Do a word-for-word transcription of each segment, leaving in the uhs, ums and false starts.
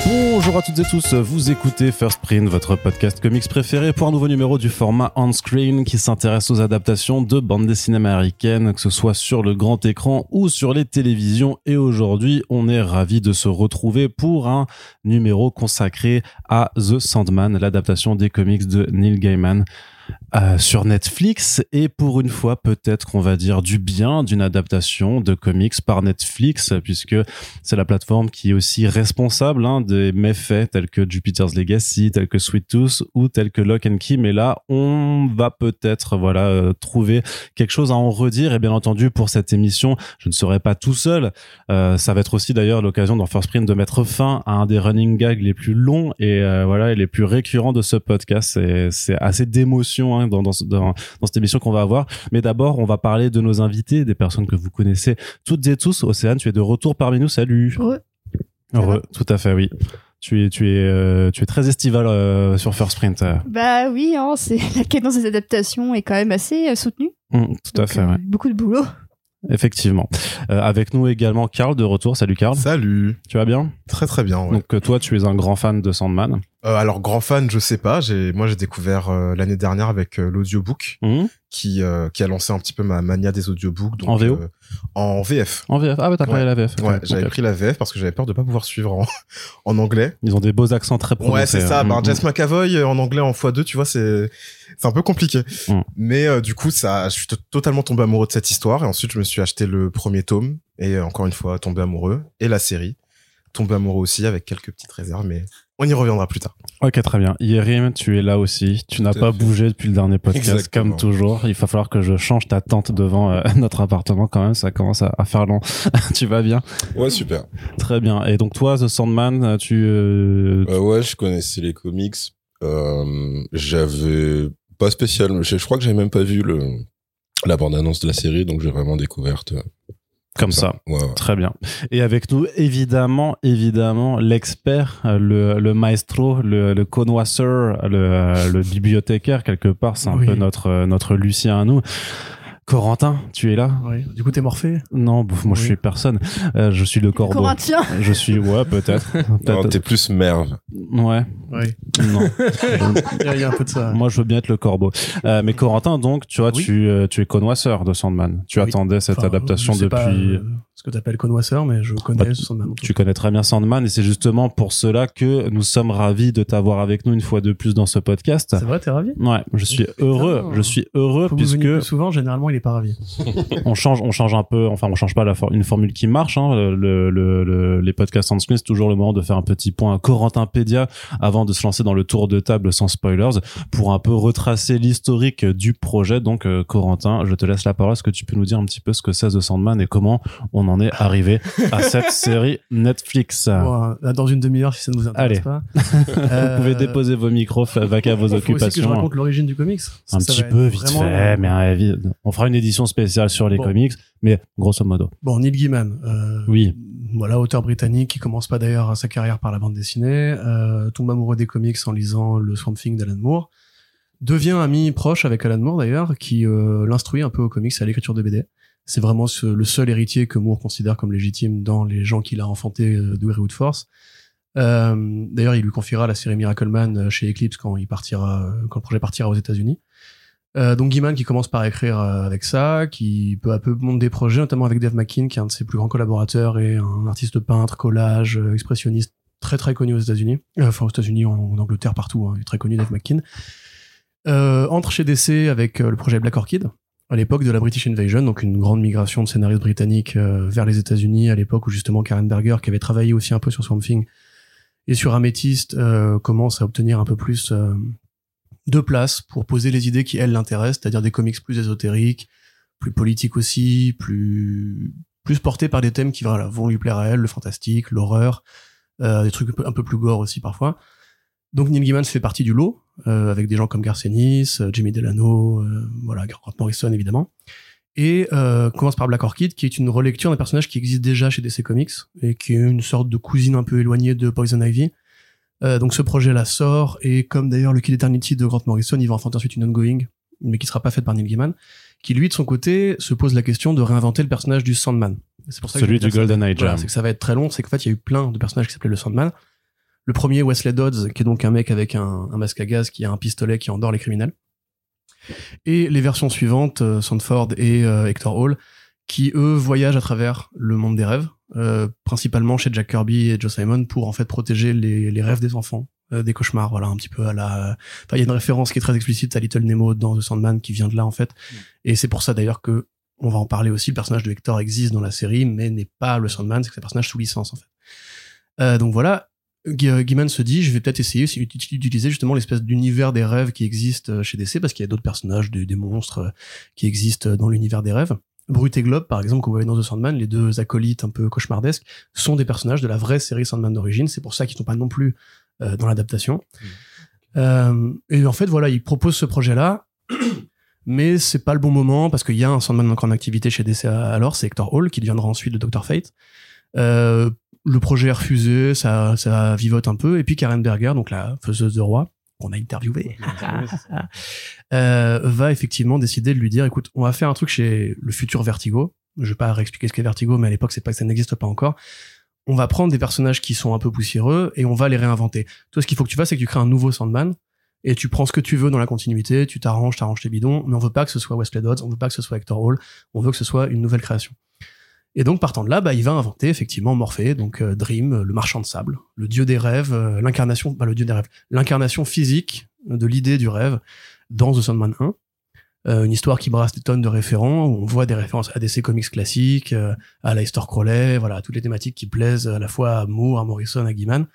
Bonjour à toutes et tous, vous écoutez First Print, votre podcast comics préféré pour un nouveau numéro du format on-screen qui s'intéresse aux adaptations de bandes dessinées américaines, que ce soit sur le grand écran ou sur les télévisions. Et aujourd'hui, on est ravis de se retrouver pour un numéro consacré à The Sandman, l'adaptation des comics de Neil Gaiman. Euh, sur Netflix, et pour une fois peut-être qu'on va dire du bien d'une adaptation de comics par Netflix, puisque c'est la plateforme qui est aussi responsable hein, des méfaits tels que Jupiter's Legacy, tels que Sweet Tooth ou tels que Lock and Key. Mais là on va peut-être voilà euh, trouver quelque chose à en redire, et bien entendu pour cette émission je ne serai pas tout seul, euh, ça va être aussi d'ailleurs l'occasion dans First Print de mettre fin à un des running gags les plus longs et euh, voilà et les plus récurrents de ce podcast. C'est, c'est assez d'émotion hein, Dans, dans, dans, dans cette émission qu'on va avoir. Mais d'abord, on va parler de nos invités, des personnes que vous connaissez toutes et tous. Océane, tu es de retour parmi nous. Salut. Heureux. Heureux, tout à fait, oui. Tu es, tu es, euh, tu es très estival euh, sur First Print. Bah oui, hein, c'est la cadence des adaptations est quand même assez euh, soutenue. Mmh, tout à fait, euh, ouais. Beaucoup de boulot. Effectivement. Euh, avec nous également Karl de retour. Salut Karl. Salut. Tu vas bien? Très très bien, ouais. Donc euh, toi, tu es un grand fan de Sandman. Euh, alors grand fan, je sais pas. J'ai moi j'ai découvert euh, l'année dernière avec euh, l'audiobook mmh. qui euh, qui a lancé un petit peu ma mania des audiobooks. Donc, en V O. Euh, en V F. En V F. Ah ouais, t'as pris ouais. la V F. Okay. Ouais, okay. j'avais okay. pris la V F parce que j'avais peur de pas pouvoir suivre en en anglais. Ils ont des beaux accents très prononcés. Ouais, c'est ça. Mmh. Ben Jess McAvoy en anglais en fois deux, tu vois, c'est c'est un peu compliqué. Mmh. Mais euh, du coup, ça, je suis t- totalement tombé amoureux de cette histoire et ensuite je me suis acheté le premier tome et euh, encore une fois tombé amoureux et la série tombé amoureux aussi avec quelques petites réserves, mais on y reviendra plus tard. Ok, très bien. Yerim, tu es là aussi. Tu n'as pas bougé depuis le dernier podcast, exactement. Comme toujours. Il va falloir que je change ta tente devant euh, notre appartement quand même. Ça commence à, à faire long. Tu vas bien? Ouais, super. Très bien. Et donc toi, The Sandman, tu... Euh... Euh, ouais, je connaissais les comics. Euh, j'avais pas spécialement... Je, je crois que j'avais même pas vu le la bande-annonce de la série, donc j'ai vraiment découverte... Euh... Comme ça, ouais, ouais. Très bien. Et avec nous, évidemment, évidemment, l'expert, le, le maestro, le, le connoisseur, le, le bibliothécaire, quelque part, c'est un oui. peu notre, notre Lucien à nous. Corentin, tu es là? Oui. Du coup, t'es Morphée? Non, moi oui. je suis personne. Euh, je suis le corbeau. Corentin. Je suis, ouais, peut-être. peut-être. Non, t'es plus Merve. Ouais. Oui. Non. Il y a un peu de ça. Moi, je veux bien être le corbeau. Euh, mais Corentin, donc, tu vois, oui. tu, euh, tu es connoisseur de Sandman. Tu oui. attendais cette enfin, adaptation je sais depuis. Pas, euh, ce que t'appelles connoisseur, mais je connais bah, Sandman. Tu connais très bien Sandman et c'est justement pour cela que nous sommes ravis de t'avoir avec nous une fois de plus dans ce podcast. C'est vrai, t'es ravi? Ouais, je suis Putain, heureux. Je suis heureux faut puisque. Plus souvent, généralement, il est pas ravi. on change, on change un peu. Enfin, on change pas la for- une formule qui marche. Hein. Le, le, le, les podcasts on screen, c'est toujours le moment de faire un petit point Corentinpédia avant de se lancer dans le tour de table sans spoilers pour un peu retracer l'historique du projet. Donc, euh, Corentin, je te laisse la parole. Est-ce que tu peux nous dire un petit peu ce que c'est The Sandman et comment on en est arrivé à cette série Netflix? Bon, là, dans une demi-heure, si ça ne vous intéresse Allez. pas. euh... Vous pouvez déposer vos micros, vaquer à vos faut occupations. Aussi que je raconte l'origine du comics. Un petit peu, vite vraiment... fait, mais euh, on fera une édition spéciale sur les bon. comics, mais grosso modo. Bon, Neil Gaiman. Euh, oui. Voilà, auteur britannique qui commence pas d'ailleurs sa carrière par la bande dessinée, euh, tombe amoureux des comics en lisant le Swamp Thing d'Alan Moore, devient ami proche avec Alan Moore d'ailleurs, qui euh, l'instruit un peu aux comics et à l'écriture de B D. C'est vraiment ce, le seul héritier que Moore considère comme légitime dans les gens qu'il a enfantés euh, de Greywood Force. Euh, d'ailleurs, il lui confiera la série Miracleman chez Eclipse quand il partira, quand le projet partira aux États-Unis. Euh, donc Gaiman qui commence par écrire euh, avec ça, qui peu à peu monte des projets, notamment avec Dave McKean, qui est un de ses plus grands collaborateurs et un artiste peintre, collage, euh, expressionniste très très connu aux États-Unis, euh, enfin aux États-Unis, en, en Angleterre, partout, hein, il est très connu Dave McKean. Euh, entre chez D C avec euh, le projet Black Orchid à l'époque de la British Invasion, donc une grande migration de scénaristes britanniques euh, vers les États-Unis à l'époque où justement Karen Berger, qui avait travaillé aussi un peu sur Swamp Thing et sur Amethyst, euh, commence à obtenir un peu plus euh, de place pour poser les idées qui, elles, l'intéressent, c'est-à-dire des comics plus ésotériques, plus politiques aussi, plus plus portés par des thèmes qui voilà, vont lui plaire à elle, le fantastique, l'horreur, euh, des trucs un peu plus gore aussi parfois. Donc Neil Gaiman fait partie du lot, euh, avec des gens comme Garth Ennis, euh, Jimmy Delano, euh, voilà, Grant Morrison évidemment, et euh, commence par Black Orchid, qui est une relecture d'un personnage qui existe déjà chez D C Comics, et qui est une sorte de cousine un peu éloignée de Poison Ivy. Euh, donc ce projet-là sort, et comme d'ailleurs le Kill Eternity de Grant Morrison, il va enfanter ensuite une ongoing, mais qui sera pas faite par Neil Gaiman, qui lui de son côté se pose la question de réinventer le personnage du Sandman. C'est pour ça Celui que du Golden Age. Voilà, c'est que ça va être très long, c'est qu'en fait il y a eu plein de personnages qui s'appelaient le Sandman. Le premier, Wesley Dodds, qui est donc un mec avec un, un masque à gaz qui a un pistolet qui endort les criminels. Et les versions suivantes, euh, Sanford et euh, Hector Hall, qui eux voyagent à travers le monde des rêves, euh, principalement chez Jack Kirby et Joe Simon, pour en fait protéger les, les rêves des enfants, euh, des cauchemars, voilà, un petit peu à la... Enfin, il y a une référence qui est très explicite à Little Nemo dans The Sandman qui vient de là, en fait. Mm. Et c'est pour ça d'ailleurs que, on va en parler aussi, le personnage de Hector existe dans la série, mais n'est pas le Sandman, c'est que c'est un personnage sous licence, en fait. Euh, donc voilà, Gaiman se dit, je vais peut-être essayer d'utiliser justement l'espèce d'univers des rêves qui existe chez D C, parce qu'il y a d'autres personnages, des, des monstres qui existent dans l'univers des rêves. Brut et Globe, par exemple, qu'on voyait dans The Sandman, les deux acolytes un peu cauchemardesques, sont des personnages de la vraie série Sandman d'origine. C'est pour ça qu'ils sont pas non plus euh, dans l'adaptation. Mmh. Euh, et en fait, voilà, il propose ce projet-là, mais c'est pas le bon moment, parce qu'il y a un Sandman encore en activité chez D C alors, c'est Hector Hall, qui deviendra ensuite le docteur Fate. Euh, le projet est refusé, ça, ça vivote un peu, et puis Karen Berger, donc la faiseuse de roi, qu'on a interviewé, euh, va effectivement décider de lui dire, écoute, on va faire un truc chez le futur Vertigo. Je vais pas réexpliquer ce qu'est Vertigo, mais à l'époque, c'est pas que ça n'existe pas encore. On va prendre des personnages qui sont un peu poussiéreux et on va les réinventer. Toi, ce qu'il faut que tu fasses, c'est que tu crées un nouveau Sandman et tu prends ce que tu veux dans la continuité, tu t'arranges, t'arranges tes bidons, mais on veut pas que ce soit Wesley Dodds, on veut pas que ce soit Hector Hall, on veut que ce soit une nouvelle création. Et donc, partant de là, bah, il va inventer effectivement Morphée, donc euh, Dream, le marchand de sable, le dieu des rêves, euh, l'incarnation, bah, le dieu des rêves, l'incarnation physique de l'idée du rêve dans The Sandman un. Euh, une histoire qui brasse des tonnes de référents, où on voit des références à D C Comics classiques, euh, à Aleister Crowley, voilà, toutes les thématiques qui plaisent à la fois à Moore, à Morrison, à Gaiman.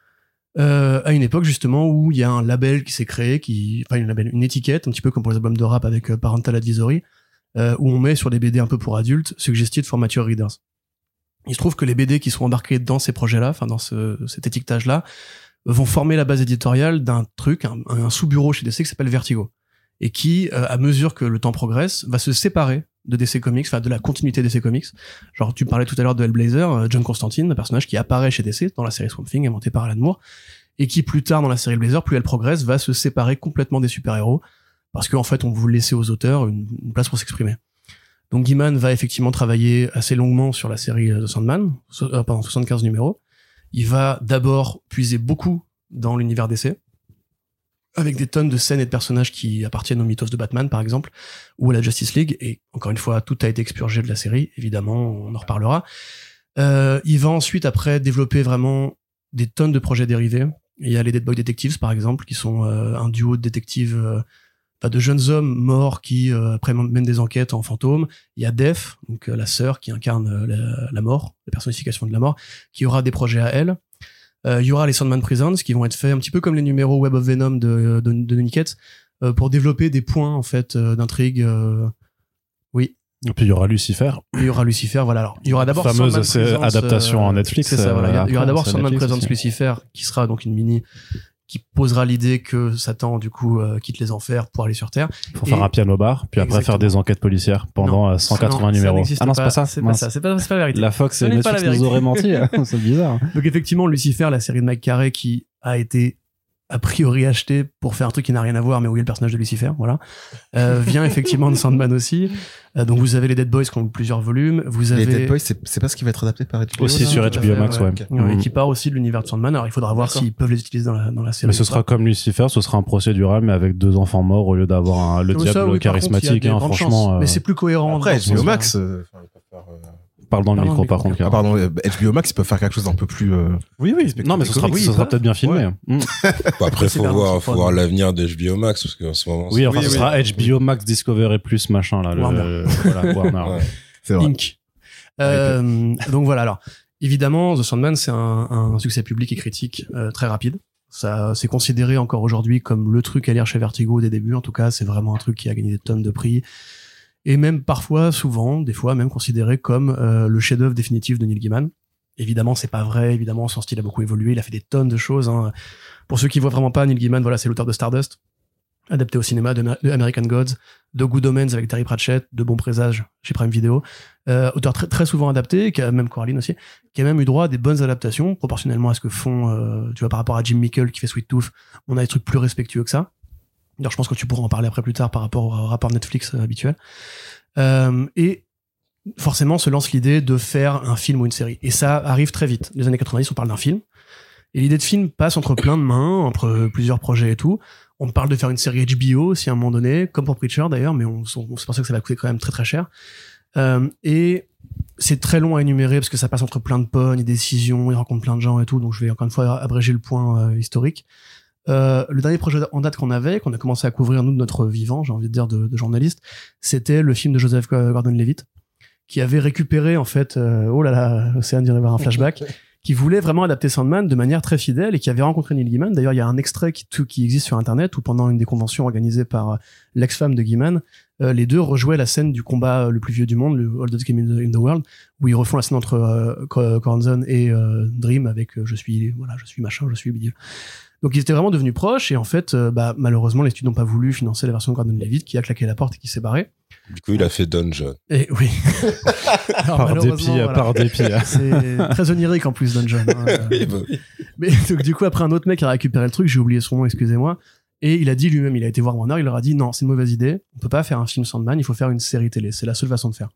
Euh, à une époque justement où il y a un label qui s'est créé, qui, enfin une label, une étiquette, un petit peu comme pour les albums de rap avec euh, Parental Advisory, Euh, où on met sur des B D un peu pour adultes, suggested for mature readers. Il se trouve que les B D qui sont embarqués dans ces projets-là, enfin dans ce, cet étiquetage-là, vont former la base éditoriale d'un truc, un, un sous-bureau chez D C qui s'appelle Vertigo, et qui, euh, à mesure que le temps progresse, va se séparer de D C Comics, enfin de la continuité D C Comics. Genre, tu parlais tout à l'heure de Hellblazer, euh, John Constantine, un personnage qui apparaît chez D C dans la série Swamp Thing, inventée par Alan Moore, et qui plus tard dans la série Hellblazer, plus elle progresse, va se séparer complètement des super-héros, parce qu'en fait, on voulait laisser aux auteurs une, une place pour s'exprimer. Donc Gaiman va effectivement travailler assez longuement sur la série The Sandman, euh, pendant soixante-quinze numéros. Il va d'abord puiser beaucoup dans l'univers D C, avec des tonnes de scènes et de personnages qui appartiennent au mythos de Batman, par exemple, ou à la Justice League, et encore une fois, tout a été expurgé de la série, évidemment, on en reparlera. Euh, il va ensuite, après, développer vraiment des tonnes de projets dérivés. Il y a les Dead Boy Detectives, par exemple, qui sont euh, un duo de détectives... Euh, Enfin, de jeunes hommes morts qui euh, après mènent des enquêtes en fantôme. Il y a Death, donc euh, la sœur qui incarne euh, la, la mort, la personnification de la mort, qui aura des projets à elle. Euh, il y aura les Sandman Prisons qui vont être faits un petit peu comme les numéros Web of Venom de de, de Nickett, euh, pour développer des points en fait euh, d'intrigue. Euh... Oui. Et puis il y aura Lucifer. Et il y aura Lucifer, voilà. Alors il y aura d'abord fameuse Sandman Presents, adaptation euh, en Netflix. C'est ça, voilà. Il y aura d'abord Sandman Presents aussi. Lucifer, qui sera donc une mini qui posera l'idée que Satan du coup euh, quitte les enfers pour aller sur Terre. Pour et... faire un piano bar, puis après Exactement. faire des enquêtes policières pendant non, cent quatre-vingts non, numéros. Ça ah non, c'est pas, pas ça. C'est pas ça. C'est pas, c'est pas la vérité. La Fox Ce et n'est pas la Netflix nous vérité. auraient menti. C'est bizarre. Donc effectivement, Lucifer, la série de Mike Carey qui a été a priori acheté pour faire un truc qui n'a rien à voir, mais où il y a le personnage de Lucifer, voilà, euh, vient effectivement de Sandman aussi. Euh, donc vous avez les Dead Boys qui ont plusieurs volumes. Vous avez Les Dead Boys, c'est, c'est pas ce qui va être adapté par H B O. Aussi là, sur tout à H B O fait, Max, ouais. ok. Ouais, Mhm. qui part aussi de l'univers de Sandman. Alors il faudra voir D'accord. s'ils peuvent les utiliser dans la, dans la série. Mais ce ou sera pas. comme Lucifer, ce sera un procédural, mais avec deux enfants morts au lieu d'avoir un, le Comme diable ça, oui, par contre, il y a charismatique. des Hein, grandes franchement, chances. euh, Mais c'est plus cohérent. Après, dans ce H B O sens-là. Max, euh, enfin, ils peuvent faire, euh, parle dans le Parle micro, dans par le contre. micro. Ah pardon, euh, H B O Max, ils peuvent faire quelque chose d'un peu plus. euh, Oui, oui. Non, mais ce sera, Oui, ce ils sera peuvent. peut-être bien filmé. Mm. Bah, après, C'est faut bien, voir, c'est faut pas voir de- l'avenir d'H B O Max, parce qu'en ce moment, Oui, enfin, Oui, ce oui. sera H B O Max Discovery Plus, machin, là. Le, Warner. le- voilà, Warner. Ouais. C'est vrai. Inc. Euh, donc voilà, alors évidemment The Sandman c'est un, un succès public et critique euh, très rapide. Ça c'est considéré encore aujourd'hui comme le truc à lire chez Vertigo des débuts, en tout cas c'est vraiment un truc qui a gagné des tonnes de prix et même parfois, souvent, des fois même considéré comme euh, le chef-d'œuvre définitif de Neil Gaiman. Évidemment c'est pas vrai, évidemment son style a beaucoup évolué, il a fait des tonnes de choses. Hein. Pour ceux qui voient vraiment pas, Neil Gaiman, voilà, c'est l'auteur de Stardust, adapté au cinéma, de, de American Gods, de Good Omens avec Terry Pratchett, de Bons Présages chez Prime Video, euh, auteur très, très souvent adapté, qui a même Coraline aussi, qui a même eu droit à des bonnes adaptations, proportionnellement à ce que font, euh, tu vois, par rapport à Jim Mickle qui fait Sweet Tooth, on a des trucs plus respectueux que ça. D'ailleurs, je pense que tu pourras en parler après plus tard par rapport au rapport Netflix euh, habituel. Euh, et forcément se lance l'idée de faire un film ou une série. Et ça arrive très vite. Les années quatre-vingt-dix, on parle d'un film. Et l'idée de film passe entre plein de mains, entre plusieurs projets et tout. On parle de faire une série H B O aussi à un moment donné, comme pour Preacher d'ailleurs, mais on, on, on se pensait que ça va coûter quand même très très cher. Euh, et c'est très long à énumérer parce que ça passe entre plein de pognes, décisions, il rencontre plein de gens et tout, donc je vais encore une fois abréger le point euh, historique. Euh, le dernier projet en date qu'on avait, qu'on a commencé à couvrir nous de notre vivant, j'ai envie de dire de, de journaliste, c'était le film de Joseph Gordon-Levitt, qui avait récupéré en fait, euh, oh là là, Océane dirait voir un flashback, qui voulait vraiment adapter Sandman de manière très fidèle et qui avait rencontré Neil Gaiman. D'ailleurs, il y a un extrait qui, tout, qui existe sur Internet où pendant une des conventions organisées par euh, l'ex-femme de Gaiman, euh, les deux rejouaient la scène du combat euh, le plus vieux du monde, le Oldest Game in the, in the World, où ils refont la scène entre euh, Corazon et euh, Dream avec euh, je suis voilà, je suis machin, je suis bidule. Donc ils étaient vraiment devenus proches et en fait, euh, bah malheureusement les studios n'ont pas voulu financer la version de Gordon-Levitt qui a claqué la porte et qui s'est barré. Du coup, il a fait Dungeon. Et oui. Alors, par dépit, voilà. par dépit. C'est très onirique en plus, Dungeon. Hein. Oui, bah oui. Mais donc, du coup, après, un autre mec a récupéré le truc, j'ai oublié son nom, excusez-moi. Et il a dit lui-même, il a été voir Warner, il leur a dit non, c'est une mauvaise idée, on peut pas faire un film Sandman, il faut faire une série télé, c'est la seule façon de faire.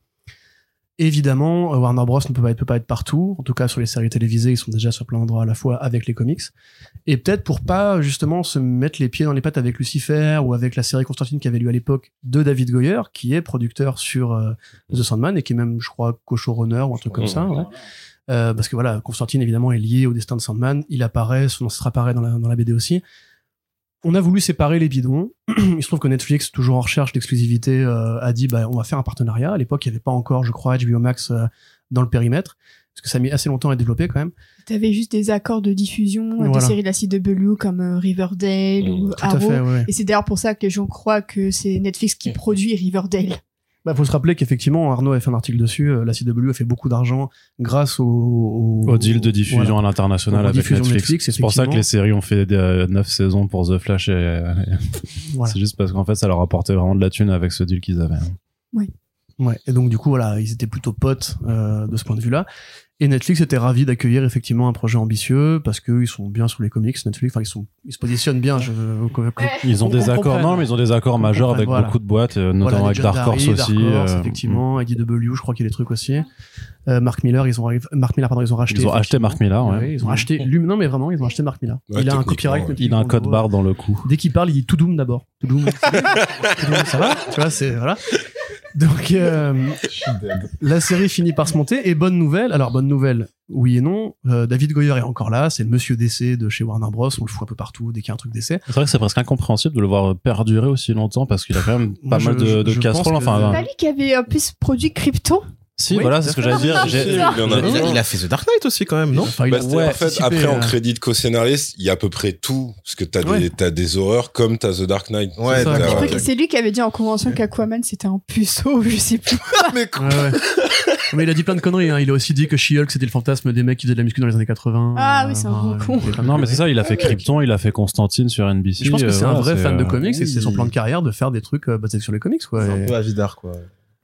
Évidemment, Warner Bros ne peut pas être, peut pas être partout. En tout cas, sur les séries télévisées, ils sont déjà sur plein d'endroits à la fois avec les comics. Et peut-être pour pas, justement, se mettre les pieds dans les pattes avec Lucifer ou avec la série Constantine qui avait lieu à l'époque de David Goyer, qui est producteur sur euh, The Sandman et qui est même, je crois, co-showrunner ou un truc comme ça, ouais. Euh, parce que voilà, Constantine, évidemment, est lié au destin de Sandman. Il apparaît, son ancêtre apparaît dans la, dans la B D aussi. On a voulu séparer les bidons. Il se trouve que Netflix, toujours en recherche d'exclusivité, euh, a dit bah on va faire un partenariat. À l'époque, il n'y avait pas encore, je crois, H B O Max euh, dans le périmètre, parce que ça a mis assez longtemps à développer quand même. T'avais juste des accords de diffusion voilà. de séries de la C W comme euh, Riverdale mmh. ou Tout Arrow. À fait, ouais. Et c'est d'ailleurs pour ça que les gens croient que c'est Netflix qui produit Riverdale. Bah, faut se rappeler qu'effectivement, Arnaud a fait un article dessus. Euh, la C W a fait beaucoup d'argent grâce au, au, au deal de diffusion voilà. à l'international avec Netflix. Netflix c'est pour ça que les séries ont fait des, neuf saisons pour The Flash. Et, et voilà. C'est juste parce qu'en fait, ça leur apportait vraiment de la thune avec ce deal qu'ils avaient. Oui. Ouais. Et donc, du coup, voilà, ils étaient plutôt potes euh, de ce point de vue-là. Et Netflix était ravi d'accueillir effectivement un projet ambitieux parce qu'ils sont bien sur les comics. Netflix, enfin ils sont, ils se positionnent bien. Je, ils ont des accords, non, mais ils ont des accords majeurs avec voilà. beaucoup de boîtes, notamment voilà, avec Dark Horse aussi. Dark Horse, euh, effectivement, I D W, je crois qu'il y a des trucs aussi. Euh, Mark Miller, ils ont, Mark Miller, pardon, ils ont racheté. Ils ont acheté Mark Miller, ouais. ouais ils ont acheté, lui, non mais vraiment, ils ont acheté Mark Miller. Ouais, il a un copyright. Ouais. Il a un code barre dans le cou. Dès qu'il parle, il dit tout doom d'abord. Tout doom. Ça va, tu vois, c'est voilà. Donc euh, la série finit par se monter et bonne nouvelle. Alors bonne nouvelle, oui et non. Euh, David Goyer est encore là, c'est le monsieur D C de chez Warner Bros. On le fout un peu partout dès qu'il y a un truc D C. C'est vrai que c'est presque incompréhensible de le voir perdurer aussi longtemps parce qu'il a quand même pas Moi, mal je, de, de casseroles. Enfin, c'est pas lui qui avait en plus produit Krypton. Si, oui, voilà, c'est ce que j'allais dire. J'ai... Il, en a... il, a, il a fait The Dark Knight aussi, quand même, non? Enfin, bah, ouais, en fait, après, en crédit de co-scénariste, il y a à peu près tout. Parce que t'as, ouais. des, t'as des horreurs comme t'as The Dark Knight. Ouais, c'est, je crois que c'est lui qui avait dit en convention ouais. qu'Aquaman, c'était un puceau, je sais plus. mais quoi? Ouais, ouais. Mais il a dit plein de conneries, hein. Il a aussi dit que She-Hulk, c'était le fantasme des mecs qui faisaient de la muscu dans les années quatre-vingts. Ah oui, c'est un euh, gros con. Non, mais c'est ça, il a fait Krypton, il a fait Constantine sur N B C. Je pense que c'est euh, un voilà, vrai c'est fan euh... de comics et c'est son plan de carrière de faire des trucs basés sur les comics, quoi. C'est et... un peu Avidar, quoi.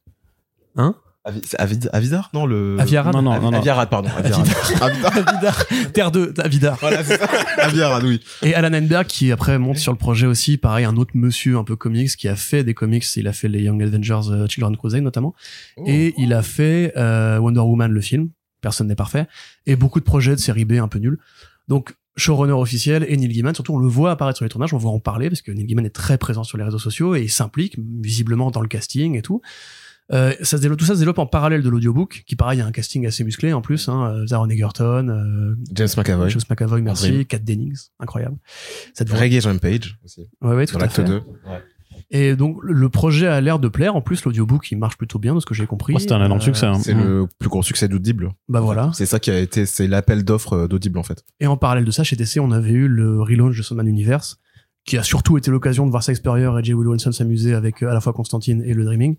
Hein? Avi- c'est Avid- Avidar non le Aviarad non non non, non. Aviarad pardon Aviarad Avidar Avidar Terre deux Avidar voilà c'est ça Aviarad oui et Alan Heinberg qui après monte sur le projet aussi pareil un autre monsieur un peu comics qui a fait des comics il a fait les Young Avengers uh, Children Crusade notamment oh. et il a fait euh, Wonder Woman le film personne n'est parfait et beaucoup de projets de série B un peu nuls donc showrunner officiel et Neil Gaiman surtout on le voit apparaître sur les tournages on voit en parler parce que Neil Gaiman est très présent sur les réseaux sociaux et il s'implique visiblement dans le casting et tout. Euh, ça se développe, tout ça se développe en parallèle de l'audiobook, qui pareil, a un casting assez musclé en plus, hein, Taron Egerton, euh, James McAvoy, James McAvoy, merci, Kat Dennings, incroyable. Ça devrait... Reggae Rampage aussi. Ouais, ouais, tout dans à l'acte fait. deux. Ouais. Et donc, le projet a l'air de plaire. En plus, l'audiobook, il marche plutôt bien, de ce que j'ai compris. Oh, c'était un énorme euh, succès. Hein. C'est mmh. le plus gros succès d'Audible. Bah voilà. C'est ça qui a été, c'est l'appel d'offres d'Audible, en fait. Et en parallèle de ça, chez D C, on avait eu le relaunch de Sandman Universe, qui a surtout été l'occasion de voir Sykes Spurrier et J. Will Wilson s'amuser avec à la fois Constantine et le Dreaming.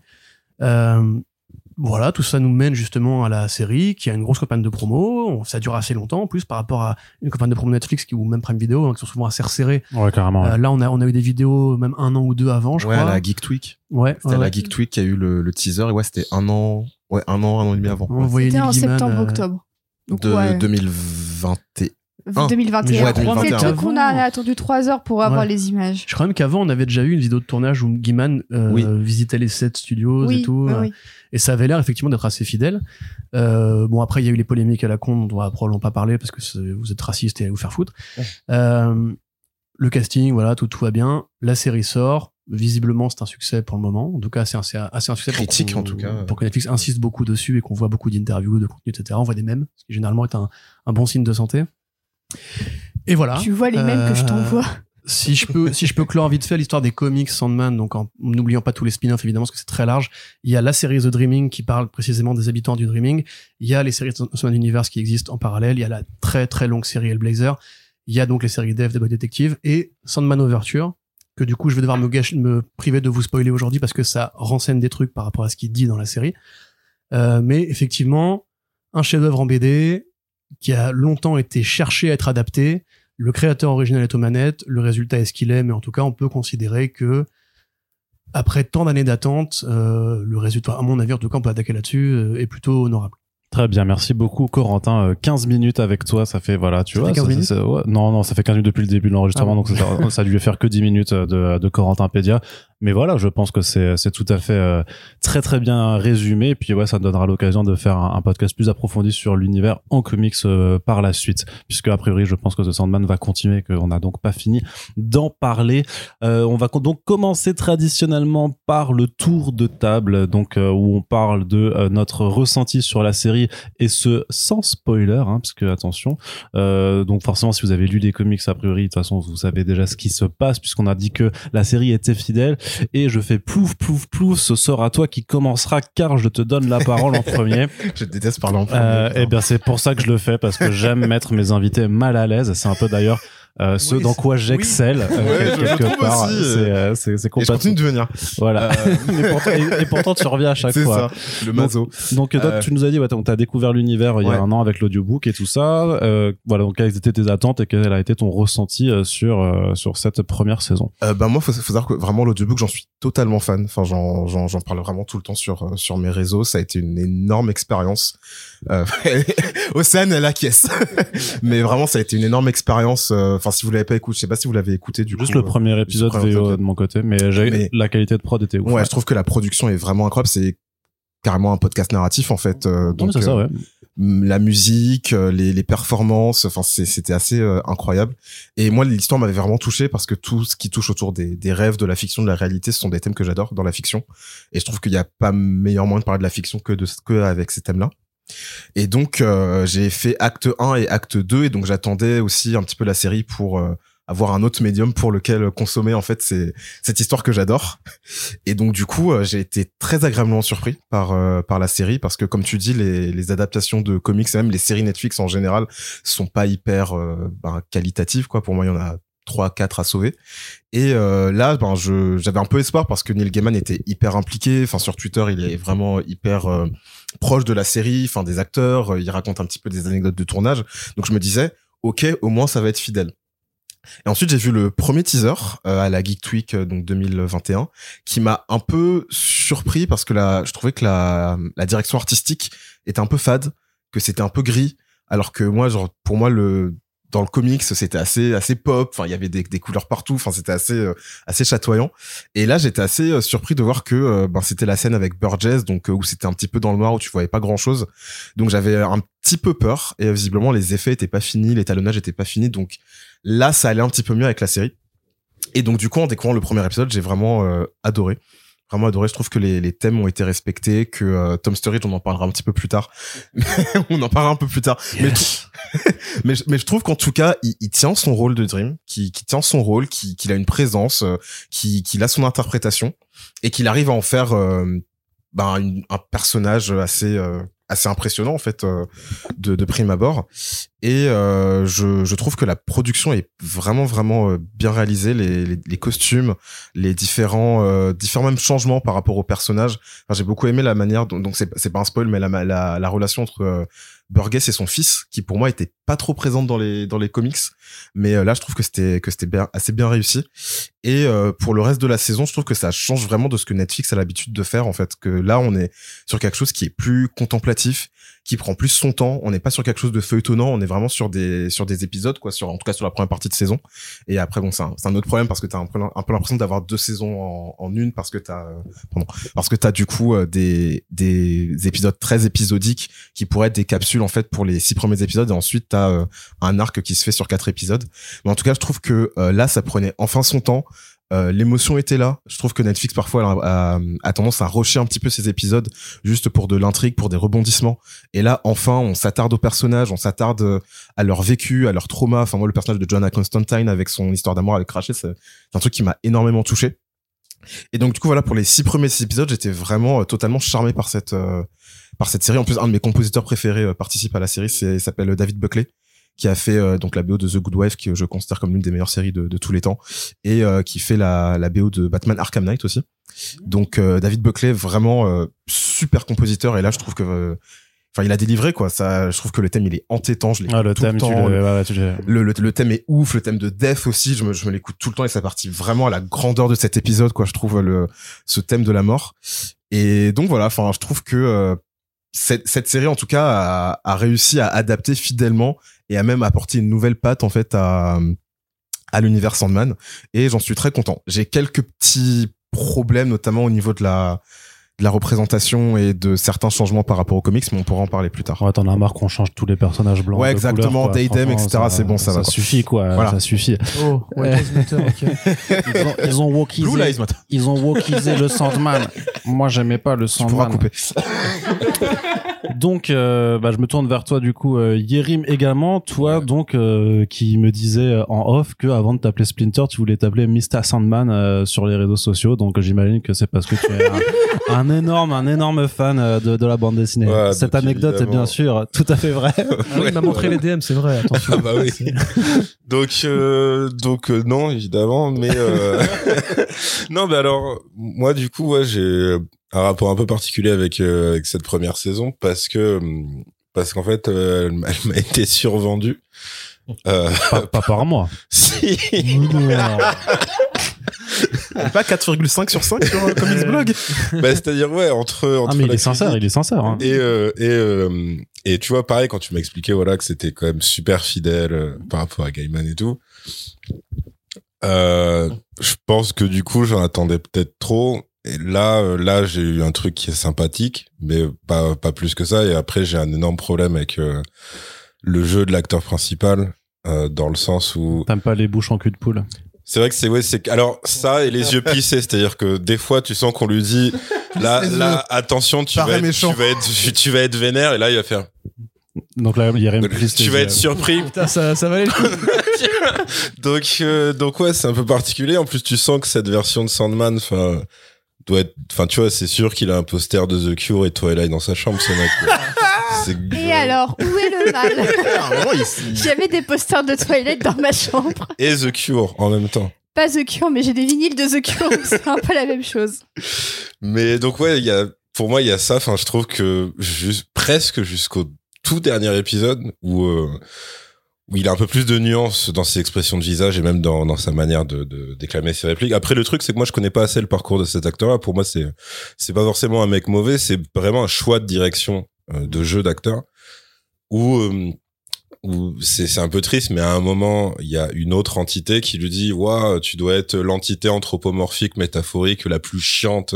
Euh, Voilà, tout ça nous mène justement à la série qui a une grosse campagne de promo. Ça dure assez longtemps en plus par rapport à une campagne de promo Netflix qui, ou même Prime Video hein, qui sont souvent assez resserrées. Ouais, carrément. Ouais. Euh, là, on a, on a eu des vidéos même un an ou deux avant, je ouais, crois. Ouais, à la Geek Tweak. Ouais. C'était ouais, à la Geek Tweak qui a eu le, le teaser et ouais, c'était un an, ouais, un an, un an et demi avant. On C'était Neil en Gaiman, septembre-octobre. Euh, de ouais. deux mille vingt et deux mille vingt et un. Ouais, deux mille vingt et un. C'est le truc qu'on a attendu trois heures pour avoir Ouais. les images. Je crois même qu'avant, on avait déjà eu une vidéo de tournage où Guiman euh, Oui. visitait les sets studios Oui, et tout. oui, euh, oui. Et ça avait l'air effectivement d'être assez fidèle. Euh, bon, après, il y a eu les polémiques à la con, dont on va probablement pas parler parce que c'est- vous êtes raciste et allez vous faire foutre. Ouais. Euh, le casting, voilà, tout, tout va bien. La série sort. Visiblement, c'est un succès pour le moment. En tout cas, c'est un, c'est un- assez un succès pour Critique, qu'on- en tout cas. pour que Netflix insiste beaucoup dessus et qu'on voit beaucoup d'interviews, de contenu, et cetera. On voit des mèmes, ce qui généralement est un, un bon signe de santé. Et voilà. Tu vois les mêmes que je Euh, t'envoie. Si je peux, si je peux clore vite fait l'histoire des comics Sandman, donc en n'oubliant pas tous les spin-offs évidemment parce que c'est très large. Il y a la série The Dreaming qui parle précisément des habitants du Dreaming. Il y a les séries Sandman Universe qui existent en parallèle. Il y a la très très longue série Hellblazer. Il y a donc les séries Death, The Boy Detective et Sandman Overture que du coup je vais devoir me gâcher, me priver de vous spoiler aujourd'hui parce que ça renseigne des trucs par rapport à ce qu'il dit dans la série. Euh, mais effectivement, un chef-d'œuvre en B D qui a longtemps été cherché à être adapté. Le créateur original est aux manettes, le résultat est ce qu'il est, mais en tout cas, on peut considérer que après tant d'années d'attente, euh, le résultat, à mon avis, en tout cas, on peut attaquer là-dessus, euh, est plutôt honorable. Très bien, merci beaucoup Corentin. Euh, quinze minutes avec toi, ça fait voilà, tu Ça vois. fait quinze ça- minutes ça- ouais, non, non, ça fait quinze minutes depuis le début de l'enregistrement, Ah bon. donc ça, ça a dû faire que dix minutes de, de Corentin Pédia. Mais voilà, je pense que c'est c'est tout à fait euh, très très bien résumé. Et puis ouais, ça donnera l'occasion de faire un, un podcast plus approfondi sur l'univers en comics euh, par la suite, puisque a priori, je pense que The Sandman va continuer, qu'on n'a donc pas fini d'en parler. Euh, on va co- donc commencer traditionnellement par le tour de table, donc euh, où on parle de euh, notre ressenti sur la série et ce sans spoiler, hein, parce que attention. Euh, donc forcément, si vous avez lu les comics, a priori, de toute façon, vous savez déjà ce qui se passe, puisqu'on a dit que la série était fidèle. Et je fais plouf, plouf, plouf, ce sort à toi qui commencera, car je te donne la parole en premier. Je déteste parler en premier. Euh, et bien, c'est pour ça que je le fais, parce que j'aime mettre mes invités mal à l'aise. C'est un peu d'ailleurs euh, ce Oui, dans quoi j'excelle Ouais, euh, je- je quelque trouve part. aussi, euh, C'est, euh, c'est, c'est Et je complètement. continue de venir. Voilà. Euh, Mais pourtant- et, et pourtant, tu reviens à chaque C'est fois. ça, le mazo. Donc, toi, Euh, tu nous as dit, ouais, t'as, t'as découvert l'univers il y a Ouais. un an avec l'audiobook et tout ça. Euh, voilà, donc quelles étaient tes attentes et quel a été ton ressenti euh, sur euh, sur cette première saison? Euh, bah moi, faut, faut savoir que vraiment l'audiobook, j'en suis totalement fan. Enfin, j'en, j'en, j'en parle vraiment tout le temps sur euh, sur mes réseaux. Ça a été une énorme expérience. Euh, Océane, elle acquiesce. Mais vraiment, ça a été une énorme expérience. euh, Enfin, si vous l'avez pas écouté, je sais pas si vous l'avez écouté du Juste coup. le premier épisode premier V O épisode. de mon côté, mais, j'ai, Mais- la qualité de prod était ouf. Ouais, je trouve que la production est vraiment incroyable. C'est carrément un podcast narratif en fait. Euh, Non, mais donc c'est ça, euh, ouais. m- la musique, euh, les, les performances, enfin c'est- c'était assez euh, incroyable. Et moi, l'histoire m'avait vraiment touché parce que tout ce qui touche autour des, des rêves, de la fiction, de la réalité, ce sont des thèmes que j'adore dans la fiction. Et je trouve qu'il n'y a pas meilleur moyen de parler de la fiction que de que avec ces thèmes-là. Et donc euh, j'ai fait acte un et acte deux, et donc j'attendais aussi un petit peu la série pour euh, avoir un autre médium pour lequel consommer en fait c'est cette histoire que j'adore. Et donc du coup euh, j'ai été très agréablement surpris par euh, par la série, parce que comme tu dis, les les adaptations de comics et même les séries Netflix en général sont pas hyper euh, ben, qualitatives quoi. Pour moi, il y en a trois quatre à sauver. Et euh, là ben je j'avais un peu espoir parce que Neil Gaiman était hyper impliqué. Enfin, sur Twitter, il est vraiment hyper euh, proche de la série, enfin des acteurs, il raconte un petit peu des anecdotes de tournage. Donc je me disais OK, au moins ça va être fidèle. Et ensuite, j'ai vu le premier teaser euh, à la Geek Week euh, donc deux mille vingt et un, qui m'a un peu surpris parce que là, je trouvais que la, la direction artistique était un peu fade, que c'était un peu gris, alors que moi, genre pour moi, le dans le comics, c'était assez assez pop. Enfin, il y avait des, des couleurs partout. Enfin, c'était assez euh, assez chatoyant. Et là, j'étais assez euh, surpris de voir que euh, ben c'était la scène avec Burgess, donc euh, où c'était un petit peu dans le noir, où tu voyais pas grand chose. Donc j'avais un petit peu peur. Et euh, visiblement, les effets étaient pas finis, l'étalonnage était pas fini. Donc là, ça allait un petit peu mieux avec la série. Et donc du coup, en découvrant le premier épisode, j'ai vraiment euh, adoré. Vraiment adoré. Je trouve que les, les thèmes ont été respectés, que euh, Tom Sturridge, on en parlera un petit peu plus tard. on en parlera un peu plus tard. Yes. Mais, je- mais, je- mais je trouve qu'en tout cas, il, il tient son rôle de Dream, qui, qui tient son rôle, qui, qu'il a une présence, euh, qui, qu'il a son interprétation, et qu'il arrive à en faire euh, ben, une- un personnage assez euh, assez impressionnant en fait euh, de, de prime abord. Et euh, je, je trouve que la production est vraiment vraiment euh, bien réalisée, les, les, les costumes, les différents euh, différents même changements par rapport aux personnages. Enfin, j'ai beaucoup aimé la manière dont, donc c'est c'est pas un spoil, mais la la, la relation entre euh, Burgess et son fils, qui pour moi étaient pas trop présentes dans les dans les comics, mais euh, là je trouve que c'était que c'était bien, assez bien réussi. Et euh, pour le reste de la saison, je trouve que ça change vraiment de ce que Netflix a l'habitude de faire en fait. Que là, on est sur quelque chose qui est plus contemplatif, qui prend plus son temps. On n'est pas sur quelque chose de feuilletonnant, on est vraiment sur des sur des épisodes quoi, sur en tout cas sur la première partie de saison. Et après bon, c'est un, c'est un autre problème parce que t'as un peu un peu l'impression d'avoir deux saisons en, en une parce que t'as euh, pardon parce que t'as du coup euh, des des épisodes très épisodiques qui pourraient être des capsules en fait pour les six premiers épisodes et ensuite t'as euh, un arc qui se fait sur quatre épisodes. Mais en tout cas, je trouve que euh, là, ça prenait enfin son temps. Euh, l'émotion était là. Je trouve que Netflix parfois a, a, a tendance à rusher un petit peu ces épisodes juste pour de l'intrigue, pour des rebondissements. Et là, enfin, on s'attarde aux personnages, on s'attarde à leur vécu, à leur trauma. Enfin moi, le personnage de Joanna Constantine avec son histoire d'amour avec Rachel, c'est un truc qui m'a énormément touché. Et donc du coup voilà, pour les six premiers épisodes, j'étais vraiment euh, totalement charmé par cette euh, par cette série. En plus, un de mes compositeurs préférés euh, participe à la série, c'est il s'appelle David Buckley, qui a fait euh, donc la B O de The Good Wife, que je considère comme l'une des meilleures séries de, de tous les temps, et euh, qui fait la, la B O de Batman Arkham Knight aussi. Donc euh, David Buckley, vraiment euh, super compositeur, et là je trouve que euh, enfin il a délivré quoi. Ça, je trouve que le thème il est entêtant, je l'écoute ah, le tout thème, le temps. Tu le, le, ouais, ouais, tu le... Le, le, le thème est ouf, le thème de Death aussi, je me, je me l'écoute tout le temps et ça partit vraiment à la grandeur de cet épisode quoi. Je trouve le ce thème de la mort. Et donc voilà, enfin je trouve que euh, cette, cette série en tout cas a, a réussi à adapter fidèlement et à même apporter une nouvelle patte en fait à à l'univers Sandman, et j'en suis très content. J'ai quelques petits problèmes notamment au niveau de la de la représentation et de certains changements par rapport aux comics, mais on pourra en parler plus tard. Ouais, t'en as marre qu'on change tous les personnages blancs. Ouais, exactement, Daydem, et cetera. C'est bon, ça, ça va. Ça suffit, quoi. Voilà. Ça suffit. Oh, ouais, okay. Ils ont, ils ont wokisé. Blue Lives Matter. Ils ont wokisé le Sandman. Moi, j'aimais pas le Sandman. Tu pourras couper. Donc, euh, bah, je me tourne vers toi, du coup, euh, Yérim également. Toi, ouais. donc, euh, qui me disait en off que avant de t'appeler Splinter, tu voulais t'appeler mister Sandman euh, sur les réseaux sociaux. Donc, j'imagine que c'est parce que tu es un, un énorme, un énorme fan de, de la bande dessinée. Ouais, Cette anecdote évidemment. est bien sûr tout à fait vraie. Ah oui, il m'a montré les D M, c'est vrai. Attention. Ah bah oui. donc, euh, donc euh, non, évidemment, mais euh... non, mais alors, moi, du coup, ouais, j'ai un rapport un peu particulier avec euh, avec cette première saison parce que parce qu'en fait, euh, elle m'a été survendue. Euh... Pas, pas par moi. Si. Pas quatre virgule cinq sur cinq sur euh, Comics Blog. Bah, c'est-à-dire, ouais, entre, entre ah, mais il est critique, sincère, il est sincère, hein. Et, euh, et, euh, et tu vois, pareil, quand tu m'as expliqué, voilà, que c'était quand même super fidèle euh, par rapport à Gaiman et tout, euh, je pense que du coup, j'en attendais peut-être trop. Et là, euh, là, j'ai eu un truc qui est sympathique, mais pas, pas plus que ça. Et après, j'ai un énorme problème avec euh, le jeu de l'acteur principal, euh, dans le sens où... T'aimes pas les bouches en cul de poule? C'est vrai que c'est ouais c'est alors ça et les yeux plissés, c'est-à-dire que des fois tu sens qu'on lui dit là là attention tu vas, être, tu vas être tu vas être vénère et là il va faire donc là il y a rien de plus tu vas être surpris. Putain, ça ça valait le coup. donc euh, donc ouais c'est un peu particulier, en plus tu sens que cette version de Sandman enfin doit être enfin tu vois c'est sûr qu'il a un poster de The Cure et Twilight dans sa chambre ce mec. C'est et alors, où est le mal? J'avais des posters de Twilight dans ma chambre. Et The Cure en même temps. Pas The Cure, mais j'ai des vinyles de The Cure, c'est un peu la même chose. Mais donc ouais, il y a, pour moi, il y a ça. Enfin, je trouve que juste, presque jusqu'au tout dernier épisode où, euh, où il a un peu plus de nuances dans ses expressions de visage et même dans, dans sa manière de, de déclamer ses répliques. Après, le truc, c'est que moi, je connais pas assez le parcours de cet acteur-là. Pour moi, c'est, c'est pas forcément un mec mauvais, c'est vraiment un choix de direction de jeu d'acteur où, euh, où c'est, c'est un peu triste, mais à un moment, il y a une autre entité qui lui dit, ouah, tu dois être l'entité anthropomorphique, métaphorique, la plus chiante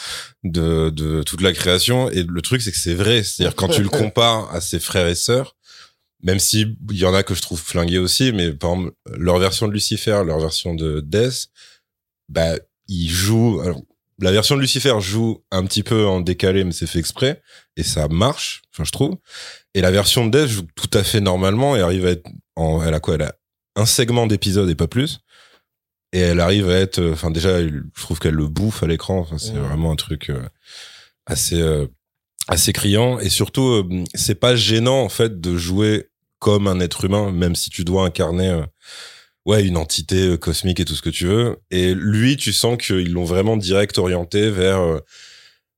de, de toute la création. Et le truc, c'est que c'est vrai. C'est-à-dire, quand tu le compares à ses frères et sœurs, même si il y en a que je trouve flingués aussi, mais par exemple, leur version de Lucifer, leur version de Death, bah, ils jouent, alors, la version de Lucifer joue un petit peu en décalé, mais c'est fait exprès, et ça marche, enfin, je trouve. Et la version de Death joue tout à fait normalement, et arrive à être en, elle a quoi? Elle a un segment d'épisode et pas plus. Et elle arrive à être, enfin, déjà, je trouve qu'elle le bouffe à l'écran, enfin, c'est ouais. vraiment un truc euh, assez, euh, assez criant. Et surtout, euh, c'est pas gênant, en fait, de jouer comme un être humain, même si tu dois incarner, euh, ouais, une entité cosmique et tout ce que tu veux. Et lui, tu sens qu'ils l'ont vraiment direct orienté vers, euh,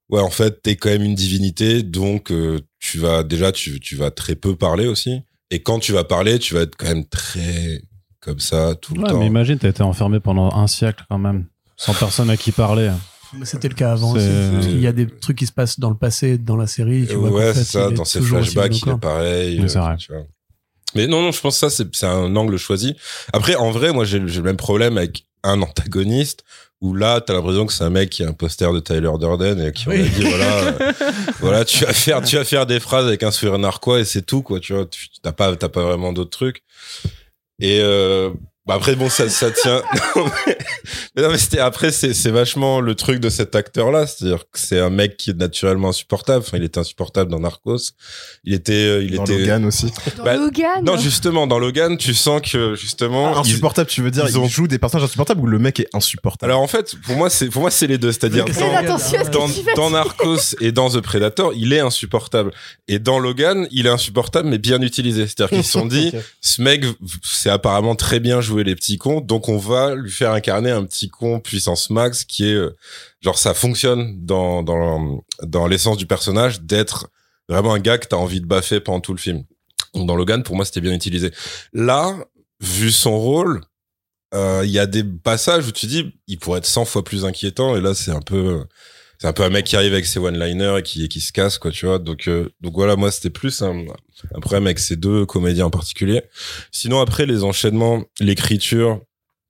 ouais, en fait, t'es quand même une divinité, donc euh, tu vas déjà, tu, tu vas très peu parler aussi. Et quand tu vas parler, tu vas être quand même très comme ça tout le ouais, temps. Mais imagine, t'as été enfermé pendant un siècle quand même, sans personne à qui parler. Mais c'était le cas avant aussi. Parce qu'il y a des trucs qui se passent dans le passé, dans la série. Tu vois, ouais, en fait, c'est ça. Dans ses flashbacks, il est pareil. Oui, c'est vrai. Tu vois. Mais non, non, je pense que ça, c'est, c'est un angle choisi. Après, en vrai, moi, j'ai, j'ai le même problème avec un antagoniste où là, t'as l'impression que c'est un mec qui a un poster de Tyler Durden et qui oui. on a dit, voilà, euh, voilà, tu vas faire, tu vas faire des phrases avec un sourire narquois et c'est tout, quoi, tu vois. Tu, t'as pas, t'as pas vraiment d'autres trucs. Et, euh, bah après bon ça ça tient non mais, mais non mais c'était après c'est c'est vachement le truc de cet acteur là, c'est-à-dire que c'est un mec qui est naturellement insupportable, enfin il était insupportable dans Narcos, il était il dans était Logan aussi dans bah, Logan non justement dans Logan tu sens que justement ah, insupportable ils, tu veux dire ils, ils ont... jouent des personnages insupportables ou le mec est insupportable? Alors en fait pour moi c'est pour moi c'est les deux, c'est-à-dire dans, dans, dans Narcos et dans The Predator il est insupportable et dans Logan il est insupportable mais bien utilisé, c'est-à-dire qu'ils se sont dit okay. ce mec c'est apparemment très bien joué les petits cons, donc on va lui faire incarner un petit con puissance max qui est euh, genre ça fonctionne dans dans dans l'essence du personnage d'être vraiment un gars que t'as envie de baffer pendant tout le film. Donc dans Logan pour moi c'était bien utilisé. Là vu son rôle il euh, y a des passages où tu dis il pourrait être cent fois plus inquiétant et là c'est un peu c'est un peu un mec qui arrive avec ses one-liners et qui et qui se casse quoi tu vois, donc euh, donc voilà moi c'était plus un un problème avec ces deux comédiens en particulier. Sinon après les enchaînements, l'écriture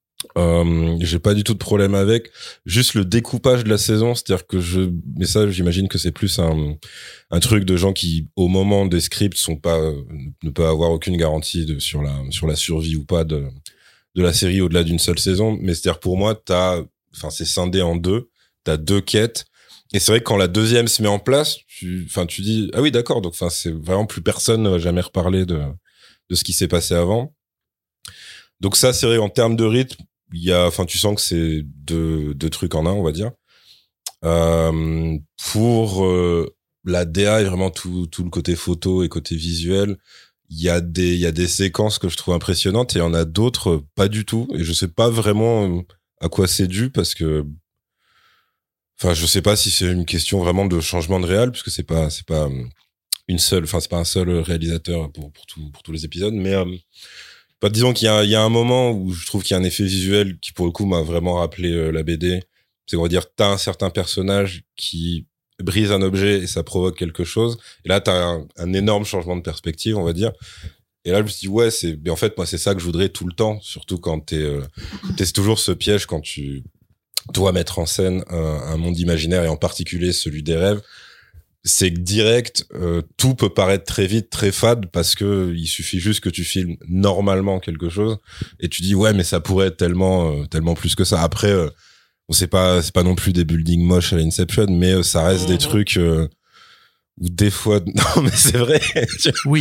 euh, j'ai pas du tout de problème avec, juste le découpage de la saison, c'est-à-dire que je mais ça j'imagine que c'est plus un un truc de gens qui au moment des scripts sont pas ne peuvent avoir aucune garantie de sur la sur la survie ou pas de de la série au-delà d'une seule saison, mais c'est-à-dire pour moi t'as enfin c'est scindé en deux, t'as deux quêtes. Et c'est vrai que quand la deuxième se met en place, tu, enfin, tu dis, ah oui, d'accord. Donc, enfin, c'est vraiment plus personne ne va jamais reparler de, de ce qui s'est passé avant. Donc ça, c'est vrai, en termes de rythme, il y a, enfin, tu sens que c'est deux, deux trucs en un, on va dire. Euh, pour, euh, la D A et vraiment tout, tout le côté photo et côté visuel, il y a des, il y a des séquences que je trouve impressionnantes et il y en a d'autres pas du tout. Et je sais pas vraiment à quoi c'est dû parce que, enfin, je sais pas si c'est une question vraiment de changement de réal, puisque c'est pas, c'est pas une seule, enfin, c'est pas un seul réalisateur pour, pour tout, pour tous les épisodes, mais, euh, bah, disons qu'il y a, il y a un moment où je trouve qu'il y a un effet visuel qui, pour le coup, m'a vraiment rappelé euh, la B D. C'est qu'on va dire, t'as un certain personnage qui brise un objet et ça provoque quelque chose. Et là, t'as un, un énorme changement de perspective, on va dire. Et là, je me suis dit, ouais, c'est, mais en fait, moi, c'est ça que je voudrais tout le temps, surtout quand t'es, euh, t'es toujours ce piège quand tu dois mettre en scène un, un monde imaginaire et en particulier celui des rêves. C'est que direct, euh, tout peut paraître très vite, très fade parce que il suffit juste que tu filmes normalement quelque chose et tu dis, ouais, mais ça pourrait être tellement, euh, tellement plus que ça. Après, euh, on sait pas, c'est pas non plus des buildings moches à l'Inception, mais euh, ça reste mmh. des trucs, euh, où des fois, non, mais c'est vrai. Oui.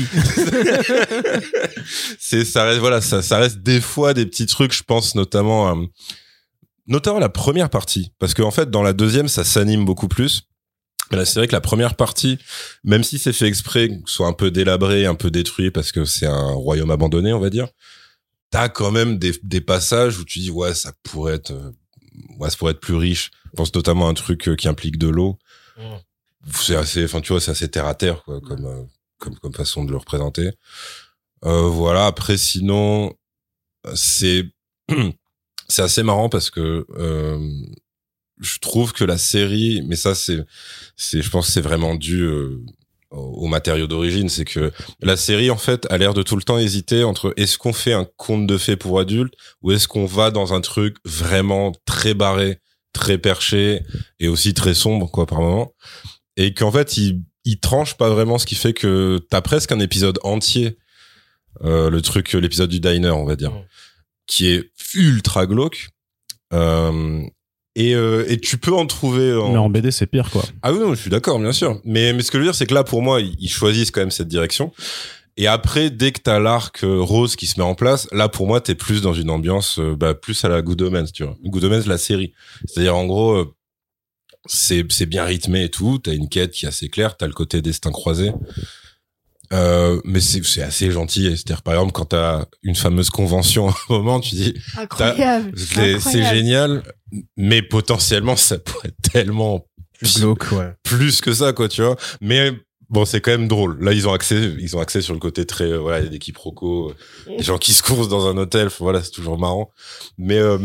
c'est, ça reste, voilà, ça, ça reste des fois des petits trucs, je pense notamment à, notamment la première partie. Parce que, en fait, dans la deuxième, ça s'anime beaucoup plus. Mais là, c'est vrai que la première partie, même si c'est fait exprès, soit un peu délabré, un peu détruit, parce que c'est un royaume abandonné, on va dire, t'as quand même des, des passages où tu dis, ouais, ça pourrait être, ouais, ça pourrait être plus riche. Je pense notamment à un truc qui implique de l'eau. Mmh. C'est assez, enfin, tu vois, c'est assez terre à terre, quoi, comme, euh, comme, comme façon de le représenter. Euh, voilà. Après, sinon, c'est, c'est assez marrant parce que, euh, je trouve que la série, mais ça, c'est, c'est, je pense que c'est vraiment dû, euh, au matériau d'origine, c'est que la série, en fait, a l'air de tout le temps hésiter entre est-ce qu'on fait un conte de fées pour adultes ou est-ce qu'on va dans un truc vraiment très barré, très perché et aussi très sombre, quoi, par moment. Et qu'en fait, il, il tranche pas vraiment, ce qui fait que t'as presque un épisode entier, euh, le truc, l'épisode du diner, on va dire, mmh. qui est ultra glauque, euh, et, euh, et tu peux en trouver en... Mais en B D, c'est pire, quoi. Ah oui, non, je suis d'accord, bien sûr. Mais, mais ce que je veux dire, c'est que là, pour moi, ils choisissent quand même cette direction. Et après, dès que t'as l'arc rose qui se met en place, là, pour moi, t'es plus dans une ambiance, euh, bah, plus à la Good Omens, tu vois. Good Omens, la série. C'est-à-dire, en gros, euh, c'est, c'est bien rythmé et tout. T'as une quête qui est assez claire. T'as le côté destin croisé. Euh, mais c'est, c'est assez gentil. C'est-à-dire, par exemple, quand t'as une fameuse convention à un moment, tu dis, incroyable, c'est, incroyable. c'est génial, mais potentiellement, ça pourrait être tellement Plus glauque, ouais. Plus que ça, quoi, tu vois. Mais bon, c'est quand même drôle. Là, ils ont accès, ils ont accès sur le côté très, euh, voilà, il y a des quiproquos, euh, des gens qui se coursent dans un hôtel. Voilà, c'est toujours marrant. Mais, euh,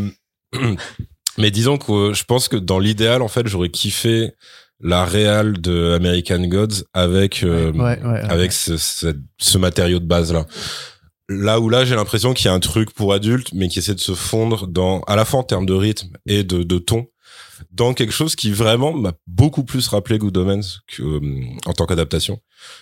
mais disons que euh, je pense que dans l'idéal, en fait, j'aurais kiffé la réal de American Gods avec, euh, ouais, ouais, ouais, avec ouais. ce, ce, ce matériau de base là. Là où là, j'ai l'impression qu'il y a un truc pour adultes, mais qui essaie de se fondre dans, à la fois en termes de rythme et de, de ton, dans quelque chose qui vraiment m'a beaucoup plus rappelé Good Omens que, euh, en tant qu'adaptation,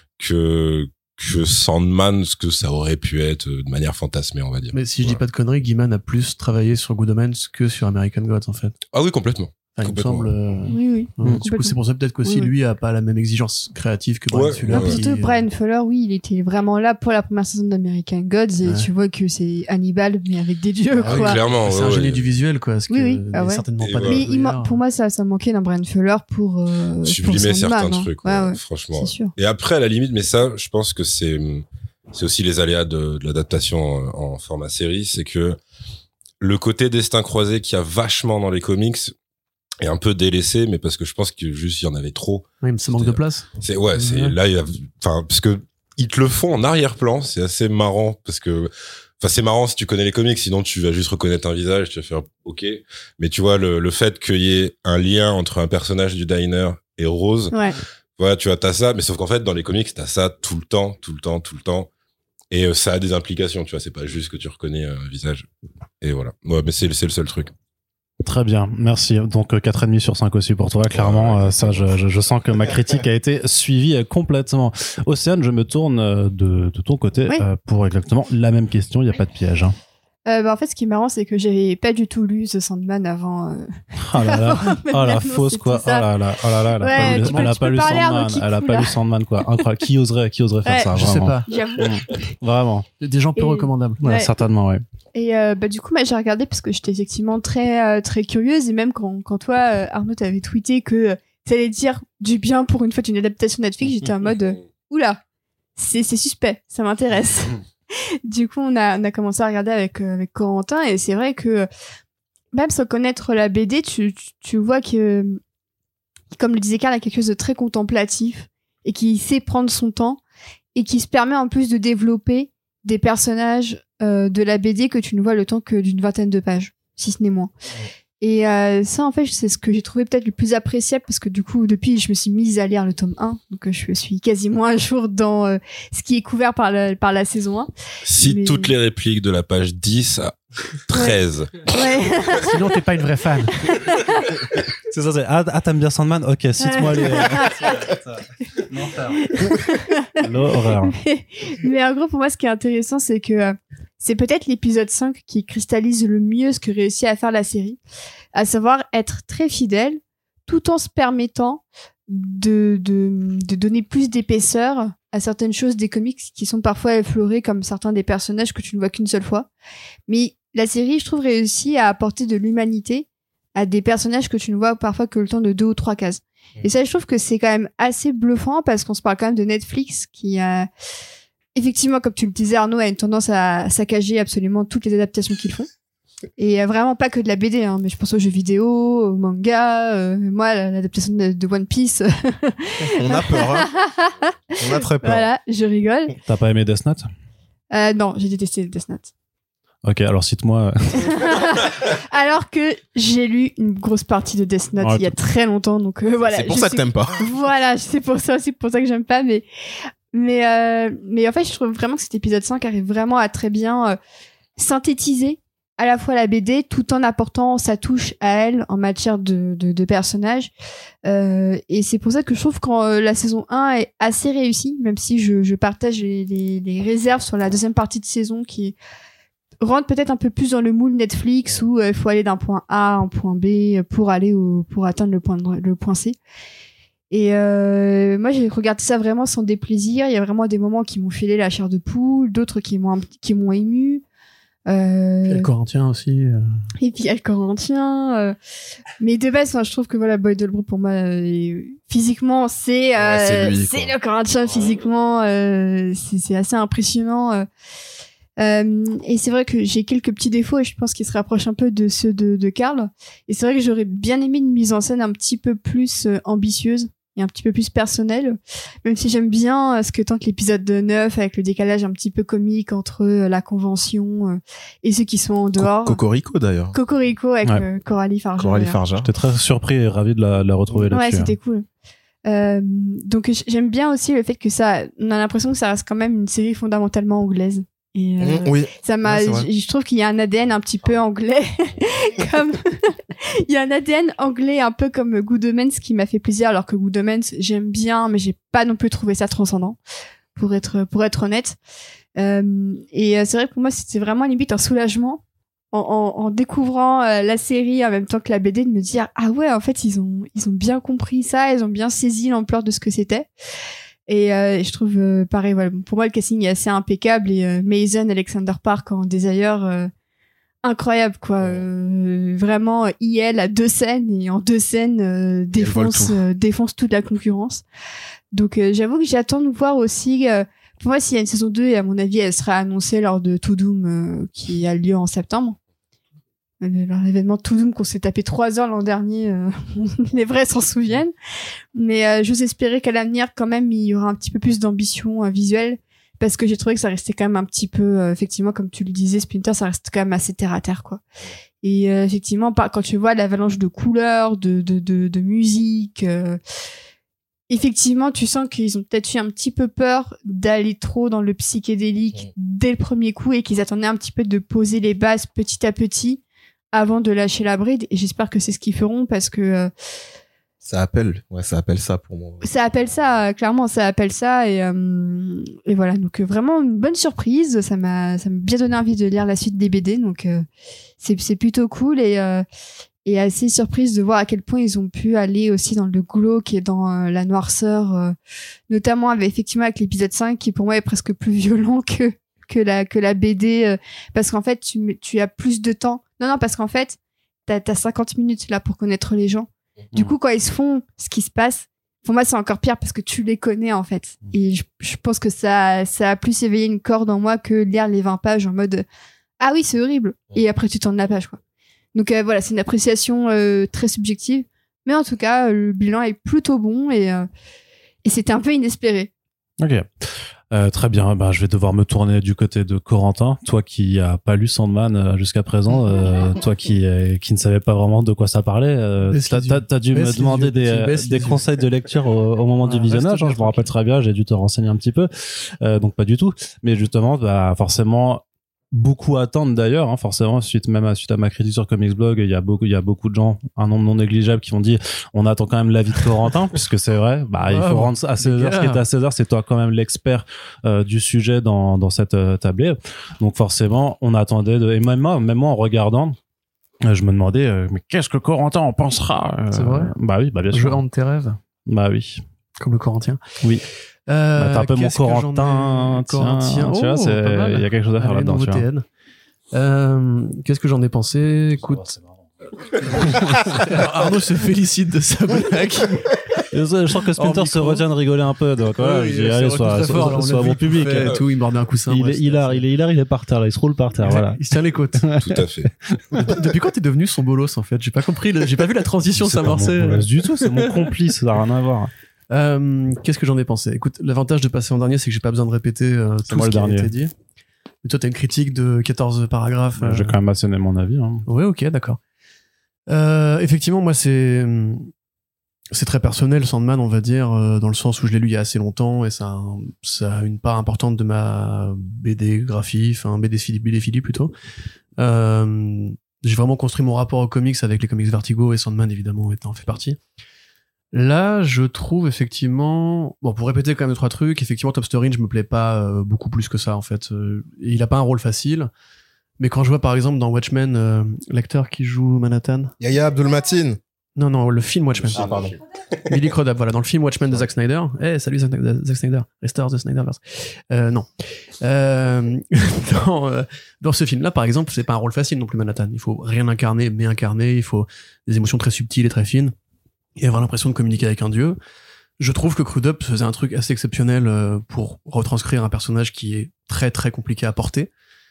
que, que Sandman, ce que ça aurait pu être de manière fantasmée, on va dire. Mais si je voilà. dis pas de conneries, Gaiman a plus travaillé sur Good Omens que sur American Gods, en fait. Ah oui, complètement. Enfin, il me semble. Euh... Oui, oui. euh, du coup, c'est pour ça peut-être qu'aussi oui, oui. lui a pas la même exigence créative que Brian Ouais, Fuller. Non, ouais, surtout qui- Brian Fuller, oui, il était vraiment là pour la première saison d'American Gods et Ouais. tu vois que c'est Hannibal mais avec des dieux Ah oui, quoi. Clairement. C'est ouais, un génie ouais. du visuel, quoi. Ce Oui, que oui, n'est ah ouais. certainement Et pas voilà. Mais il m'a- d'ailleurs. pour moi ça ça manquait d'un Brian Fuller pour euh, Sublimer pour Sandman, certains hein. trucs, Ouais, ouais, ouais, franchement. c'est sûr. Et après, à la limite, mais ça, je pense que c'est, c'est aussi les aléas de, de l'adaptation en, en format série, c'est que le côté destin croisé qu'il y a vachement dans les comics est un peu délaissé, mais parce que je pense que juste il y en avait trop. Oui, mais ça manque de place. C'est ouais, c'est Ouais. là il y a, enfin parce que ils te le font en arrière-plan, c'est assez marrant parce que, enfin c'est marrant si tu connais les comics, sinon tu vas juste reconnaître un visage, tu vas faire ok. Mais tu vois le le fait qu'il y ait un lien entre un personnage du diner et Rose. Ouais. Voilà, tu vois, t'as ça, mais sauf qu'en fait, dans les comics, t'as ça tout le temps, tout le temps, tout le temps. Et euh, ça a des implications, tu vois, c'est pas juste que tu reconnais un visage. Et voilà. Ouais, mais c'est, c'est le seul truc. Très bien, merci. Donc euh, quatre virgule cinq sur cinq aussi pour toi, clairement. Ouais, euh, ça, je, je, je sens que ma critique a été suivie euh, complètement. Océane, je me tourne euh, de, de ton côté Oui. euh, pour exactement la même question. Il n'y a pas de piège. Hein. Euh, bah, en fait, ce qui est marrant, c'est que j'avais pas du tout lu The Sandman avant. Euh... Oh là là, avant oh la l'annonce fausse et quoi. tout Oh ça. là là, oh là là, elle a Ouais, pas lu, tu peux- elle a tu pas peux lu parler, Sandman. Arnaud, Elle a Kikou, pas là. lu Sandman quoi. Incroyable. Qui oserait, qui oserait faire Ouais, ça Je sais vraiment. pas. J'avoue. Vraiment. Des gens peu Et- recommandables. Ouais, Ouais. certainement, ouais. Et euh, bah, du coup, moi, j'ai regardé parce que j'étais effectivement très, euh, très curieuse. Et même quand, quand toi, euh, Arnaud, t'avais tweeté que euh, t'allais dire du bien pour une fois d'une adaptation Netflix, j'étais en mode euh, oula, c'est, c'est suspect, ça m'intéresse. Du coup, on a, on a commencé à regarder avec, euh, avec Corentin. Et c'est vrai que euh, même sans connaître la B D, tu, tu, tu vois que, euh, comme le disait Karl, il y a quelque chose de très contemplatif et qui sait prendre son temps et qui se permet en plus de développer des personnages euh, de la B D que tu ne vois le temps que d'une vingtaine de pages, si ce n'est moins. Et euh, ça, en fait, c'est ce que j'ai trouvé peut-être le plus appréciable parce que du coup, depuis, je me suis mise à lire le tome un, donc euh, je suis quasiment à jour dans euh, ce qui est couvert par la, par la saison un. Si Mais- toutes les répliques de la page dix à treize. Ouais. Sinon, t'es pas une vraie fan. C'est ça, c'est ah, ah, t'aimes bien Sandman? Ok, cite-moi les. L'horreur. mais, mais en gros, pour moi, ce qui est intéressant, c'est que euh, c'est peut-être l'épisode cinq qui cristallise le mieux ce que réussit à faire la série, à savoir être très fidèle, tout en se permettant de, de, de donner plus d'épaisseur à certaines choses des comics qui sont parfois effleurées, comme certains des personnages que tu ne vois qu'une seule fois. Mais la série, je trouve, réussit à apporter de l'humanité à des personnages que tu ne vois parfois que le temps de deux ou trois cases. Et ça, je trouve que c'est quand même assez bluffant parce qu'on se parle quand même de Netflix qui a, effectivement, comme tu le disais, Arnaud, a une tendance à saccager absolument toutes les adaptations qu'ils font. Et euh, vraiment pas que de la B D, hein, mais je pense aux jeux vidéo, aux mangas. Euh, moi, l'adaptation de, de One Piece. On a peur, hein. On a très peur. Voilà, je rigole. T'as pas aimé Death Note? Euh, non, j'ai détesté Death Note. Ok, alors cite-moi. Alors que j'ai lu une grosse partie de Death Note Ouais, il y a très longtemps, donc euh, voilà. C'est pour je ça suis- que t'aimes pas. Voilà, c'est pour ça aussi, pour ça que j'aime pas, mais mais euh, mais en fait, je trouve vraiment que cet épisode cinq arrive vraiment à très bien euh, synthétiser à la fois la B D tout en apportant sa touche à elle en matière de de, de personnages. Euh, et c'est pour ça que je trouve que euh, la saison un est assez réussie, même si je je partage les les, les réserves sur la deuxième partie de saison qui rentre peut-être un peu plus dans le moule Netflix où il euh, faut aller d'un point A à un point B pour aller au, pour atteindre le point de- le point C. Et euh, moi j'ai regardé ça vraiment sans déplaisir. Il y a vraiment des moments qui m'ont filé la chair de poule, d'autres qui m'ont un- qui m'ont ému. Euh, Il y a le Corinthien aussi. euh. et puis il y a le Corinthien. Euh, mais de base, enfin, je trouve que voilà, Boyd Delbrook pour moi, euh, physiquement, c'est euh, Ouais, c'est lui, c'est quoi. le Corinthien physiquement. Euh, c'est c'est assez impressionnant. Euh, Euh, et c'est vrai que j'ai quelques petits défauts et je pense qu'ils se rapprochent un peu de ceux de, de Karl. Et c'est vrai que j'aurais bien aimé une mise en scène un petit peu plus euh, ambitieuse et un petit peu plus personnelle. Même si j'aime bien euh, ce que tente l'épisode neuf avec le décalage un petit peu comique entre euh, la convention euh, et ceux qui sont en dehors. Cocorico d'ailleurs. Cocorico avec Ouais. euh, Coralie Farja. Coralie d'ailleurs. Farja. J'étais très surpris et ravi de la, de la retrouver Ouais, là-dessus. c'était cool. Euh, donc j- j'aime bien aussi le fait que ça, on a l'impression que ça reste quand même une série fondamentalement anglaise. Et euh, Mmh, oui. ça m'a, Ouais, c'est vrai. j- je trouve qu'il y a un A D N un petit peu anglais, comme il y a un A D N anglais un peu comme Good Omens qui m'a fait plaisir, alors que Good Omens j'aime bien, mais j'ai pas non plus trouvé ça transcendant, pour être pour être honnête. Euh, et euh, c'est vrai que pour moi c'était vraiment limite un soulagement en, en, en découvrant euh, la série en même temps que la B D de me dire ah ouais en fait ils ont ils ont bien compris ça, ils ont bien saisi l'ampleur de ce que c'était. Et euh, je trouve euh, pareil voilà, pour moi le casting est assez impeccable et euh, Mason Alexander Park en Desire euh, incroyable quoi, euh, vraiment I L à deux scènes et en deux scènes euh, défonce tout. euh, défonce toute la concurrence. Donc euh, j'avoue que j'attends de voir aussi euh, pour moi s'il y a une saison deux et à mon avis elle sera annoncée lors de To Doom euh, qui a lieu en septembre. Leur événement To Doom qu'on s'est tapé trois heures l'an dernier, euh, les vrais s'en souviennent. Mais euh, j'ose espérer qu'à l'avenir, quand même, il y aura un petit peu plus d'ambition euh, visuelle, parce que j'ai trouvé que ça restait quand même un petit peu, euh, effectivement, comme tu le disais, Splinter, ça reste quand même assez terre à terre, quoi. Et euh, effectivement, par- quand tu vois l'avalanche de couleurs, de de de, de musique, euh, effectivement, tu sens qu'ils ont peut-être eu un petit peu peur d'aller trop dans le psychédélique dès le premier coup et qu'ils attendaient un petit peu de poser les bases petit à petit avant de lâcher la bride. Et j'espère que c'est ce qu'ils feront parce que euh, Ça appelle. Ouais, ça appelle ça pour moi. ça appelle ça, euh, clairement, ça appelle ça. Et, euh, et voilà, donc euh, vraiment une bonne surprise. Ça m'a ça m'a bien donné envie de lire la suite des B D. Donc euh, c'est c'est plutôt cool et euh, et assez surprise de voir à quel point ils ont pu aller aussi dans le glauque et dans euh, la noirceur, euh, notamment avec, effectivement avec l'épisode cinq qui pour moi est presque plus violent que que la que la B D euh, parce qu'en fait tu tu as plus de temps. Non non parce qu'en fait t'as t'as cinquante minutes là pour connaître les gens. Du coup quand ils se font ce qui se passe, pour moi c'est encore pire parce que tu les connais en fait. Et je, je pense que ça ça a plus éveillé une corde en moi que lire les vingt pages en mode ah oui c'est horrible et après tu tournes la page quoi. Donc euh, voilà c'est une appréciation euh, très subjective, mais en tout cas euh, le bilan est plutôt bon et euh, et c'était un peu inespéré. Ok. Euh, très bien, bah, je vais devoir me tourner du côté de Corentin, toi qui a pas lu Sandman euh, jusqu'à présent, euh, toi qui euh, qui ne savais pas vraiment de quoi ça parlait, euh, Baisse t'as, les t'as, yeux. t'as dû Baisse me les demander yeux, des, tu euh, baisses des les conseils de lecture au, au moment Ouais, du visionnage, reste hein, bien je me rappelle très bien, j'ai dû te renseigner un petit peu, euh, donc pas du tout, mais justement, bah, forcément, beaucoup attendent d'ailleurs, hein, forcément, suite même à, suite à ma critique sur Comics Blog, il y a beaucoup, il y a beaucoup de gens, un nombre non négligeable, qui ont dit, on attend quand même l'avis de Corentin, puisque c'est vrai, bah, il Ouais, faut bon, rendre à César les ce qui gars. est à César, c'est toi quand même l'expert euh, du sujet dans, dans cette euh, tablée. Donc forcément, on attendait de, et même moi, même moi en regardant, euh, je me demandais, euh, mais qu'est-ce que Corentin en pensera? euh, C'est vrai Bah oui, bah bien Je sûr. hante tes rêves, Bah oui. comme le Corinthien. Oui. Euh, Bah, t'as un peu mon qu'est-ce que j'en ai- Corentin, tiens, Corinthien. tu vois, Oh, c'est, pas mal. il y a quelque chose à faire Allez, là-dedans, nouveau tu vois. T N. Euh, qu'est-ce que j'en ai pensé? Écoute, Arnaud se félicite de sa blague. Je je sens que Splinter Hors se micro. retient de rigoler un peu, donc voilà, Oui, je dis, il allez, s'est sois, retenu très fort, sois, là, on a sois vu bon qu'il public. fait et tout, il mordait un coussin. Il bref, est c'était hilar, assez- il est hilar, il est par terre, là, il se roule par terre, voilà. Il se tient les côtes. Tout à fait. Depuis, depuis quand t'es devenu son bolos en fait? J'ai pas compris, le- j'ai pas vu la transition C'est pas mon s'amorcer. bolos du tout, c'est mon complice, ça n'a rien à voir. Euh, qu'est-ce que j'en ai pensé? Écoute, l'avantage de passer en dernier, c'est que j'ai pas besoin de répéter euh, tout moi ce le qui a dernier. été dit. Mais toi, t'as une critique de quatorze paragraphes. euh, J'ai quand même assez donné mon avis, hein. Ouais, ok, d'accord. Euh, effectivement, moi, c'est c'est très personnel, Sandman, on va dire, euh, dans le sens où je l'ai lu il y a assez longtemps et ça a, un- ça a une part importante de ma B D graphie, enfin B D Philly plutôt. Euh, j'ai vraiment construit mon rapport aux comics avec les comics Vertigo et Sandman évidemment étant fait partie. Là, je trouve effectivement, bon, pour répéter quand même deux, trois trucs, effectivement, Top Story, je me plais pas euh, beaucoup plus que ça, en fait. Euh, il a pas un rôle facile. Mais quand je vois, par exemple, dans Watchmen, euh, l'acteur qui joue Manhattan. Yaya Abdul-Mateen. Non, non, le film Watchmen. Ah, pardon. Billy Crudup, voilà, dans le film Watchmen de Zack Snyder. Eh, salut Zack, Zack Snyder. Restore the Snyderverse. Euh, non. Euh, dans, euh, dans ce film-là, par exemple, c'est pas un rôle facile non plus, Manhattan. Il faut rien incarner, mais incarner. Il faut des émotions très subtiles et très fines. Et avoir l'impression de communiquer avec un dieu. Je trouve que Crudup faisait un truc assez exceptionnel euh, pour retranscrire un personnage qui est très très compliqué à porter.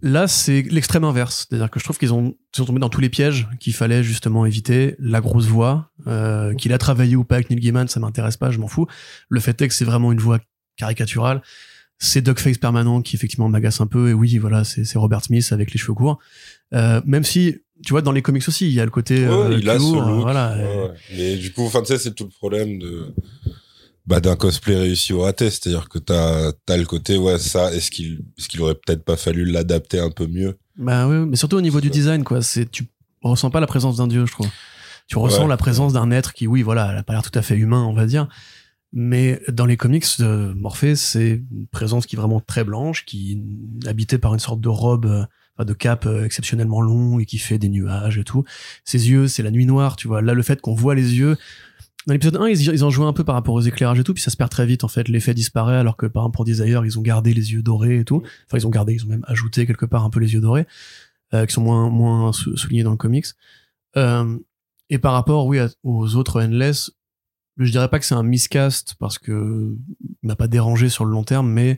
Là, c'est l'extrême inverse. C'est-à-dire que je trouve qu'ils ont, ils sont tombés dans tous les pièges qu'il fallait justement éviter. La grosse voix, euh, qu'il a travaillé ou pas avec Neil Gaiman, ça m'intéresse pas, je m'en fous. Le fait est que c'est vraiment une voix caricaturale. C'est Duckface permanent qui effectivement m'agace un peu. Et oui, voilà, c'est, c'est Robert Smith avec les cheveux courts. Euh, même si, tu vois, dans les comics aussi, il y a le côté ouais, euh, il a lourd, ce look. voilà. Ouais, ouais. Mais du coup, enfin, tu sais, c'est tout le problème de bah d'un cosplay réussi au raté, c'est-à-dire que t'as t'as le côté ouais ça, est-ce qu'il est-ce qu'il aurait peut-être pas fallu l'adapter un peu mieux. Bah oui, mais surtout au niveau du design, quoi. C'est, tu ressens pas la présence d'un dieu, je trouve. Tu ressens Ouais. la présence d'un être qui, oui, voilà, elle a pas l'air tout à fait humain, on va dire. Mais dans les comics, euh, Morphée, c'est une présence qui est vraiment très blanche, qui est habitée par une sorte de robe, euh, enfin, de cape euh, exceptionnellement long et qui fait des nuages et tout. Ses yeux, c'est la nuit noire, tu vois. Là, le fait qu'on voit les yeux, dans l'épisode un, ils, ils en jouaient un peu par rapport aux éclairages et tout, puis ça se perd très vite, en fait. L'effet disparaît, alors que, par exemple, pour Desire, ils ont gardé les yeux dorés et tout. Enfin, ils ont gardé, ils ont même ajouté quelque part un peu les yeux dorés, euh, qui sont moins, moins sou- soulignés dans le comics. Euh, et par rapport, oui, à- aux autres Endless, je dirais pas que c'est un miscast, parce que il m'a pas dérangé sur le long terme, mais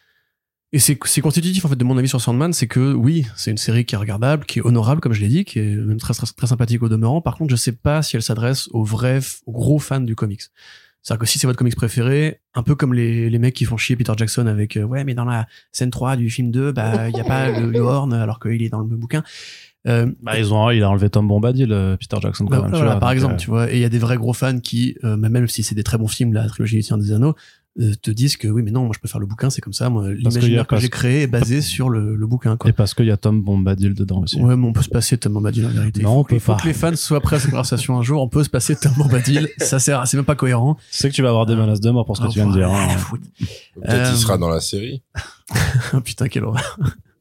et c'est, c'est constitutif en fait de mon avis sur Sandman, c'est que oui, c'est une série qui est regardable, qui est honorable comme je l'ai dit, qui est même très, très, très sympathique au demeurant. Par contre, je sais pas si elle s'adresse aux vrais, aux gros fans du comics. C'est-à-dire que si c'est votre comics préféré, un peu comme les, les mecs qui font chier Peter Jackson avec euh, ouais mais dans la scène trois du film deux, bah il y a pas le, le Horn alors qu'il est dans le bouquin. Euh, Bah, ils ont, il a enlevé Tom Bombadil, euh, Peter Jackson, quand bah, même. voilà, tu vois, par donc, exemple, euh, tu vois, et il y a des vrais gros fans qui, euh, même si c'est des très bons films, la trilogie du Seigneur des Anneaux, euh, te disent que oui, mais non, moi je préfère le bouquin, c'est comme ça, moi, Parce qu'il y a l'imaginaire que pas- j'ai créé est basé sur le, le bouquin, quoi. Et parce qu'il y a Tom Bombadil dedans aussi. Ouais, mais on peut se passer de Tom Bombadil en vérité. Non, il faut, on peut il faut pas. que les fans soient prêts à cette conversation un jour. On peut se passer de Tom Bombadil. Ça sert, c'est même pas cohérent. Tu sais que tu vas avoir des menaces de mort pour ce que Ah, tu viens de dire. ouais, hein. foutre. Peut-être Euh, il sera dans la série. Putain, quelle horreur.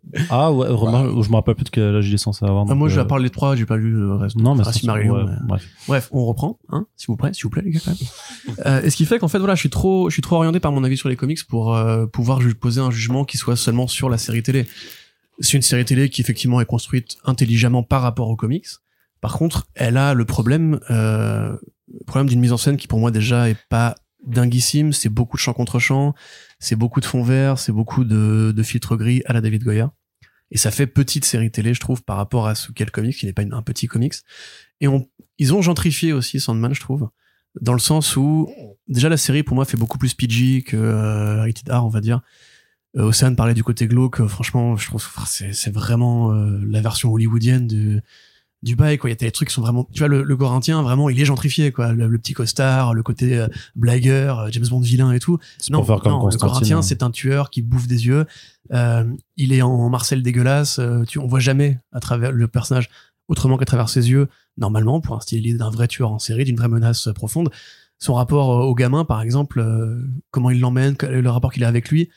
Ah ouais, remarque, je me rappelle plus de quel âge il est censé avoir. Ah, donc, moi, euh, j'ai parlé les trois, j'ai pas lu le reste. Non, mais Ah, ça, si, Marillion, ouais, mais- bref. Bref, on reprend, hein, s'il vous plaît, s'il vous plaît, les gars, quand même. euh, et ce qui fait qu'en fait, voilà, je suis trop, je suis trop orienté par mon avis sur les comics pour euh, pouvoir ju- poser un jugement qui soit seulement sur la série télé. C'est une série télé qui effectivement est construite intelligemment par rapport aux comics. Par contre, elle a le problème, euh, le problème d'une mise en scène qui pour moi déjà est pas dinguissime. C'est beaucoup de champ contre champ, c'est beaucoup de fond vert, c'est beaucoup de, de filtres gris à la David Goya. Et ça fait petite série télé, je trouve, par rapport à ce qu'est le comics, qui n'est pas une- un petit comics. Et on, ils ont gentrifié aussi Sandman, je trouve, dans le sens où déjà la série pour moi fait beaucoup plus P G que euh, Rated R, on va dire. Euh, Océane parlait du côté glauque, euh, franchement, je trouve enfin, c'est, c'est vraiment euh, la version hollywoodienne du, du bail, quoi. Il y a des trucs qui sont vraiment, tu vois, le, le Corinthien, vraiment, il est gentrifié, quoi. Le, le petit costard, le côté euh, blagueur, euh, James Bond vilain et tout. C'est Non, pour faire comme non, le Constantine. Corinthien, hein. c'est un tueur qui bouffe des yeux. Euh, il est en Marcel dégueulasse. Euh, tu, on voit jamais à travers le personnage autrement qu'à travers ses yeux. Normalement, pour un style d'un vrai tueur en série, d'une vraie menace euh, profonde. Son rapport euh, au gamin, par exemple, euh, comment il l'emmène, que- le rapport qu'il a avec lui,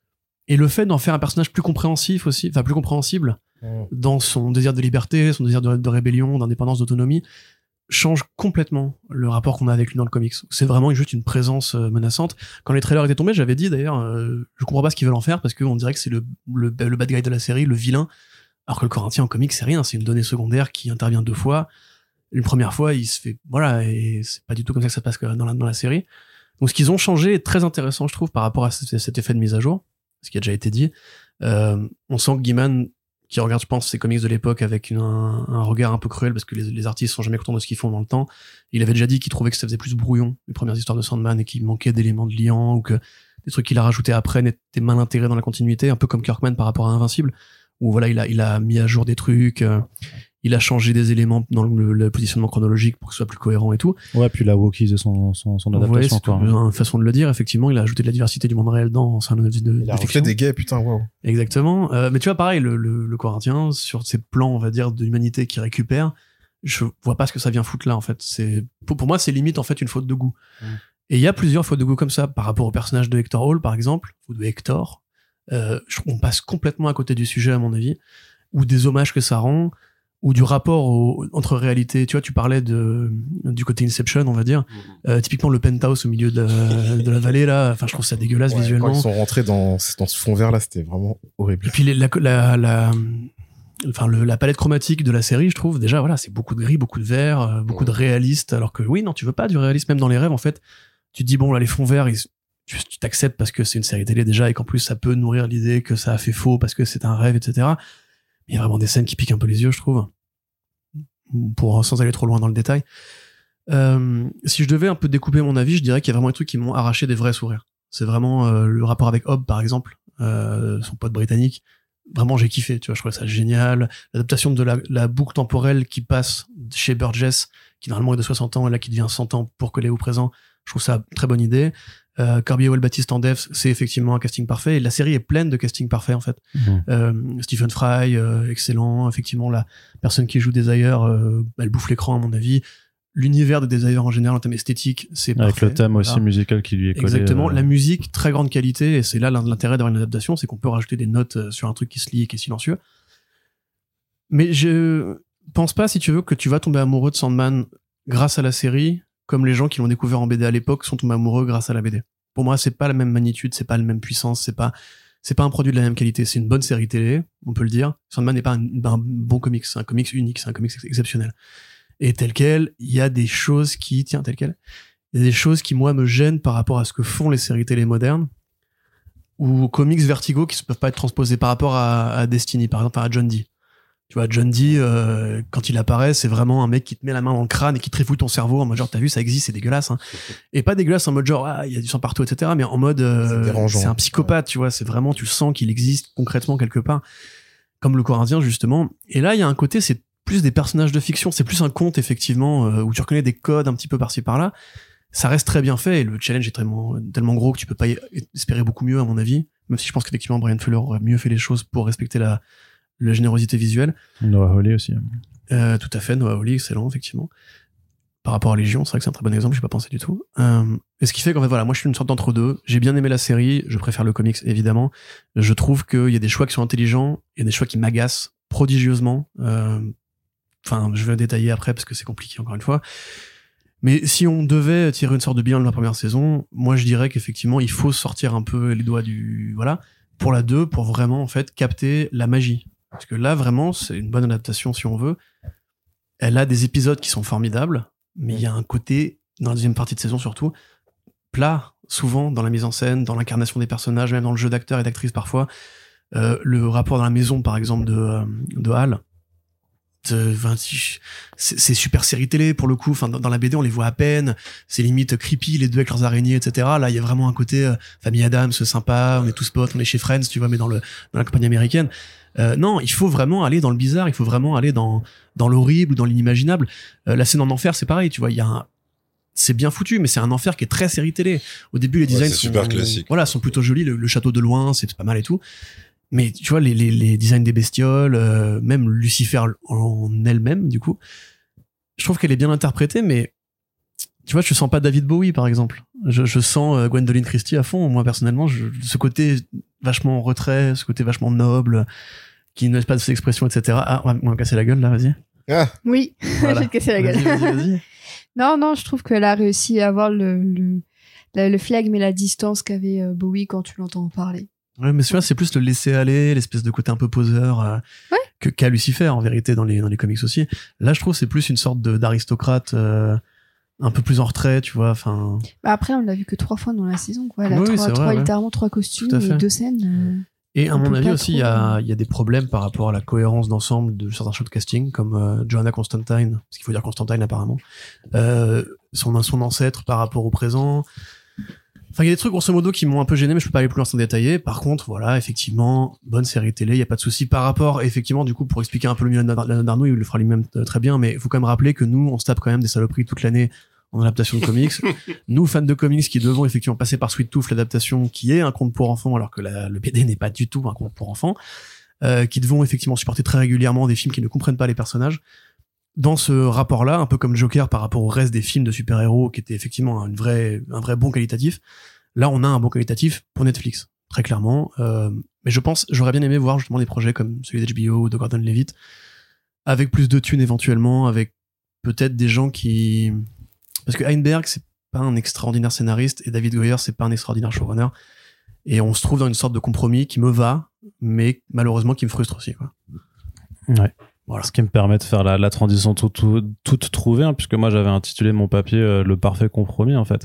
et le fait d'en faire un personnage plus compréhensif aussi, enfin plus compréhensible dans son désir de liberté, son désir de, de rébellion, d'indépendance, d'autonomie, change complètement le rapport qu'on a avec lui dans le comics. C'est vraiment juste une présence euh, menaçante. Quand les trailers étaient tombés, j'avais dit d'ailleurs, euh, je comprends pas ce qu'ils veulent en faire parce qu'on dirait que c'est le, le, le bad guy de la série, le vilain, alors que le Corinthien en comics c'est rien, c'est une donnée secondaire qui intervient deux fois. Une première fois, il se fait, voilà, et c'est pas du tout comme ça que ça se passe dans la, dans la série. Donc ce qu'ils ont changé est très intéressant, je trouve, par rapport à c- cet effet de mise à jour, ce qui a déjà été dit. Euh, on sent que Gaiman, qui regarde, je pense, ses comics de l'époque avec une, un, un regard un peu cruel parce que les, les artistes sont jamais contents de ce qu'ils font dans le temps. Il avait déjà dit qu'il trouvait que ça faisait plus brouillon, les premières histoires de Sandman, et qu'il manquait d'éléments de liant ou que des trucs qu'il a rajoutés après n'étaient mal intégrés dans la continuité, un peu comme Kirkman par rapport à Invincible, où voilà, il a, il a mis à jour des trucs, euh, il a changé des éléments dans le, le positionnement chronologique pour que ce soit plus cohérent et tout. Ouais, puis il a wokisé son, son, son Vous voyez, adaptation, c'est quoi. hein. une façon de le dire. Effectivement, il a ajouté de la diversité du monde réel dans c'est un de, de, Il a de refait fiction. des gays, putain, waouh. Exactement. Euh, mais tu vois, pareil, le, le, le Corinthien, sur ses plans, on va dire, de l'humanité qu'il récupère, je vois pas ce que ça vient foutre là, en fait. C'est, pour, pour moi, c'est limite, en fait, une faute de goût. Mm. Et il y a plusieurs fautes de goût comme ça, par rapport au personnage de Hector Hall, par exemple, ou de Hector. Euh, je, on passe complètement à côté du sujet, à mon avis, ou des hommages que ça rend, ou du rapport au, entre réalité. Tu vois, tu parlais de, du côté Inception, on va dire. Euh, typiquement, le penthouse au milieu de la, de la vallée, là. Enfin, je trouve ça dégueulasse Ouais, visuellement. Quand ils sont rentrés dans, dans ce fond vert là, c'était vraiment horrible. Et puis les- la, la, la, enfin le, la palette chromatique de la série, je trouve déjà voilà, c'est beaucoup de gris, beaucoup de vert, euh, beaucoup de réaliste. Alors que oui, non, tu veux pas du réalisme même dans les rêves en fait. Tu te dis bon là les fonds verts, ils, tu tu t'acceptes parce que c'est une série télé déjà et qu'en plus ça peut nourrir l'idée que ça a fait faux parce que c'est un rêve, et cetera. Il y a vraiment des scènes qui piquent un peu les yeux, je trouve, pour sans aller trop loin dans le détail. Euh, si je devais un peu découper mon avis, je dirais qu'il y a vraiment des trucs qui m'ont arraché des vrais sourires. C'est vraiment euh, le rapport avec Hobb, par exemple, euh, son pote britannique. Vraiment, j'ai kiffé, tu vois, je trouvais ça génial. L'adaptation de la, la boucle temporelle qui passe chez Burgess, qui normalement est de soixante ans, et là qui devient cent ans pour coller au présent, je trouve ça une très bonne idée. Euh, Kirby Howell Baptiste en dev, c'est effectivement un casting parfait. Et la série est pleine de casting parfaits, en fait. Mmh. Euh, Stephen Fry, euh, excellent. Effectivement, la personne qui joue Desire, euh, elle bouffe l'écran, à mon avis. L'univers de Desire en général, en termes esthétiques, c'est avec parfait. Le thème aussi voilà. musical qui lui est collé. Exactement. Euh... La musique, très grande qualité. Et c'est là l'intérêt d'avoir une adaptation, c'est qu'on peut rajouter des notes sur un truc qui se lit et qui est silencieux. Mais je pense pas, si tu veux, que tu vas tomber amoureux de Sandman grâce à la série, comme les gens qui l'ont découvert en B D à l'époque sont tombés amoureux grâce à la B D. Pour moi, c'est pas la même magnitude, c'est pas la même puissance, c'est pas, c'est pas un produit de la même qualité. C'est une bonne série télé, on peut le dire. Sandman n'est pas un, un bon comics, c'est un comics unique, c'est un comics exceptionnel. Et tel quel, il y a des choses qui, tiens, tel quel, il y a des choses qui, moi, me gênent par rapport à ce que font les séries télé modernes, ou aux comics Vertigo qui ne peuvent pas être transposés par rapport à, à Destiny, par exemple, à John Dee. Tu vois, John Dee, euh, quand il apparaît, c'est vraiment un mec qui te met la main dans le crâne et qui te trifouille ton cerveau en mode genre, t'as vu, ça existe, c'est dégueulasse, hein. Et pas dégueulasse en mode genre, ah, il y a du sang partout, et cetera, mais en mode, euh, c'est, c'est un psychopathe, tu vois, c'est vraiment, tu sens qu'il existe concrètement quelque part, comme le Corinthien, justement. Et là, il y a un côté, c'est plus des personnages de fiction, c'est plus un conte, effectivement, euh, où tu reconnais des codes un petit peu par-ci par-là. Ça reste très bien fait, et le challenge est tellement, tellement gros que tu peux pas y espérer beaucoup mieux, à mon avis, même si je pense qu'effectivement, Brian Fuller aurait mieux fait les choses pour respecter la, la générosité visuelle. Noah Hawley aussi. Euh, tout à fait, Noah Hawley, excellent, effectivement. Par rapport à Légion, c'est vrai que c'est un très bon exemple, j'ai pas pensé du tout. Euh, et ce qui fait qu'en fait, voilà, moi je suis une sorte d'entre-deux. J'ai bien aimé la série, je préfère le comics, évidemment. Je trouve qu'il y a des choix qui sont intelligents, il y a des choix qui m'agacent prodigieusement. Euh, Enfin, je vais détailler après parce que c'est compliqué, encore une fois. Mais si on devait tirer une sorte de bilan de la première saison, moi je dirais qu'effectivement, il faut sortir un peu les doigts du... Voilà. Pour la deux, pour vraiment, en fait, capter la magie. Parce que là, vraiment, c'est une bonne adaptation si on veut. Elle a des épisodes qui sont formidables, mais il y a un côté, dans la deuxième partie de saison surtout, plat, souvent, dans la mise en scène, dans l'incarnation des personnages, même dans le jeu d'acteurs et d'actrices parfois. Euh, le rapport dans la maison, par exemple, de, euh, de Hal, de, c'est, c'est super série télé pour le coup. Enfin, dans, dans la B D, on les voit à peine. C'est limite creepy, les deux avec leurs araignées, et cetera. Là, il y a vraiment un côté euh, famille Adams, sympa. On est tous potes, on est chez Friends, tu vois, mais dans le dans la campagne américaine. Euh, non, il faut vraiment aller dans le bizarre. Il faut vraiment aller dans dans l'horrible ou dans l'inimaginable. Euh, la scène en enfer, c'est pareil. Tu vois, il y a un c'est bien foutu, mais c'est un enfer qui est très série télé. Au début, les designs ouais, c'est sont super classique. Voilà, sont plutôt jolis. Le, le château de loin, c'est pas mal et tout. Mais tu vois, les, les, les designs des bestioles, euh, même Lucifer en elle-même, du coup, je trouve qu'elle est bien interprétée, mais tu vois, je sens pas David Bowie, par exemple. Je, je sens euh, Gwendoline Christie à fond. Moi, personnellement, je, ce côté vachement en retrait, ce côté vachement noble, qui n'a pas de ses expressions, et cetera. Ah, on va, on va me casser la gueule, là, vas-y. Ah. Oui, voilà. Je vais te casser la gueule. Vas-y, vas-y, vas-y. Non, non, je trouve qu'elle a réussi à avoir le, le, le, le flegme et la distance qu'avait euh, Bowie quand tu l'entends parler. Ouais, mais celui-là, c'est plus le laisser aller, l'espèce de côté un peu poseur euh, ouais. que qu'a Lucifer en vérité dans les dans les comics aussi. Là, je trouve c'est plus une sorte de, d'aristocrate euh, un peu plus en retrait, tu vois. Enfin. Bah après, on l'a vu que trois fois dans la saison, quoi. Elle a oui, trois, vrai, trois ouais. littéralement trois costumes et deux scènes. Euh, et à mon avis aussi, il y a il y a des problèmes par rapport à la cohérence d'ensemble de certains shows de casting, comme euh, Joanna Constantine, parce qu'il faut dire Constantine apparemment, euh, son son ancêtre par rapport au présent. Enfin, il y a des trucs, grosso modo, qui m'ont un peu gêné, mais je peux pas aller plus loin sans détailler. Par contre, voilà, effectivement, bonne série télé, il y a pas de souci par rapport, effectivement, du coup, pour expliquer un peu le milieu d'Arnaud, il le fera lui-même très bien, mais il faut quand même rappeler que nous, on se tape quand même des saloperies toute l'année en adaptation de comics. Nous, fans de comics, qui devons effectivement passer par Sweet Tooth, l'adaptation, qui est un conte pour enfants, alors que la, le P D n'est pas du tout un conte pour enfants, euh, qui devons effectivement supporter très régulièrement des films qui ne comprennent pas les personnages. Dans ce rapport-là, un peu comme Joker par rapport au reste des films de super-héros, qui était effectivement une vraie, un vrai bon qualitatif, là, on a un bon qualitatif pour Netflix, très clairement. Euh, mais je pense, j'aurais bien aimé voir justement des projets comme celui d'H B O ou de Gordon Levitt, avec plus de thunes éventuellement, avec peut-être des gens qui... Parce que Heinberg, c'est pas un extraordinaire scénariste, et David Goyer, c'est pas un extraordinaire showrunner. Et on se trouve dans une sorte de compromis qui me va, mais malheureusement qui me frustre aussi, quoi. Ouais. Voilà. Ce qui me permet de faire la, la transition toute tout, tout trouvée, hein, puisque moi j'avais intitulé mon papier euh, Le parfait compromis, en fait.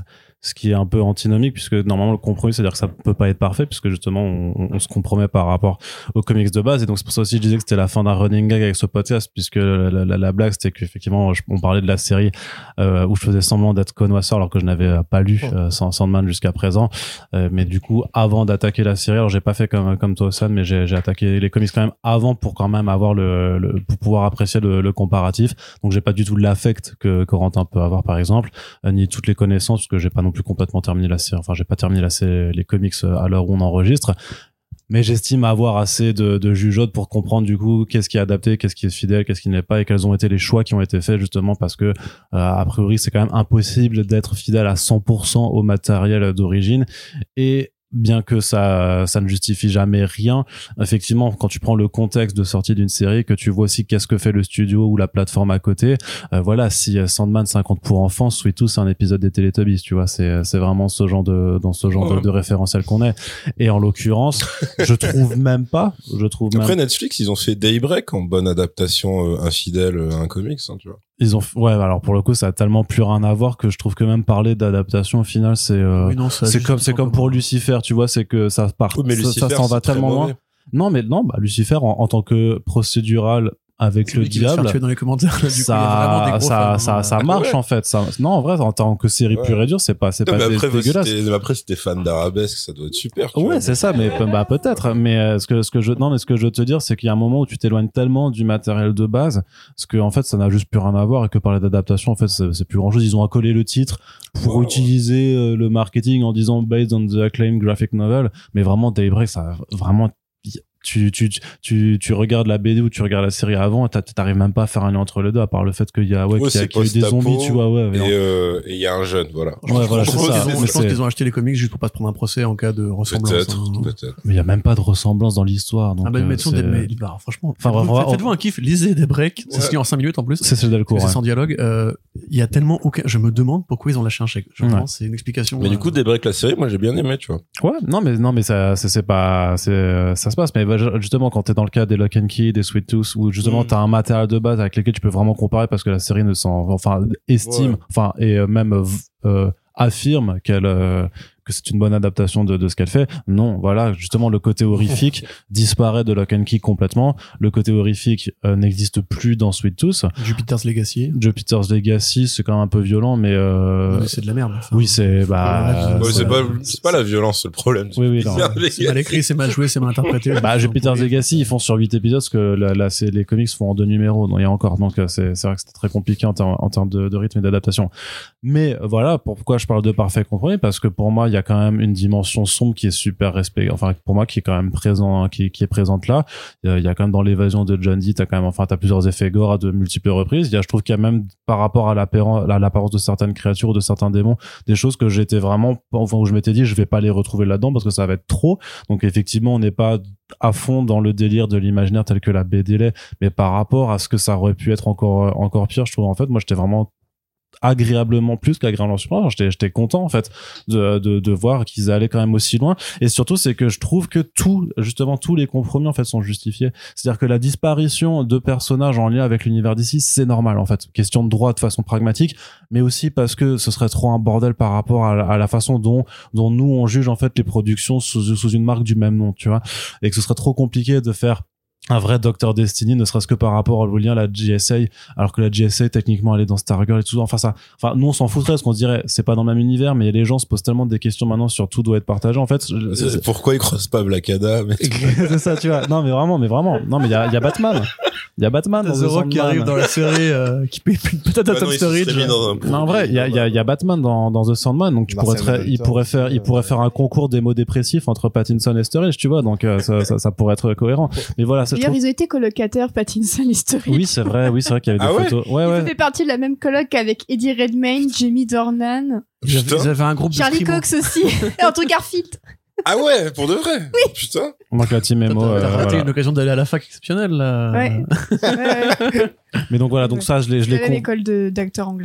ce qui est un peu antinomique puisque normalement le compromis c'est-à-dire que ça peut pas être parfait puisque justement on, on se compromet par rapport aux comics de base et donc c'est pour ça aussi que je disais que c'était la fin d'un running gag avec ce podcast puisque la, la, la, la blague c'était qu'effectivement on parlait de la série euh, où je faisais semblant d'être connoisseur alors que je n'avais pas lu euh, Sandman jusqu'à présent euh, mais du coup avant d'attaquer la série alors j'ai pas fait comme comme toi Ossan mais j'ai, j'ai attaqué les comics quand même avant pour quand même avoir le, le pour pouvoir apprécier le, le comparatif donc j'ai pas du tout l'affect que Corentin peut avoir par exemple euh, ni toutes les connaissances parce que j'ai pas non plus complètement terminé la série enfin j'ai pas terminé la série, les comics à l'heure où on enregistre mais j'estime avoir assez de, de jugeote pour comprendre du coup qu'est-ce qui est adapté, qu'est-ce qui est fidèle, qu'est-ce qui n'est pas et quels ont été les choix qui ont été faits justement parce que euh, a priori c'est quand même impossible d'être fidèle à cent pour cent au matériel d'origine et bien que ça ça ne justifie jamais rien effectivement quand tu prends le contexte de sortie d'une série que tu vois aussi qu'est-ce que fait le studio ou la plateforme à côté euh, voilà si Sandman cinquante pour enfants Sweet Tooth c'est un épisode des Teletubbies tu vois c'est c'est vraiment ce genre de dans ce genre de, de référentiel qu'on est et en l'occurrence je trouve même pas je trouve après même... Netflix ils ont fait Daybreak en bonne adaptation euh, infidèle à un comics hein, tu vois. Ils ont ouais alors pour le coup ça a tellement plus rien à voir que je trouve que même parler d'adaptation au final c'est euh, oui, non, ça c'est comme c'est comme pour Lucifer tu vois c'est que ça part oui, mais ça, Lucifer, ça s'en va tellement loin non mais non bah Lucifer en, en tant que procédural avec c'est le lui qui va se faire diable tuer dans les commentaires là, du ça coup, il y a vraiment des gros ça fans, ça hein. ça marche ouais. en fait ça non en vrai en tant que série Ouais. pure et dure c'est pas c'est Non, pas mais après, dé- dégueulasse si t'es- après si t'es fan d'arabesque ça doit être super tu ouais vois. c'est ça mais bah peut-être mais euh, ce que ce que je non mais ce que je veux te dire c'est qu'il y a un moment où tu t'éloignes tellement du matériel de base parce que en fait ça n'a juste plus rien à voir et que parler d'adaptation en fait c'est, c'est plus grand chose ils ont accolé le titre pour Wow. utiliser euh, le marketing en disant based on the acclaimed graphic novel mais vraiment Daybreak ça a vraiment tu, tu, tu, tu regardes la B D ou tu regardes la série avant, t'arrives même pas à faire un lien entre les deux, à part le fait qu'il y a, ouais, Ouais, qu'il y a, c'est qu'il y a eu des post-apo, zombies, tu vois, ouais. Et ouais. euh, et il y a un jeune, voilà. Ouais, voilà, je c'est pense, ça. qu'ils ont, Mais je pense c'est- qu'ils ont acheté les comics juste pour pas se prendre un procès en cas de ressemblance. Peut-être, hein. peut-être. Mais il y a même pas de ressemblance dans l'histoire, donc. Ah bah, euh, mettons c'est- des, mais, bah, franchement, Enfin, faites-vous, vraiment, faites-vous un kiff, lisez des breaks, c'est Ouais. ce qui est en cinq minutes en plus. c'est celle Delcourt, C'est ouais. sans dialogue. Euh, Il y a tellement aucun. Je me demande pourquoi ils ont lâché un chèque. Je Ouais. pense c'est une explication. Mais du euh, coup, Daybreak, la série, moi j'ai bien aimé, tu vois. Ouais, non, mais, non, mais ça, c'est, c'est pas, c'est, ça se passe. Mais bah, justement, quand t'es dans le cas des Lock and Key, des Sweet Tooth, où justement Mm. t'as un matériel de base avec lequel tu peux vraiment comparer parce que la série ne s'en, enfin, estime, Ouais. enfin, et euh, même, euh, affirme qu'elle, euh, que c'est une bonne adaptation de, de ce qu'elle fait. Non, voilà, justement, le côté horrifique disparaît de Lock and Key complètement. Le côté horrifique euh, n'existe plus dans Sweet Tooth. Jupiter's Legacy. Jupiter's Legacy, c'est quand même un peu violent, mais, euh, Mais c'est de la merde. Enfin, oui, c'est, bah, Ouais, Ouais, c'est- c'est pas, c'est pas la violence, c'est le problème. Oui, oui, non. C'est mal écrit, c'est mal joué, c'est mal interprété. Bah, Jupiter's Legacy, ils font sur huit épisodes, parce que là, là c'est, les comics font en deux numéros, donc il y a encore, donc euh, c'est, c'est vrai que c'était très compliqué en termes, en termes de, de rythme et d'adaptation. Mais euh, voilà, pourquoi je parle de parfait compromis, parce que pour moi, il y a quand même une dimension sombre qui est super respect, enfin, pour moi, qui est quand même présent, qui, qui est présente là. Il y a, il y a quand même dans l'évasion de John Dee, t'as quand même, enfin, t'as plusieurs effets gore à de multiples reprises. Il y a, je trouve qu'il y a même, par rapport à l'apparence, à l'apparence de certaines créatures ou de certains démons, des choses que j'étais vraiment, enfin, où je m'étais dit, je vais pas les retrouver là-dedans parce que ça va être trop. Donc, effectivement, on n'est pas à fond dans le délire de l'imaginaire tel que la B D l'est, mais par rapport à ce que ça aurait pu être encore, encore pire, je trouve, en fait, moi, j'étais vraiment agréablement plus qu'agréablement surpris. J'étais, j'étais content, en fait, de, de, de voir qu'ils allaient quand même aussi loin. Et surtout, c'est que je trouve que tout, justement, tous les compromis, en fait, sont justifiés. C'est-à-dire que la disparition de personnages en lien avec l'univers d'ici, c'est normal, en fait. Question de droit de façon pragmatique, mais aussi parce que ce serait trop un bordel par rapport à la, à la façon dont, dont nous, on juge, en fait, les productions sous, sous une marque du même nom, tu vois. Et que ce serait trop compliqué de faire un vrai Docteur Destiny, ne serait-ce que par rapport au lien à la G S A, alors que la G S A, techniquement, elle est dans Stargirl et tout. Enfin, ça, enfin, nous, on s'en foutrait, parce qu'on se dirait, c'est pas dans le même univers, mais les gens se posent tellement des questions maintenant sur tout doit être partagé. En fait, je- C'est- Pourquoi ils croisent pas Black Adam? et tout. c'est ça, tu vois. Non, mais vraiment, mais vraiment. Non, mais il y a, il y a Batman. Il y a Batman dans The The Rock qui Sandman. arrive dans la série, euh, qui paye peut-être à Bah Top non, il se serait Storage. mis dans un Non, en vrai, il y a, il y a, il y a Batman dans, dans The Sandman, donc tu pourrais, Martian très, il Manhunter pourrait faire, il aussi, pourrait euh, faire un concours démo dépressif entre Pattinson et Sturridge, tu vois, donc euh, ça, ça, ça pourrait être cohérent. Mais voilà, c'est D'ailleurs, ils ont été colocataires, Pattinson et Sturridge. oui, c'est vrai, oui, c'est vrai qu'il y avait des Ah ouais photos. Ouais, Ils ouais. faisaient partie de la même coloc avec Eddie Redmayne, Jamie Dornan, Ils avaient- Putain. ils avaient un groupe de Charlie streamers. Cox aussi, et Andrew Garfield. Ah ouais, pour de vrai? Oui. Putain. Donc la team T'as Emo, t'as euh, raté voilà. une occasion d'aller à la fac exceptionnelle, là. Ouais. Ouais, ouais. Mais donc voilà, donc Ouais. ça, je l'ai, je C'est l'ai la même con- école de- d'acteurs anglais.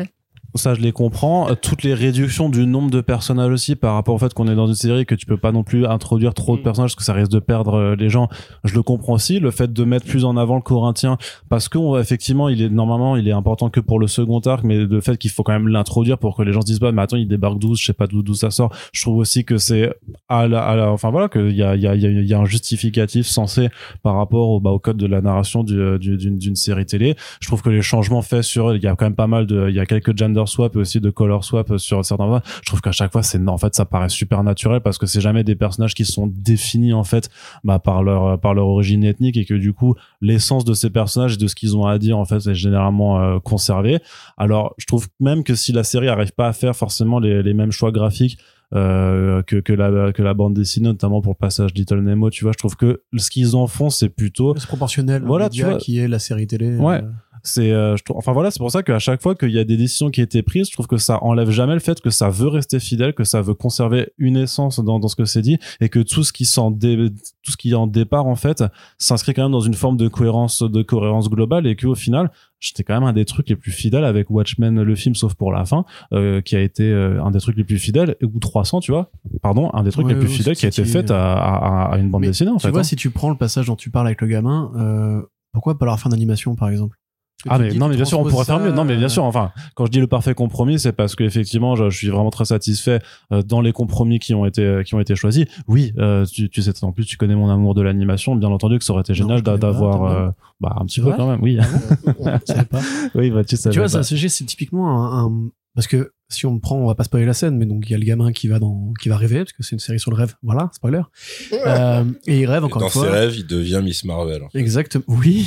ça je les comprends. Toutes les réductions du nombre de personnages aussi par rapport au fait qu'on est dans une série que tu peux pas non plus introduire trop de personnages parce que ça risque de perdre les gens. Je le comprends aussi. Le fait de mettre plus en avant le Corinthien parce que on, effectivement il est normalement il est important que pour le second arc, mais le fait qu'il faut quand même l'introduire pour que les gens se disent pas mais attends il débarque douze, je sais pas d'où d'où ça sort. Je trouve aussi que c'est à la, à la enfin voilà qu'il y a il y a il y a, il y a un justificatif censé par rapport au bah au code de la narration du, du, d'une d'une série télé. Je trouve que les changements faits sur il y a quand même pas mal de il y a quelques gender swap et aussi de color swap sur certains points. Je trouve qu'à chaque fois c'est en fait ça paraît super naturel parce que c'est jamais des personnages qui sont définis en fait bah par leur par leur origine ethnique et que du coup l'essence de ces personnages et de ce qu'ils ont à dire en fait est généralement euh, conservée. Alors je trouve même que si la série arrive pas à faire forcément les les mêmes choix graphiques Euh, que que la que la bande dessinée notamment pour le passage Little Nemo, tu vois, je trouve que ce qu'ils en font c'est plutôt c'est proportionnel voilà, au tu média vois, qui est la série télé. ouais. Euh... C'est euh, je trouve, enfin voilà, c'est pour ça qu'à chaque fois qu'il y a des décisions qui étaient prises, je trouve que ça enlève jamais le fait que ça veut rester fidèle, que ça veut conserver une essence dans dans ce que c'est dit et que tout ce qui s'en dé, tout ce qui en départ en fait s'inscrit quand même dans une forme de cohérence de cohérence globale et que au final c'était quand même un des trucs les plus fidèles avec Watchmen le film sauf pour la fin euh, qui a été euh, un des trucs les plus fidèles ou trois cents tu vois pardon un des trucs ouais, les plus ouais, fidèles qui a été fait à, à à une bande mais dessinée en tu fait vois hein. si tu prends le passage dont tu parles avec le gamin euh, pourquoi pas leur faire d'animation par exemple. Ah mais non mais bien sûr on pourrait faire mieux. Non mais bien sûr, enfin quand je dis le parfait compromis c'est parce que effectivement je, je suis vraiment très satisfait euh, dans les compromis qui ont été qui ont été choisis. Oui, euh, tu, tu sais en plus tu connais mon amour de l'animation, bien entendu que ça aurait été génial non, d'avoir euh, bah un petit peu quand même, oui. Je savais pas. Oui, bah tu savais. Tu vois pas. ça c'est c'est typiquement un, un parce que si on prend, on va pas spoiler la scène, mais donc il y a le gamin qui va dans, qui va rêver parce que c'est une série sur le rêve, voilà, spoiler. Euh, et il rêve encore et une fois. Dans ses rêves, il devient Miss Marvel. En fait. Exactement, oui.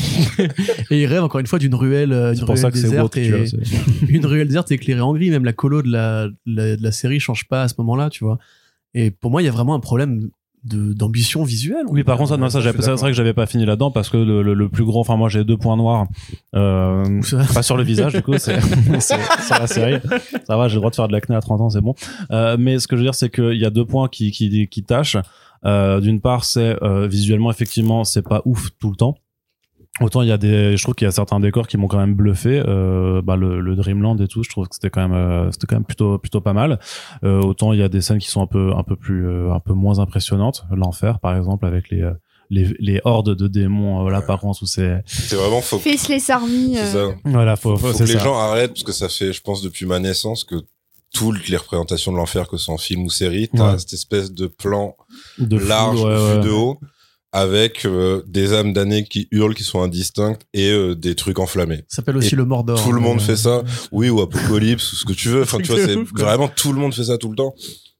Et il rêve encore une fois d'une ruelle, d'une c'est pour ruelle ça que déserte c'est et beau, tu vois, une ruelle déserte éclairée en gris. Même la colo de la, la de la série change pas à ce moment-là, tu vois. Et pour moi, il y a vraiment un problème de d'ambition visuelle. Oui, par contre ça, non, ça, j'avais, c'est vrai que j'avais pas fini là-dedans parce que le, le, le plus gros, enfin moi j'ai deux points noirs, euh, pas sur le visage du coup, c'est, c'est sur la série. Ça va, j'ai le droit de faire de l'acné à trente ans, c'est bon. Euh, mais ce que je veux dire, c'est qu'il y a deux points qui qui qui tâchent. Euh, d'une part, c'est euh, visuellement effectivement, c'est pas ouf tout le temps. Autant il y a des, je trouve qu'il y a certains décors qui m'ont quand même bluffé, euh, bah le, le Dreamland et tout, je trouve que c'était quand même, euh, c'était quand même plutôt plutôt pas mal. Euh, autant il y a des scènes qui sont un peu un peu plus euh, un peu moins impressionnantes, l'enfer par exemple avec les les les hordes de démons euh, là par contre où c'est c'est vraiment faut Faceless Army. c'est euh... ça. Voilà, faut, faut, faut c'est que les ça. gens arrêtent parce que ça fait, je pense, depuis ma naissance que toutes les représentations de l'enfer, que ce soit en film ou série, t'as Ouais. cette espèce de plan De fou, large ouais, vu ouais. de haut avec euh, des âmes damnées qui hurlent, qui sont indistinctes et euh, des trucs enflammés. Ça s'appelle aussi Et le Mordor. Tout le monde Euh, fait ça, oui, ou Apocalypse ou ce que tu veux. Enfin, tu vois, c'est ouf, quoi. vraiment tout le monde fait ça tout le temps.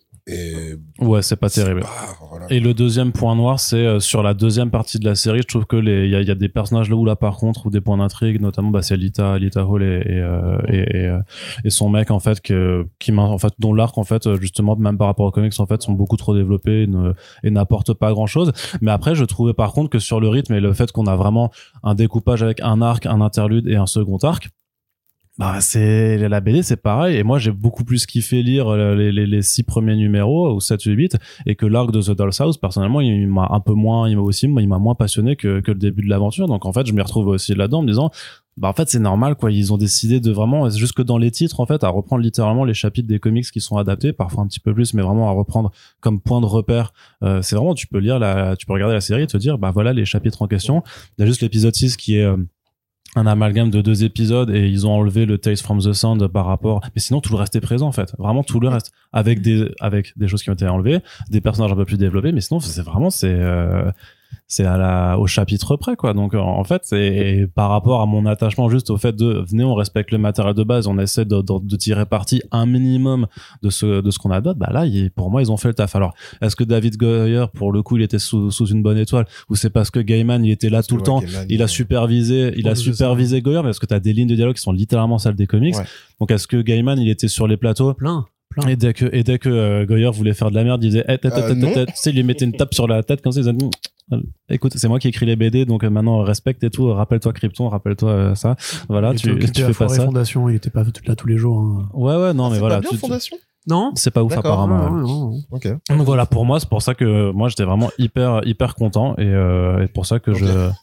Et Ouais, c'est pas terrible. bah, voilà. Et le deuxième point noir, c'est euh, sur la deuxième partie de la série. Je trouve que les, il y a, il y a des personnages là où là par contre, ou des points d'intrigue, notamment, bah, c'est Lita, Lita Hall et et, euh, et, et, euh, et son mec en fait que qui m'a en fait dont l'arc en fait justement même par rapport aux comics en fait sont beaucoup trop développés et, ne, et n'apportent pas grand chose. Mais après, je trouvais par contre que sur le rythme et le fait qu'on a vraiment un découpage avec un arc, un interlude et un second arc. Bah c'est la B D c'est pareil et moi j'ai beaucoup plus kiffé lire les, les, les six premiers numéros ou sept ou huit et que l'arc de The Doll's House personnellement il m'a un peu moins il m'a aussi il m'a moins passionné que que le début de l'aventure donc en fait je m'y retrouve aussi là-dedans en me disant bah en fait c'est normal quoi ils ont décidé de vraiment jusque dans les titres en fait à reprendre littéralement les chapitres des comics qui sont adaptés parfois un petit peu plus mais vraiment à reprendre comme point de repère euh, c'est vraiment tu peux lire la tu peux regarder la série et te dire bah voilà les chapitres en question il y a juste l'épisode six qui est euh, un amalgame de deux épisodes et ils ont enlevé le Tales from the Sound par rapport mais sinon tout le reste est présent en fait vraiment tout le reste avec des avec des choses qui ont été enlevées des personnages un peu plus développés mais sinon c'est vraiment c'est euh, c'est à la au chapitre près quoi donc en fait c'est par rapport à mon attachement juste au fait de venez on respecte le matériel de base on essaie de, de, de tirer parti un minimum de ce de ce qu'on adopte bah là il, pour moi ils ont fait le taf alors est-ce que David Goyer pour le coup il était sous sous une bonne étoile ou c'est parce que Gaiman il était là Parce tout que, le temps ouais, Gaiman, il a supervisé il a Ouais, c'est supervisé Goyer parce que t'as des lignes de dialogue qui sont littéralement celles des comics Ouais. donc est-ce que Gaiman il était sur les plateaux Plein, plein. et dès que et dès que euh, Goyer voulait faire de la merde il disait eh, tête, Euh, tête, non. tête, tu sais il lui mettait une tape sur la tête comme ça il disait écoute c'est moi qui écris les B D donc euh, maintenant respecte et tout rappelle-toi Krypton rappelle-toi euh, ça voilà Il était tu occupé tu à fais pas Forêt ça Fondation, il était pas là tous les jours. Hein. ouais ouais non mais C'est voilà pas bien, tu- tu- Fondation Non. c'est pas ouf D'accord. apparemment Ouais, ouais. ouais, ouais. Ok. Donc voilà pour moi c'est pour ça que moi j'étais vraiment hyper hyper content et, euh, et pour ça que Ok. je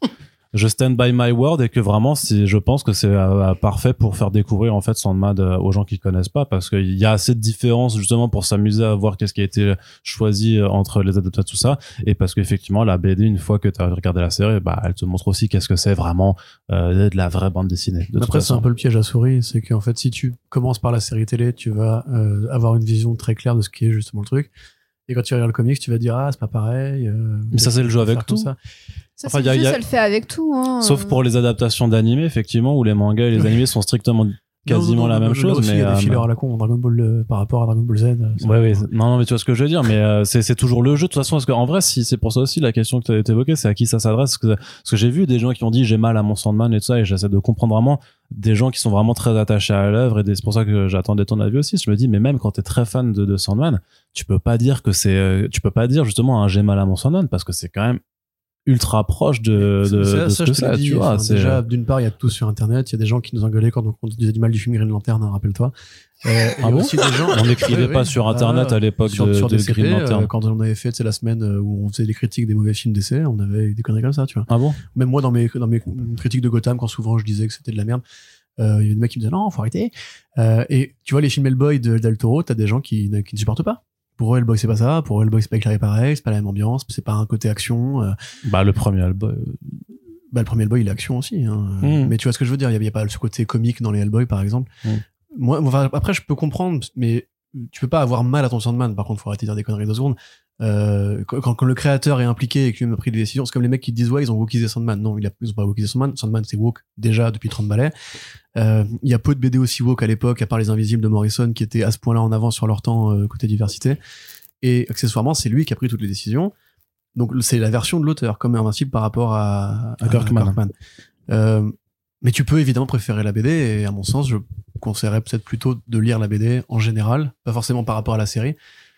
je stand by my word et que vraiment c'est je pense que c'est euh, parfait pour faire découvrir en fait Sandman euh, aux gens qui connaissent pas, parce qu'il y a assez de différences justement pour s'amuser à voir qu'est-ce qui a été choisi euh, entre les adaptations tout ça, et parce qu'effectivement la B D, une fois que tu as regardé la série, bah elle te montre aussi qu'est-ce que c'est vraiment euh, de la vraie bande dessinée. De Après c'est un peu le piège à souris, c'est qu'en fait si tu commences par la série télé, tu vas euh, avoir une vision très claire de ce qui est justement le truc. Et quand tu regardes le comics, tu vas dire ah c'est pas pareil. Euh, mais ça c'est le jeu avec tout. Ça, enfin, c'est y a, le jeu, y a... ça le fait avec tout. Hein. Sauf pour les adaptations d'animés, effectivement, où les mangas et les animés sont strictement quasiment non, non, la non, même non, chose. Aussi, mais il y a des euh, fillers à la con, Dragon Ball euh, par rapport à Dragon Ball Z. Ouais, ouais. Non, non, mais tu vois ce que je veux dire. Mais euh, c'est c'est toujours le jeu de toute façon. Parce qu'en vrai, si c'est pour ça aussi la question que tu as évoquée, c'est à qui ça s'adresse. Parce que, parce que j'ai vu des gens qui ont dit j'ai mal à mon Sandman et tout ça, et j'essaie de comprendre vraiment des gens qui sont vraiment très attachés à l'œuvre, et des, c'est pour ça que j'attendais ton avis aussi. Je me dis, mais même quand t'es très fan de, de Sandman, tu peux pas dire que c'est, euh, tu peux pas dire justement un j'ai mal à mon Sandman, parce que c'est quand même ultra proche de, de, ça, de ça, ce que je te c'est, l'ai dit, tu vois. enfin, C'est... déjà, d'une part, il y a tout sur Internet. Il y a des gens qui nous engueulaient quand on disait du mal du film Green Lantern, hein, rappelle-toi. Euh, ah il y a bon aussi des gens. On n'écrivait ouais, pas ouais, sur Internet voilà, à l'époque sur, de, sur de D C P, Green Lantern. euh, quand on avait fait, c'est la semaine où on faisait des critiques des mauvais films D C, on avait des conneries comme ça, tu vois. Ah bon? Même moi, dans mes, dans mes critiques de Gotham, quand souvent je disais que c'était de la merde, euh, il y a des mecs qui me disaient non, faut arrêter. Euh, et tu vois, les films Hellboy de Del Toro, t'as des gens qui, qui ne supportent pas. Pour eux, Hellboy, c'est pas ça. Pour eux, Hellboy, c'est pas éclairé pareil, c'est pas la même ambiance, c'est pas un côté action. Euh... Bah, le premier Hellboy. Bah, le premier Hellboy, il est action aussi, hein. Mmh. Mais tu vois ce que je veux dire, il y, y a pas ce côté comique dans les Hellboy, par exemple. Mmh. Moi, enfin, après, je peux comprendre, mais tu peux pas avoir mal à ton Sandman. Par contre, faut arrêter de dire des conneries deux secondes. Euh, quand, quand le créateur est impliqué et qu'il a pris des décisions, c'est comme les mecs qui disent ouais, ils ont wokisé Sandman. Non, il a, ils ont pas wokisé Sandman. Sandman, c'est woke déjà depuis trente balais. Euh, il y a peu de B D aussi woke à l'époque, à part Les Invisibles de Morrison, qui étaient à ce point-là en avance sur leur temps, euh, côté diversité. Et accessoirement, c'est lui qui a pris toutes les décisions. Donc, c'est la version de l'auteur, comme Invincible par rapport à, à, à Kirkman. Kirkman. Euh, mais tu peux évidemment préférer la B D, et à mon sens, je conseillerais peut-être plutôt de lire la B D en général, pas forcément par rapport à la série.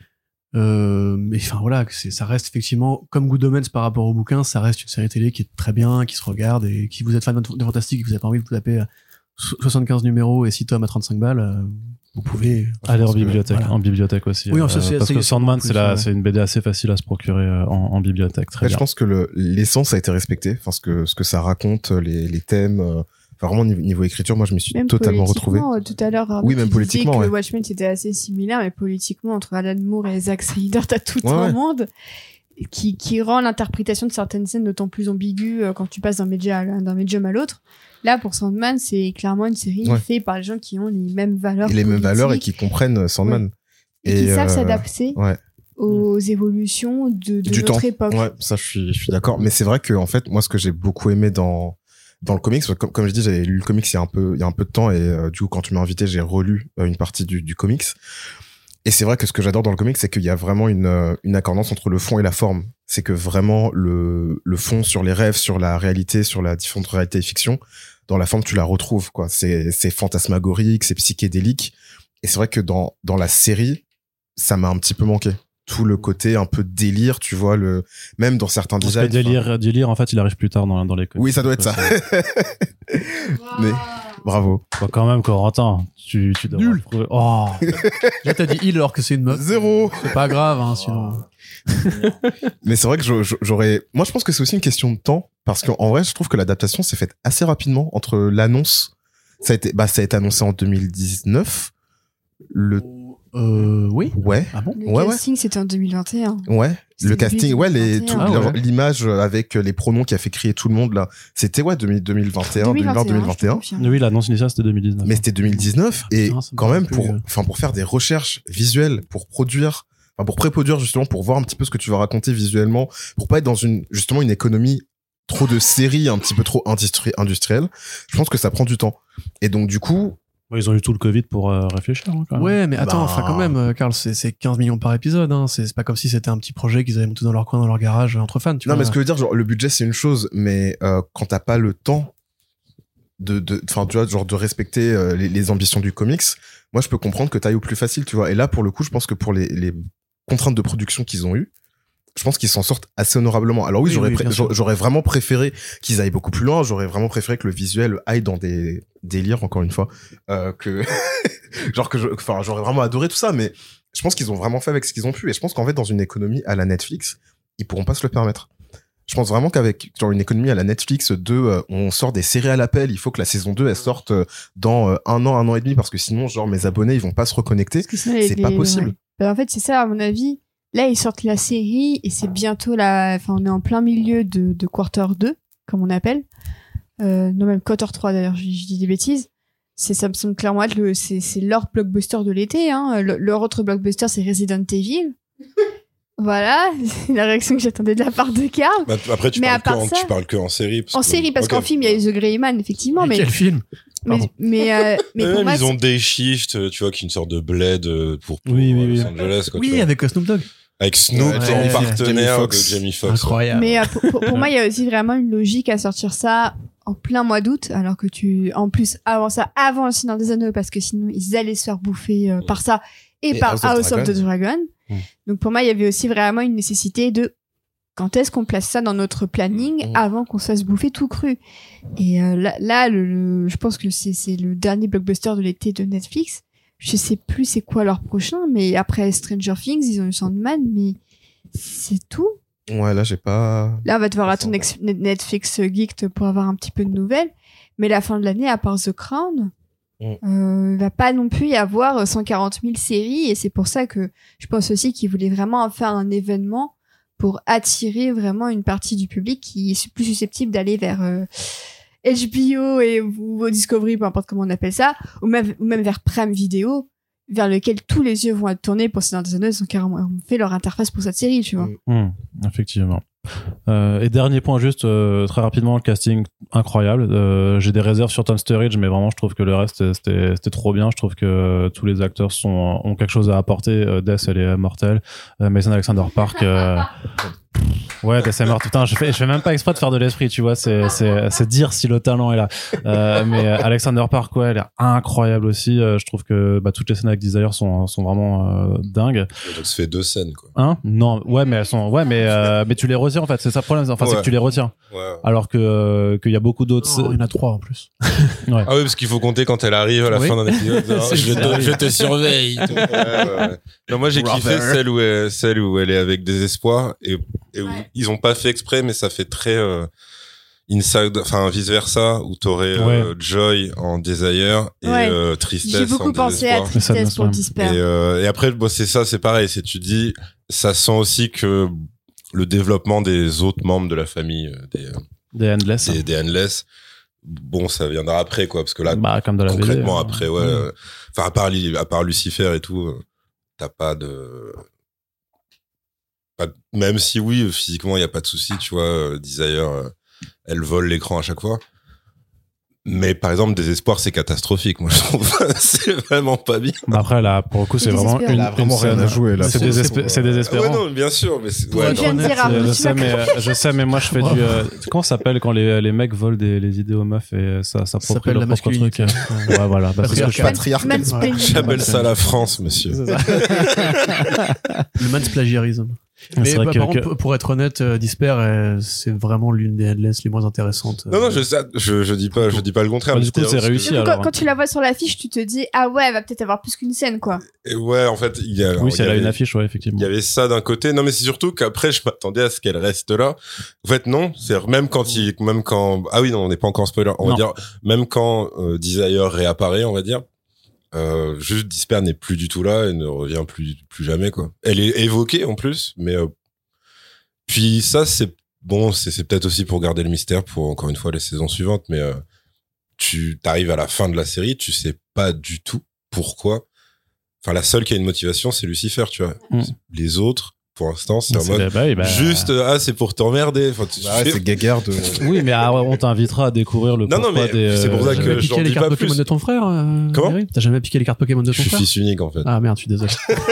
Euh, mais enfin voilà, c'est, ça reste effectivement, comme Good Omens par rapport au bouquin, ça reste une série télé qui est très bien, qui se regarde, et qui vous êtes fan de Fantastique et que vous avez pas envie de vous taper soixante-quinze numéros et six tomes à trente-cinq balles, euh, vous pouvez aller en bibliothèque, voilà. En bibliothèque aussi. Oui, euh, ça, c'est, parce c'est, que Sandman, c'est, la, ouais. c'est une B D assez facile à se procurer en, en bibliothèque. Très ouais, bien. Je pense que le, l'essence a été respectée. Enfin, ce que, ce que ça raconte, les, les thèmes, euh, enfin, vraiment niveau, niveau écriture, moi, je me suis même totalement retrouvé. Tout à l'heure, Arnaud, oui, même tu politiquement. disais Ouais. que Watchmen c'était assez similaire, mais politiquement, entre Alan Moore et Zack Snyder, t'as tout ouais, un ouais. monde qui, qui rend l'interprétation de certaines scènes d'autant plus ambiguë quand tu passes d'un médium, d'un médium à l'autre. Là, pour Sandman, c'est clairement une série ouais. faite par les gens qui ont les mêmes valeurs. Et les mêmes valeurs et qui comprennent Sandman. Ouais. Et, et qui euh, savent s'adapter ouais. aux évolutions de, de du notre temps. époque. Ouais, ça, je suis, je suis d'accord. Mais c'est vrai que, en fait, moi, ce que j'ai beaucoup aimé dans, dans le comics, comme, comme je dis, j'avais lu le comics il y a un peu, il y a un peu de temps, et euh, du coup, quand tu m'as invité, j'ai relu euh, une partie du, du comics. Et c'est vrai que ce que j'adore dans le comics, c'est qu'il y a vraiment une, une accordance entre le fond et la forme. C'est que vraiment, le, le fond sur les rêves, sur la réalité, sur la différence entre réalité et fiction, dans la forme, tu la retrouves, quoi. C'est, c'est fantasmagorique, c'est psychédélique. Et c'est vrai que dans, dans la série, ça m'a un petit peu manqué. Tout le côté un peu délire, tu vois, le, même dans certains Parce designs. Que délire, enfin... délire, en fait, il arrive plus tard dans, dans les comics. Oui, ça doit être ça. Mais, bravo. Bah, quand même, Corentin, tu, tu devrais. Nul. Trouver... Oh. Là, t'as dit il alors que c'est une meuf. Zéro. C'est pas grave, hein, sinon. Mais c'est vrai que j'aurais, moi, je pense que c'est aussi une question de temps, parce qu'en vrai, je trouve que l'adaptation s'est faite assez rapidement entre l'annonce. Ça a été, bah, ça a été annoncé en deux mille dix-neuf. Le, euh, oui. Ouais. Ah bon? Le ouais, casting, ouais. c'était en deux mille vingt et un. Ouais. C'est le casting, ouais, les, tout, ah, ouais. l'image avec les pronoms qui a fait crier tout le monde, là. C'était, ouais, deux mille vingt et un, deux mille vingt, deux mille vingt et un. Oui, l'annonce initiale, c'était deux mille dix-neuf. Mais c'était deux mille dix-neuf, et putain, quand même, pour, plus... enfin, pour faire des recherches visuelles, pour produire, enfin, pour pré-produire, justement, pour voir un petit peu ce que tu vas raconter visuellement, pour pas être dans une, justement, une économie trop de séries, un petit peu trop industri- industrielle, je pense que ça prend du temps. Et donc, du coup, ils ont eu tout le Covid pour euh, réfléchir. Hein, quand même. Ouais, mais attends, bah... enfin quand même, Karl, c'est, c'est quinze millions par épisode. Hein. C'est, c'est pas comme si c'était un petit projet qu'ils avaient monté dans leur coin, dans leur garage, entre fans. Tu non, vois. mais ce que je veux dire, genre, le budget c'est une chose, mais euh, quand t'as pas le temps de, de, enfin, tu vois, genre de respecter euh, les, les ambitions du comics, moi je peux comprendre que t'ailles au plus facile, tu vois. Et là, pour le coup, je pense que pour les, les contraintes de production qu'ils ont eues, je pense qu'ils s'en sortent assez honorablement. Alors oui, oui j'aurais, oui, pré- j'aurais vraiment préféré qu'ils aillent beaucoup plus loin. J'aurais vraiment préféré que le visuel aille dans des délires, encore une fois, euh, que genre que, je... enfin, j'aurais vraiment adoré tout ça. Mais je pense qu'ils ont vraiment fait avec ce qu'ils ont pu. Et je pense qu'en fait, dans une économie à la Netflix, ils pourront pas se le permettre. Je pense vraiment qu'avec genre une économie à la Netflix de euh, on sort des séries à l'appel, il faut que la saison deux elle sorte euh, dans euh, un an, un an et demi parce que sinon genre mes abonnés ils vont pas se reconnecter. Parce que sinon, les- C'est les- pas possible. ouais. Bah, en fait, c'est ça, à mon avis. Là, ils sortent la série et c'est bientôt la. Enfin, on est en plein milieu de, de quarter deux, comme on appelle. Euh, non, même quarter trois d'ailleurs, je, je dis des bêtises. C'est, ça me semble clairement être le, c'est, c'est leur blockbuster de l'été. Hein. Le- leur autre blockbuster, c'est Resident Evil. Voilà, c'est la réaction que j'attendais de la part de Karl. Bah, après, tu Mais à parles, que part en, ça- tu parles que en série. Parce En que- série, parce Ok. qu'en film, il y a eu The Grey Man, effectivement. Mais Mais, quel film mais, Pardon. mais, euh, mais Mais pour même, moi, ils ont c'est- Day Shift, euh, tu vois, qui est une sorte de bled euh, pour, pour Oui, oui, euh, oui. Los Angeles. Quoi, tu Oui, vois. avec euh, Snoop Dogg. Avec Snoop Ouais, en ouais, partenaire Jamie de Foxx. Jamie Foxx. Incroyable. Mais euh, pour, pour- pour moi, il y a aussi vraiment une logique à sortir ça en plein mois d'août, alors que tu, en plus, avant ça, avant le Seigneur des Anneaux, parce que sinon ils allaient se faire bouffer euh, par ça et, Et par House House, of of the Dragon. Mm. Donc pour moi, il y avait aussi vraiment une nécessité de quand est-ce qu'on place ça dans notre planning Mm. avant qu'on se fasse bouffer tout cru. Et euh, là, là le, le- je pense que c'est c'est le dernier blockbuster de l'été de Netflix. Je sais plus c'est quoi leur prochain, mais après Stranger Things, ils ont eu Sandman, mais c'est tout. Ouais, là j'ai pas. Là, on va devoir Ça attendre sent Nex- Netflix Geeked pour avoir un petit peu de nouvelles. Mais la fin de l'année, à part The Crown, Mm. euh, il va pas non plus y avoir cent quarante mille séries. Et c'est pour ça que je pense aussi qu'ils voulaient vraiment en faire un événement pour attirer vraiment une partie du public qui est plus susceptible d'aller vers euh, H B O et, ou Discovery, peu importe comment on appelle ça, ou même, ou même vers Prime Video, vers lequel tous les yeux vont être tournés pour Seigneur des Anneaux. Ils ont carrément fait leur interface pour cette série, tu vois. Mm. Hmm, effectivement. Euh, et dernier point juste euh, très rapidement, le casting incroyable. Euh, j'ai des réserves sur Tom Sturridge, mais vraiment je trouve que le reste c'était c'était trop bien. Je trouve que tous les acteurs sont ont quelque chose à apporter. Euh, Death elle est mortelle. Euh, Mason Alexander Park. Euh... Ouais, Death est morte. Putain, je fais je fais même pas exprès de faire de l'esprit, tu vois. C'est c'est c'est dire si le talent est là. Euh, mais euh, Alexander Park, ouais, elle est incroyable aussi. Euh, je trouve que bah, toutes les scènes avec Desire sont sont vraiment euh, dingues. Donc, ça fait deux scènes, quoi. Hein? Non, ouais, mais elles sont, ouais, mais, euh, mais tu les retiens, en fait, c'est ça le problème. Enfin, c'est Ouais. que tu les retiens. Ouais. Alors que, euh, qu'il y a beaucoup d'autres. Non, il y en a trois en plus. Ouais. Ah oui, parce qu'il faut compter quand elle arrive à la Oui. fin d'un épisode. hein, C'est je, ça. te, je te surveille. Ouais, ouais, ouais. Non, moi, j'ai kiffé Brother. celle où elle, celle où elle est avec Désespoir et, et où Ouais. ils ont pas fait exprès, mais ça fait très euh, inside, enfin vice versa, où t'aurais euh, Joy en Desire et Ouais. euh, J'ai Tristesse en beaucoup pensé à Désespoir. Mais ça Tristesse pour doit se- Disper. Et, euh, et après, bon, c'est ça, c'est pareil. C'est tu dis, ça sent aussi que le développement des autres membres de la famille, euh, des, euh, Des Endless. des, des Endless, bon, ça viendra après, quoi, parce que là, Bah, comme de la B D. concrètement, hein. après, ouais, Mm. euh, enfin, à part, Li- à part Lucifer et tout, euh, t'as pas de, pas de- même si oui, physiquement, il y a pas de souci, tu vois, euh, Desire, euh, elle vole l'écran à chaque fois. Mais par exemple, Désespoir, c'est catastrophique, moi, je trouve. c'est vraiment pas bien. Bah, après, là, pour le coup, c'est Et vraiment Désespéré. une, Elle a vraiment une rien scène. à jouer, là. C'est C'est- désespé- c'est- c'est Ouais, désespérant. non, bien sûr, mais c'est, Pour ouais, une jeune honnête, dire, Je, Arnaud, je tu sais, vas mais, euh, je sais, mais moi, je fais Wow. du, euh, comment ça s'appelle quand les, les mecs volent des, les idées aux meufs et ça, ça Ça s'approprie s'appelle leur la propre truc. masculinité. Ouais, voilà. Bah, c'est ce que je fais. Patriarcat. Mansplaining. j'appelle ça la France, monsieur. C'est ça. Le mansplagiarisme. C'est Mais vrai bah, que- par que- contre, pour être honnête, euh, Disper, euh, c'est vraiment l'une des Endless les moins intéressantes. Non, non, je, sais, je, je dis pas, je dis pas le contraire. Bah, mais du coup, c'est-à-dire c'est parce que- réussi. Surtout alors, quand, hein. quand tu la vois sur l'affiche, tu te dis ah ouais, elle va peut-être avoir plus qu'une scène quoi. Et ouais, en fait, il y a, alors, Oui, il c'est y là avait- une affiche, ouais, effectivement. Il y avait ça d'un côté. Non, mais c'est surtout qu'après, je m'attendais à ce qu'elle reste là. En fait, non. C'est même quand il, même quand, ah oui, non, on n'est pas encore en spoiler. On Non. va dire, même quand euh, Desire réapparaît, on va dire, euh, juste Disper n'est plus du tout là et ne revient plus, plus jamais, quoi. Elle est évoquée, en plus, mais, euh, puis ça, c'est, bon, c'est, c'est peut-être aussi pour garder le mystère pour, encore une fois, les saisons suivantes, mais, euh, tu t'arrives à la fin de la série, tu sais pas du tout pourquoi. Enfin, la seule qui a une motivation, c'est Lucifer, tu vois. Mm. Les autres, pour l'instant, c'est en C'est- mode, bah oui, bah, juste, ah, c'est pour t'emmerder. Enfin, tu Bah ouais, fais- c'est guéguerre de. Oui, mais ah, ouais, on t'invitera à découvrir le Non, non, pourquoi mais des. c'est pour ça euh, que T'as jamais j'en piqué les dis cartes pas Pokémon plus. de ton frère euh, Comment Eric T'as jamais piqué les cartes Pokémon de je ton suis frère fils unique, en fait. Ah merde, je suis désolé.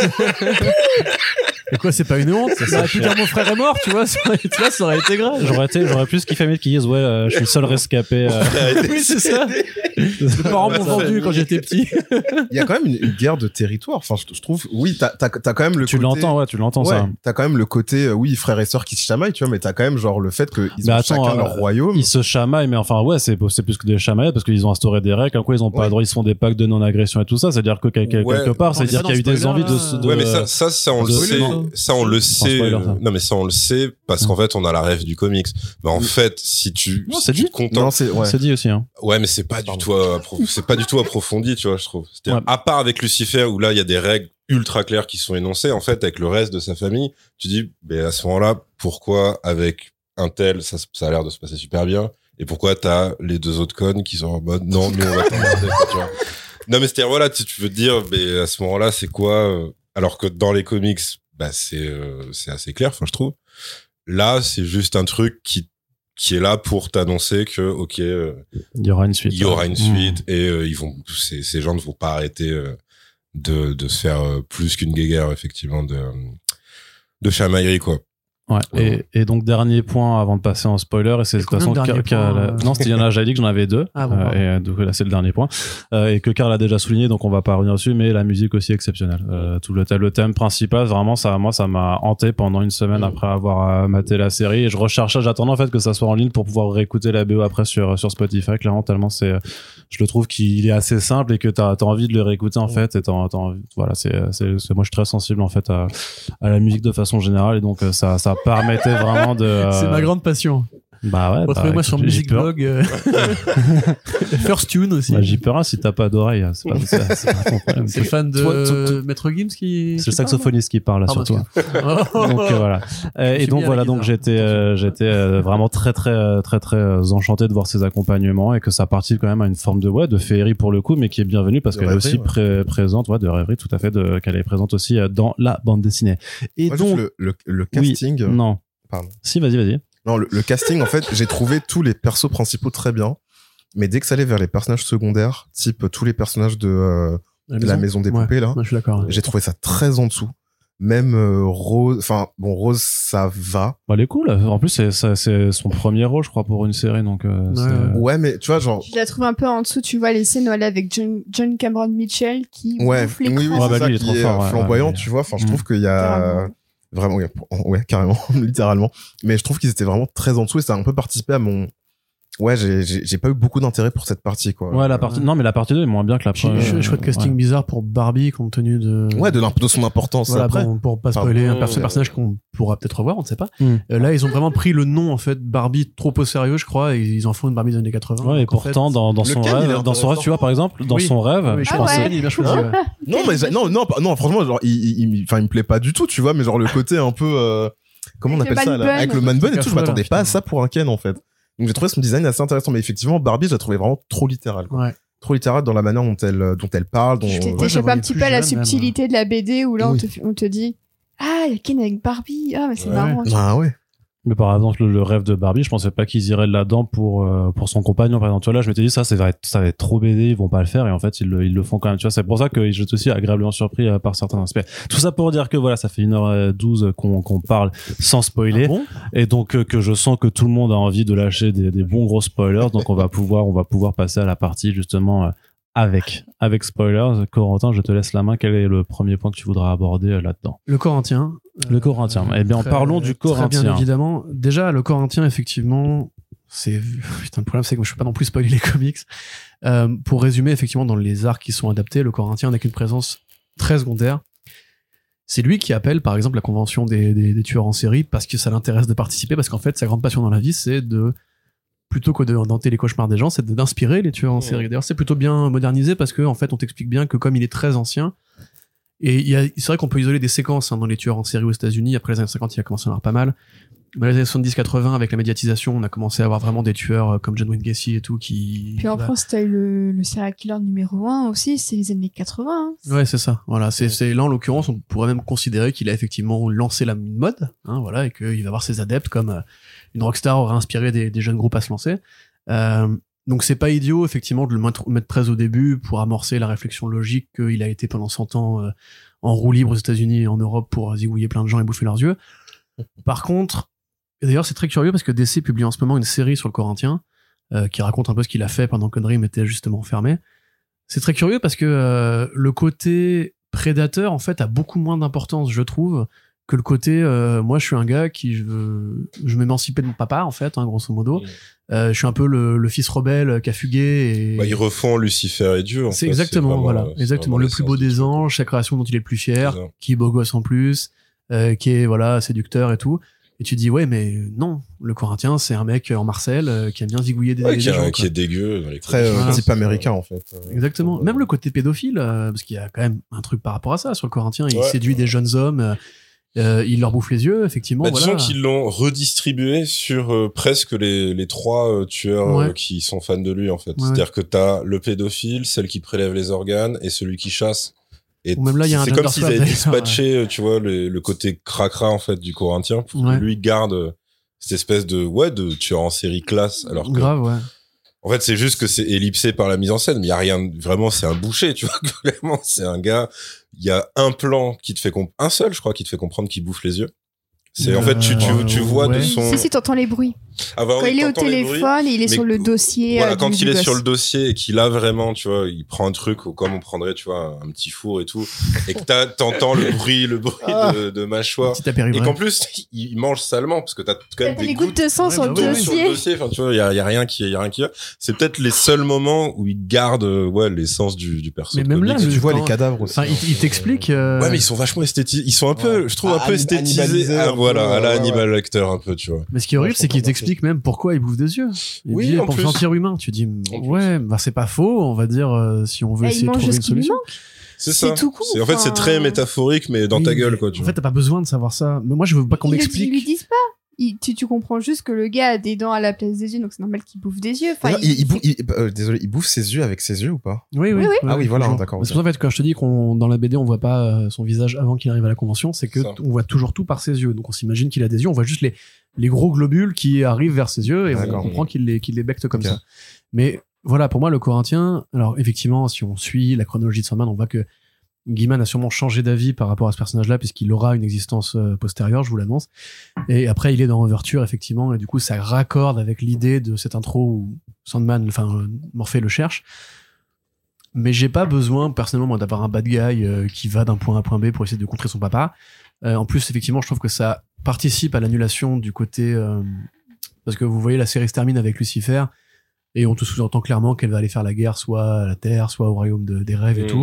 Et quoi, c'est pas une honte Ça aurait pu dire mon frère est mort, tu vois, ça aurait, tu vois, ça aurait été grave. J'aurais été, j'aurais plus kiffé mieux qu'ils disent, ouais, euh, je suis le seul rescapé. euh. Oui, c'est ça. Mes parents m'ont vendu quand j'étais petit. Il y a quand même une, une guerre de territoire. Enfin, je, je trouve, oui, t'as, t'as, t'as quand même le tu côté... l'entends, ouais, tu l'entends, ouais, ça. T'as quand même le côté, euh, oui, frères et sœurs qui se chamaillent, tu vois, mais t'as quand même genre le fait qu'ils Mais ont attends, chacun euh, leur royaume. Ils se chamaillent, mais enfin, ouais, c'est, c'est plus que des chamaillettes parce qu'ils ont instauré des règles, comme quoi ils ont pas Ouais. le droit, ils se font des pactes de non-agression et tout ça. C'est-à-dire que quelque, Ouais. quelque part, Attends, mais c'est-à-dire ça, qu'il y a eu dans des spoiler, envies de, là, de Ouais, mais ça, ça, ça, on de- le de- sait. non. Ça, on le sait. spoiler, ça. Non, mais ça, on le sait parce qu'en fait, on a la rêve du comics. Mais en fait, si tu, Non, si c'est tu dit. te contentes. Non, c'est, ouais. C'est dit aussi, hein. Ouais, mais c'est pas du Pardon. tout, appro- c'est pas du tout approfondi, tu vois, je trouve. C'est-à-dire, Ouais. à part avec Lucifer, où là, il y a des règles ultra claires qui sont énoncées, en fait, avec le reste de sa famille, tu dis, ben, à ce moment-là, pourquoi avec un tel, ça, ça a l'air de se passer super bien, et pourquoi t'as les deux autres connes qui sont en mode, non, nous, on va t'emmerder, tu vois. Non, mais c'est-à-dire, voilà, tu, tu veux te dire, ben, à ce moment-là, c'est quoi, euh, alors que dans les comics, bah, c'est, euh, c'est assez clair, enfin, je trouve. Là, c'est juste un truc qui, qui est là pour t'annoncer que, ok, euh, Il y aura une suite. il y aura une Mmh. suite et euh, ils vont ces, ces gens ne vont pas arrêter euh, de de se faire euh, plus qu'une guéguerre effectivement de de chamaillerie quoi. Ouais. Ouais. Et, et donc dernier point avant de passer en spoiler, et c'est de toute combien façon de derniers Car- Car- points, euh non, c'était il y en a, j'avais dit que j'en avais deux. Ah bon, Euh, pardon. et euh, donc là c'est le dernier point. Euh, et que Karl a déjà souligné, donc on va pas revenir dessus, mais la musique aussi exceptionnelle. Euh, tout le, thème- le thème principal, vraiment ça, moi ça m'a hanté pendant une semaine après avoir euh, maté la série. Et je recherchais, j'attendais en fait que ça soit en ligne pour pouvoir réécouter la B O après sur sur Spotify. Clairement tellement c'est, je le trouve qu'il est assez simple et que t'as t'as envie de le réécouter en fait. Et t'as, t'as envie, voilà, c'est, c'est, c'est moi je suis très sensible en fait à à la musique de façon générale et donc euh, ça ça permettait vraiment de euh, C'est ma grande passion. bah ouais Retrouvez-moi bah, sur écoute, j'y Music peux- Blog. euh, First Tune aussi. bah, j'y peux rien si t'as pas d'oreille, c'est pas, c'est, c'est pas ton problème. C'est fan de Toi, toi, toi- Maître Gims qui. c'est le saxophoniste qui parle là Pardon, surtout. excuse-moi. Donc euh, voilà. Euh, Je et suis donc mis à voilà, la donc guitare. j'étais euh, j'étais euh, vraiment très très euh, très très euh, enchanté de voir ces accompagnements et que ça participe quand même à une forme de ouais de féerie pour le coup, mais qui est bienvenue parce De qu'elle est rêverie, aussi ouais. pré- présente, ouais, de rêverie tout à fait, de qu'elle est présente aussi euh, dans la bande dessinée. Et Moi, juste donc le, le, le oui, casting. non, Pardon. si vas-y vas-y. Non, le, le casting, en fait, j'ai trouvé tous les persos principaux très bien. Mais dès que ça allait vers les personnages secondaires, type tous les personnages de euh, la maison des Ouais. poupées, là, Ouais, je suis d'accord. j'ai trouvé ça très en dessous. Même euh, Rose, enfin, bon, Rose, ça va. Bah, elle est cool. En plus c'est ça- c'est son premier rôle je crois pour une série donc euh, Ouais, c'est- ouais. Ouais, mais tu vois, genre, Je la trouve un peu en dessous, tu vois, les scènes où elle est avec John, John Cameron Mitchell qui ouais, bouffe oui, l'écran. oui, Ouais, c'est bah, ça lui, il est qui trop est fort, euh, ouais, flamboyant, ouais, tu vois. Enfin, je Mm. trouve qu'il y a Carrément. vraiment, ouais, ouais, carrément, littéralement. Mais je trouve qu'ils étaient vraiment très en dessous et ça a un peu participé à mon. Ouais, j'ai, j'ai, j'ai pas eu beaucoup d'intérêt pour cette partie, quoi. ouais la partie Ouais. non mais la partie deux est moins bien que la J'ai première. eu choix de casting Ouais. bizarre pour Barbie compte tenu de. Ouais, de, l'imp- de son importance Voilà, après. bon, pour pas Pardon. spoiler un Ouais. perso- personnage qu'on pourra peut-être revoir, on ne sait pas. Mm. Euh, là, ils ont vraiment pris le nom en fait Barbie trop au sérieux, je crois, et ils en font une Barbie des années quatre-vingts. Ouais, et Donc, en fait- pourtant dans dans son lequel, il est rêve, dans son rêve, intéressant. tu vois par exemple, dans Oui. son rêve, Oui, je Ah pense ouais. qu'il est bien choisi. ouais. Non, mais j'ai- non, non, pas- non, franchement, genre, il, il, il- enfin, il me plaît pas du tout, tu vois, mais genre le côté un peu, euh, comment on Avec appelle le ça, man là, bun. avec le man bun et Truc tout, je affreux, m'attendais là, pas à putain. ça pour un Ken, en fait. Donc j'ai trouvé son design assez intéressant, mais effectivement, Barbie, je la trouvais vraiment trop littérale, quoi. Ouais. Trop littérale dans la manière dont elle, dont elle parle, dont, Je Ouais, t'échappe j'avoue, un il est petit plus peu à la jeune, même. subtilité de la B D où là on, Oui. te, fait- on te dit ah, il y a Ken avec Barbie, ah, mais c'est Ouais. marrant. ah ouais. Mais par exemple, le, le rêve de Barbie, je pensais pas qu'ils iraient là-dedans pour euh, pour son compagnon. Par exemple, tu vois, là, je m'étais dit ça, ça va être ça va être trop B D, ils vont pas le faire, et en fait, ils le, ils le font quand même. Tu vois, c'est pour ça que j'étais aussi agréablement surpris euh, par certains aspects. Tout ça pour dire que voilà, ça fait une heure douze qu'on qu'on parle sans spoiler, Ah bon et donc euh, que je sens que tout le monde a envie de lâcher des, des bons gros spoilers. Donc on va pouvoir on va pouvoir passer à la partie justement euh, avec avec spoilers. Corentin, je te laisse la main. Quel est le premier point que tu voudras aborder euh, là-dedans? Le Corinthien. Le Corinthien. Eh bien, très- parlons du Très bien, Corinthien. évidemment. Déjà, le Corinthien, effectivement, c'est putain, le problème, c'est que moi, je peux pas non plus spoiler les comics. Euh, pour résumer, effectivement, dans les arcs qui sont adaptés, le Corinthien n'a qu'une présence très secondaire. C'est lui qui appelle, par exemple, la convention des, des, des tueurs en série parce que ça l'intéresse de participer, parce qu'en fait, sa grande passion dans la vie, c'est de, plutôt que de d'hanter les cauchemars des gens, c'est de- d'inspirer les tueurs en Mmh. série. D'ailleurs, c'est plutôt bien modernisé parce que, en fait, on t'explique bien que comme il est très ancien, et il y a, c'est vrai qu'on peut isoler des séquences hein, dans les tueurs en série aux États-Unis. Après les années cinquante, il a commencé à en avoir pas mal. Mais les années soixante-dix quatre-vingts, avec la médiatisation, on a commencé à avoir vraiment des tueurs euh, comme John Wayne Gacy et tout qui. Puis en bah, France, t'as eu le, le serial killer numéro un aussi, c'est les années quatre-vingts. hein. Ouais, c'est ça. Voilà, c'est c'est là en l'occurrence, on pourrait même considérer qu'il a effectivement lancé la une mode, hein, voilà, et qu'il va avoir ses adeptes comme euh, une rockstar aurait inspiré des, des jeunes groupes à se lancer. Euh, donc c'est pas idiot effectivement de le mettre, mettre très au début pour amorcer la réflexion logique qu'il a été pendant cent ans euh, en roue libre aux États-Unis et en Europe pour zigouiller plein de gens et bouffer leurs yeux. Par contre, et d'ailleurs c'est très curieux parce que D C publie en ce moment une série sur le Corinthien euh, qui raconte un peu ce qu'il a fait pendant que Dream était justement fermé. C'est très curieux parce que euh, le côté prédateur, en fait, a beaucoup moins d'importance, je trouve, que le côté euh, moi je suis un gars qui je veux je m'émanciper de mon papa en fait hein, grosso modo. Mmh. Euh, je suis un peu le, le fils rebelle qui a fugué et bah, ils refont Lucifer et Dieu en c'est fait, exactement c'est vraiment, voilà exactement le plus beau des truc. anges, sa création dont il est le plus fier, qui est beau gosse en plus, euh, qui est voilà séducteur et tout, et tu dis ouais mais non, le Corinthien c'est un mec en Marcel euh, qui aime bien zigouiller des, ouais, des qui, gens, a, qui est dégueu dans les très euh, voilà. type américain en fait exactement euh, même le côté pédophile euh, parce qu'il y a quand même un truc par rapport à ça sur le Corinthien, il ouais. séduit des jeunes hommes euh, Euh, il leur bouffe les yeux, effectivement. Bah, voilà. Disons qu'ils l'ont redistribué sur euh, presque les, les trois euh, tueurs ouais. euh, qui sont fans de lui, en fait. Ouais. C'est-à-dire que t'as le pédophile, celle qui prélève les organes et celui qui chasse. Et Ou même là, il y a un c'est comme s'ils avaient dispatché, ouais. tu vois, le, le côté cracra, en fait, du Corinthien pour ouais. que lui garde cette espèce de, ouais, de tueur en série classe. Alors que, grave, ouais. En fait, c'est juste que c'est ellipsé par la mise en scène, mais il y a rien, vraiment, c'est un boucher, tu vois, clairement, c'est un gars, il y a un plan qui te fait comp- un seul, je crois, qui te fait comprendre qu'il bouffe les yeux. C'est, euh, en fait, tu, tu, tu vois ouais. de son... Si, si, t'entends les bruits. Ah bah, quand oui, il est au téléphone, et il est sur le dossier. Voilà, euh, quand du, il du est gosse. sur le dossier et qu'il a vraiment, tu vois, il prend un truc comme on prendrait, tu vois, un, un petit four et tout, et que t'as, t'entends le bruit, le bruit ah. de, de mâchoire. Et qu'en plus, il mange salement, parce que t'as quand même t'as des les gouttes de sang ouais, sur, bah le ouais, dossier. sur le dossier. Enfin, tu vois, il y a, y a rien qui, y a rien qui va. C'est peut-être les seuls moments où il garde, ouais, l'essence du, du perso. Mais même là, tu le, vois quand... les cadavres aussi. Enfin, il, il t'explique. Euh... Ouais, mais ils sont vachement esthétisés. Ils sont un peu, ouais. je trouve, ah, un peu esthétisés. Ah, voilà, à la Hannibal Lecter, un peu, tu vois. Mais ce qui est horrible, ouais, c'est qu'il t'explique même pourquoi il bouffe des yeux. Il oui, dit, en pour plus. se sentir humain. Tu dis, ouais, bah, c'est pas faux, on va dire, euh, si on veut bah, essayer de trouver une solution. C'est c'est ça. tout court. C'est, en fait, c'est très métaphorique, mais dans oui, ta gueule, quoi, tu en vois. fait, t'as pas besoin de savoir ça. Mais moi, je veux pas qu'on ils m'explique. Ils lui disent pas. Il, tu, tu comprends juste que le gars a des dents à la place des yeux, donc c'est normal qu'il bouffe des yeux. Enfin, non, il, il, bouffe, il, euh, désolé, il bouffe ses yeux avec ses yeux ou pas? Oui, oui. oui, oui. Ah oui, voilà, toujours. d'accord. C'est pour ça, en fait, quand je te dis qu'on, dans la B D, on voit pas euh, son visage avant qu'il arrive à la convention, c'est que ça. on voit toujours tout par ses yeux. Donc, on s'imagine qu'il a des yeux, on voit juste les, les gros globules qui arrivent vers ses yeux et d'accord. on comprend qu'il les, qu'il les becte comme okay. ça. Mais voilà, pour moi, le Corinthien, alors effectivement, si on suit la chronologie de Sandman, on voit que Gaiman a sûrement changé d'avis par rapport à ce personnage-là, puisqu'il aura une existence euh, postérieure, je vous l'annonce. Et après, il est dans Overture, effectivement, et du coup, ça raccorde avec l'idée de cette intro où Sandman, enfin, euh, Morphée le cherche. Mais j'ai pas besoin, personnellement, moi, d'avoir un bad guy euh, qui va d'un point A à point B pour essayer de contrer son papa. Euh, en plus, effectivement, je trouve que ça participe à l'annulation du côté... Euh, parce que vous voyez, la série se termine avec Lucifer, et on te sous-entend clairement qu'elle va aller faire la guerre, soit à la Terre, soit au royaume de, des rêves et mmh. tout.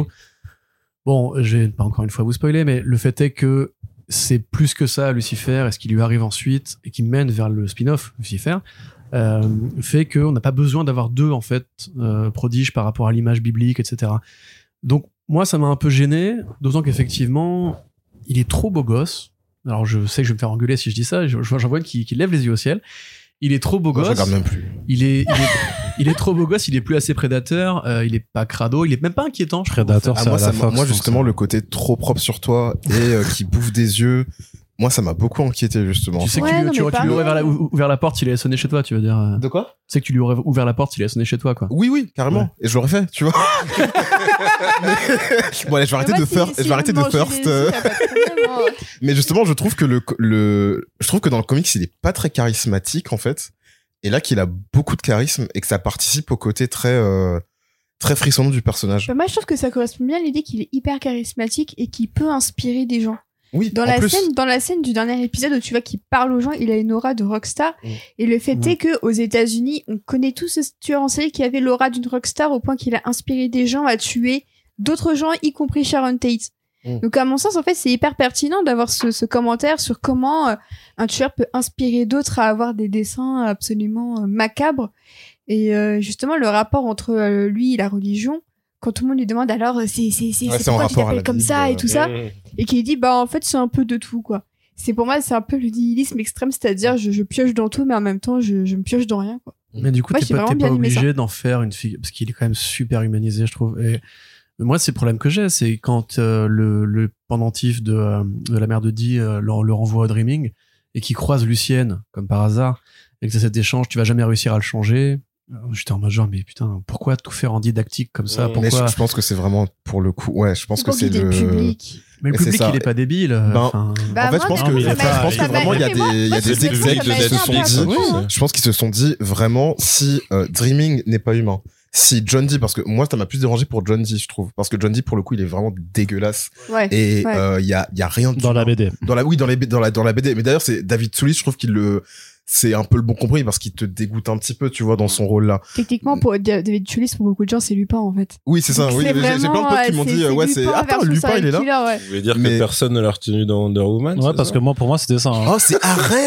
Bon, je vais pas encore une fois vous spoiler, mais le fait est que c'est plus que ça, Lucifer, et ce qui lui arrive ensuite, et qui mène vers le spin-off, Lucifer, euh, fait qu'on n'a pas besoin d'avoir deux, en fait, euh, prodiges par rapport à l'image biblique, et cetera. Donc, moi, ça m'a un peu gêné, d'autant qu'effectivement, il est trop beau gosse. Alors, je sais que je vais me faire engueuler si je dis ça, je, je, j'en vois une qui, qui lève les yeux au ciel. Il est trop beau gosse. Moi, je regarde même plus. Il est, il est, il est trop beau gosse, il est plus assez prédateur, euh, il est pas crado, il est même pas inquiétant. Je Prédateur, ah, c'est moi, à la ça, Fox, moi, justement, ça. le côté trop propre sur toi et euh, qui bouffe des yeux, moi, ça m'a beaucoup inquiété, justement. Tu sais ouais, que tu, non, tu, mais tu lui aurais ouvert la, ouvert la porte, il allait sonner chez toi, tu veux dire. Euh... De quoi? Tu sais que tu lui aurais ouvert la porte, il allait sonner chez toi, quoi. Oui, oui, carrément. Ouais. Et je l'aurais fait, tu vois. Bon, allez, je vais arrêter moi, de si, first. si je vais arrêter de first. Les yeux, problème, mais justement, je trouve que le, le, je trouve que dans le comics, il est pas très charismatique, en fait. Et là, qu'il a beaucoup de charisme et que ça participe au côté très, euh, très frissonnant du personnage. Bah, moi, je trouve que ça correspond bien à l'idée qu'il est hyper charismatique et qu'il peut inspirer des gens. Oui, dans en la plus. scène, dans la scène du dernier épisode où tu vois qu'il parle aux gens, il a une aura de rockstar. Mmh. Et le fait mmh. est que aux États-Unis, on connaît tous ce tueur en série qui avait l'aura d'une rockstar au point qu'il a inspiré des gens à tuer d'autres gens, y compris Sharon Tate. Mmh. Donc à mon sens, en fait, c'est hyper pertinent d'avoir ce, ce commentaire sur comment euh, un tueur peut inspirer d'autres à avoir des dessins absolument euh, macabres. Et euh, justement, le rapport entre euh, lui et la religion, quand tout le monde lui demande alors c'est c'est c'est, ouais, c'est pourquoi tu t'appelles comme Bible, ça euh... et tout ça, mmh. et qu'il dit bah en fait c'est un peu de tout quoi. C'est pour moi c'est un peu le nihilisme extrême, c'est-à-dire je, je pioche dans tout mais en même temps je, je me pioche dans rien quoi. Mais du coup moi, t'es pas, t'es pas obligé d'en faire une figure parce qu'il est quand même super humanisé je trouve. Et moi c'est le problème que j'ai, c'est quand euh, le, le pendentif de, euh, de la mère de Dee euh, le, le renvoie au Dreaming et qu'il croise Lucienne comme par hasard et que c'est cet échange tu vas jamais réussir à le changer. J'étais en mode genre, mais putain, pourquoi tout faire en didactique comme ça? Ouais. Pourquoi... Mais je, je pense que c'est vraiment pour le coup. Ouais, je pense que c'est le. public. Mais le Et c'est public, ça. il est pas débile. Ben, enfin... Bah, en fait, moi, je pense non, que, mais je il est pas- pense que ça vraiment, il y a m'a- des, moi, il y a moi, des je me execs trouve qui ça se m'a sont été un peu dit. approchant, hein. Je pense qu'ils se sont dit vraiment si euh, Dreaming n'est pas humain. Si John Dee, parce que moi, ça m'a plus dérangé pour John Dee, je trouve. Parce que John Dee, pour le coup, il est vraiment dégueulasse. Ouais. Et Ouais. euh, il y a, il y a rien Dans la B D. Dans la, oui, dans, les, dans, la, dans la B D. Mais d'ailleurs, c'est David Soulis, je trouve qu'il le. C'est un peu le bon compromis parce qu'il te dégoûte un petit peu, tu vois, dans son rôle là. Techniquement, pour David Chulis, pour beaucoup de gens, c'est Lupin, en fait. Oui, c'est ça. Donc, oui, c'est j'ai j'ai plein de vraiment, potes qui m'ont c'est- dit, euh, c'est ouais, c'est. Lupin Attends, versus Lupin, il est là. Serial Killer, ouais. Vous voulez dire Mais- que personne ne l'a retenu dans Wonder Woman? Ouais, c'est parce ça que moi, pour moi, c'était ça. hein. Oh, c'est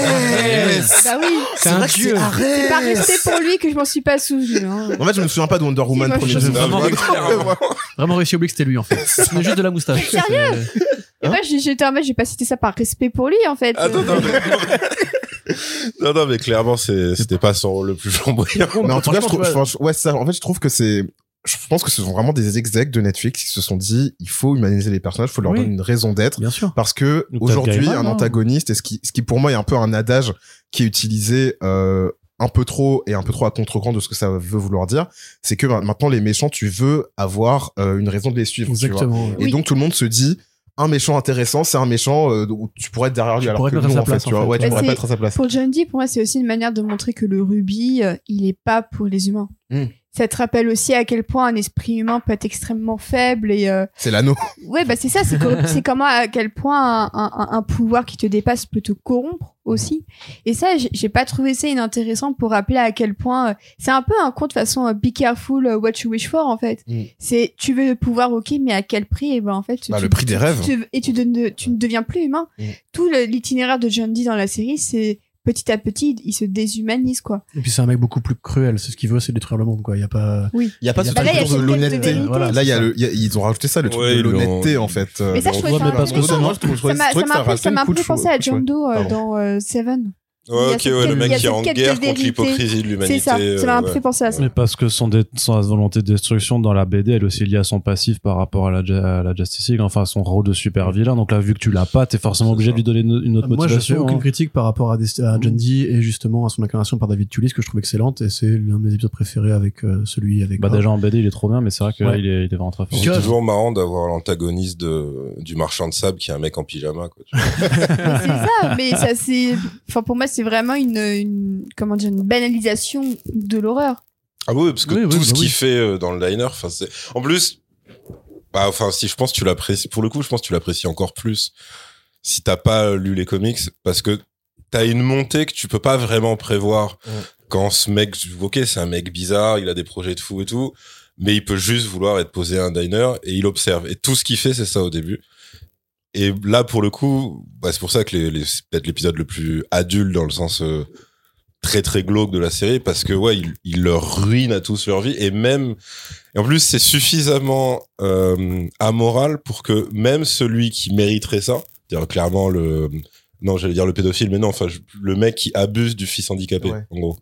Arès! Bah oui. C'est un vrai que dieu. c'est Arès! C'est pas resté pour lui que je m'en suis pas souvenu. Hein. En fait, je me souviens pas de Wonder Woman moi, premier je- film. Vraiment, Ouais, clairement. ouais. Vraiment réussi à oublier que c'était lui, en fait. C'est juste de la moustache. Sérieux C'est- Et moi, j'ai- j'étais en mode, j'ai pas cité ça par respect pour lui, en fait. Attends, Euh, attends, mais... non, non, mais clairement, c'est, c'était pas son rôle le plus flamboyant. Mais en tout cas, je Franchement, trouve, tu vois- enfin, je- ouais, c'est ça. En fait, je trouve que c'est, je pense que ce sont vraiment des execs de Netflix qui se sont dit, il faut humaniser les personnages, il faut leur Oui. donner une raison d'être. Bien sûr. Parce que Ou peut-être aujourd'hui, Gaiman, un non antagoniste, et ce qui, ce qui pour moi est un peu un adage qui est utilisé, euh, un peu trop et un peu trop à contre-courant de ce que ça veut vouloir dire, c'est que ma- maintenant les méchants, tu veux avoir euh, une raison de les suivre. tu vois. Exactement. Et Oui. donc tout le monde se dit, un méchant intéressant, c'est un méchant euh, où tu pourrais être derrière lui. Tu alors pourrais que te mettre à non, sa en fait, place, tu en vois, fait. ouais, tu Mais pourrais c'est- pas être à sa place. Pour John Dee, pour moi, c'est aussi une manière de montrer que le rubis, euh, il est pas pour les humains. Mm. Ça te rappelle aussi à quel point un esprit humain peut être extrêmement faible et euh, C'est l'anneau. ouais bah c'est ça, c'est co- c'est comment à quel point un, un, un pouvoir qui te dépasse peut te corrompre aussi. Et ça, j'ai j'ai pas trouvé ça inintéressant pour rappeler à quel point euh, c'est un peu un conte façon euh, Be careful uh, what you wish for en fait. Mm. C'est tu veux le pouvoir, ok, mais à quel prix? Et ben en fait, Bah, tu- le prix des tu- rêves. tu- et tu, ne- tu ne deviens plus humain. Mm. Tout le- l'itinéraire de John Dee dans la série, c'est petit à petit, il se déshumanise quoi. Et puis c'est un mec beaucoup plus cruel. C'est ce qu'il veut, c'est détruire le monde, quoi. Il y a pas. Il y a pas Bah ce là, truc il y a de cette quête de l'honnêteté. vérité. Voilà, Là, il y a c'est le, il y a- ils ont rajouté ça, le truc Ouais, de ils l'ont- l'honnêteté, en fait. euh, Mais ça, je dans- trouvais Ouais, ça mais parce que intéressant. ça, moi, je trouve- je Ça trouvais- m'a je trouvais ça que m'a un peu- rajoutait ça m'a un une peu couche, pensé à ouais. John Doe euh, Pardon. dans euh, Seven. Il y Ouais, a ok, cette ouais, quête- le il mec y a qui est cette en quête de guerre contre vérité. l'hypocrisie de l'humanité. C'est ça, ça m'a un peu euh, fait penser à ça. Mais parce que son, dé- son volonté de destruction dans la B D, elle est aussi liée à son passif par rapport à la, Ju- à la Justice League, enfin à son rôle de super vilain. Donc là, vu que tu l'as pas, t'es forcément C'est obligé ça. de lui donner une, une autre Moi, je fais motivation. aucune hein. critique par rapport à, Des- à John Dee et justement à son incarnation par David Tulis que je trouve excellente et c'est l'un de mes épisodes préférés avec euh, celui avec. Bah Bob. déjà en B D, il est trop bien, mais c'est vrai que Ouais. là, il est, il est vraiment très fort. C'est Tu vois, toujours marrant d'avoir l'antagoniste de, du marchand de sable qui est un mec en pyjama, quoi. tu vois. Mais c'est ça, mais ça c'est, enfin pour moi c'est vraiment une, une, comment dire, une banalisation de l'horreur. Ah oui, parce que Oui, oui, tout bah ce qu'il oui. fait euh, dans le diner, enfin c'est, en plus, bah enfin si je pense que tu l'apprécies, pour le coup, je pense que tu l'apprécies encore plus si t'as pas euh, lu les comics, parce que t'as une montée que tu peux pas vraiment prévoir Ouais. quand ce mec, ok, c'est un mec bizarre, il a des projets de fou et tout, mais il peut juste vouloir être posé à un diner et il observe. Et tout ce qu'il fait, c'est ça au début. Et là, pour le coup, bah, c'est pour ça que les, les, c'est peut-être l'épisode le plus adulte dans le sens euh, très très glauque de la série, parce que ouais, il, il leur ruine à tous leur vie et même, et en plus c'est suffisamment euh, amoral pour que même celui qui mériterait ça, c'est-à-dire clairement le, non j'allais dire le pédophile, mais non, enfin je- le mec qui abuse du fils handicapé, Ouais. en gros.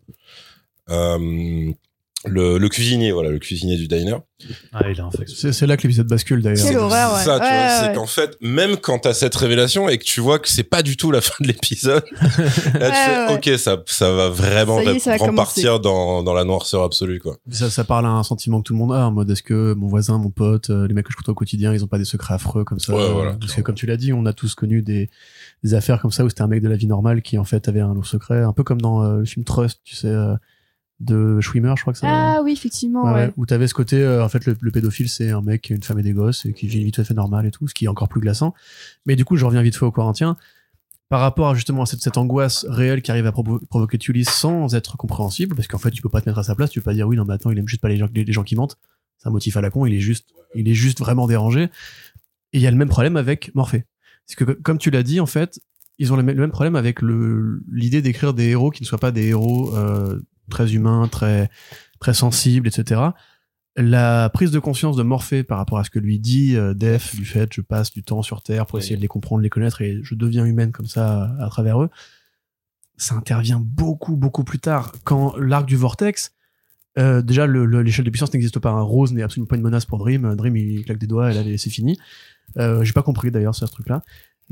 Euh, le, le cuisinier, voilà, le cuisinier du diner. Ah, il est infectieux. C'est c'est là que l'épisode bascule d'ailleurs. Quelle horreur, ouais. Ça, tu Ouais, vois, ouais, c'est ouais. qu'en fait, même quand t'as cette révélation et que tu vois que c'est pas du tout la fin de l'épisode, là tu Ouais, fais, ouais. ok, ça, ça va vraiment Ça y est, ça va repartir dans, dans la noirceur absolue, quoi. Ça, ça parle à un sentiment que tout le monde a, en mode est-ce que mon voisin, mon pote, euh, les mecs que je côtoie au quotidien, ils ont pas des secrets affreux comme ça. Ouais, euh, voilà, Parce que clairement. comme tu l'as dit, on a tous connu des, des affaires comme ça où c'était un mec de la vie normale qui en fait avait un lourd secret, un peu comme dans euh, le film Trust, tu sais, euh, de Schwimmer, je crois que c'est. Ah oui, effectivement, Ouais, ouais. ouais, où t'avais ce côté, euh, en fait, le, le pédophile, c'est un mec, une femme et des gosses, et qui vit une vie tout à fait normale et tout, ce qui est encore plus glaçant. Mais du coup, je reviens vite fait au Corinthien. Par rapport à, justement à cette, cette angoisse réelle qui arrive à provo- provoquer Tully sans être compréhensible, parce qu'en fait, tu peux pas te mettre à sa place, tu peux pas dire oui, non, mais attends, il aime juste pas les gens, les, les gens qui mentent. C'est un motif à la con, il est juste, il est juste vraiment dérangé. Et il y a le même problème avec Morphée. C'est que, comme tu l'as dit, en fait, ils ont le même, le même problème avec le, l'idée d'écrire des héros qui ne soient pas des héros, euh, très humains, très, très sensibles, et cetera. La prise de conscience de Morphée par rapport à ce que lui dit euh, Def, du fait je passe du temps sur Terre pour Oui. essayer de les comprendre, les connaître et je deviens humaine comme ça à, à travers eux, ça intervient beaucoup, beaucoup plus tard. Quand l'arc du Vortex, euh, déjà le, le- l'échelle de puissance n'existe pas. Un Rose n'est absolument pas une menace pour Dream. Dream il claque des doigts et là c'est fini. Euh, j'ai pas compris d'ailleurs ce truc-là. Mais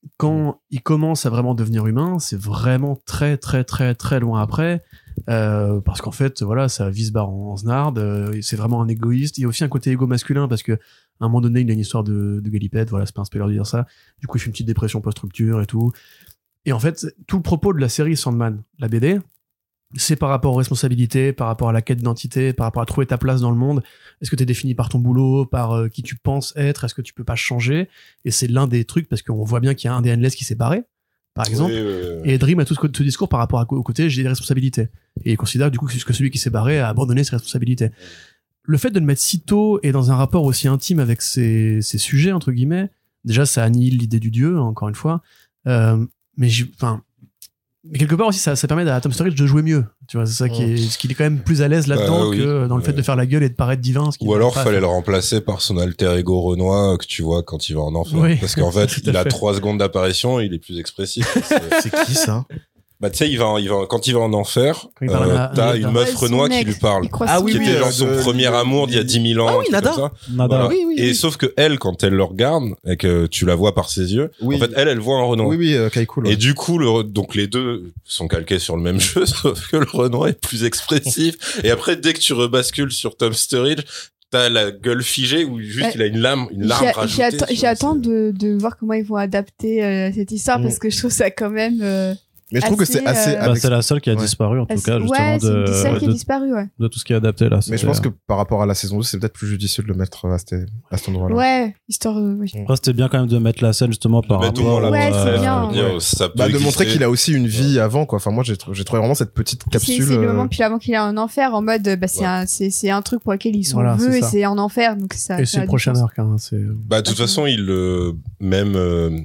quand il commence à vraiment devenir humain, c'est vraiment très très très très loin après, euh, parce qu'en fait, voilà, ça vise barre en Snard, euh, c'est vraiment un égoïste. Il y a aussi un côté égo masculin parce que à un moment donné, il a une histoire de, de galipette, voilà, c'est pas un spoiler de dire ça. Du coup, il fait une petite dépression post-rupture et tout. Et en fait, tout le propos de la série Sandman, la B D, c'est par rapport aux responsabilités, par rapport à la quête d'identité, par rapport à trouver ta place dans le monde. Est-ce que tu es défini par ton boulot, par euh, qui tu penses être? Est-ce que tu peux pas changer? Et c'est l'un des trucs, parce qu'on voit bien qu'il y a un des Endless qui s'est barré, par exemple. Oui, oui, oui. Et Dream a tout ce, ce discours par rapport à, au côté j'ai des responsabilités. Et il considère du coup que celui qui s'est barré a abandonné ses responsabilités. Le fait de le mettre si tôt et dans un rapport aussi intime avec ses, ses sujets, entre guillemets, déjà ça annihile l'idée du dieu, encore une fois. Euh, mais enfin... Mais quelque part aussi, ça, ça permet à Tom Sturridge de jouer mieux. Tu vois, c'est ça qui est, ce qu'il est quand même plus à l'aise là-dedans bah, oui, que dans le ouais. fait de faire la gueule et de paraître divin. Ce Ou alors, fallait le remplacer par son alter ego Renoir que tu vois quand il va en enfer. Oui. Parce qu'en fait, il a trois secondes d'apparition, il est plus expressif. C'est qui ça? Bah tu sais, il va, il va, quand il va en enfer, euh, t'as une meuf ouais, Renoir qui lui parle, ah, oui, qui oui, était genre de... son premier amour d'il y a dix mille ans. Ah oui, Nada. Comme ça. Nada. Voilà. Oui, oui, et oui. sauf que elle, quand elle le regarde et que tu la vois par ses yeux, oui. en fait, elle, elle voit un Renoir. Oui, oui, euh, Kaikul. Ouais. Et du coup, le, donc les deux sont calqués sur le même jeu, sauf que le Renoir est plus expressif. Et après, dès que tu rebascules sur Tom Sturridge, t'as la gueule figée où juste ouais. il a une lame, une larme rajoutée. J'attends de, de voir comment ils vont adapter euh, cette histoire mmh. parce que je trouve ça quand même. Euh... Mais je trouve assez, que c'est assez. Euh... Bah, c'est la seule qui a ouais. disparu en tout cas justement ouais, de, celle de, qui a disparu, ouais. de tout ce qui est adapté là. Mais je pense que par rapport à la saison deux, c'est peut-être plus judicieux de le mettre à, cet, à cet endroit-là. Ouais, histoire. Euh, oui. Après, c'était bien quand même de mettre la scène justement par de rapport. La ouais, c'est bien. Ouais. Ça peut bah, de montrer qu'il a aussi une vie ouais. avant quoi. Enfin moi j'ai j'ai trouvé vraiment cette petite capsule. C'est le moment puis avant qu'il est en enfer en mode bah c'est ouais. un c'est c'est un truc pour lequel ils sont voilà, vœux et c'est en enfer donc ça. Et c'est le prochain arc hein. C'est. Bah de toute façon il même.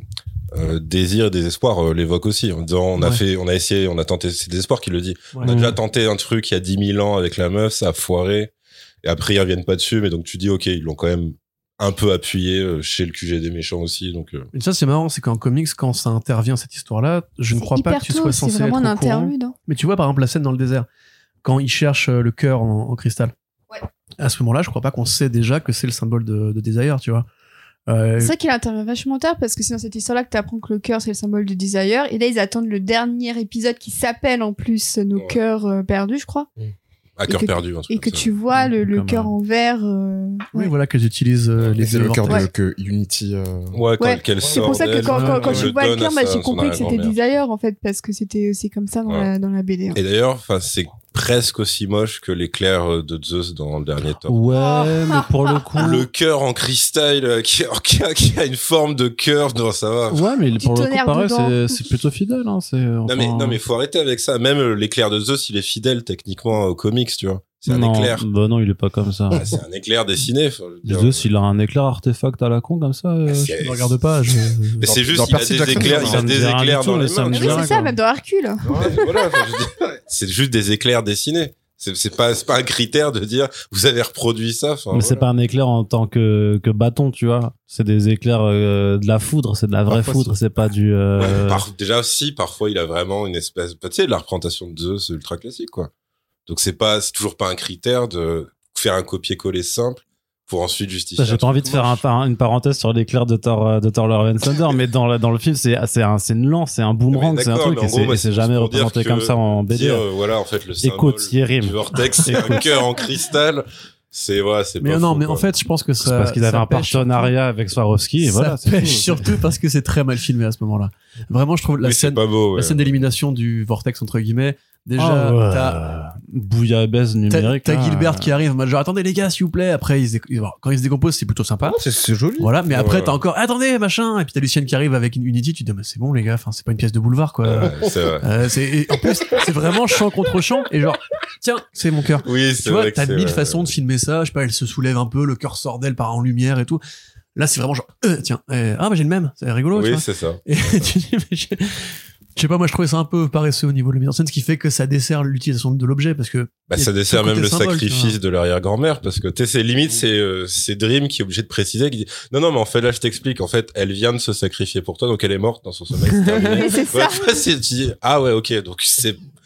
Euh, désir et désespoir euh, l'évoque aussi en disant on a ouais. fait on a essayé on a tenté c'est désespoir qui le dit ouais. on a déjà tenté un truc il y a dix mille ans avec la meuf ça a foiré et après ils reviennent pas dessus mais donc tu dis ok ils l'ont quand même un peu appuyé euh, chez le Q G des méchants aussi donc euh... ça c'est marrant c'est qu'en comics quand ça intervient cette histoire là je ne crois pas que tu sois censé être au courant hein. Mais tu vois par exemple la scène dans le désert quand ils cherchent le cœur en, en cristal ouais. À ce moment là je crois pas qu'on sait déjà que c'est le symbole de, de Desire tu vois. Euh... C'est vrai qu'il intervient vachement tard parce que c'est dans cette histoire-là que t'apprends que le cœur c'est le symbole du Desire et là ils attendent le dernier épisode qui s'appelle en plus Nos ouais. cœurs euh, perdus je crois. Mmh. À cœur perdu un truc et que ça. Tu vois le, le cœur en verre. Euh... Oui ouais. Voilà qu'elles utilisent euh, les. C'est le cœur ouais. que Unity. Euh... Ouais quand ouais. qu'elle c'est pour ça que quand, quand, quand je vois le cœur bah, j'ai compris que c'était Desire en fait parce que c'était aussi comme ça dans ouais. la dans la B D. Hein. Et d'ailleurs enfin c'est presque aussi moche que l'éclair de Zeus dans le dernier tome. Ouais, mais pour le coup. Le cœur en cristal qui a, qui a, qui a une forme de cœur, non, ça va. Ouais, mais pour le coup, pareil, c'est, c'est plutôt fidèle, hein, c'est, enfin... Non, mais, non, mais faut arrêter avec ça. Même l'éclair de Zeus, il est fidèle, techniquement, aux comics, tu vois. C'est un non, éclair. Bah non, il est pas comme ça. Ah, c'est un éclair dessiné. Zeus, il a un éclair artefact à la con, comme ça. Euh, je ne regarde pas. Je... Mais c'est juste, il a des éclairs, il a des éclairs dans les mains. Mais c'est ça, même dans Hercule. Voilà, c'est juste des éclairs dessinés. C'est, c'est pas, c'est pas un critère de dire, vous avez reproduit ça. Mais voilà. C'est pas un éclair en tant que, que bâton, tu vois. C'est des éclairs, euh, de la foudre, c'est de la vraie parfois foudre, c'est... c'est pas du, euh... ouais, par, déjà, si, parfois, il a vraiment une espèce, tu sais, de la représentation de Zeus, c'est ultra classique, quoi. Donc c'est pas, c'est toujours pas un critère de faire un copier-coller simple pour ensuite justifier. J'ai pas envie de faire un, une parenthèse sur l'éclair de Thor, de Thor Love and Thunder, mais dans le, dans le film, c'est, c'est un, c'est une lance, c'est un boomerang, c'est un truc, et c'est, moi, et c'est jamais représenté comme ça en B D. Dire, euh, voilà, en fait, le symbole Écoute, du vortex, c'est un cœur en cristal. C'est, voilà, c'est mais pas non, fou, mais quoi. En fait, je pense que ça. C'est parce qu'ils avaient un partenariat surtout. Avec Swarovski, et voilà. Ça pêche surtout parce que c'est très mal filmé à ce moment-là. Vraiment, je trouve la oui, scène, beau, ouais. la scène d'élimination du vortex, entre guillemets. Déjà, oh, ouais. t'as bouillabaisse numérique. T'as, t'as là, Gilbert euh... qui arrive, genre attendez les gars, s'il vous plaît. Après, ils, quand ils se décomposent, c'est plutôt sympa. C'est, c'est joli. Voilà, mais après ouais. t'as encore attendez machin. Et puis t'as Lucienne qui arrive avec une Unity. Tu te dis mais c'est bon les gars, enfin c'est pas une pièce de boulevard quoi. Ouais, c'est vrai. Euh, c'est en plus c'est vraiment chant contre chant et genre tiens c'est mon cœur. Oui, c'est tu vois, vrai t'as que mille c'est façons vrai. de filmer ça. Je sais pas, elle se soulève un peu, le cœur sort d'elle, part en lumière et tout. Là, c'est vraiment genre, euh, tiens, euh, ah, bah, j'ai le même, c'est rigolo, oui, tu vois. c'est ça. Et tu dis, mais je, je sais pas, moi, je trouvais ça un peu paresseux au niveau de la mise en scène, ce qui fait que ça dessert l'utilisation de l'objet, parce que. Bah, ça dessert même le symbole, sacrifice de l'arrière-grand-mère, parce que, tu sais, c'est limite, c'est, euh, c'est Dream qui est obligé de préciser, qui dit, non, non, mais en fait, là, je t'explique, en fait, elle vient de se sacrifier pour toi, donc elle est morte dans son sommeil, c'est terminé. c'est ouais, ça. tu vois, c'est, tu dis, ah ouais, ok, donc c'est,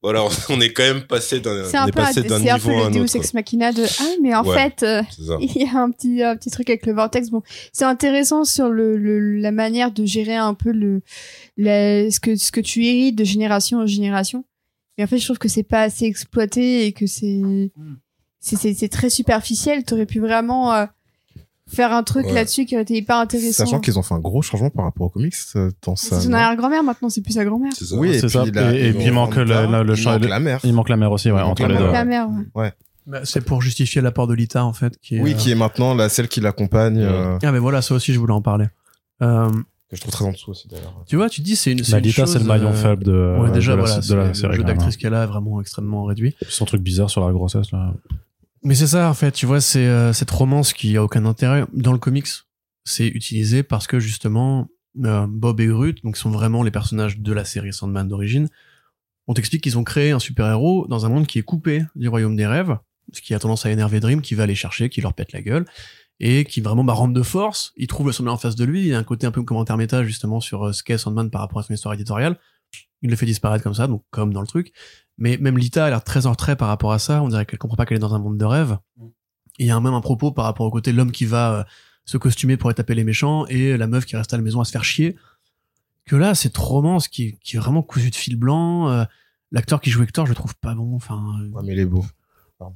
Voilà, on est quand même passé d'un, C'est on un est peu, passé un, d'un c'est un niveau peu à le un Deus autre. Ex Machina de ah mais en Ouais, fait euh, c'est ça. il y a un petit un petit truc avec le vortex. Bon, c'est intéressant sur le, le la manière de gérer un peu le la, ce que ce que tu hérites de génération en génération. Mais en fait, je trouve que c'est pas assez exploité et que c'est c'est c'est, c'est très superficiel. T'aurais pu vraiment euh, faire un truc Ouais. là-dessus qui aurait été hyper intéressant. Sachant qu'ils ont fait un gros changement par rapport aux comics euh, dans ça. C'est son non arrière-grand-mère maintenant, c'est plus sa grand-mère. C'est ça. Oui, et C'est puis ça. la- Et- et puis il manque le- la- le il champ- manque le- la mer. Il manque la mère aussi, ouais, Il manque entre la les mère. deux. La mère, ouais. Bah, c'est pour justifier l'apport de Lita en fait qui est, Oui, euh, qui est maintenant la celle qui l'accompagne, euh, ah mais voilà, ça aussi je voulais en parler. Euh, que je trouve très en dessous aussi d'ailleurs. tu vois, tu dis c'est une c'est Bah, une Lita, chose, c'est le maillon euh, faible de, ouais, déjà de la, voilà, de la c'est- série. le jeu quand même. d'actrice qu'elle a est vraiment extrêmement réduit. Puis son truc bizarre sur la grossesse, là. Mais c'est ça en fait, tu vois, c'est euh, cette romance qui a aucun intérêt dans le comics. C'est utilisé parce que justement euh, Bob et Groot, donc sont vraiment les personnages de la série Sandman d'origine. On t'explique qu'ils ont créé un super-héros dans un monde qui est coupé du royaume des rêves, ce qui a tendance à énerver Dream, qui va les chercher, qui leur pète la gueule, et qui vraiment bah, rentre de force. Il trouve le Sandman en face de lui, il y a un côté un peu commentaire méta justement sur euh, ce qu'est Sandman par rapport à son histoire éditoriale. Il le fait disparaître comme ça, donc comme dans le truc. Mais même Lita a l'air très en retrait par rapport à ça, on dirait qu'elle comprend pas qu'elle est dans un monde de rêve. Et il y a même un propos par rapport au côté l'homme qui va euh, se costumer pour taper les méchants et la meuf qui reste à la maison à se faire chier. Que là, cette romance qui, qui est vraiment cousue de fil blanc, euh, l'acteur qui joue Hector, je le trouve pas bon, enfin... euh, Ouais, mais il est beau. Pardon.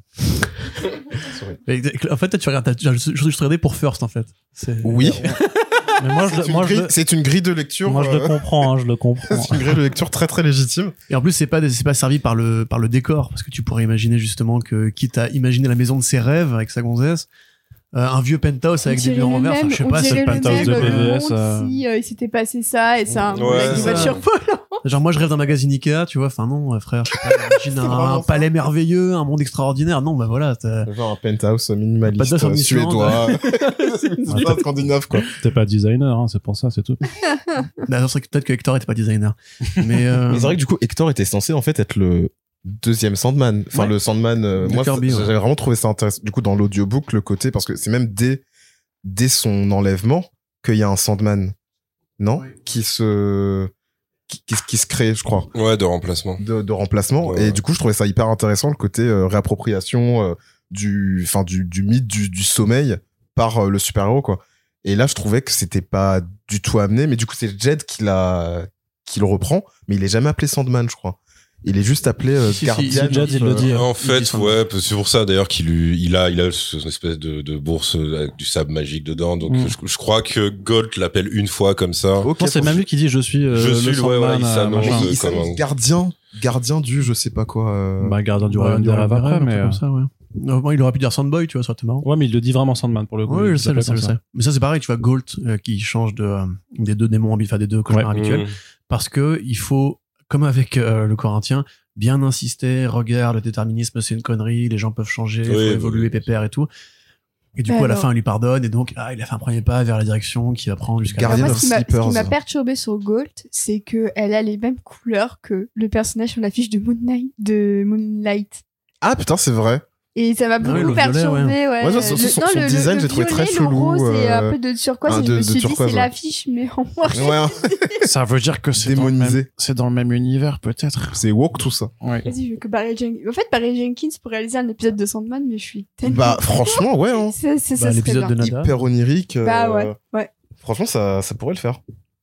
Sorry. Mais, en fait, toi, tu regardes, t'as- je, je, je suis regardé pour First, en fait. C'est- Oui. Mais moi, je, C'est le- une moi, je, grille- le- c'est une grille de lecture. moi, je le euh, comprends, hein, je le comprends. c'est une grille de lecture très très légitime. Et en plus, c'est pas, des- c'est pas servi par le, par le décor, parce que tu pourrais imaginer justement que, quitte à imaginer la maison de ses rêves avec sa gonzesse, euh, un vieux penthouse avec des On murs en dirait verre, le enfin, même- je sais on pas, dirait c'est le le penthouse même de B V S, monde euh. si euh, il s'était passé ça et c'est un monde Ouais, avec des ça. voitures volantes. genre moi je rêve d'un magazine Ikea, tu vois, enfin non, euh, frère, je sais pas, imagine un, vraiment un ça. palais merveilleux, un monde extraordinaire, non, bah voilà, t'as- Genre un penthouse minimaliste Penthouse en euh, Islande. suédois. C'est pas scandinave quoi. T'es pas designer, hein, c'est pour ça, c'est tout. bah, ça serait que peut-être que Hector était pas designer. Mais, euh, Mais c'est vrai que du coup Hector était censé en fait être le deuxième Sandman. Enfin Ouais. le Sandman. euh, De moi Kirby, c'est- ouais. j'avais vraiment trouvé ça intéressant. Du coup dans l'audiobook le côté parce que c'est même dès dès son enlèvement qu'il y a un Sandman, non, Oui. qui se qui, qui, qui se crée, je crois. Ouais, de remplacement. de, de remplacement Ouais, et ouais. du coup je trouvais ça hyper intéressant le côté euh, réappropriation euh, du enfin du, du mythe du, du sommeil par euh, le super-héros quoi. Et là je trouvais que c'était pas du tout amené, mais du coup c'est Jed qui l'a qui le reprend, mais il est jamais appelé Sandman je crois. Il est juste appelé euh, Si, si, Guardian. si, Jed, il le euh, dit. En Il fait, dit son- ouais, parce que c'est pour ça d'ailleurs qu'il lui- il a, il a ce- une espèce de, de bourse avec du sable magique dedans. Donc Mm. je, je crois que Gold l'appelle une fois comme ça. Ok, Non, c'est même lui qui dit je suis euh, Je le suis le- ouais, ouais, Sandman, il euh, s'annonce, machin. il, il comme s'annonce un- gardien gardien du je sais pas quoi euh, Bah, gardien du Ouais, royaume des rêves un après, truc mais. euh, comme ça, ouais. Non, bon, il aurait pu dire Sandboy, tu vois, ça aurait été marrant. Ouais, mais il le dit vraiment Sandman pour le coup. Oui, je Il sais, je s'appelle sais, je comme ça. sais. Mais ça, c'est pareil, tu vois, Gold, euh, qui change de, euh, des deux démons, habi- enfin, des deux cauchemars Ouais. habituels. Mm. Parce que il faut, comme avec euh, le Corinthien, bien insister, regarde, le déterminisme, c'est une connerie, les gens peuvent changer, il Oui, faut oui, évoluer, oui. pépère et tout. Et du Mais coup, à la alors- fin, il lui pardonne, et donc, ah, il a fait un premier pas vers la direction qui va prendre jusqu'à Guardian Moi, of ce qui m'a- ce qui Sleepers. m'a perturbé sur Gold, c'est que elle a les mêmes couleurs que le personnage sur l'affiche de Moon Knight, de Moonlight. ah putain c'est vrai. Et ça m'a Ah oui, beaucoup le violet, perturbé, ouais. Ouais, ça, son- Le- son- non, son le- le- design, le j'ai trouvé très violet, chelou, Le rose et euh, un peu de turquoise, ah, et je de- me de suis dit, turquoise, c'est ouais. l'affiche, mais en noir. Ouais, hein. Ça veut dire que c'est dans, le Démonisé. même, c'est dans le même univers, peut-être. C'est woke tout ça. Ouais. Vas-y, je veux que Barry Jenkins. En fait, Barry Jenkins pour réaliser un épisode de Sandman, mais je suis tellement. Bah franchement ouais hein. C'est, c'est, Bah, ça serait l'épisode bien. de Nada. Hyper onirique. euh, Bah ouais, ouais. Franchement ça ça pourrait le faire.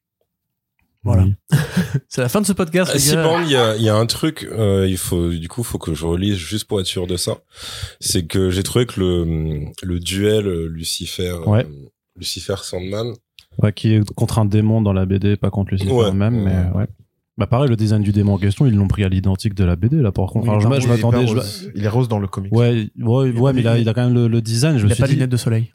Voilà. Oui. C'est la fin de ce podcast, Ah, les si, gars. par contre, il y a, il y a un truc, euh, il faut, du coup, faut que je relise juste pour être sûr de ça. C'est que j'ai trouvé que le, le duel euh, Lucifer, Ouais. euh, Lucifer Sandman, Ouais, qui est contre un démon dans la B D, pas contre Lucifer Ouais. même, mais Ouais. ouais. Bah pareil, le design du démon en question, ils l'ont pris à l'identique de la B D là. Par contre, Oui, Alors, je, par je contre, m'attendais, il, est je, pas rose. Il est rose dans le comic. ouais, ouais, Il a ouais, pas mais il de a, il a quand même le, le design. Je Il me a suis pas de dit, lunettes de soleil.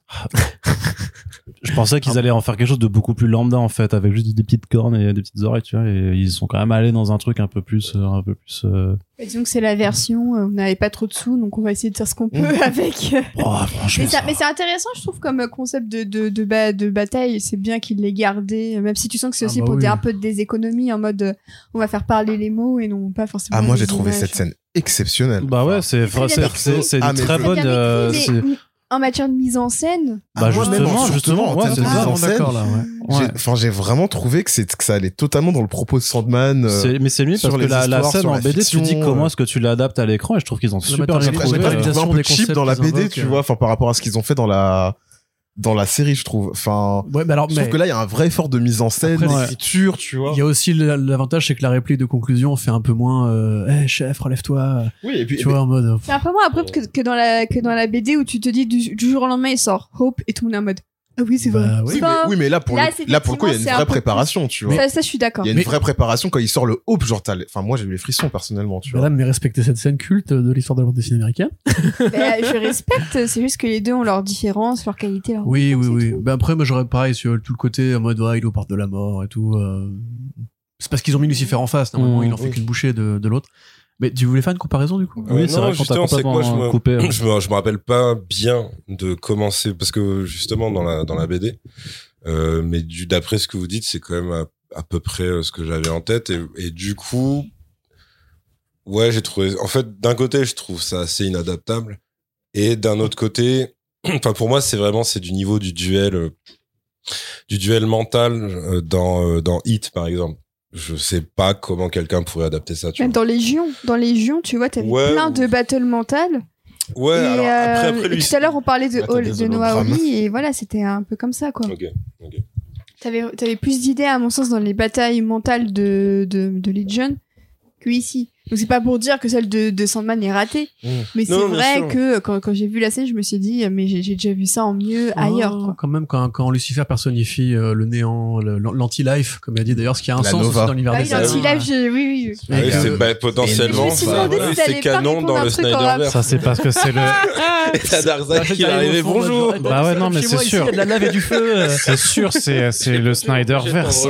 je pensais qu'ils allaient en faire quelque chose de beaucoup plus lambda en fait, avec juste des petites cornes et des petites oreilles, tu vois. Et ils sont quand même allés dans un truc un peu plus, euh, un peu plus. Euh... Et disons que c'est la version, euh, on n'avait pas trop de sous, donc on va essayer de faire ce qu'on peut avec. euh, Oh, franchement. Mais, ça, ça- mais c'est intéressant, je trouve, comme concept de, de, de, ba- de bataille. C'est bien qu'il l'ait gardé, même si tu sens que c'est Ah aussi bah pour oui. des, un peu des économies en mode euh, on va faire parler les mots et non pas forcément. Ah moi les j'ai trouvé images. cette scène exceptionnelle. Bah ouais, c'est très bien c'est écrit. c'est c'est Ah, une mais très c'est bonne. Très bien euh, écrit, c'est- mais- en matière de mise en scène. Bah Ah, moi, même justement, en- justement, en ouais, termes de c'est mise ça. en scène, d'accord là, ouais. Ouais. J'ai- Enfin, j'ai vraiment trouvé que, c'est, que ça allait totalement dans le propos de Sandman. euh, C'est- mais c'est mieux sur parce que les la, la histoires, scène sur en la B D, tu fiction, dis comment euh. est-ce que tu l'adaptes à l'écran et je trouve qu'ils ont super bien matérialisation, J'ai trouvé. pas euh, trouvé un des peu cheap concepts dans la qu'ils B D, invoquent, tu euh. vois, enfin, par rapport à ce qu'ils ont fait dans la, dans la série, je trouve. Enfin, Ouais, mais alors, je trouve mais que là, il y a un vrai effort de mise en scène, Après, ouais. d'écriture, tu vois. il y a aussi le- l'avantage, c'est que la réplique de conclusion fait un peu moins, euh, hey, chef, relève-toi. Oui, et puis, Tu vois, en mode, euh, C'est un peu moins abrupt que, que dans la que dans la B D où tu te dis du, du jour au lendemain il sort Hope et tout le monde est en mode ah oui c'est Bah, vrai. oui, oui, mais, Enfin, oui, mais là, pour là, le, c'est là, pour le coup, il y a une effectivement, vraie c'est un peu préparation, tu vois. Ça, ça je suis d'accord. Il y a une Mais- vraie préparation quand il sort le Hope, genre, t'as les- enfin, moi, j'ai eu les frissons, personnellement, tu vois. madame, mais respectez cette scène culte de l'histoire de la bande dessinée américaine. Mais, euh, je respecte, c'est juste que les deux ont leurs différences, leurs qualités, leurs Oui, oui, différences, oui. c'est tout. Ben après, moi, j'aurais pareil sur tout le côté en mode, ouais, il est aux portes de la mort et tout. euh, C'est parce qu'ils ont mis Lucifer en face. Normalement, Mmh, il en fait oui. qu'une bouchée de, de l'autre. Mais tu voulais faire une comparaison, du coup? Oui, Euh, c'est non, vrai qu'on t'a justement, c'est que moi, je complètement me, coupé. hein. je me, je me rappelle pas bien de commencer, parce que justement, dans la, dans la B D, euh, mais du, d'après ce que vous dites, c'est quand même à, à peu près euh, ce que j'avais en tête, et, et du coup, ouais, j'ai trouvé, en fait, d'un côté, je trouve ça assez inadaptable, et d'un autre côté, enfin, pour moi, c'est vraiment, c'est du niveau du duel, euh, du duel mental, euh, dans, euh, dans Hit, par exemple. Je sais pas comment quelqu'un pourrait adapter ça, tu Même vois. dans Légion, dans Légion, tu vois, t'avais Ouais, plein ou- de battles mentales. Ouais, et, alors, après, euh, après, et lui, tout à l'heure, on parlait de, Ouais, t'as Hol- des de Noah hologrammes. Hawley, et voilà, c'était un peu comme ça, quoi. ok, ok. T'avais, t'avais plus d'idées, à mon sens, dans les batailles mentales de, de, de Legion que ici. Donc c'est pas pour dire que celle de, de Sandman est ratée, Mmh. mais c'est Non, bien vrai sûr. que quand, quand j'ai vu la scène, je me suis dit, mais j'ai, j'ai déjà vu ça en mieux ailleurs, Oh, quoi. quand même, quand, quand Lucifer personnifie euh, le néant, le- l'anti-life, comme il a dit d'ailleurs, ce qui a un La sens Nova. aussi dans l'univers Ah des oui, ça, dans séries. T-Live, je- oui, oui. Ah oui, Et, c'est euh, bah, potentiellement, je me suis ça, demandé ouais, si ça c'est allait pas canon répondre dans à un le truc en Snyderverse. Ça, c'est parce que c'est le. Et t'as Darkseid qui est arrivé, bonjour. Bah ouais, non, mais Chez c'est moi, ici, sûr. Il y a de la lave et du feu. euh. C'est sûr, c'est, c'est le Snyderverse.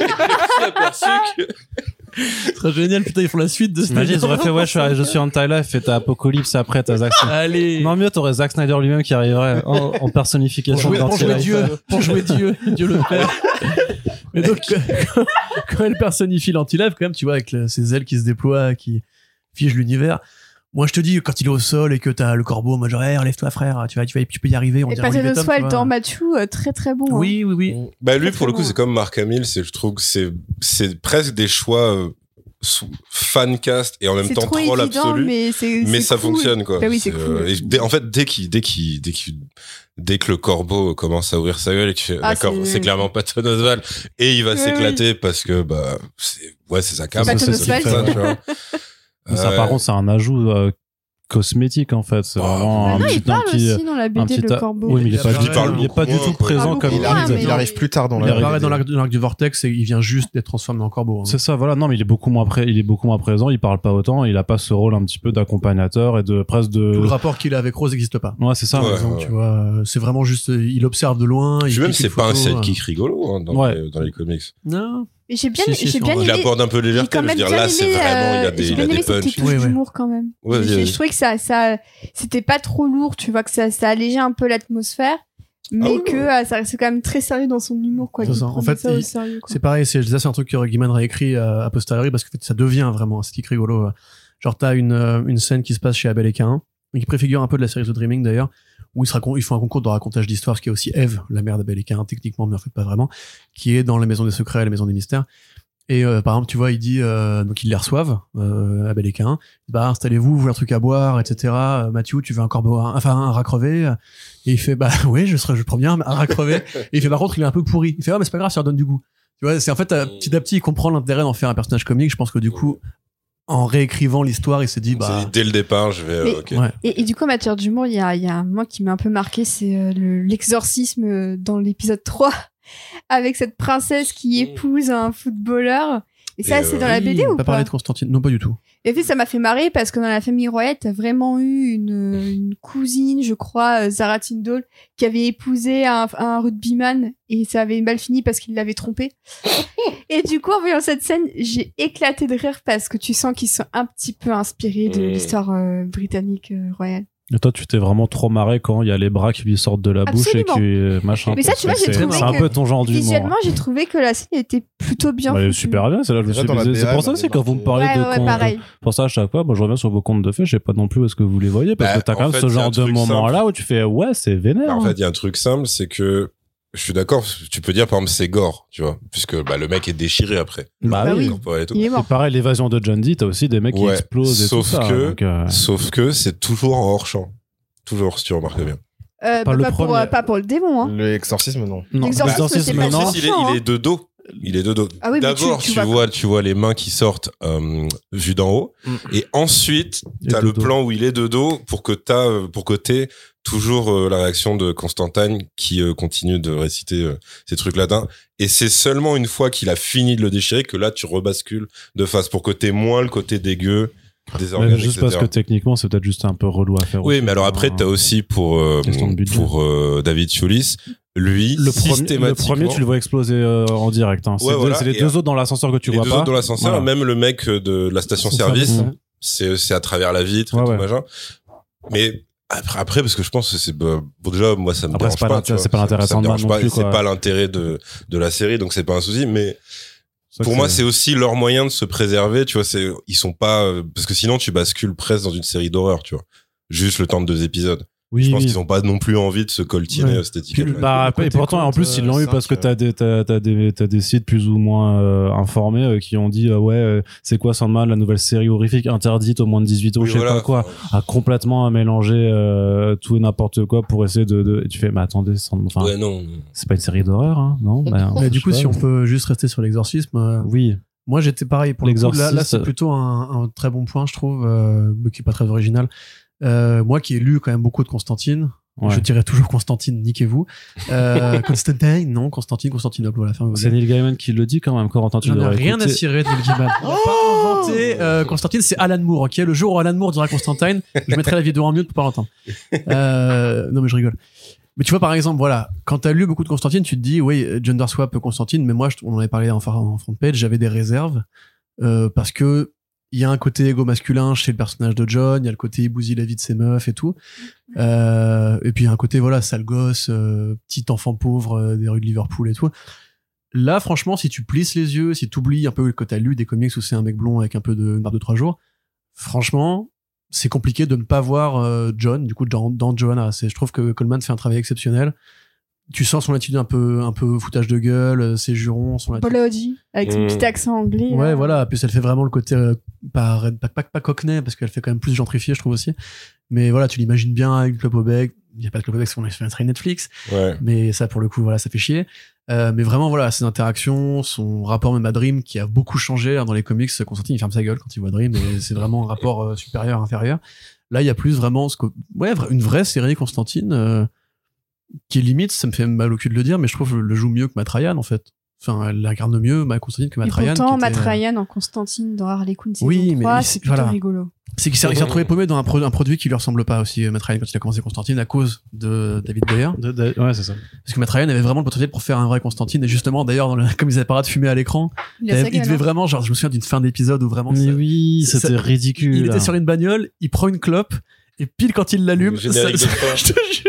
Ce serait génial, putain, ils font la suite de ce T'imagines, ils auraient fait, ouais, je suis, je suis anti-life et t'as Apocalypse après, t'as Zack Snyder. Allez. Non, mieux, t'aurais Zack Snyder lui-même qui arriverait en, en Pour personnification jouer, pour jouer d'anti-life. Dieu, pour jouer Dieu, Dieu le Père. Mais donc, quand, quand elle personnifie l'anti-life, quand même, tu vois, avec le- ses ailes qui se déploient, qui figent l'univers. Moi, je te dis, quand il est au sol et que t'as le corbeau, moi, genre, hey, relève-toi, frère, tu vas, tu vas, tu peux y arriver, on Et dirait Patton Olivier Tom, tu Oswalt vois. dans Matthew, euh, très très bon. hein. Oui, oui, oui. Bah lui, Très, pour le très coup, bon. c'est comme Mark Hamill, c'est, je trouve que c'est, c'est presque des choix euh, sous- fancast et en même C'est temps trop troll évident, absolu. mais c'est Mais c'est ça cool. fonctionne, quoi. Bah oui, c'est C'est, cool. euh, et dès- en fait, dès qu'il, dès qu'il, dès qu'il, dès que le corbeau commence à ouvrir sa gueule et que tu fais, Ah, d'accord, c'est- c'est clairement Patton Oswalt et il va Oui, s'éclater parce que, bah, c'est, ouais, c'est sa cam. Patton c'est- c'est Oswalt. ça, tu vois. Mais ça, Ouais. par contre, c'est un ajout euh, cosmétique, en fait. C'est Bah, vraiment Bah un non, petit, il parle un petit, aussi dans la un B D, petit le ta- corbeau. Oui, mais il est Il pas du parle tout, il est pas du beaucoup tout moins, présent quoi. comme Il Il Ouais, arrive, mais- il arrive plus tard dans Il la apparaît B D. dans l'arc, dans l'arc du Vortex et il vient juste d'être transformé en corbeau. hein. C'est ça, voilà. Non, mais il est beaucoup moins pré- il est beaucoup moins présent. Il parle pas autant. Il a pas ce rôle un petit peu d'accompagnateur et de presque Tout le de. rapport qu'il a avec Rose n'existe pas. Ouais, c'est ça. Ouais. Par exemple, tu vois, euh, c'est vraiment juste, euh, il observe de loin. il Puis même, clique c'est une pas un photo, sidekick rigolo, hein, dans, Ouais. les, dans les comics. euh. Non. Mais j'ai bien, Si, si, j'ai si, bien on va- Il aimé. apporte un peu de J'ai légèreté, quand je veux même dire, bien là, c'est aimé, vraiment, il a euh, des, j'ai il a bien des aimé cette punchs. petite touche Oui, oui. d'humour quand même. Ouais, vas-y, je, vas-y. je trouvais que ça, ça, c'était pas trop lourd, tu vois, que ça, ça allégeait un peu l'atmosphère, mais oui, que oui. euh, ça restait quand même très sérieux dans son humour, quoi. C'est Il ça. En prenait fait, ça au il- sérieux, quoi. C'est pareil, c'est, ça, c'est un truc que Gaiman a écrit euh, a posteriori parce que en fait, ça devient vraiment un stick rigolo. euh. Genre, t'as une, euh, une scène qui se passe chez Abel et Cain, et qui préfigure un peu de la série The Dreaming d'ailleurs, où ils, se racont- ils font un concours de racontage d'histoire, ce qui est aussi Eve, la mère d'Abel et Cain, techniquement, mais en fait pas vraiment, qui est dans la maison des secrets et la maison des mystères. Et euh, par exemple, tu vois, il dit, euh, donc ils les reçoivent, euh, Abel et Cain, bah installez-vous, vous voulez un truc à boire, et cetera. Euh, Mathieu, tu veux un corbeau, un- enfin un rat crevé. Et il fait, bah oui, je serais, je prends bien un rat crevé. Et il fait, par contre, il est un peu pourri. Il fait, ah mais c'est pas grave, ça leur donne du goût. Tu vois, c'est en fait, euh, petit à petit, il comprend l'intérêt d'en faire un personnage comique. Je pense que du coup, en réécrivant l'histoire, il s'est dit, Il s'est bah, dit, dès le départ, je vais, Mais- euh, ok. ouais. Et, et du coup, en matière d'humour, il y a, il y a un moment qui m'a un peu marqué, c'est euh, le- l'exorcisme euh, dans l'épisode trois, avec cette princesse qui épouse un footballeur. Et ça, Et, c'est euh, dans la B D Oui, ou pas pas? parler de Constantine. Non, pas du tout. Et en fait, ça m'a fait marrer parce que dans la famille royale, t'as vraiment eu une, une cousine, je crois, euh, Zara Tindall, qui avait épousé un, un rugbyman et ça avait mal fini parce qu'il l'avait trompé. Et du coup, en voyant cette scène, j'ai éclaté de rire parce que tu sens qu'ils sont un petit peu inspirés de Mmh. l'histoire euh, britannique euh, royale. Et toi, tu t'es vraiment trop marré quand il y a les bras qui lui sortent de la bouche Absolument. et qui machin. Mais ça, tu vois, j'ai c'est, trouvé c'est un que peu ton genre d'humour. Visuellement, j'ai trouvé que la scène était plutôt bien Bah, elle est foutue. super bien, c'est là que je me Déjà, suis dans la dit. C'est B A, pour ça elle aussi, m'avait quand vous me parlez Ouais, de ouais, con- pareil. pour ça, à chaque fois, moi, je reviens sur vos contes de fées, je sais pas non plus où est-ce que vous les voyez, parce Bah, que t'as quand en même fait, ce il y a genre un de truc moment-là simple. où tu fais, ouais, c'est vénère. Bah, en hein. fait, il y a un truc simple, c'est que je suis d'accord, tu peux dire par exemple c'est gore, tu vois, puisque bah, le mec est déchiré après. Bah Bah oui. oui. Corporel et tout. Il est Et mort. pareil, l'évasion de John Dee, t'as aussi des mecs qui Ouais, explosent et sauf tout ça. que- donc, euh, Sauf que c'est toujours en hors champ. Toujours, si tu remarques bien. Euh, Pas bah, le pas, pour, premier. euh, pas pour le démon, hein. L'exorcisme, non. Non, L'exorcisme, l'exorcisme, c'est pas non. ça. il, est, Franchement, il est de dos. Il est de dos. Ah oui, mais D'abord, tu- tu, tu vois- vois, tu vois les mains qui sortent euh, vues d'en haut, Mm. et ensuite Et t'as de le dos. plan où il est de dos pour que t'as, euh, pour que t'aies toujours euh, la réaction de Constantine qui euh, continue de réciter euh, ces trucs latins. Et c'est seulement une fois qu'il a fini de le déchirer que là tu rebascules de face pour que t'aies moins le côté dégueu des Mais organes, juste et cetera. parce que techniquement, c'est peut-être juste un peu relou à faire. Oui, aussi, mais alors après, hein. t'as aussi pour euh, Question de budget. pour euh, David Choulis, lui, Le premier, le systématiquement. premier, tu le vois exploser euh, en direct. Hein. C'est, Ouais, deux- voilà. c'est les Et, deux euh, autres dans l'ascenseur que tu les vois deux pas. autres dans l'ascenseur, Voilà. même le mec de la station-service, Son service, c'est c'est à travers la vitre Ouais, et tout ouais. machin. Mais après, après, parce que je pense que c'est bah, bon, déjà moi ça me Après, dérange c'est pas pas, l'intérêt- tu vois. c'est pas Ça- l'intérêt ça me Sandman dérange non pas, plus, et c'est quoi. pas l'intérêt de de la série, donc c'est pas un souci. Mais C'est vrai pour que moi, c'est aussi leur moyen de se préserver, tu vois. C'est ils sont pas euh, parce que sinon tu bascules presque dans une série d'horreur, tu vois. Juste le temps de deux épisodes. Oui, Je pense oui. qu'ils ont pas non plus envie de se coltiner Ouais. esthétiquement. Puis, Bah, Le et côté pourtant, en compte, plus, ils l'ont eu cinq, parce que euh, t'as des, t'as, t'as des, t'as des sites plus ou moins euh, informés euh, qui ont dit euh, ouais, euh, c'est quoi Sandman, la nouvelle série horrifique interdite aux moins de dix-huit ans, Oui, je sais voilà. pas quoi, à complètement mélanger euh, tout et n'importe quoi pour essayer de, de... Et tu fais, mais attendez, Sandman, enfin, Ouais, non. c'est pas une série d'horreur, hein, non bah, Mais du je coup, sais si pas. on peut juste rester sur l'exorcisme, euh, Oui, moi j'étais pareil pour le coup. Là, là L'exorciste. c'est plutôt un, un très bon point, je trouve, euh, mais qui est pas très original. Euh, moi qui ai lu quand même beaucoup de Constantine, ouais. je dirais toujours Constantine, niquez-vous. Euh, Constantine, non, Constantine, Constantinople, voilà, fermez vos C'est gueules. Neil Gaiman qui le dit quand même, Corentin, tu J'en ai devrais rien à écouter. cirer de Neil Gaiman. Il a pas inventé euh, Constantine, c'est Alan Moore, ok. Le jour où Alan Moore dira Constantine, je mettrai la vidéo en mute pour pas l'entendre. Euh, non mais je rigole. Mais tu vois par exemple, voilà, quand t'as lu beaucoup de Constantine, tu te dis, oui, gender swap Constantine, mais moi, je- on en avait parlé en, en front page, j'avais des réserves euh, parce que il y a un côté égo masculin chez le personnage de John, il y a le côté il bousille la vie de ses meufs et tout, euh, et puis il y a un côté voilà sale gosse, euh, petit enfant pauvre euh, des rues de Liverpool et tout. Là, franchement, si tu plisses les yeux, si tu oublies un peu que t'as lu des comics où c'est un mec blond avec un peu de une barbe de trois jours, franchement, c'est compliqué de ne pas voir euh, John, du coup, dans, dans Johanna. C'est, je trouve que Coleman fait un travail exceptionnel. Tu sens son attitude un peu, un peu foutage de gueule, euh, ses jurons, son attitude. Bolody, avec son Mmh. petit accent anglais. Ouais, là. voilà. Puis elle fait vraiment le côté euh, pas, pas, pas, pas cockney, parce qu'elle fait quand même plus gentrifié, je trouve aussi. Mais voilà, tu l'imagines bien avec le club au bec. Il n'y a pas de club au bec, parce qu'on a fait un trait Netflix. Ouais. Mais ça, pour le coup, voilà, ça fait chier. Euh, mais vraiment, voilà, ses interactions, son rapport même à Dream, qui a beaucoup changé hein, dans les comics. Constantine, il ferme sa gueule quand il voit Dream, et c'est vraiment un rapport euh, supérieur, inférieur. Là, il y a plus vraiment ce que, ouais, vra- une vraie série Constantine, euh, qui est limite, ça me fait mal au cul de le dire, mais je trouve le joue mieux que Matt Ryan, en fait. Enfin, elle incarne mieux, ma Constantine, que Et Matt Ryan. pourtant, qui Matt était, euh, Ryan en Constantine dans Harley Quinn saison Oui, mais trois, il- c'est plutôt voilà. rigolo. C'est qu'il s'est il s'est retrouvé paumé dans un, pro- un produit qui lui ressemble pas aussi, euh, Matt Ryan, quand il a commencé Constantine, à cause de David Goyer. De- de- Ouais, c'est ça. Parce que Matt Ryan avait vraiment le potentiel pour faire un vrai Constantine. Et justement, d'ailleurs, dans le, comme ils avaient pas de fumer à l'écran, Il il, a sa il gueule, devait hein. vraiment, genre, je me souviens d'une fin d'épisode où vraiment, Mais ça- oui, ça- c'était ridicule. il là. était sur une bagnole, il prend une clope, et pile quand il l'allume, Le ça, générique ça- de fin. je te jure.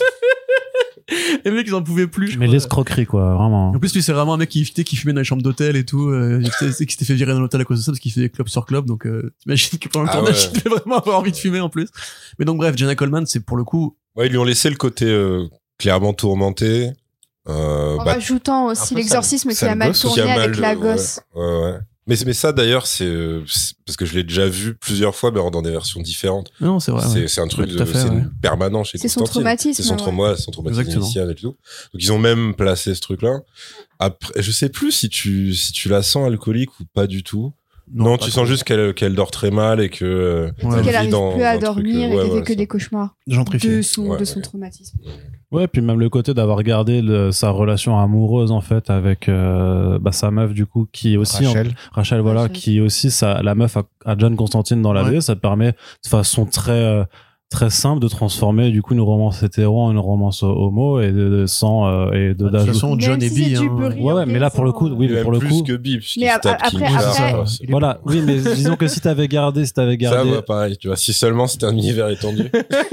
Les mecs, ils en pouvaient plus. je Mais crois. l'escroquerie, quoi, vraiment. En plus, lui, c'est vraiment un mec qui, tu sais, qui fumait dans les chambres d'hôtel et tout. Euh, il s'était- qui s'était fait virer dans l'hôtel à cause de ça parce qu'il fait clope sur clope. Donc, euh, t'imagines que pendant le Ah tournage, ouais. il devait vraiment avoir envie de fumer en plus. Mais donc, bref, Jenna Coleman, c'est pour le coup. Ouais, ils lui ont laissé le côté euh, clairement tourmenté. Euh, En bah, rajoutant un aussi peu l'exorcisme sale- qui a mal sale gosse, tourné qui a mal, avec la euh, ouais, gosse. Ouais, ouais. Mais, mais ça, d'ailleurs, c'est, euh, c'est- parce que je l'ai déjà vu plusieurs fois, mais dans des versions différentes. Non, c'est vrai. c'est, ouais. c'est un truc Ouais, tout à de, fait, c'est ouais. permanent chez C'est son Constantine. traumatisme, C'est son ouais. trauma, son traumatisme Exactement. initial et tout. Donc, ils ont même placé ce truc-là. Après, je sais plus si tu, si tu la sens alcoolique ou pas du tout. Non, pas tu trop. sens juste qu'elle, qu'elle dort très mal et que, euh, Ouais. elle Qu'elle vit arrive dans plus un à truc, dormir euh, et ouais, qu'elle fait ouais, que ça. des cauchemars Gentrifié. de son, Ouais, de son ouais. traumatisme. Ouais, puis même le côté d'avoir gardé le- sa relation amoureuse, en fait, avec euh, bah, sa meuf, du coup, qui est aussi... en- Rachel. Rachel, voilà, Rachel. qui est aussi sa, la meuf à, à John Constantine dans la Ouais. V, ça te permet de façon très, euh, très simple de transformer du coup une romance hétéro en une romance homo et de, de sans euh, et de De toute d'ajouter- façon, John Même et si c'est Bee. du hein. beurre. Ouais, ouais, mais là pour le coup, oui, Il mais est pour même le plus coup, que Bee, puisqu'il Mais se tape après- King après- Shark. après- C'est- voilà, oui, mais disons que si t'avais gardé, si t'avais Ça gardé, va pareil, tu vois, si seulement c'était un univers étendu.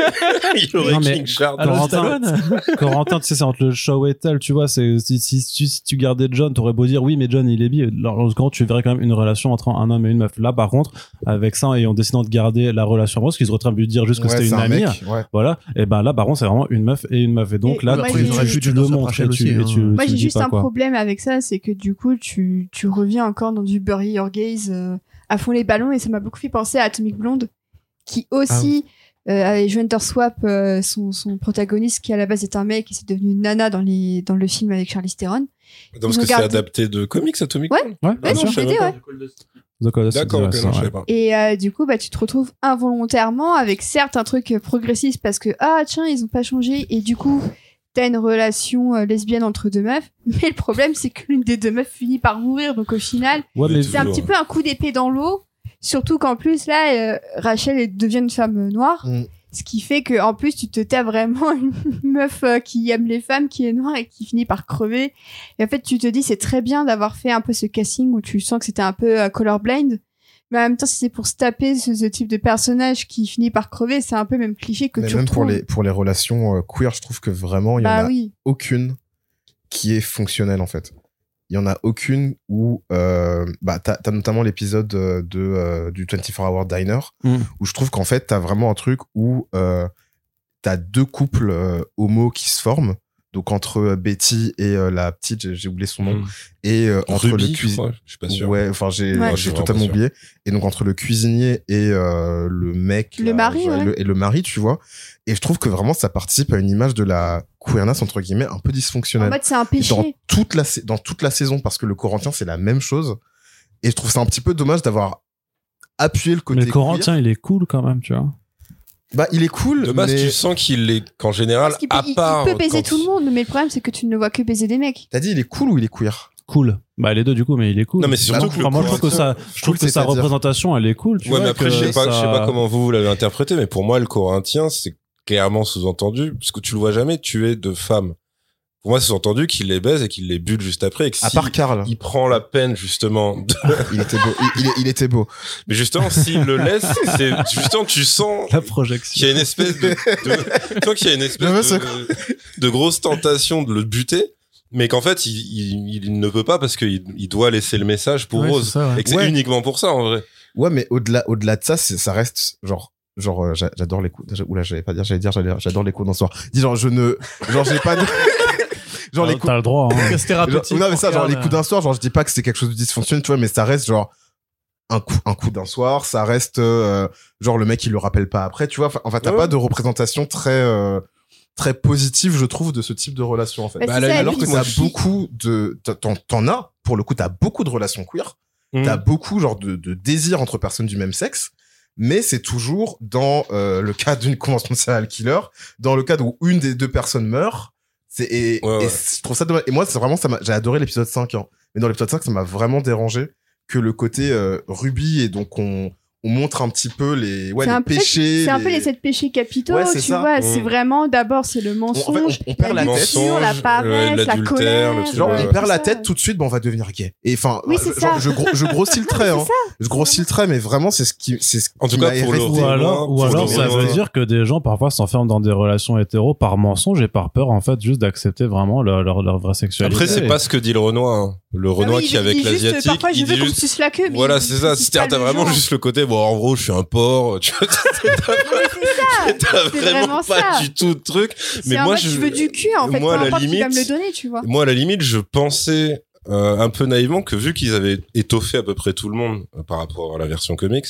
Il y aurait Non, mais- King Shark. Alors, Corentin, Stallone Corentin, tu sais, c'est entre le show et tel, tu vois, c'est, si, si, si, si tu gardais John, t'aurais beau dire oui, mais John, il est bi. Lorsqu'en tu verrais quand même une relation entre un homme et une meuf. Là, par contre, avec ça, et en décidant de garder la relation amoureuse, qu'ils auraient très pu dire juste que Ouais, c'était c'est une un amie. mec, ouais. Voilà. Et ben là, par contre, c'est vraiment une meuf et une meuf. Et donc Et là, moi, tu, j'ai- tu, j'aurais tu, pu le dire ça montres Rachel et tu, aussi, et hein. tu, Moi, tu j'ai dis juste pas un quoi. problème avec ça, c'est que du coup, tu, tu reviens encore dans du Bury Your Gaze euh, à fond les ballons, et ça m'a beaucoup fait penser à Atomic Blonde, qui aussi euh, avait Gender Swap, euh, son, son protagoniste qui à la base est un mec et c'est devenu une nana dans, les, dans le film avec Charlize Theron. Donc, parce Ils ont que c'est gardé- adapté de comics, Atomic Ouais. Blonde. Ouais, Ouais, bien c'est sûr. une je savais B D, pas. ouais. D'accord, c'est- D'accord, ok, c'est- non, je ouais. savais pas. Et euh, du coup, bah, tu te retrouves involontairement avec certes un truc progressiste parce que, ah tiens, ils ont pas changé, et du coup, t'as une relation euh, lesbienne entre deux meufs, mais le problème, c'est que l'une des deux meufs finit par mourir, donc au final, Ouais, mais c'est un Toujours, petit peu un coup d'épée dans l'eau, surtout qu'en plus, là, euh, Rachel elle devient une femme noire, Mm. ce qui fait que en plus, tu te tapes vraiment une meuf euh, qui aime les femmes, qui est noire et qui finit par crever. Et en fait, tu te dis, c'est très bien d'avoir fait un peu ce casting où tu sens que c'était un peu euh, colorblind. Mais en même temps, si c'est pour se taper ce, ce type de personnage qui finit par crever, c'est un peu même cliché que Mais tu même pour retrouves. les, pour les relations euh, queer, je trouve que vraiment, il y en Bah a oui. aucune qui est fonctionnelle, en fait. Il y en a aucune où, euh, bah, t'as, t'as notamment l'épisode euh, de, euh, du vingt-quatre Hour Diner, Mm. où je trouve qu'en fait, t'as vraiment un truc où, euh, t'as deux couples euh, homo qui se forment. Donc, entre euh, Betty et euh, la petite, j'ai, j'ai oublié son nom, Mm. et euh, entre Ruby, le je cuisinier. crois, je suis pas sûr. Ouais, enfin, j'ai, Ouais. j'ai Je suis totalement vraiment pas oublié. Et donc, entre le cuisinier et euh, le mec. Le là, mari, genre, et, ouais. le, et le mari, tu vois. Et je trouve que vraiment, ça participe à une image de la queerness, entre guillemets, un peu En dysfonctionnelle. mode, c'est un péché. Dans toute la, sa- dans toute la saison, parce que le Corentin, c'est la même chose. Et je trouve ça un petit peu dommage d'avoir appuyé le côté mais le Corentin, il est cool quand même, tu vois. queer. Bah, il est cool, De base, mais tu sens qu'il est, qu'en général, Parce qu'il peut, à il- part. il peut baiser quand- tout le monde, mais le problème, c'est que tu ne le vois que baiser des mecs. t'as dit, il est cool ou il est queer? Cool. Bah les deux du coup, mais il est cool. Non, mais c'est surtout Bah, que le Enfin, moi je trouve que Corentin- ça, je trouve Cool, que sa c'est-à-dire représentation, elle est cool. Tu Ouais, vois, mais après, que je sais pas, ça- je sais pas comment vous, vous l'avez interprété, mais pour moi, le Corinthien, c'est clairement sous-entendu, parce que tu le vois jamais tuer de femmes. Pour moi, c'est sous-entendu qu'il les baise et qu'il les bute juste après, et que À si part Karl. il prend la peine, justement, de- Il était beau. Il, il, il était beau. mais justement, s'il le laisse, c'est, justement, tu sens la qu'il projection. y a une espèce de, de tu vois qu'il y a une espèce Je veux de, de grosse tentation de le buter, mais qu'en fait, il, il, il ne peut pas parce qu'il il doit laisser le message pour Ouais, Rose. c'est ça, ouais. Et que c'est Ouais. uniquement pour ça, en vrai. Ouais, mais au-delà, au-delà de ça, c'est, ça reste, genre, genre, euh, j'a- j'adore les coups. Oula, j'allais pas dire, j'allais dire, j'allais- j'adore les coups d'un soir. Dis, genre, je ne, genre, j'ai pas de, genre, les coups, T'as le droit. Hein. Casse genre, thérapeutique. non, mais ça, pour genre, les Karl, coups d'un soir, genre, je dis pas que c'est quelque chose de dysfonctionnel, tu vois, mais ça reste, genre, un coup, un coup d'un soir, ça reste, euh, genre, le mec, il le rappelle pas après, tu vois. Enfin, en fait, t'as Ouais. pas de représentation très, euh, très positive, je trouve, de ce type de relation, en fait. Bah, Bah, c'est là, ça, et Alors puis- que moi, t'as je- beaucoup de, t'en, t'en as, pour le coup, t'as beaucoup de relations queer. T'as beaucoup genre de, de désir entre personnes du même sexe, mais c'est toujours dans euh, le cas d'une convention de serial killer, dans le cadre où une des deux personnes meurt. C'est et, Ouais, et ouais. c'est- je trouve ça dommage. Et moi, c'est vraiment ça. m'a- J'ai adoré l'épisode cinq, hein. Mais dans l'épisode cinq, ça m'a vraiment dérangé que le côté euh, Ruby, et donc on on montre un petit peu les ouais C'est les un peu- péchés. C'est un peu les- les sept péchés capitaux, Ouais, c'est tu ça. vois. Mm. C'est vraiment, d'abord, c'est le On- en fait, mensonge, on, on perd la la tête. luxure, la Mensonge, paresse, ouais, la l'adultère, colère. le truc, Genre, ouais. on euh, perd tout la ça. tête tout de suite, ben on va devenir gay. Et enfin, Oui, je, c'est genre, ça. je, gros- je grossis le trait, C'est hein. ça. Je grossis le trait, mais vraiment, c'est ce qui, c'est ce En tout qui cas, m'a pour le resté. Ou alors, ou Pour alors le ça Renoir. veut dire que des gens parfois s'enferment dans des relations hétéros par mensonge et par peur en fait juste d'accepter vraiment leur, leur, leur vraie sexualité. Après, c'est pas ce que dit le Renoir. Hein. Le Ah Renoir oui, qui, il avec dit juste, l'asiatique, parfois, je il veux dit qu'on me juste. suce la queue, mais Voilà, il c'est ça. précise C'est-à-dire, pas t'as le vraiment genre. juste le côté, bon, en gros, je suis un porc, tu vois. T'as Non, mais c'est ça. t'as C'est vraiment vraiment pas ça. du tout de truc. C'est Mais en moi, mode, je- je veux du cul, en fait. moi, à peu la importe qui va me limite- le donner, tu vois. Moi, à la limite, je pensais euh, un peu naïvement que vu qu'ils avaient étoffé à peu près tout le monde euh, par rapport à la version comics,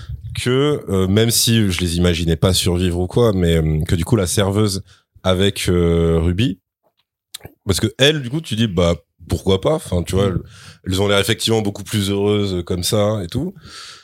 que euh, même si je les imaginais pas survivre ou quoi, mais euh, que du coup la serveuse avec euh, Ruby, parce que elle, du coup, tu dis bah pourquoi pas, enfin tu vois, elles, elles ont l'air effectivement beaucoup plus heureuses comme ça et tout.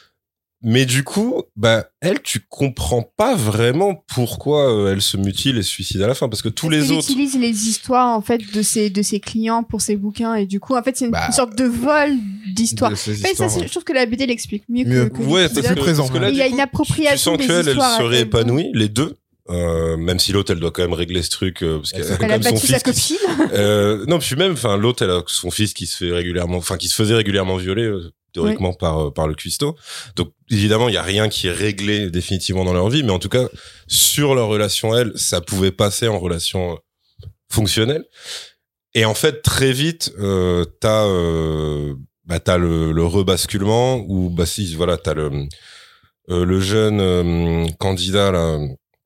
Mais du coup, bah elle, tu comprends pas vraiment pourquoi euh, elle se mutile et se suicide à la fin, parce que tous Parce les qu'il autres. utilise les histoires, en fait, de ses, de ses clients pour ses bouquins, et du coup, en fait, c'est une, Bah, une sorte de vol d'histoire. de ces Mais ça, histoires, c'est- ouais. je trouve que la B D l'explique mieux, Mieux. que, que Ouais, parce l'épisode. que, présent, parce que là, Et il y a du une coup, appropriation tu sens des qu'elle, elle histoires à serait elle. épanouie, les deux, Euh, même si l'autre, elle doit quand même régler ce truc, euh, parce qu'elle Elle a a quand même son battu sa fils. Qui, copine. euh, non, puis même, enfin, l'autre, elle a son fils qui se fait régulièrement, enfin, qui se faisait régulièrement violer, euh, théoriquement, oui. par, euh, par le cuistot. Donc, évidemment, il y a rien qui est réglé définitivement dans leur vie, mais en tout cas, sur leur relation, elle, ça pouvait passer en relation fonctionnelle. Et en fait, très vite, euh, t'as, euh, bah, t'as le, le rebasculement où, bah, si, voilà, t'as le, euh, le jeune euh, candidat, là,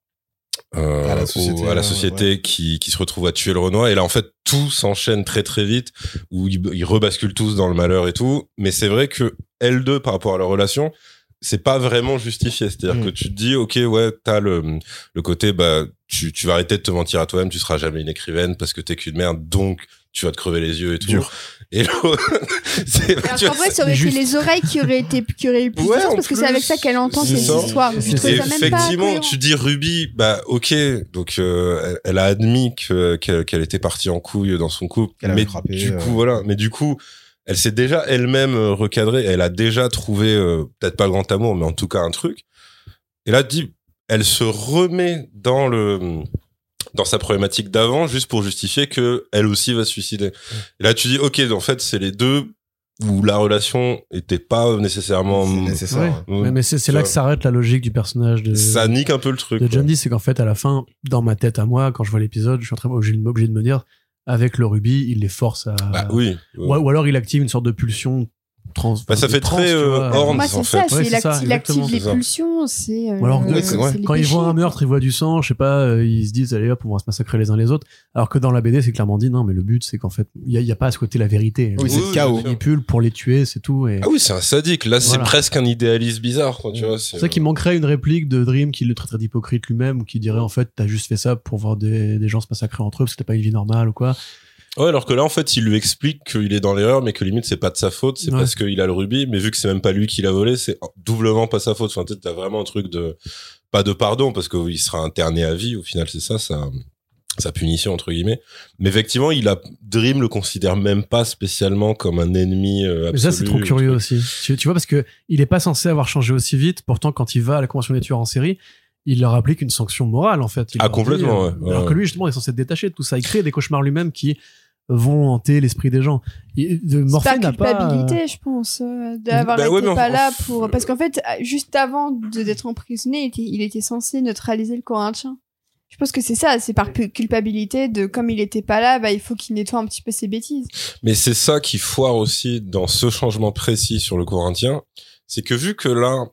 Euh, à la société, au, à la société ouais. qui, qui se retrouve à tuer le Renoir. Et là, en fait, tout s'enchaîne très très vite, où ils, ils rebasculent tous dans le malheur et tout. Mais c'est vrai que L deux, par rapport à leur relation, c'est pas vraiment justifié. C'est-à-dire mmh. que tu te dis, ok, ouais, t'as le, le côté, bah, tu, tu vas arrêter de te mentir à toi-même, tu seras jamais une écrivaine parce que t'es qu'une merde, donc tu vas te crever les yeux et tout. Dur. Et l'autre, c'est, alors en vrai, ça aurait été les oreilles qui auraient été, qui auraient eu plus ouais, de sens parce que c'est avec ça qu'elle entend ces histoires. Et effectivement, tu dis Ruby, bah, ok, donc, euh, elle a admis que, qu'elle, qu'elle était partie en couille dans son couple. Qu'elle mais frappé, du coup, euh... voilà. Mais du coup, elle s'est déjà elle-même recadrée. Elle a déjà trouvé, euh, peut-être pas le grand amour, mais en tout cas un truc. Et là, dit, elle se remet dans le, dans sa problématique d'avant, juste pour justifier que elle aussi va se suicider. Et là, tu dis, ok, en fait, c'est les deux où la relation était pas nécessairement c'est nécessaire. Ouais. Ouais, mais c'est, c'est là que s'arrête la logique du personnage de. Ça nique un peu le truc. De John Dee, c'est qu'en fait, à la fin, dans ma tête à moi, quand je vois l'épisode, je suis en train obligé de me dire, avec le rubis, il les force à. Bah oui. Ouais. Ou, ou alors il active une sorte de pulsion. Trans, bah, ça fait trans, très euh, Horns, moi, c'est en ça, fait. c'est ouais, il active, active les pulsions, c'est, euh, alors, ouais, c'est, ouais. c'est quand ils voient un meurtre, ils voient du sang, je sais pas, euh, ils se disent, allez hop, on va se massacrer les uns les autres. Alors que dans la B D, c'est clairement dit, non, mais le but, c'est qu'en fait, il y a, y a pas à ce côté la vérité. Oui, c'est le chaos. Il manipule pour les tuer, c'est tout. Et... Ah oui, c'est un sadique. Là, voilà. C'est presque un idéaliste bizarre, quoi, tu vois. C'est, c'est ça qu'il manquerait une réplique de Dream qui le traiterait d'hypocrite lui-même ou qui dirait, en fait, t'as juste fait ça pour voir des, des gens se massacrer entre eux parce que t'as pas une vie normale ou quoi. Ouais, alors que là, en fait, il lui explique qu'il est dans l'erreur, mais que limite, c'est pas de sa faute, c'est ouais. parce qu'il a le rubis, mais vu que c'est même pas lui qui l'a volé, c'est doublement pas sa faute. Enfin, tu sais, t'as vraiment un truc de, pas de pardon, parce qu'il sera interné à vie, au final, c'est ça, sa, sa punition, entre guillemets. Mais effectivement, il a, Dream le considère même pas spécialement comme un ennemi euh, absolu. Mais ça, c'est trop curieux aussi. Tu, tu vois, parce que il est pas censé avoir changé aussi vite, pourtant, quand il va à la convention des tueurs en série, il leur applique une sanction morale, en fait. Il ah, complètement, dit, euh, ouais. Alors ouais. que lui, justement, est censé être détaché de tout ça. Il crée des cauchemars lui-même qui vont hanter l'esprit des gens. Et de Morphée c'est pas n'a culpabilité, pas... je pense, euh, d'avoir bah été ouais, pas on... là pour... Parce qu'en fait, juste avant de, d'être emprisonné, il était, il était censé neutraliser le Corinthien. Je pense que c'est ça, c'est par culpabilité de comme il était pas là, bah, il faut qu'il nettoie un petit peu ses bêtises. Mais c'est ça qui foire aussi dans ce changement précis sur le Corinthien, c'est que vu que là,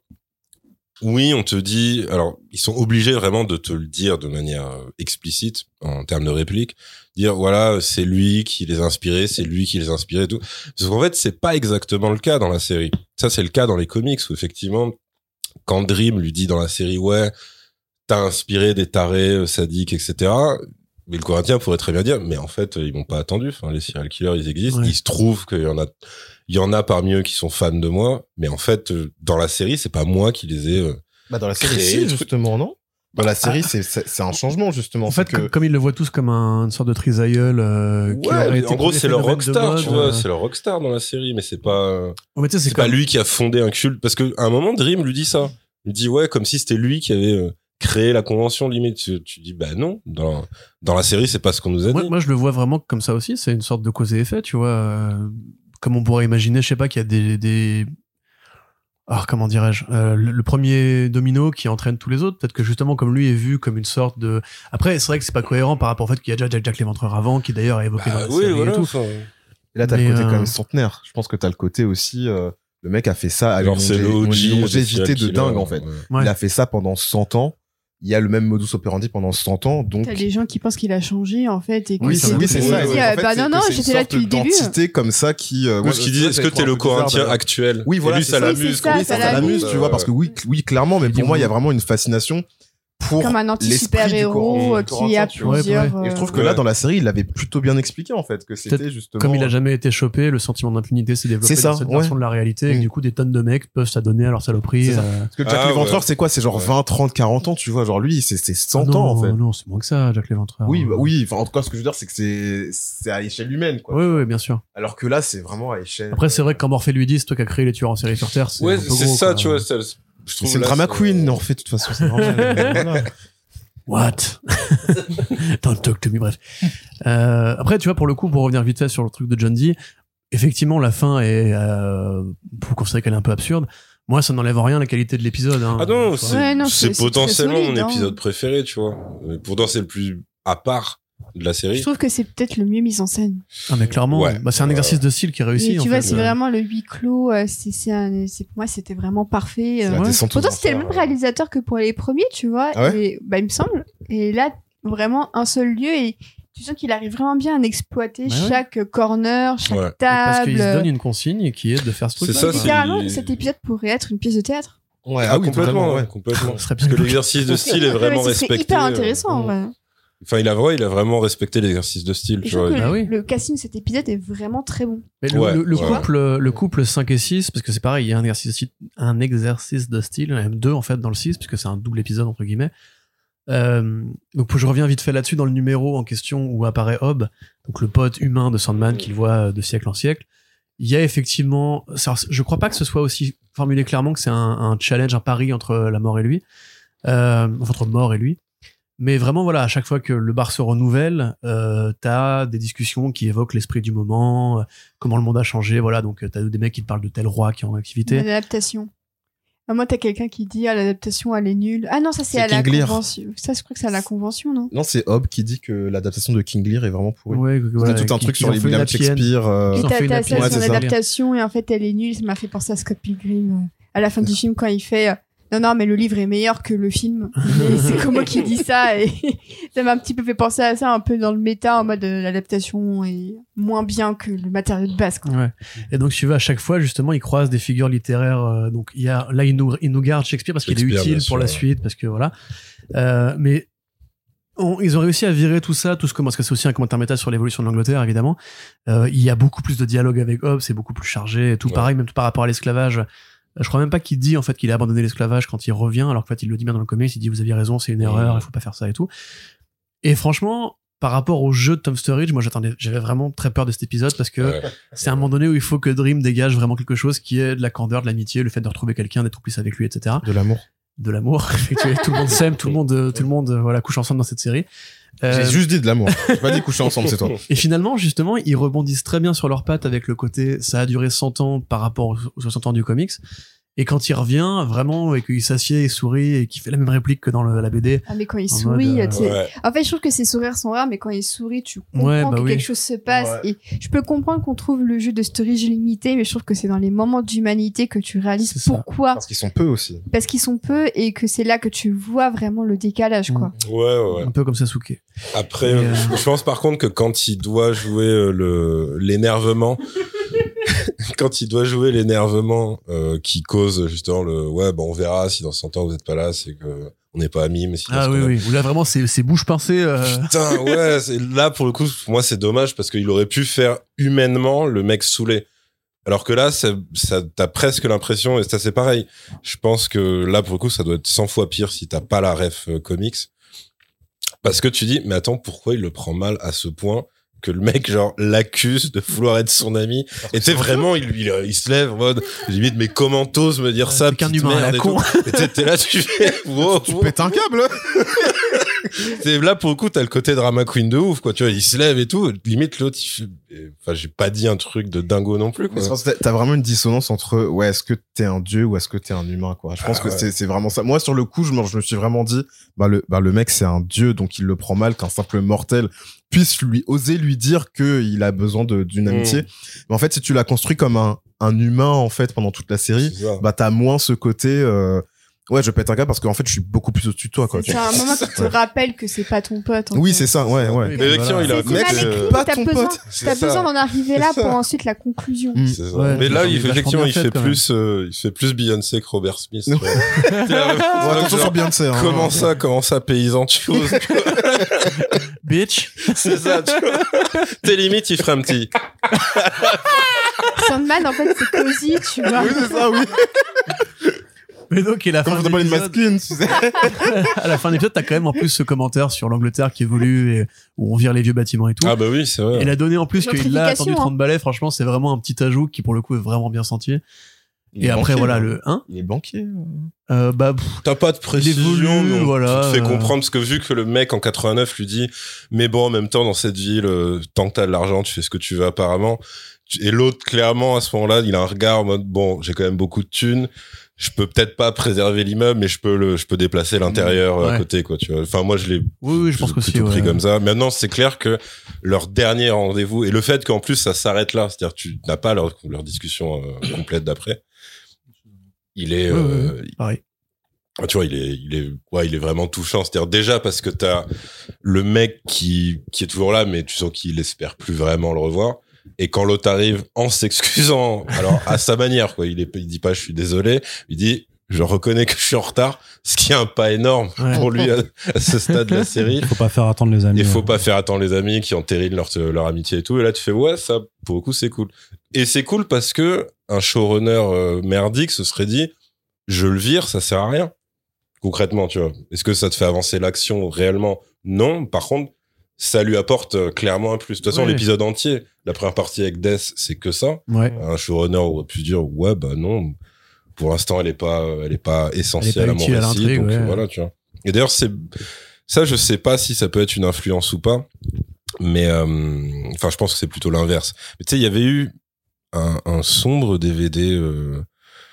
oui, on te dit, alors ils sont obligés vraiment de te le dire de manière explicite en termes de réplique, dire voilà, c'est lui qui les a inspirés, c'est lui qui les a inspirés et tout. Parce qu'en fait, c'est pas exactement le cas dans la série. Ça, c'est le cas dans les comics où effectivement, quand Dream lui dit dans la série ouais, t'as inspiré des tarés sadiques, et cetera. Mais le Corinthien pourrait très bien dire, mais en fait, ils m'ont pas attendu. Enfin, les serial killers, ils existent. Ouais. Il se trouve qu'il y en a, il y en a parmi eux qui sont fans de moi. Mais en fait, dans la série, c'est pas moi qui les ai euh, bah, dans la série, si, justement, non? Dans la série, ah. c'est, c'est, c'est un changement, justement. En fait, que... comme ils le voient tous comme un, une sorte de trisaïeul, euh, ouais, qui aurait été en gros, c'est leur rockstar, tu vois. Euh... C'est leur rockstar dans la série, mais c'est pas, oh, mais c'est, c'est comme... pas lui qui a fondé un culte. Parce qu'à un moment, Dream lui dit ça. Il dit, ouais, comme si c'était lui qui avait, euh, créé la convention limite. Tu, tu dis bah non, dans dans la série c'est pas ce qu'on nous a moi, dit. Moi je le vois vraiment comme ça aussi, c'est une sorte de cause et effet, tu vois, euh, comme on pourrait imaginer, je sais pas, qu'il y a des des alors comment dirais-je, euh, le, le premier domino qui entraîne tous les autres, peut-être que justement comme lui est vu comme une sorte de après c'est vrai que c'est pas cohérent par rapport au fait qu'il y a déjà Jack, Jack l'Éventreur avant qui d'ailleurs a évoqué bah, dans la oui, série voilà, et tout. ça... Et là t'as Mais le côté euh... quand même centenaire. Je pense que t'as le côté aussi euh, le mec a fait ça à genre c'est une longévité de dingue en fait. Ouais. Ouais. Il a fait ça pendant cent ans. Il y a le même modus operandi pendant cent ans, donc. T'as des gens qui pensent qu'il a changé, en fait, et que oui, c'est, oui, c'est ça. Dit, euh, bah non, non, j'étais là depuis le début. D'entité comme ça qui, euh, ouais, ce qu'il dit, est-ce que t'es le Corinthien actuel? Oui, voilà. Et lui, ça l'amuse. Oui, ça l'amuse, tu vois, parce que oui, oui, clairement, mais pour moi, il y a vraiment une fascination pour comme un anti-super-héros qui a plusieurs. Ouais, ouais. Et je trouve que là, dans la série, il l'avait plutôt bien expliqué, en fait, que c'était peut-être justement. Comme il a jamais été chopé, le sentiment d'impunité s'est développé ça, dans cette ouais. version de la réalité, et que du coup, des tonnes de mecs peuvent s'adonner à leur saloperie. Euh... Parce que Jack ah, l'Éventreur, ouais. c'est quoi? C'est genre ouais. vingt, trente, quarante ans, tu vois, genre lui, c'est, c'est cent ah non, ans, en fait. Non, c'est moins que ça, Jack l'Éventreur. Oui, bah, oui, enfin, en tout cas, ce que je veux dire, c'est que c'est, c'est à échelle humaine, quoi. Oui, oui, bien sûr. Alors que là, c'est vraiment à échelle. Après, c'est vrai que quand Morphée lui dit, c'est toi qui as créé les tueurs en série sur Terre, c'est ouais, un peu c'est gros, ça, quoi. Tu vois, c'est, je trouve c'est le drama queen, en fait, de toute façon, c'est vraiment, voilà. What? Don't talk to me, bref. Euh, après, tu vois, pour le coup, pour revenir vite fait sur le truc de John Dee, effectivement, la fin est, euh, vous considérez qu'elle est un peu absurde. Moi, ça n'enlève rien à la qualité de l'épisode. Hein. Ah non, c'est, Ouais, non, c'est c'est- c'est potentiellement très solide, mon hein. épisode préféré, tu vois. Mais pourtant, c'est le plus à part de la série. Je trouve que c'est peut-être le mieux mis en scène. Ah, mais clairement, Ouais. bah, c'est un exercice de style qui est réussi. Et en tu vois, fait. c'est vraiment le huis clos. euh, C'est, c'est un, c'est, pour moi, c'était vraiment parfait. C'est euh. la Ouais. descente aux Pourtant, c'était le enfers, même euh. réalisateur que pour les premiers, tu vois. Ah ouais et, bah, il me semble. Et là, vraiment un seul lieu. Et tu sens qu'il arrive vraiment bien à exploiter Bah ouais. chaque corner, chaque Ouais. Parce qu'il se table. donne une consigne qui est de faire ce truc. C'est ça, Ouais, c'est- littéralement, cet épisode pourrait être une pièce de théâtre. Ouais, Ah, ah oui, complètement, totalement, ouais, ouais. complètement. Ce serait bien Parce que que- l'exercice de style est Ouais, vraiment mais c'est respecté. hyper euh, intéressant, en vrai. Enfin, il a vrai, il a vraiment respecté l'exercice de style, Et tu je trouve vois. que Bah oui. le casting de cet épisode est vraiment très bon. Mais le, Ouais, le, le ouais. couple, le couple cinq et six, parce que c'est pareil, il y a un exercice, de style- un exercice de style, il y en a même deux en fait dans le six, puisque c'est un double épisode entre guillemets. Euh, donc je reviens vite fait là-dessus dans le numéro en question où apparaît Hob, donc le pote humain de Sandman qu'il voit de siècle en siècle. Il y a effectivement, ça, je crois pas que ce soit aussi formulé clairement que c'est un, un challenge, un pari entre la mort et lui, euh, enfin, entre mort et lui. Mais vraiment, voilà, à chaque fois que le bar se renouvelle, euh, t'as des discussions qui évoquent l'esprit du moment, euh, comment le monde a changé, voilà. Donc, euh, t'as des mecs qui te parlent de tel roi qui est en activité. L'adaptation. À moi, t'as quelqu'un qui dit ah l'adaptation elle est nulle. Ah non, ça c'est, C'est à la King Lear. convention. Ça, je crois que c'est à la convention, non? Non, c'est Hob qui dit que l'adaptation de King Lear est vraiment pourrie. Ouais, C'était voilà, tout un qui- truc qui sur en les fait une William happy end. Shakespeare. euh, Et Ils ont t'as, fait une t'as happy ça, end, ouais, son c'est ça. adaptation et en fait elle est nulle. Ça m'a fait penser à Scott Pilgrim euh, à la fin du film quand il fait euh, non non mais le livre est meilleur que le film. Et c'est comment qui dit ça et ça m'a un petit peu fait penser à ça un peu dans le méta en mode euh, l'adaptation est moins bien que le matériau de base. Quoi. Ouais. Et donc, si tu veux, à chaque fois, justement, ils croisent des figures littéraires. euh, donc, il y a, là, ils nous, ils nous gardent Shakespeare parce qu'il est Shakespeare, utile bien pour sûr, la ouais. suite, parce que voilà. Euh, mais on- ils ont réussi à virer tout ça, tout ce que, parce que c'est aussi un commentaire méta sur l'évolution de l'Angleterre, évidemment. Euh, il y a beaucoup plus de dialogue avec Hobbes, c'est beaucoup plus chargé, et tout Ouais. pareil, même tout par rapport à l'esclavage. Je crois même pas qu'il dit en fait qu'il a abandonné l'esclavage quand il revient, alors qu'en fait il le dit bien dans le comics, il dit vous aviez raison, c'est une erreur, il faut pas faire ça et tout. Et franchement, par rapport au jeu de Tom Sturridge, moi j'attendais, j'avais vraiment très peur de cet épisode parce que Ouais. c'est un moment donné où il faut que Dream dégage vraiment quelque chose qui est de la candeur, de l'amitié, le fait de retrouver quelqu'un, d'être complice avec lui, et cetera. De l'amour. De l'amour. Effectivement, tout le monde s'aime, tout le monde, euh, tout le monde, euh, voilà, couche ensemble dans cette série. Euh, J'ai juste dit de l'amour. J'ai pas dit coucher ensemble, c'est toi. et finalement, justement, ils rebondissent très bien sur leurs pattes avec le côté ça a duré cent ans par rapport aux soixante ans du comics. Et quand il revient, vraiment, et qu'il s'assied et sourit et qu'il fait la même réplique que dans le- la B D. Ah mais quand il En sourit, mode, euh, tu sais- Ouais. en fait je trouve que ses sourires sont rares mais quand il sourit tu comprends Ouais, bah que oui. quelque chose se passe Ouais. et je peux comprendre qu'on trouve le jeu de Sturridge limité mais je trouve que c'est dans les moments d'humanité que tu réalises C'est ça. pourquoi Parce qu'ils sont peu aussi. parce qu'ils sont peu et que c'est là que tu vois vraiment le décalage quoi. Ouais, ouais, ouais. Un peu comme Sasuke. Après, Et, euh, euh, je pense par contre que quand il doit jouer euh, le l'énervement, quand il doit jouer l'énervement euh, qui cause justement le ouais, bon, on verra si dans cent ans vous êtes pas là, c'est que on n'est pas amis, mais sinon Ah c'est oui, qu'on a- oui. Où là, vraiment, c'est, c'est bouche pincée. euh, Putain, ouais, c'est, là pour le coup, pour moi c'est dommage parce qu'il aurait pu faire humainement le mec saoulé. Alors que là, ça, ça, t'as presque l'impression, et ça c'est pareil. Je pense que là pour le coup, ça doit être cent fois pire si t'as pas la ref euh, comics. Parce que tu dis, mais attends, pourquoi il le prend mal à ce point que le mec, genre, l'accuse de vouloir être son ami? Et tu sais, vraiment, il, il, il se lève en mode, limite, mais comment t'oses me dire ça, c'est qu'un petite humain à merde la et con. tout. Et t'es, t'es là, tu fais, wow, Tu wow. pètes un câble. C'est là, pour le coup, t'as le côté drama queen de ouf, quoi. Tu vois, il se lève et tout. Limite, l'autre, il fait, enfin, j'ai pas dit un truc de dingo non plus, quoi. Mais c'est parce que t'as- t'as vraiment une dissonance entre ouais, est-ce que t'es un dieu ou est-ce que t'es un humain, quoi. Je pense Ah que ouais. c'est c'est vraiment ça. Moi, sur le coup, je me, je me suis vraiment dit, bah le bah le mec c'est un dieu, donc il le prend mal qu'un simple mortel puisse lui oser lui dire que il a besoin de d'une Mm. amitié. Mais en fait, si tu l'as construit comme un un humain en fait pendant toute la série, C'est ça. bah t'as moins ce côté. Euh, ouais, je pète un câble parce qu'en fait, je suis beaucoup plus au-dessus de toi, quoi. C'est un moment qui te rappelle que c'est pas ton pote. en Oui, fait. c'est ça. Ouais, ouais. Oui, Mais effectivement, voilà. il a un C'est mec, mal côté, écrit, euh, pas mais t'as ton besoin, pote. C'est t'as ça. besoin d'en arriver là C'est pour ça. ensuite la conclusion. Mm. C'est ça. Ouais, mais là, c'est il, vachement effectivement, bien il fait, fait quand plus, euh, il fait plus Beyoncé que Robert Smith. tu vois. T'es là, Bon, attention genre, sur Beyoncé. Hein. Comment ça, comment ça, paysan, tu oses, tu vois. Bitch. C'est ça, tu vois. T'es limite, il ferait un petit. Sandman en fait c'est cosy, tu vois. Oui, c'est ça, oui. Mais donc, et la Comme fin je de t'appelle une l'épisode- masculine, tu sais. à la fin de l'épisode, t'as quand même en plus ce commentaire sur l'Angleterre qui évolue et où on vire les vieux bâtiments et tout. Ah, bah oui, c'est vrai. Et la donnée en plus qu'il a attendu Gentrification, trente balais, franchement, c'est vraiment un petit ajout qui pour le coup est vraiment bien senti. Il Et est après, banquier, voilà, hein. le un. Il est banquier. Euh, bah, pff, T'as pas de précision, évolue, donc voilà, tu te fais euh. comprendre, parce que vu que le mec en quatre-vingt-neuf lui dit, mais bon, en même temps, dans cette ville, euh, tant que t'as de l'argent, tu fais ce que tu veux apparemment. Et l'autre, clairement, à ce moment-là, il a un regard en mode, bon, j'ai quand même beaucoup de thunes, je peux peut-être pas préserver l'immeuble, mais je peux le, je peux déplacer l'intérieur Ouais. à côté, quoi, tu vois. Enfin, moi, je l'ai oui, oui, je pense que plutôt si, pris ouais. comme ça. Maintenant, c'est clair que leur dernier rendez-vous, et le fait qu'en plus, ça s'arrête là, c'est-à-dire, tu n'as pas leur, leur discussion euh, complète d'après. Il est, Ouais, euh, ouais, pareil. ah, tu vois, il est, il est, ouais, il est vraiment touchant. C'est-à-dire déjà parce que t'as le mec qui, qui est toujours là, mais tu sens qu'il espère plus vraiment le revoir. Et quand l'autre arrive en s'excusant, alors à sa manière, quoi, il est, il dit pas je suis désolé, il dit je reconnais que je suis en retard, ce qui est un pas énorme Ouais. pour lui à, à ce stade de la série. Il faut pas faire attendre les amis. Il faut ouais. pas faire attendre les amis qui entérinent leur, leur amitié et tout. Et là, tu fais, ouais, ça, pour le coup, c'est cool. Et c'est cool parce que un showrunner euh, merdique se serait dit, je le vire, ça sert à rien. Concrètement, tu vois. Est-ce que ça te fait avancer l'action réellement? Non. Par contre, ça lui apporte euh, clairement un plus. De toute façon, Ouais. l'épisode entier, la première partie avec Death, c'est que ça. Ouais. Un showrunner aurait pu dire, ouais, bah non. Pour l'instant, elle est pas, elle est pas essentielle pas à mon utile à récit. l'intrigue, Donc, ouais. voilà, tu vois. Et d'ailleurs, c'est, ça, je sais pas si ça peut être une influence ou pas. Mais, euh, enfin, je pense que c'est plutôt l'inverse. Mais tu sais, il y avait eu un, un sombre D V D, euh,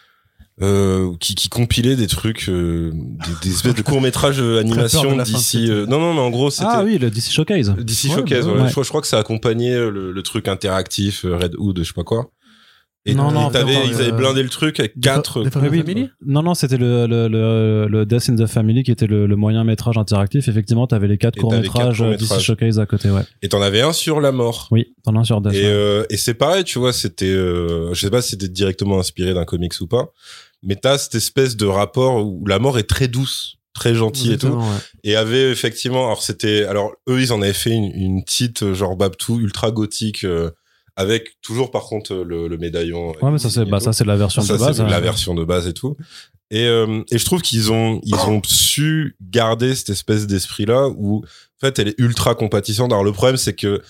euh, qui, qui compilait des trucs, euh, des, des espèces de courts-métrages peur animation de la fin de d'ici, cette- euh, non, non, mais en gros, c'était, Ah oui, le D C Showcase. D C Ouais, Showcase, bah ouais. ouais. Je, crois, je crois que ça accompagnait le, le truc interactif, euh, Red Hood, je sais pas quoi. Et, Non, et non, t'avais, attends, ils avaient euh, blindé le truc avec Des quatre. fa- des Family Family Non, non, c'était le, le, le, le Death in the Family qui était le, le moyen métrage interactif. Effectivement, t'avais les quatre Et t'avais courts-métrages quatre euh, D C courts-métrages. Showcase à côté, ouais. Et t'en avais un sur la mort. Oui, t'en as un sur Death. Et, ouais. euh, et c'est pareil, tu vois, c'était, euh, je sais pas si c'était directement inspiré d'un comics ou pas, mais t'as cette espèce de rapport où la mort est très douce, très gentille et tout. Exactement, ouais. Et avait effectivement, alors c'était, alors eux ils en avaient fait une, une petite euh, genre Babtou ultra gothique, euh, avec toujours par contre euh, le, le médaillon. Ouais, mais ça c'est, bah, ça c'est la version ça, de base. c'est hein. la version de base et tout. Et, euh, et je trouve qu'ils ont, ils ont su garder cette espèce d'esprit-là où, en fait, elle est ultra compatissante. Alors, le problème, c'est que,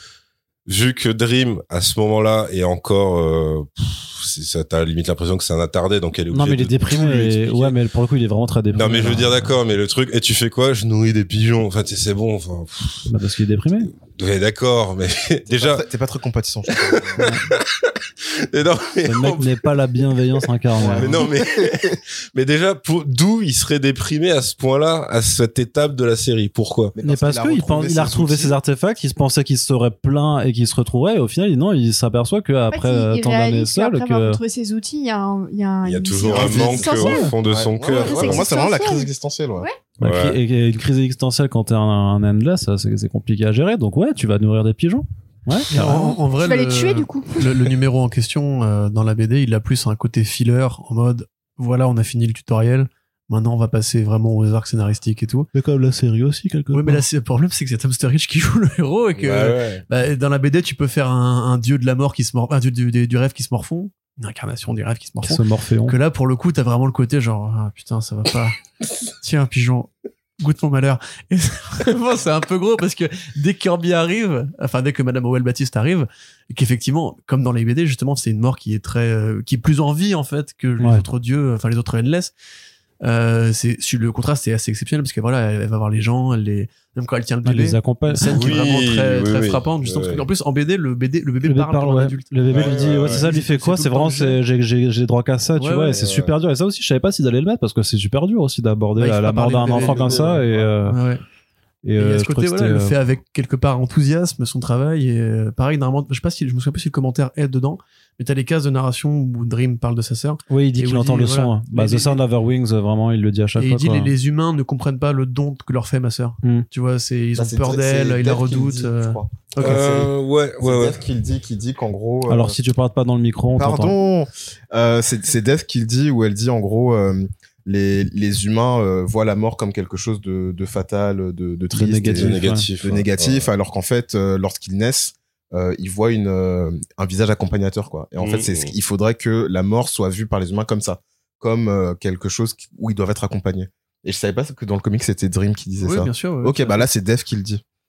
vu que Dream, à ce moment-là, est encore, euh, pff, c'est- ça, t'as limite l'impression que c'est un attardé, donc elle est Non, obligée mais il est de tout lui déprimé. et- expliquer. Ouais, mais pour le coup, il est vraiment très déprimé. Non, mais je veux là. dire, d'accord, mais le truc, et tu fais quoi? Je nourris des pigeons. Enfin, tu sais, c'est bon, enfin, pff, Bah, parce qu'il est déprimé. ouais, d'accord, mais déjà, T'es pas très- T'es pas très compatissant. je trouve. mais non, mais Le mec n'est pas la bienveillance incarnée. Mais non, mais, mais déjà, pour, d'où il serait déprimé à ce point-là, à cette étape de la série? Pourquoi? Mais parce qu'il il a retrouvé ses artefacts, il se pensait qu'il serait plein et qu'il se retrouverait, et au final, non, il s'aperçoit qu'après En fait, il tant d'années réalise seul, qu'après avoir que. retrouvé ses outils, il y a, un, il y a, un- Il y a une- toujours c'est un une manque existentielle. au fond de son Ouais, cœur. ouais, voilà. pour moi, c'est vraiment la crise existentielle. existentielle. Ouais. Ouais. Bah, Ouais. cri- et, et une crise existentielle quand t'es un, un endless, ça, c'est c'est compliqué à gérer. Donc ouais, tu vas nourrir des pigeons. Ouais, En, carrément. en vrai, Tu vas le, les tuer du coup. le, le numéro en question euh, dans la B D, il a plus un côté filler en mode voilà, on a fini le tutoriel. Maintenant, on va passer vraiment aux arcs scénaristiques et tout. Mais comme la série aussi, quelque Oui, mais là, c'est- le problème, c'est que c'est Tom Sturridge qui joue le héros et que Ouais, ouais. bah, dans la B D, tu peux faire un, un dieu de la mort qui se mord, un dieu du, du, du rêve qui se morfond, une incarnation du rêve qui se morfond. Ce Morphéon. Que là, pour le coup, t'as vraiment le côté genre, ah putain, ça va pas. Tiens, pigeon, goûte mon malheur. Et vraiment, c'est un peu gros parce que dès que Kirby arrive, enfin, dès que Madame Howell Baptiste arrive, et qu'effectivement, comme dans les B D, justement, c'est une mort qui est très, euh, qui est plus en vie, en fait, que les Ouais. autres dieux, enfin, les autres Endless. Euh, c'est, sur le contraste, c'est assez exceptionnel parce que voilà, elle, elle va voir les gens, elle les, même quand elle tient le Elle bébé. les accompagne. Une scène qui est Oui, vraiment très, oui, très oui. frappante, justement, Ouais, parce qu'en plus, en B D, le B D, le bébé Le bébé parle parle, comme un ouais. adulte. Le bébé Ouais, lui dit, ouais, ouais, ouais. c'est ça, lui fait C'est quoi? tout C'est le temps vraiment, le c'est, j'ai, j'ai, j'ai droit qu'à ça, tu Ouais, vois, ouais, et c'est ouais. super dur. Et ça aussi, je savais pas s'ils allaient le mettre parce que c'est super dur aussi d'aborder Ouais, il la, faut la pas mort parler d'un de bébé, enfant de comme bébé, ça, et, ouais. euh, Ouais, ouais. et, Et euh, à ce je trouve côté, que voilà, c'était, le euh, fait avec quelque part enthousiasme, son travail, et euh, pareil, normalement, je sais pas si, je me souviens plus si le commentaire est dedans, mais t'as les cases de narration où Dream parle de sa sœur, Oui, il dit Et qu'il vous entend dit, le voilà, son. hein. Bah, les- The Sound of Her Wings, euh, vraiment, il le dit à chaque et il fois. dit quoi. les, les humains ne comprennent pas le don que leur fait ma sœur. Hmm. Tu vois, c'est, ils Bah, ont c'est peur Dre- d'elle, c'est ils la Dave qui le redoutent. dit, euh, je crois. ok. Euh, ouais, C'est ouais, ouais. Dave qui le dit, qui dit qu'en gros. euh, Alors, si tu parles pas dans le micro, on t'entend. Pardon, euh, c'est c'est Death qui le dit, où elle dit en gros euh, les les humains euh, voient la mort comme quelque chose de, de fatal, de, de triste, négatif, et- De ouais. négatif. de ouais. négatif, Ouais. alors qu'en fait euh, lorsqu'ils naissent, euh, ils voient une euh, un visage accompagnateur quoi. Et en Mmh. fait c'est ce qu'il faudrait que la mort soit vue par les humains comme ça, comme euh, quelque chose qui- où ils doivent être accompagnés. Et je savais pas que dans le comic c'était Dream qui disait Oui, ça. bien sûr. ouais, Ok, tout à bah fait. là c'est Death qui le dit.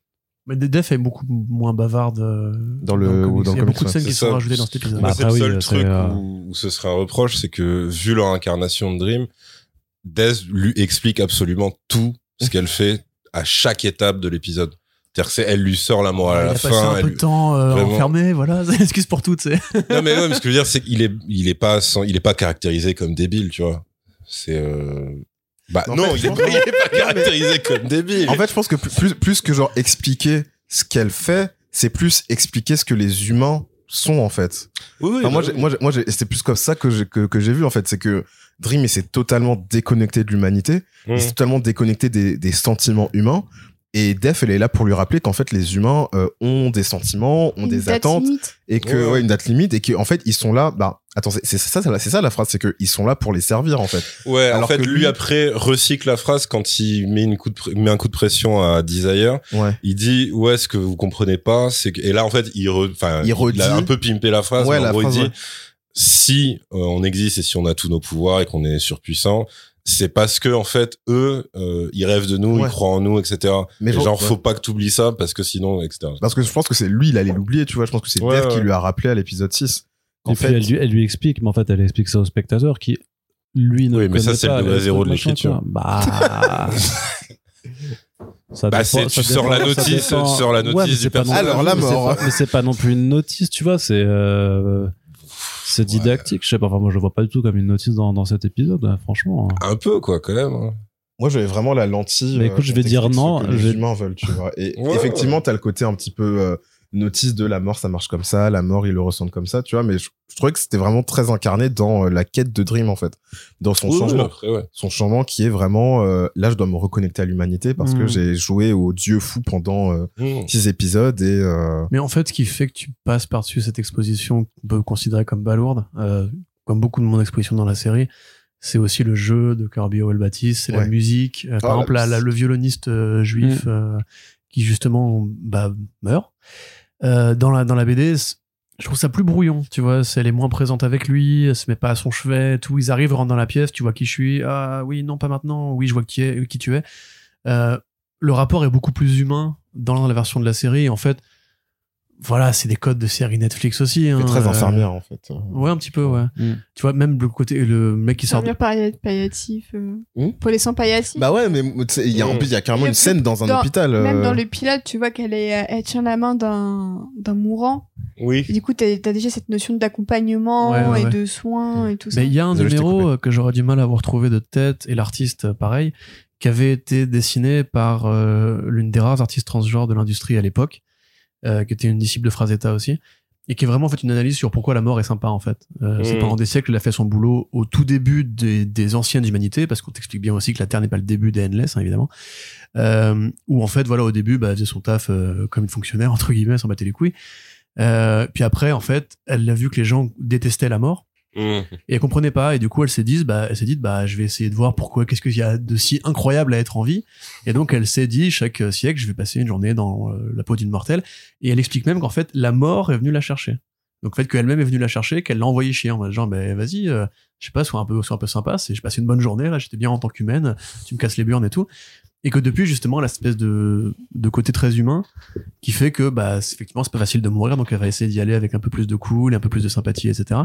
Mais Def est beaucoup moins bavarde euh, Dans le- comics. dans le Il y a comics, beaucoup de ouais. scènes C'est qui ça. sont rajoutées dans cet épisode. Bah, c'est après, le seul oui, truc c'est, euh, où, où ce serait un reproche, c'est que vu leur incarnation de Dream, Death lui explique absolument tout ce qu'elle fait à chaque étape de l'épisode. C'est-à-dire que c'est, elle lui sort la morale à il la a passé fin. un elle peu lui- de temps euh, Vraiment. enfermé, voilà. Excuse pour tout, tu sais. Non mais ouais, mais ce que je veux dire, c'est qu'il est, il est pas, sans- il est pas caractérisé comme débile, tu vois. C'est, euh... bah En non, fait, il, je est pense pas, que- il est pas caractérisé comme débile. En fait, je pense que plus, plus, plus que genre expliquer ce qu'elle fait, c'est plus expliquer ce que les humains sont, en fait. oui, oui, Enfin, moi, bah j'ai- oui. moi, j'ai- moi, j'ai- c'est plus comme ça que j'ai, que, que j'ai vu, en fait. C'est que Dream, il s'est totalement déconnecté de l'humanité. Mmh. Il s'est totalement déconnecté des, des sentiments humains. Et Def, elle est là pour lui rappeler qu'en fait, les humains euh, ont des sentiments, ont Une des date attentes. limite. Et que, Ouais. ouais, une date limite. Et qu'en fait, ils sont là, bah, attends, c'est c'est ça, c'est c'est ça la phrase, c'est qu'ils sont là pour les servir, en fait. Ouais, Alors en fait, que lui, lui- après, recycle la phrase quand il met, une coup de pr- met un coup de pression à Desire. Ouais. Il dit, ouais, ce que vous comprenez pas, c'est que, et là, en fait, il, re... enfin, Il redit- a un peu pimpé la phrase, Ouais, mais en la gros, phrase, il dit, ouais. si euh, on existe et si on a tous nos pouvoirs et qu'on est surpuissant, c'est parce que, en fait, eux, euh, ils rêvent de nous, Ouais. ils croient en nous, et cetera. Mais Et genre- genre, ouais. faut pas que t'oublies ça parce que sinon, et cetera. Parce que je pense que c'est lui, il allait l'oublier, tu vois. Je pense que c'est Ouais, Def qui ouais. lui a rappelé à l'épisode six. En Et puis fait, elle lui, elle lui explique, mais en fait, elle explique ça au spectateur qui, lui, ne Oui, mais ça, connaît c'est le pas degré les zéro de machin, l'écriture. quoi. Bah. Ça Bah, dépend- c'est- ça tu sors la dépend- ça notice, dépend- tu sors la Ouais, notice mais du c'est pas non- personnage. Alors, la mais c'est mort. pas- Mais c'est pas non plus une notice, tu vois, c'est, euh, c'est didactique, je sais pas. Enfin, moi, je le vois pas du tout comme une notice dans, dans cet épisode, hein, franchement. Un peu, quoi, quand même. hein. moi, j'avais vraiment la lentille. Mais écoute, euh, je vais pour dire t'expliquer non, ce que je les vais- humains veulent, tu vois. Et Ouais, effectivement, t'as le côté un petit peu euh, notice de la mort, ça marche comme ça, la mort, ils le ressentent comme ça, tu vois. Mais je, je trouvais que c'était vraiment très incarné dans euh, la quête de Dream, en fait. Dans son Oui, oui, changement. après, ouais. Son changement qui est vraiment, euh, là, je dois me reconnecter à l'humanité parce que Mm. j'ai joué au dieu fou pendant euh, Mmh. six épisodes et, euh, Mais en fait, ce qui fait que tu passes par-dessus cette exposition qu'on peut considérer comme balourde, euh, comme beaucoup de mon exposition dans la série, c'est aussi le jeu de Kirby Howell Baptiste, c'est la Ouais. musique. Euh, par Oh, exemple, la la- la- le violoniste euh, juif euh, qui justement bah, meurt. Euh, dans, la, dans la B D, c- je trouve ça plus brouillon, tu vois. c'est- Elle est moins présente avec lui, elle se met pas à son chevet, tout. Ils arrivent, rentrent dans la pièce, tu vois qui je suis. Ah oui, non, pas maintenant. Oui, je vois qui, est, qui tu es. Euh, le rapport est beaucoup plus humain dans la version de la série. Et en fait, voilà, c'est des codes de série Netflix aussi. Hein, c'est très euh, infirmière, en fait. Ouais, un petit peu, ouais. Mm. Tu vois, même le côté, le mec qui sort. de- Infirmière pallia- palliative. Euh, Hmm pour les soins palliatifs. Bah ouais, mais tu sais, il y a, en plus, il y a carrément Le une scène dans un dans- hôpital. Même euh, dans le pilote, tu vois qu'elle est, elle tient la main d'un, d'un mourant. Oui. Et du coup, t'as, t'as déjà cette notion d'accompagnement Ouais, ouais, et ouais. de soins et tout ça. Mais il y a un Désolé, je t'ai numéro coupé. euh, que j'aurais du mal à avoir trouvé de tête, et l'artiste, euh, pareil, qui avait été dessiné par euh, l'une des rares artistes transgenres de l'industrie à l'époque, euh, qui était une disciple de Frazetta aussi, et qui est vraiment fait une analyse sur pourquoi la mort est sympa en fait. Euh, C'est Mm. pendant des siècles, il a fait son boulot au tout début des, des anciennes humanités, parce qu'on t'explique bien aussi que la Terre n'est pas le début des Endless, hein, évidemment. Euh, où en fait, voilà, au début, bah, elle faisait son taf euh, comme une fonctionnaire, entre guillemets, elle s'en battait les couilles. Euh, puis après, en fait, elle a vu que les gens détestaient la mort. Mmh. Et elle comprenait pas, et du coup elle s'est dit, bah, elle s'est dit, bah, je vais essayer de voir pourquoi, qu'est-ce qu'il y a de si incroyable à être en vie. Et donc elle s'est dit, chaque euh, siècle, je vais passer une journée dans euh, la peau d'une mortelle. Et elle explique même qu'en fait, la mort est venue la chercher. Donc le fait qu'elle-même est venue la chercher, qu'elle l'a envoyé chier en mode genre, bah, vas-y, euh, je sais pas, sois un peu, sois un peu sympa, c'est, j'ai passé une bonne journée, là, j'étais bien en tant qu'humaine, tu me casses les burnes et tout. Et que depuis, justement, l'espèce de, de côté très humain, qui fait que, bah, c'est, effectivement, c'est pas facile de mourir, donc elle va essayer d'y aller avec un peu plus de cool, un peu plus de sympathie, et cetera.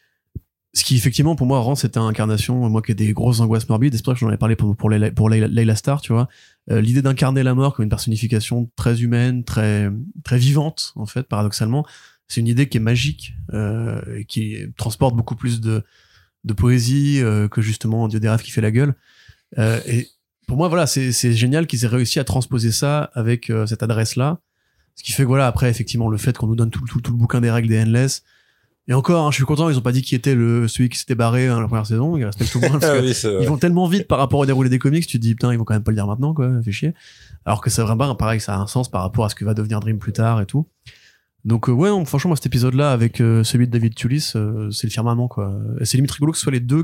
Ce qui, effectivement, pour moi, rend cette incarnation, moi qui ai des grosses angoisses morbides, et c'est pour ça que j'en avais parlé pour, pour, Layla, pour Layla, Layla Starr, tu vois, euh, l'idée d'incarner la mort comme une personnification très humaine, très, très vivante, en fait, paradoxalement, c'est une idée qui est magique, euh, et qui transporte beaucoup plus de, de poésie, euh, que justement Dieu des rêves qui fait la gueule. Euh, et pour moi, voilà, c'est, c'est génial qu'ils aient réussi à transposer ça avec euh, cette adresse-là. Ce qui fait que, voilà, après, effectivement, le fait qu'on nous donne tout, tout, tout le bouquin des règles des Endless. Et encore, hein, je suis content, ils ont pas dit qui était le, celui qui s'était barré hein, la première saison, il respecte tout le monde. Parce Ah que oui, c'est vrai. ils vont tellement vite par rapport au déroulé des comics, tu te dis, putain, ils vont quand même pas le dire maintenant, quoi, fait chier. Alors que c'est vraiment pareil, ça a un sens par rapport à ce que va devenir Dream plus tard et tout. Donc, euh, ouais, non, franchement, moi, cet épisode-là, avec euh, celui de David Tulis, euh, c'est le firmament, quoi. Et c'est limite rigolo que ce soit les deux qui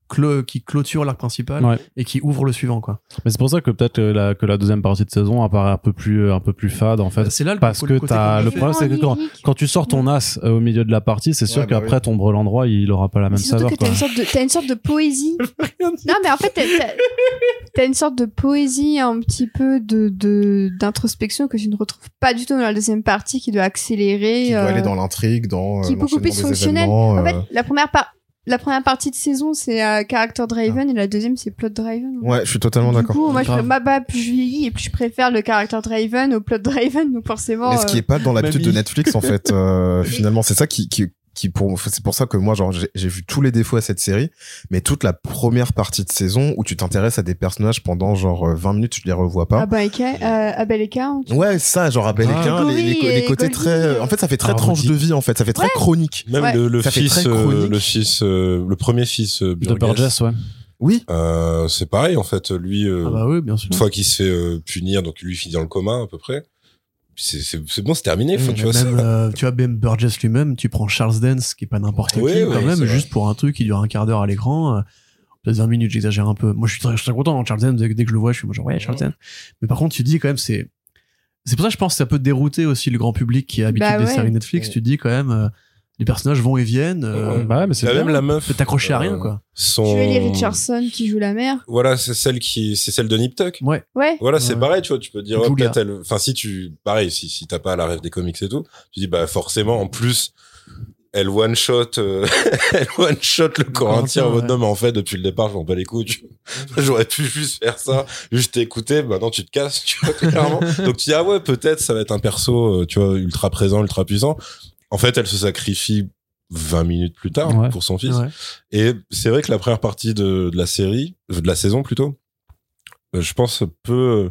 clo- qui clôture l'arc principal Ouais. et qui ouvre le suivant, quoi. Mais c'est pour ça que peut-être que la, que la deuxième partie de saison apparaît un peu plus, un peu plus fade, en fait. C'est là le, Parce le que côté t'as- qu'on le fait. problème, c'est que quand, lyrique. quand tu sors ton as euh, au milieu de la partie, c'est sûr Ouais, bah qu'après oui. ton brûle endroit, il aura pas la même C'est surtout saveur, que t'as quoi. une sorte de, t'as une sorte de poésie. Non, mais en fait, t'as, t'as, t'as une sorte de poésie, un petit peu de, de, d'introspection que tu ne retrouves pas du tout dans la deuxième partie, qui doit accélérer. Qui doit euh, aller dans l'intrigue, dans qui est euh, beaucoup plus l'enchaînement des fonctionnel. événements, En euh, fait, la première par- la première partie de saison, c'est euh, character driven et la deuxième, c'est plot driven. Ouais, je suis totalement Du d'accord. coup, moi, je Grave. préfère, bah, bah, plus je vieillis et plus je préfère le character driven au plot driven, donc forcément. Mais ce qui euh, est pas dans l'habitude de Mamie. Netflix en fait, euh, finalement, c'est ça qui, qui, qui pour, c'est pour ça que moi, genre, j'ai, j'ai vu tous les défauts à cette série, mais toute la première partie de saison où tu t'intéresses à des personnages pendant genre vingt minutes, tu les revois pas. Abel et Cain, euh, Abel et Cain, tu- Ouais, c'est ça, genre Abel Ah. et Cain, les, les, Gory les et côtés Goldie. très, en fait, ça fait très Ah, tranche Goldie. de vie en fait, ça fait très chronique. Même Ouais. le, le Ça fait fils, très euh, chronique. le fils, euh, le premier fils euh, De Burgess, ouais. Oui. euh, c'est pareil en fait. Lui, euh, Ah bah oui, bien sûr. une fois qu'il se fait euh, punir, donc lui il finit dans le coma à peu près. C'est, c'est, c'est bon, c'est terminé. Enfin, Mmh, tu vois, même, ça- euh, tu vois, même Burgess lui-même, tu prends Charles Dance, qui est pas n'importe Oui, qui, oui, quand c'est même, vrai. juste pour un truc qui dure un quart d'heure à l'écran. euh, Peut-être vingt minutes, j'exagère un peu. Moi, je suis très, je suis très content, hein, Charles Dance, dès, dès que je le vois, je suis moi, genre, ouais, Charles Dance. Mais par contre, tu dis quand même, c'est, c'est pour ça que je pense que ça peut dérouter aussi le grand public qui est habitué Bah des ouais. séries Netflix. Ouais. Tu dis quand même, euh, les personnages vont et viennent. euh, Bah ouais, mais c'est Il y a bien. même la meuf. Tu peux t'accrocher à rien, euh, quoi. Son... Julie Richardson qui joue la mère. Voilà, c'est celle qui, c'est celle de Nip Tuck. Ouais. Ouais. Voilà, c'est Ouais. pareil, tu vois, tu peux dire, ouais, Julia. peut-être elle, enfin, si tu, pareil, si, si t'as pas la rêve des comics et tout, tu dis, bah, forcément, en plus, elle one shot, euh, elle one shot le Corinthien en mode, ouais. non, mais en fait, depuis le départ, je m'en bats les couilles, tu vois. J'aurais pu juste faire ça, juste t'écouter, maintenant tu te casses, tu vois, clairement. Donc tu dis, ah ouais, peut-être ça va être un perso, euh, tu vois, ultra présent, ultra puissant. En fait, elle se sacrifie vingt minutes plus tard Ouais. pour son fils. Ouais. Et c'est vrai que la première partie de, de la série, de la saison plutôt, euh, je pense peut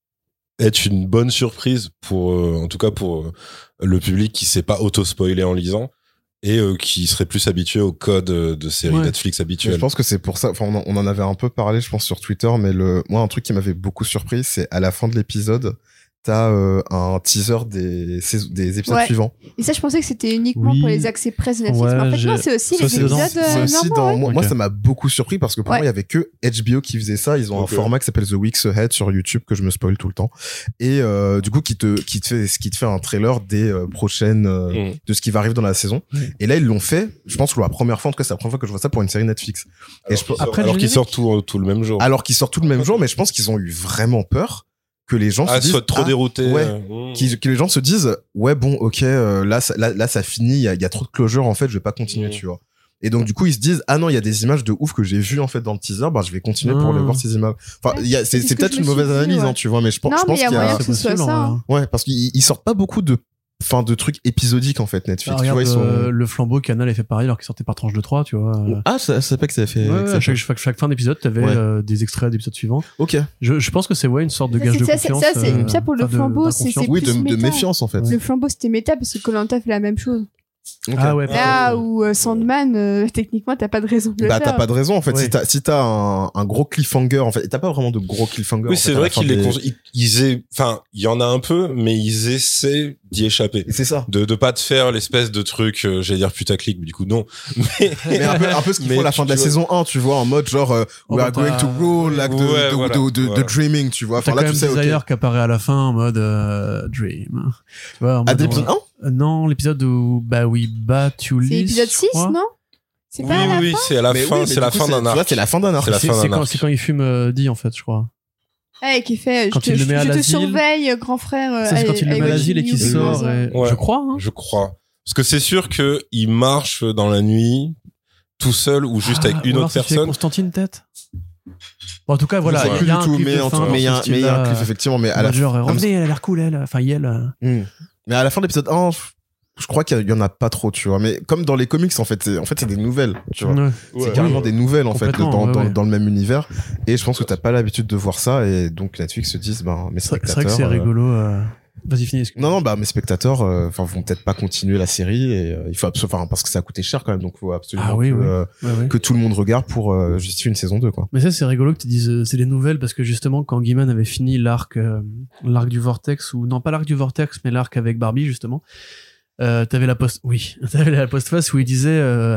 être une bonne surprise pour, euh, en tout cas pour euh, le public qui s'est pas auto-spoilé en lisant et euh, qui serait plus habitué au code euh, de séries Ouais. Netflix Mais habituelles. je pense que c'est pour ça, enfin, on en, on en avait un peu parlé, je pense, sur Twitter, mais le, moi, un truc qui m'avait beaucoup surpris, c'est à la fin de l'épisode, t'as euh, un teaser des, saisons- des épisodes Ouais. suivants. Et ça, je pensais que c'était uniquement Oui. pour les accès presse de Netflix. Ouais, mais en fait, j'ai- non, c'est aussi ça, les c'est épisodes dans- euh, C'est aussi normaux, dans, ouais. moi, moi, Ok. ça m'a beaucoup surpris parce que pour Ouais. moi, il y avait que H B O qui faisait ça. Ils ont Ok. un format qui s'appelle The Weeks Ahead sur YouTube que je me spoil tout le temps. Et, euh, du coup, qui te, qui te fait, qui te fait un trailer des euh, prochaines, euh, Mmh. de ce qui va arriver dans la saison. Ouais. Et là, ils l'ont fait. Je pense que pour la première fois, en tout cas, c'est la première fois que je vois ça pour une série Netflix. Et je, Alors qu'ils Après, sortent- alors le qu'ils générique- sortent tout, tout le même jour. alors qu'ils sortent tout le même jour, mais je pense qu'ils ont eu vraiment peur que les gens Ah, se disent, soit trop ah, dérouté. ouais. euh, qui- que les gens se disent ouais bon ok euh, là ça, là là ça finit il y a, il y a trop de closure en fait je vais pas continuer Mhm. tu vois et donc du coup ils se disent ah non il y a des images de ouf que j'ai vues en fait dans le teaser bah je vais continuer pour Mhm. les voir ces images enfin il y a c'est, C'est ce c'est que peut-être je une me suis mauvaise dit, analyse ouais. hein, tu vois mais je pense Non, je mais pense il y a qu'il y moyen a que ce soit possible, ça. en hein. vrai. ouais parce qu'ils ils sortent pas beaucoup de enfin de trucs épisodiques en fait Netflix Ah, tu regarde, vois ils sont euh, le flambeau Canal a fait pareil alors qu'il sortait par tranche de trois, tu vois. euh. ah ça c'est pas que ça a fait Ouais, que ça à a chaque, fait- chaque, chaque fin d'épisode, t'avais Ouais. euh, des extraits d'épisodes suivants. ok Je, je pense que c'est ouais une sorte de Ça, gage de c'est- ça, c'est- confiance. ça, c'est- euh, ça, pour le enfin, de- flambeau, c'est- d'inconfiance. c'est oui de, plus de méta. méfiance en fait Le flambeau, c'était méta parce que Koh-Lanta fait la même chose. Ok. Ah ouais. Là où euh, Sandman, euh, techniquement, t'as pas de raison de le bah faire. t'as pas de raison en fait Ouais. si t'as si t'as un, un gros cliffhanger en fait et t'as pas vraiment de gros cliffhanger en Oui, fait, c'est à la vrai fin qu'ils les, des- cons- ils, ils aient, enfin, il y en a un peu, mais ils essaient d'y échapper. c'est ça De, de pas te faire l'espèce de truc, euh, j'allais dire putaclic, mais du coup, non. Mais, mais un peu, un peu ce qu'ils Mais font à la tu- fin de la tu vois- saison un, tu vois, en mode genre, euh, Oh, we bah, are going t'as- to rule like the, Ouais, the, voilà, the, the- the voilà. dreaming, tu vois. T'as Enfin, quand là, tu même sais, ok. Desire qui apparaît à la fin en mode euh, Dream. Tu vois, en À mode, l'épisode un? euh, non, l'épisode où bah oui, Bat You C'est l'épisode je six, crois. non C'est oui, pas à la oui, oui, fin c'est à la Mais fin, oui, mais c'est du la coup, fin d'un tu vois, arc. c'est la fin d'un arc. C'est la C'est fin c'est d'un quand, arc. c'est quand il fume euh, dit en fait, je crois. Ouais, qui fait, je Quand te, il le je, met à je te l'asile. surveille, grand frère. euh, Ça, c'est quand il le I- met à I l'asile et watch qu'il you, sort. euh, et- Ouais. Je crois. Hein. Je crois. Parce que c'est sûr que il marche dans la nuit, tout seul ou juste avec Ah, une ou alors autre ça fait personne. Constantine peut-être. Bon, en tout cas, voilà. Je sais Il plus y a du un tout, clip mais de en fin tout- dans mais il y a ce un- mais il y a un style-là. cliff, effectivement, mais à En la mode genre, comme- revenez, elle a l'air cool, elle. Enfin, elle. euh. Hmm. Mais à la fin de l'épisode un, je crois qu'il y en a pas trop, tu vois. Mais comme dans les comics, en fait, c'est, en fait, c'est des nouvelles, tu vois. Ouais. C'est carrément des nouvelles, en fait, Complètement, dans, ouais, dans, ouais. dans le même univers. Et je pense que t'as pas l'habitude de voir ça. Et donc, Netflix se disent, ben, mes C'est vrai spectateurs. c'est vrai que c'est euh, rigolo. euh. Vas-y, finis. excuse-moi. Non, non, bah, mes spectateurs, euh, enfin, vont peut-être pas continuer la série et euh, il faut absolument, enfin, parce que ça a coûté cher quand même, donc faut absolument Ah oui, que, oui. euh, Ouais, ouais. que tout le monde regarde pour euh, justifier une saison deux, quoi. Mais ça, c'est rigolo que tu dises euh, c'est des nouvelles parce que justement, quand Gaiman avait fini l'arc, euh, l'arc du Vortex, ou non pas l'arc du Vortex, mais l'arc avec Barbie, justement, euh, t'avais la post, oui, t'avais la postface où il disait, euh,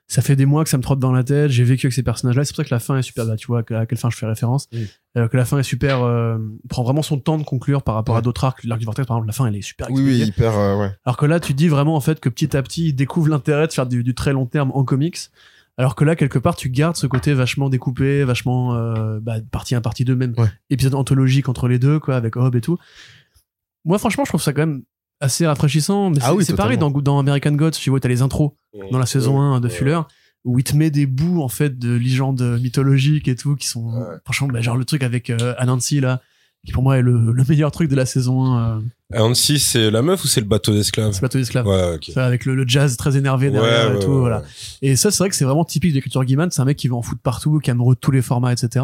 ça fait des mois que ça me trotte dans la tête, j'ai vécu avec ces personnages-là, c'est pour ça que la fin est super, bah, tu vois à quelle fin je fais référence, Oui. euh, que la fin est super, euh, prend vraiment son temps de conclure par rapport Ouais. à d'autres arcs. L'arc du Vortex, par exemple, la fin, elle est super Oui, expliquée. oui, hyper, euh, ouais. Alors que là, tu dis vraiment en fait que petit à petit, il découvre l'intérêt de faire du, du très long terme en comics. Alors que là, quelque part, tu gardes ce côté vachement découpé, vachement euh, bah, partie un, partie deux, même Ouais. épisode anthologique entre les deux, quoi, avec Hob et tout. Moi, franchement, je trouve ça quand même assez rafraîchissement. Mais Ah c'est, oui, c'est pareil dans, dans American Gods, tu vois, t'as les intros dans la saison un de Fuller, où il te met des bouts en fait de légendes mythologiques et tout qui sont Ouais. franchement bah, genre le truc avec euh, Anansi là qui pour moi est le, le meilleur truc de la saison un euh, Annecy, c'est la meuf ou c'est le bateau d'esclaves? c'est bateau d'esclaves. Voilà, ok. Ça, avec le, le jazz très énervé derrière Ouais, et ouais, tout ouais, voilà. ouais. Et ça c'est vrai que c'est vraiment typique de l'écriture Gaiman, c'est un mec qui veut en foutre partout, qui est amoureux de tous les formats, etc.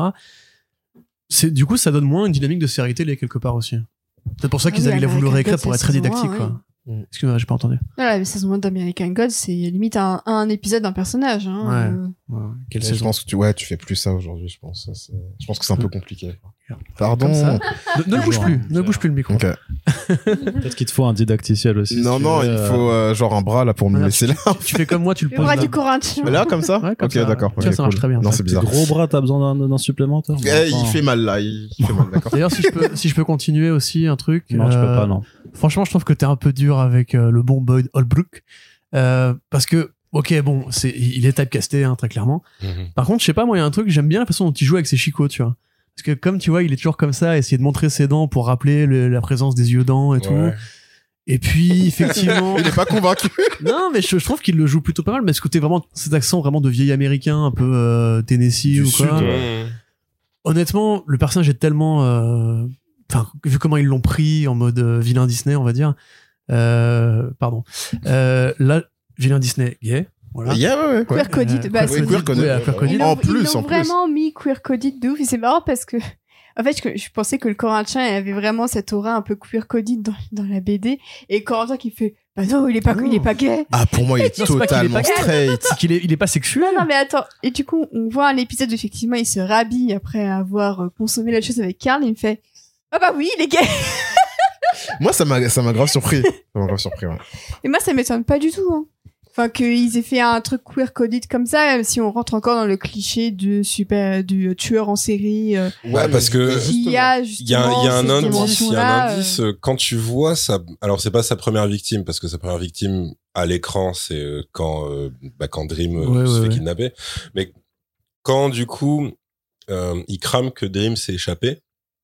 C'est du coup ça donne moins une dynamique de série télé quelque part aussi. C'est pour ça Ah qu'ils oui, avaient il a voulu le American réécrire Gods, pour être c'est très saison didactique un, quoi. ouais. Mm. Excuse-moi, j'ai pas entendu. Voilà, la saison un d'American Gods, c'est limite un, un épisode d'un personnage. Hein. Ouais. Euh, Ouais, quelle Je saison. pense que tu, ouais, tu fais plus ça aujourd'hui, je pense. Ça, c'est- Je pense que c'est un peu compliqué. Comme Pardon. ça. Ne, ne bouge plus, ne bouge plus le micro. Ok. Peut-être qu'il te faut un didacticiel aussi. Non, si tu non, veux, il euh, faut euh, genre un bras là pour me Voilà, laisser là. Tu fais comme moi, tu le Le poses. bras là. du Corinthien. Mais là, comme ça Ouais, comme Ok, ça. d'accord. Tiens, ok, ça marche cool. très bien, Non, ça. c'est Tes bizarre. gros bras, t'as besoin d'un, d'un supplémentaire? Eh, il Enfin, fait mal là, il il fait mal, d'accord. D'ailleurs, si je peux, si je peux continuer aussi un truc. Non, je peux euh, pas, non. Franchement, je trouve que t'es un peu dur avec euh, le bon Boyd Holbrook. Euh, parce que, ok, bon, c'est, il est typecasté, hein, très clairement. Mhm. Par contre, je sais pas, moi, il y a un truc, j'aime bien la façon dont il joue avec ses chicots, tu vois. Parce que comme tu vois, il est toujours comme ça, essayer de montrer ses dents pour rappeler le- la présence des yeux dents et tout. Ouais. Et puis, effectivement. Il est pas convaincu. Non, mais je, je trouve qu'il le joue plutôt pas mal, mais ce côté vraiment, cet accent vraiment de vieil américain, un peu euh, Tennessee Du ou sud, quoi. ouais. Mhm. Honnêtement, le personnage est tellement, euh, enfin, vu comment ils l'ont pris en mode euh, vilain Disney, on va dire. Euh, pardon. Euh, là, vilain Disney gay. Voilà. Yeah, ouais, ouais. ouais. Queer coded, Euh, bah, queer Oui, c'est- queer coded. Ouais, queer coded. Ils En l'ont- plus, ils l'ont en plus. vraiment mis queer coded de ouf. Et c'est marrant parce que, en fait, je, je pensais que le Corinthien avait vraiment cette aura un peu queer coded dans, dans la B D. Et Corentin qui fait, bah non, il est pas, Non. il est pas gay. Ah, pour moi, il est Non, c'est pas qu'il est totalement pas gay. straight. C'est qu'il est, il est pas sexuel. Non, non, mais attends. Et du coup, on voit un épisode où effectivement, il se rhabille après avoir euh, consommé la chose avec Karl. Il me fait, ah bah oui, il est gay. Moi, ça m'a, ça m'a grave surpris. Ça m'a grave surpris, ouais. Et moi, ça m'étonne pas du tout. Hein. Enfin, qu'ils aient fait un truc queer coded comme ça, même si on rentre encore dans le cliché du super, du tueur en série. Euh, Ouais, parce que il y a il y a, justement il y a un cette indice, il y a un dimension-là, indice euh, quand tu vois ça. Alors c'est pas sa première victime parce que sa première victime à l'écran c'est euh, quand euh, bah, quand Dream euh, Ouais, se ouais, fait ouais. kidnapper. Mais quand du coup euh, il crame que Dream s'est échappé.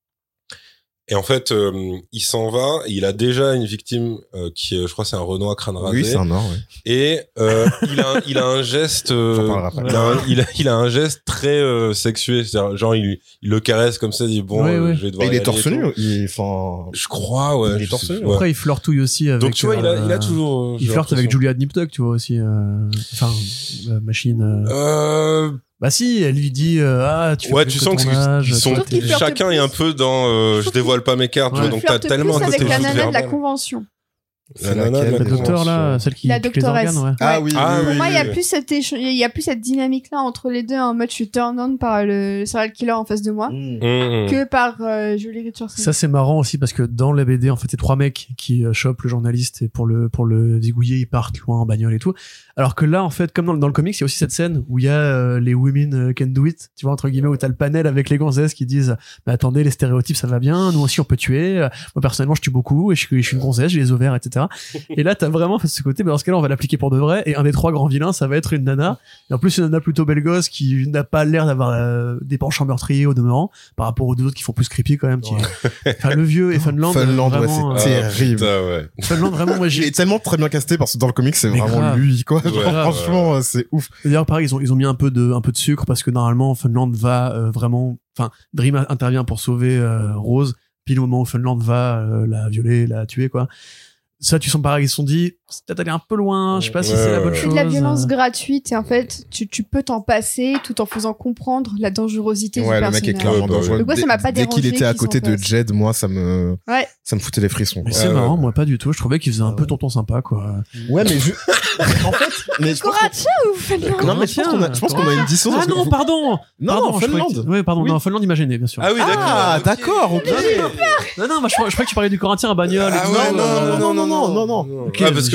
Et en fait, euh, il s'en va. Et il a déjà une victime euh, qui, est, je crois, c'est un Renoir crâne rasé. Oui, c'est un or, ouais. Et euh, il a, il a un geste, euh, J'en parlerai après. il, a un, il, a, il a un geste très euh, sexué, c'est-à-dire genre il, il le caresse comme ça, il dit bon, Ouais, euh, ouais. je vais devoir. Et il y est aller torse et tout. nu. Il est, enfin, Je crois, ouais. Il est je torse sais- nu. ouais. Après, il flirtouille aussi avec. Donc tu vois, il a, il a euh, toujours. euh, Il j'ai flirte avec l'impression. Julia Niptuck, tu vois aussi. euh, Enfin, euh, machine. euh. Euh, Bah si, elle lui dit euh, ah tu fais ouais, plus tu que sons ton qu'ils âge, ils tu sont, vois, qu'il flirte chacun plus. est un peu dans, euh, je dévoile pas mes cartes, tu Ouais. vois, donc t'as flirte tellement un plus côté avec la juste nana de la verbal. convention. La nana de laquelle, la La les docteur là, conventions. celle qui La pique les doctoresse. organes, ouais. Ah oui, Ah, oui, Pour oui, moi, il y a oui. plus cette éche- il y a plus cette dynamique là entre les deux en mode je suis turn on par le serial killer en face de moi Mm. Mmh. que par euh, Julie Richardson. Ça c'est marrant aussi parce que dans la B D en fait c'est trois mecs qui euh, chopent le journaliste et pour le pour le zigouiller ils partent loin en bagnole et tout. Alors que là en fait comme dans, dans le comics il y a aussi cette scène où il y a euh, les women euh, can do it, tu vois entre guillemets où t'as le panel avec les gonzesses qui disent mais attendez les stéréotypes ça va bien, nous aussi on peut tuer. Euh, Moi personnellement je tue beaucoup et je, suis- je suis une gonzesse, j'ai les ovaires et cetera. Et là t'as vraiment fait ce côté, mais dans ce cas-là on va l'appliquer pour de vrai et un des trois grands vilains ça va être une nana et en plus une nana plutôt belle gosse qui n'a pas l'air d'avoir euh, des penchants meurtriers au demeurant par rapport aux deux autres qui font plus creepy quand même. qui- Enfin le vieux et Funland. Funland, ouais, vraiment, c'est euh, Ah, terrible. putain, ouais. Funland vraiment moi Il j'ai est tellement très bien casté parce que dans le comic c'est Mais vraiment grave. lui quoi. Ouais, Genre, ouais, franchement euh, c'est ouf. D'ailleurs, pareil, ils ont, ils ont mis un peu de, un peu de sucre parce que normalement, Funland va euh, vraiment, enfin, Dream a- intervient pour sauver euh, Rose, puis le moment où Funland va euh, la violer, la tuer, quoi. Ça, tu sens pareil, ils se sont dit, c'est peut-être aller un peu loin, je sais pas si Ouais, c'est la bonne ouais. C'est chose. de la violence gratuite et en fait tu, tu peux t'en passer tout en faisant comprendre la dangerosité Ouais, du le mec est personnage. clairement Ouais, bah, dangereux. Donc moi, ça Dès- m'a pas Dès qu'il dérangé était à qu'ils côté s'en de fassent. Jed, moi ça me, Ouais. ça me foutait les frissons. Mais quoi. c'est Ouais, marrant, ouais. moi pas du tout. Je trouvais qu'ils faisaient un peu tonton sympa, quoi. Ouais, mais je... en fait, mais je pense Coratia ou Funland qu'on- non mais je pense qu'on a, je pense qu'on a une dissonance. Ah non, pardon! Non, pardon, non, je croyais Funland. que- Ouais, pardon, Oui. non, Funland imaginé, bien sûr. Ah oui, d'accord. Ah, ok. d'accord, ok. Non, non, moi je croyais je croyais que tu parlais du Corinthien à bagnole et Ah tout. ouais, euh, non, non, non, non, non, non. Ok, Ah, parce que j'ai-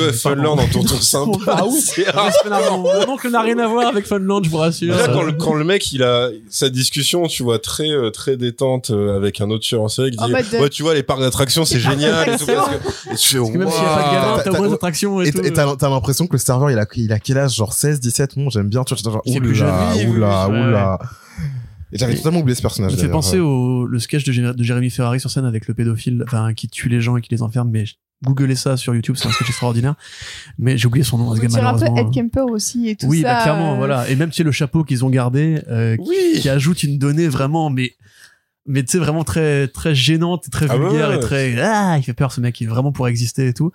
ouais, Funland en tonton sympa. Ah oui, c'est mon oncle n'a rien à voir avec Funland, je vous rassure. Déjà, quand le, quand le mec, il a sa discussion, tu vois, très, euh, très détente euh, avec un autre tueur en série qui En dit, mode de- ouais, tu vois, les parcs d'attractions, c'est génial et tout, parce que, et tu fais, Parce que même s'il n'y a pas de Wow. gamin, t'as T'as- moins t'as- d'attractions et, Et tout. et t'as t'as l'impression que le serveur, il a, il a quel âge? Genre seize, dix-sept? Bon, j'aime bien. Tu vois, genre, Il est plus oula, jeune. oula, Ouais. oula. Et j'avais Et- totalement oublié ce personnage. Ça me fait d'ailleurs. penser au le sketch de, Gé- de Jérémy Ferrari sur scène avec le pédophile, enfin, qui tue les gens et qui les enferme, mais googlez ça sur YouTube, c'est un sketch extraordinaire. Mais j'ai oublié son nom, On ce gars, dirait un peu malheureusement. Ed Kemper aussi et tout Oui, ça. bah, clairement, euh, voilà. Et même, tu sais, le chapeau qu'ils ont gardé, euh, oui. qui ajoute une donnée vraiment, mais, mais tu sais, vraiment très, très gênante, très Ah ouais, vulgaire ouais. et très, ah, il fait peur, ce mec, il est vraiment pour exister et tout.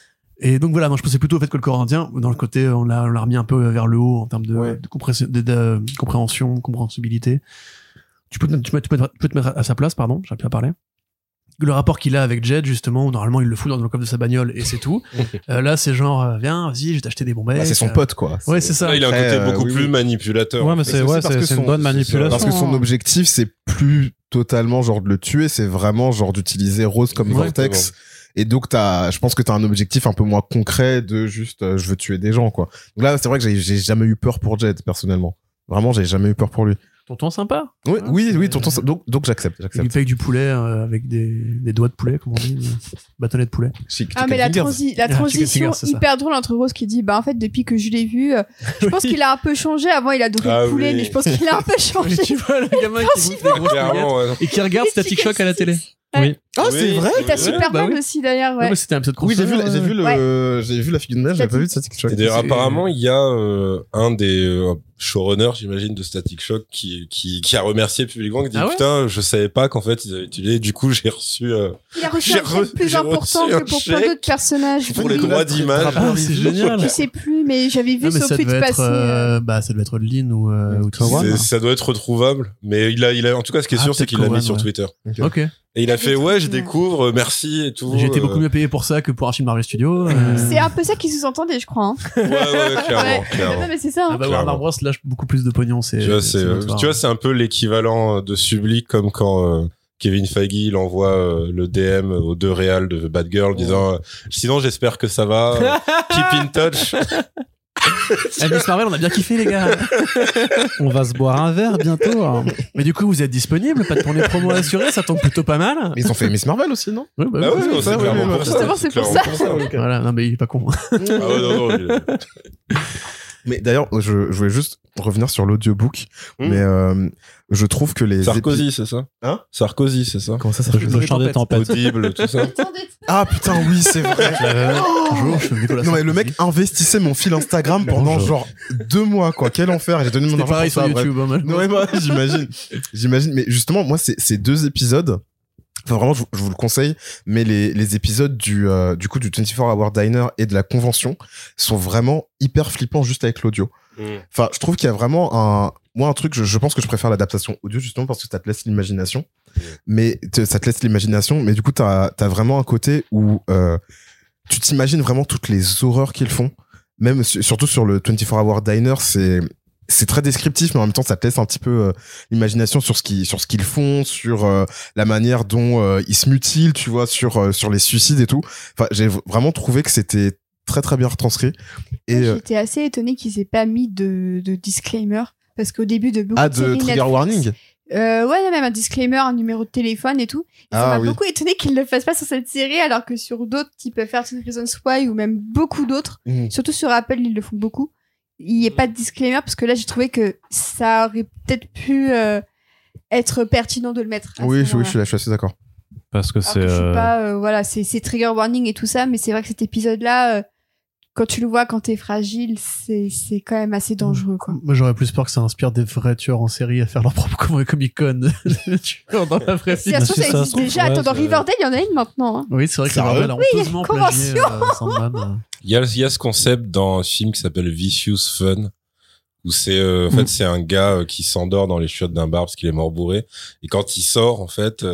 Et donc voilà, non, je pensais plutôt au fait que le Corinthien, dans le côté, on l'a, on l'a remis un peu vers le haut en termes de, Ouais. de, compré- de- de compréhension, compréhensibilité. Tu peux, te, tu, peux, tu peux te tu peux te mettre à sa place, pardon, j'ai pas parlé. Le rapport qu'il a avec Jed, justement, où normalement il le fout dans le coffre de sa bagnole et c'est tout. euh, là, c'est genre, euh, viens, vas-y, je vais t'acheter des bombettes. Bah, c'est son euh, pote, quoi. Ouais, c'est ça. Là, il a un Après, côté euh, beaucoup oui, plus oui. manipulateur. Ouais, mais Mais c'est c'est ouais, aussi parce c'est que c'est une son- bonne c'est ça. manipulation. Parce que son objectif, c'est plus totalement genre de le tuer, c'est vraiment genre d'utiliser Rose comme Ouais, vortex. Et donc t'as, je pense que t'as un objectif un peu moins concret de juste, euh, je veux tuer des gens, quoi. Donc là, c'est vrai que j'ai, j'ai jamais eu peur pour Jed, personnellement. Vraiment, j'ai jamais eu peur pour lui. Tonton sympa. Oui, Ouais, oui, c'est- oui, tonton, donc, donc j'accepte, Il lui j'accepte. paye du poulet euh, avec des, des doigts de poulet, comme on dit, euh, bâtonnets de poulet. Chic, Ah chicken mais la, fingers. transi- la Ah, chicken transition fingers, c'est ça. hyper drôle entre Rose qui dit bah en fait depuis que je l'ai vu euh, je pense Oui. qu'il a un peu changé, avant il adorait Ah le poulet oui. mais je pense qu'il a un peu changé. Mais tu vois le gamin qui bouffe des grosses baguettes Clairement, ouais. et qui regarde Les Static chicken Shock à la télé. Ouais. Ah, Oui. c'est vrai? Et t'as Ouais, Superman bah oui. aussi d'ailleurs Ouais, ouais. mais c'était un épisode Oui, j'ai vu, la- j'ai vu Ouais. le, j'ai vu la figure de neige, j'avais pas vu de Static Shock. Et d'ailleurs, C'est- apparemment, il y a euh, un des euh, showrunners, j'imagine, de Static Shock qui, qui, qui a remercié publiquement, qui dit Ah ouais putain, je savais pas qu'en fait ils avaient utilisé. Du coup, j'ai reçu euh, Il a reçu J'ai un chèque re- plus j'ai important reçu un que pour plein chèque d'autres personnages. pour les Oui. droits d'image. Ah, c'est génial. Je sais plus mais j'avais vu Non, mais son ça tweet devait passer. être, euh, euh, bah, ça devait être Lynn ou, euh, ou Cowan. Twan. C'est- Ça doit être retrouvable, mais il a, il a, en tout cas, ce qui est Ah, sûr, c'est peut-être qu'il l'a Cowan, mis sur ouais. Twitter. Ok. Et il a Ah, fait, des ouais, trucs, je ouais. découvre, euh, merci et tout. J'ai été euh, beaucoup mieux payé pour ça que pour un film Marvel Studios. euh. C'est un peu ça qui sous-entendait je crois. Hein. Ouais, ouais, clairement, Ouais. clairement. Non mais c'est ça. Ah Hein. bah, Clairement. Warner Bros lâche beaucoup plus de pognon, c'est. Tu vois, c'est, une euh, autre histoire. tu vois, c'est un peu l'équivalent de Sublic, comme quand euh, Kevin Feige il envoie euh, le D M aux deux réals de Bad Girl, disant, euh, sinon j'espère que ça va, euh, keep in touch. Ah, Miss Marvel, on a bien kiffé, les gars. On va se boire un verre bientôt. hein. Mais du coup, vous êtes disponible, pas de tournée promo assurée, ça tombe plutôt pas mal. Mais ils ont fait Miss Marvel aussi, non? Ouais, bah, Ah oui, ouais, non, ça, c'est ouais, clairement ouais, pour ça. justement, c'est pour clairement ça. Voilà, non, mais il est pas con. Ah ouais, non, non, il- Mais d'ailleurs, je, je voulais juste revenir sur l'audiobook. Hmm. Mais, euh, je trouve que les Sarkozy, c'est ça? Hein Sarkozy, c'est ça? Comment ça, ça Je- Le chant des tempêtes. Audible, tout ça. Ah putain, oui, c'est vrai. Bonjour, je suis Nicolas Non mais le mec Sarkozy. investissait mon fil Instagram pendant Bonjour. genre deux mois, quoi. Quel enfer. J'ai donné mon C'était argent pareil pour sur ça, bref. YouTube, hein, Non mais bah, j'imagine, j'imagine. Mais justement, moi, c'est ces deux épisodes. Enfin vraiment, je, vous- je vous le conseille. Mais les, les épisodes du euh, du coup du vingt-quatre Hour Diner et de la convention sont vraiment hyper flippants juste avec l'audio. Enfin, je trouve qu'il y a vraiment un moi un truc. Je, je pense que je préfère l'adaptation audio justement parce que ça te laisse l'imagination. Mais te- ça te laisse l'imagination. Mais du coup, t'as t'as vraiment un côté où euh, tu t'imagines vraiment toutes les horreurs qu'ils font. Même su- surtout sur le vingt-quatre Hour Diner, c'est c'est très descriptif, mais en même temps, ça te laisse un petit peu euh, l'imagination sur ce qu'ils sur ce qu'ils font, sur euh, la manière dont euh, ils se mutilent, tu vois, sur euh, sur les suicides et tout. Enfin, j'ai v- vraiment trouvé que c'était très très bien retranscrit. Et euh, J'étais assez étonnée qu'ils aient pas mis de, de disclaimer parce qu'au début de beaucoup ah, de de séries trigger Netflix, warning. Euh, ouais, même un disclaimer, un numéro de téléphone et tout. Et ça Ah m'a oui. beaucoup étonné qu'ils ne le fassent pas sur cette série, alors que sur d'autres, type thirteen Reasons Why ou même beaucoup d'autres, Mhm. surtout sur Apple, ils le font beaucoup. Il n'y a pas de disclaimer parce que là, j'ai trouvé que ça aurait peut-être pu euh, être pertinent de le mettre. à ce Oui, je, oui, moment-là. je suis, je suis assez d'accord. Parce que Alors c'est. que je suis euh, pas, euh, voilà, c'est c'est trigger warning et tout ça, mais c'est vrai que cet épisode-là, euh, quand tu le vois quand t'es fragile, c'est c'est quand même assez dangereux, quoi. Moi, j'aurais plus peur que ça inspire des vrais tueurs en série à faire leur propre Comic Con de tueurs dans la vraie Si vie. ça se trouve, si ça ça se existe trouve, déjà. ouais, Attends, dans c'est- Riverdale, il y en a une maintenant. Hein. Oui, c'est vrai que Sérieux Marvel a Oui, il y a honteusement une plagié convention. euh, Sandman. Il y a, il y a ce concept dans un film qui s'appelle Vicious Fun, où c'est, euh, en fait, c'est un gars euh, qui s'endort dans les chiottes d'un bar parce qu'il est mort bourré. Et quand il sort, en fait, euh,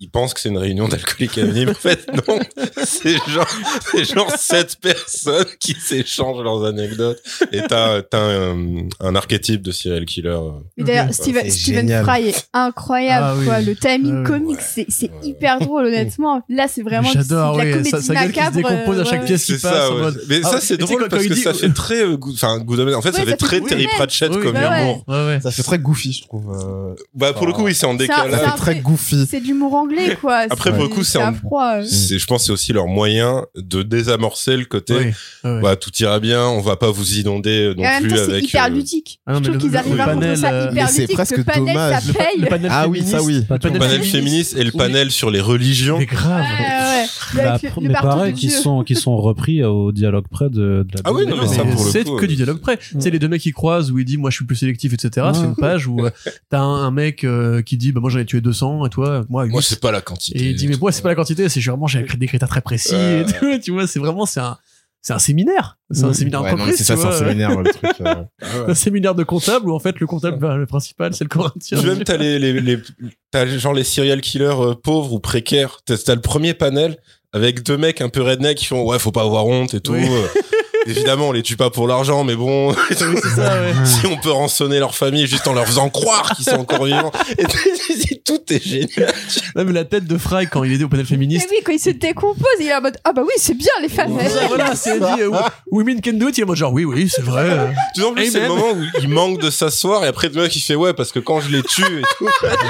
ils pensent que c'est une réunion d'alcooliques anonymes. En fait, non. C'est genre, c'est genre sept personnes qui s'échangent leurs anecdotes. Et t'as, t'as un, un archétype de serial killer. Mais d'ailleurs, Ouais, Steven, c'est Stephen génial. Fry est incroyable, Ah oui. quoi. Le timing Ouais. comique, Ouais. c'est, c'est Ouais. hyper drôle, honnêtement. Là, c'est vraiment J'adore, c'est de la oui, comédie sa, sa gueule qui se macabre. décompose à chaque ouais. pièce qui C'est passe ça, en ouais. mode. Mais Ah, ça, c'est mais tu sais, drôle quand- parce quand que il ça dit- fait très, euh, good- enfin, good omens. En fait, Ouais, ça ça fait fait très good Terry omens. Pratchett Oui, comme bah ouais. humour. Ouais, ouais. Ça fait très goofy, je trouve. euh, Bah, pour le coup, oui, c'est en C'est un- Ça décalage. c'est fait un très peu- goofy. C'est d'humour anglais, quoi. Après, pour le coup, c'est à en- froid. euh. C'est, je pense, que c'est aussi leur moyen de désamorcer le côté. Oui, ouais, ouais. Bah, tout ira bien, on va pas vous inonder non Et en même plus temps, c'est avec. hyper euh, ludique. Ah non, Je mais trouve le- qu'ils le- arrivent le à rendre panel, ça euh, hyper mais c'est ludique. presque Le panel, dommage. ça Le, pa- paye. le panel Ah oui, ça féministe, oui. le Pas tout panel, le panel féministe. féministe et le Oui. panel sur les religions. Mais grave. Ouais, ouais. Bah, Avec le- le mais marteau pareil, de qui Dieu. sont, qui sont repris au dialogue près de, de la Ah oui, B D. non, mais ça, pour le c'est coup, que du euh, dialogue près. Tu sais, les deux mecs qui croisent où il dit moi je suis plus sélectif, et cetera. C'est Ouais. une page où euh, t'as un, un mec euh, qui dit bah moi j'en ai tué deux cents et toi moi huit. Moi, c'est pas la quantité. Et il dit mais moi c'est pas la quantité, c'est vraiment j'ai des critères très précis Ouais. et tout. Tu vois, c'est vraiment c'est un c'est un séminaire, c'est un Mm. séminaire Ouais, non, mais d'entreprise. c'est ça, tu c'est un vois. séminaire, le truc. euh. Ah ouais. Un séminaire de comptable où en fait le comptable bah, le principal c'est le corinthien. Puis même, t'as les, les, les, t'as genre les serial killers euh, pauvres ou précaires. T'as, t'as le premier panel avec deux mecs un peu redneck qui font, ouais, faut pas avoir honte et tout. Oui. Euh, Évidemment, on les tue pas pour l'argent, mais bon, Oui, c'est ça, ouais. si on peut rançonner leur famille juste en leur faisant croire qu'ils sont encore vivants. Et tout est génial. Non, mais la tête de Fry quand il était au panel Et féministe. oui, quand il se décompose, il est en mode ah bah oui, c'est bien les femmes. C'est ça, voilà, c'est dit euh, Women can do it, il est en mode genre oui, oui, c'est vrai. euh. Tout en plus, c'est le Amen. moment où il manque de s'asseoir et après le mec il fait ouais parce que quand je les tue et tout.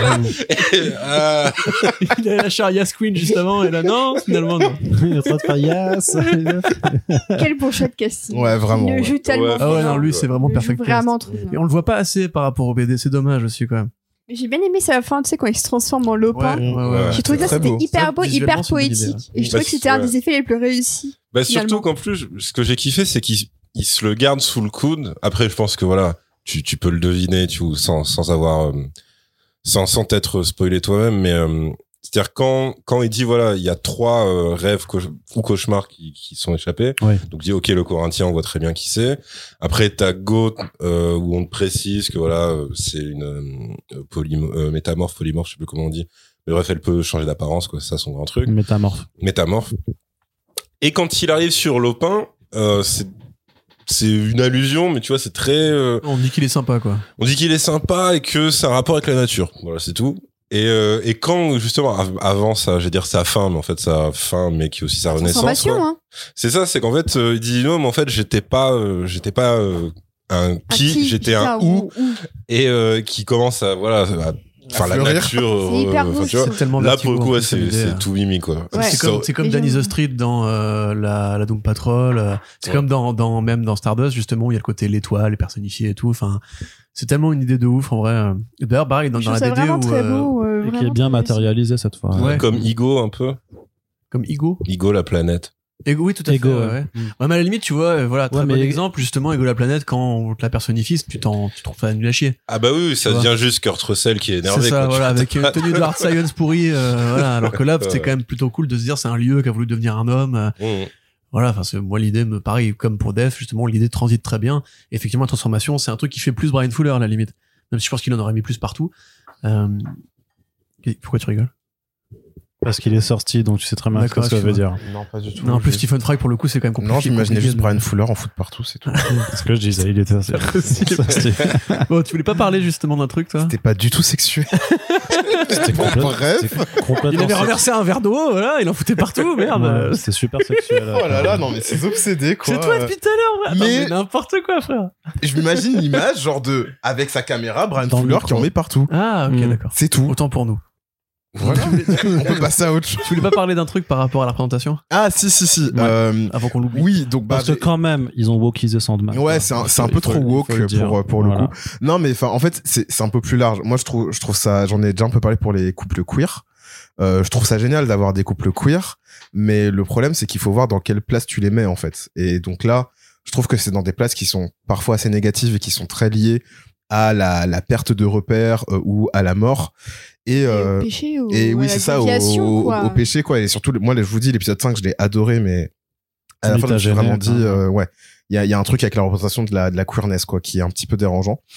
et, euh, Il a lâché un Yas Queen juste avant et là non, finalement non. Il est en train de faire yes. Quel bon choix de casting. Ouais, vraiment, Il le ouais. joue tellement Ouais, Ah ouais, bien. non, lui c'est vraiment Il le joue perfect. vraiment trop Et bien. on le voit pas assez par rapport au B D, c'est dommage aussi quand même. Mais j'ai bien aimé sa fin, tu sais, quand il se transforme en lopin. Ouais, ouais, ouais. Ouais. J'ai trouvé que Très c'était beau. hyper Ça, beau, visuellement, hyper c'est une bonne idée, poétique. ouais. Et je trouvais Bah, que c'était un ouais. des effets les plus réussis. Bah Finalement. surtout qu'en plus, ce que j'ai kiffé, c'est qu'il il se le garde sous le coude. Après, je pense que voilà, tu, tu peux le deviner, tu vois, sans sans avoir, euh, sans sans t'être spoilé toi-même, mais euh, c'est-à-dire quand quand il dit voilà, il y a trois euh, rêves cauch- ou cauchemars qui qui sont échappés. Ouais. Donc il dit ok, le Corinthien, on voit très bien qui c'est. Après t'as Go euh, où on te précise que voilà, euh, c'est une euh, polymo- euh, métamorphe, polymorphe, je sais plus comment on dit. Mais bref, elle peut changer d'apparence, quoi. Ça, son grand truc. Métamorphe. Métamorphe. Et quand il arrive sur Lopin, euh, c'est c'est une allusion, mais tu vois, c'est très. euh, On dit qu'il est sympa quoi. on dit qu'il est sympa et que c'est un rapport avec la nature. Voilà, c'est tout. Et euh, et quand justement av- avant ça, je vais dire sa fin, mais en fait sa fin, mais qui est aussi sa renaissance. Transformation, quoi. hein. C'est ça, c'est qu'en fait, euh, il dit non, mais en fait, j'étais pas, euh, j'étais pas euh, un Un qui, j'étais un ou, et euh, qui commence à voilà, à- enfin la fleurir. nature. euh, C'est hyper enfin, beau, tu vois. C'est tellement Là pour le vertigo, coup, en ouais, plus, c'est l'idée, c'est euh. tout mimi quoi. Ouais. C'est comme, c'est comme Et Danny je- the Street dans euh, la, la Doom Patrol. euh, c'est Ouais. comme dans, dans même dans Stardust justement où il y a le côté l'étoile, les personnifiés et tout. Enfin, c'est tellement une idée de ouf en vrai. euh. Et d'ailleurs, pareil dans, Je dans trouve la ça B D vraiment où très euh, beau. euh, Et qui vraiment est bien très réussi. matérialisé cette fois. Ouais. Comme Igo un peu. comme Igo. Igo la planète. Ego, oui, tout à Ego, fait. Ouais, ouais. ouais. Mm. Ouais, mais à la limite, tu vois, euh, voilà, très Ouais, bon mais- exemple justement. Ego la planète, quand on te la personnifie, tu t'en, tu trouves ça nul à chier. Ah bah oui, ça Tu vois. devient juste Kurt Russell qui est énervé. C'est ça, quoi. Tu voilà, vois, avec t'as une pas- tenue de hard science pourrie, euh, voilà. Alors que là, Ouais. c'était quand même plutôt cool de se dire c'est un lieu qui a voulu devenir un homme. euh, Mmh. Voilà, enfin, c'est, moi, l'idée me, pareil, comme pour Def, justement, l'idée transite très bien. Effectivement, la transformation, c'est un truc qui fait plus Brian Fuller, à la limite. Même si je pense qu'il en aurait mis plus partout. Euh... et pourquoi tu rigoles? Parce qu'il est sorti, donc tu sais très bien D'accord, ce que ça veut dire. Non, pas du tout. Non, en plus, Je- Stephen Fry, pour le coup, c'est quand même compliqué. Non, j'imaginais compliqué juste de- Brian Fuller en foot partout, c'est tout. C'est ce que je disais, il était assez. Bon, tu voulais pas parler justement d'un truc, toi? C'était pas du tout sexuel. C'était Bon, complètement- bref. c'était complètement Il avait sexe- renversé un verre d'eau, voilà, il en foutait partout, merde. Ouais, c'était super sexuel. Oh là là, non, mais c'est obsédé, quoi. C'est toi depuis tout à l'heure, frère. Mais- Mais n'importe quoi, frère. Je m'imagine l'image, genre de, avec sa caméra, Brian Dans le Fuller micro. qui en met partout. Ah, ok, Mm. d'accord. C'est tout. Autant pour nous. Voilà. On peut passer à autre chose. Tu voulais pas parler d'un truc par rapport à la présentation? Ah, si, si, si. Ouais. Euh, Avant qu'on l'oublie. oui, donc, bah, Parce que quand même, ils ont wokisé Sandman. ouais, c'est un, c'est un Il peu faut- trop il faut woke le dire. pour, pour le Voilà. coup. Non, mais enfin, en fait, c'est, c'est un peu plus large. Moi, je trouve, je trouve ça, j'en ai déjà un peu parlé pour les couples queer. Euh, je trouve ça génial d'avoir des couples queer, mais le problème, c'est qu'il faut voir dans quelle place tu les mets, en fait. Et donc là, je trouve que c'est dans des places qui sont parfois assez négatives et qui sont très liées à la, la perte de repères euh, ou à la mort. Et, Et euh, au péché ou et à oui, la c'est ça, au, déviation, au, quoi. au péché, quoi. Et surtout, le- moi, je vous dis, l'épisode cinq, je l'ai adoré, mais à la Il fin, je t'a me suis gêné, vraiment dit, quoi. euh, ouais, il y a, il y a un truc avec la représentation de la, de la queerness, quoi, qui est un petit peu dérangeant.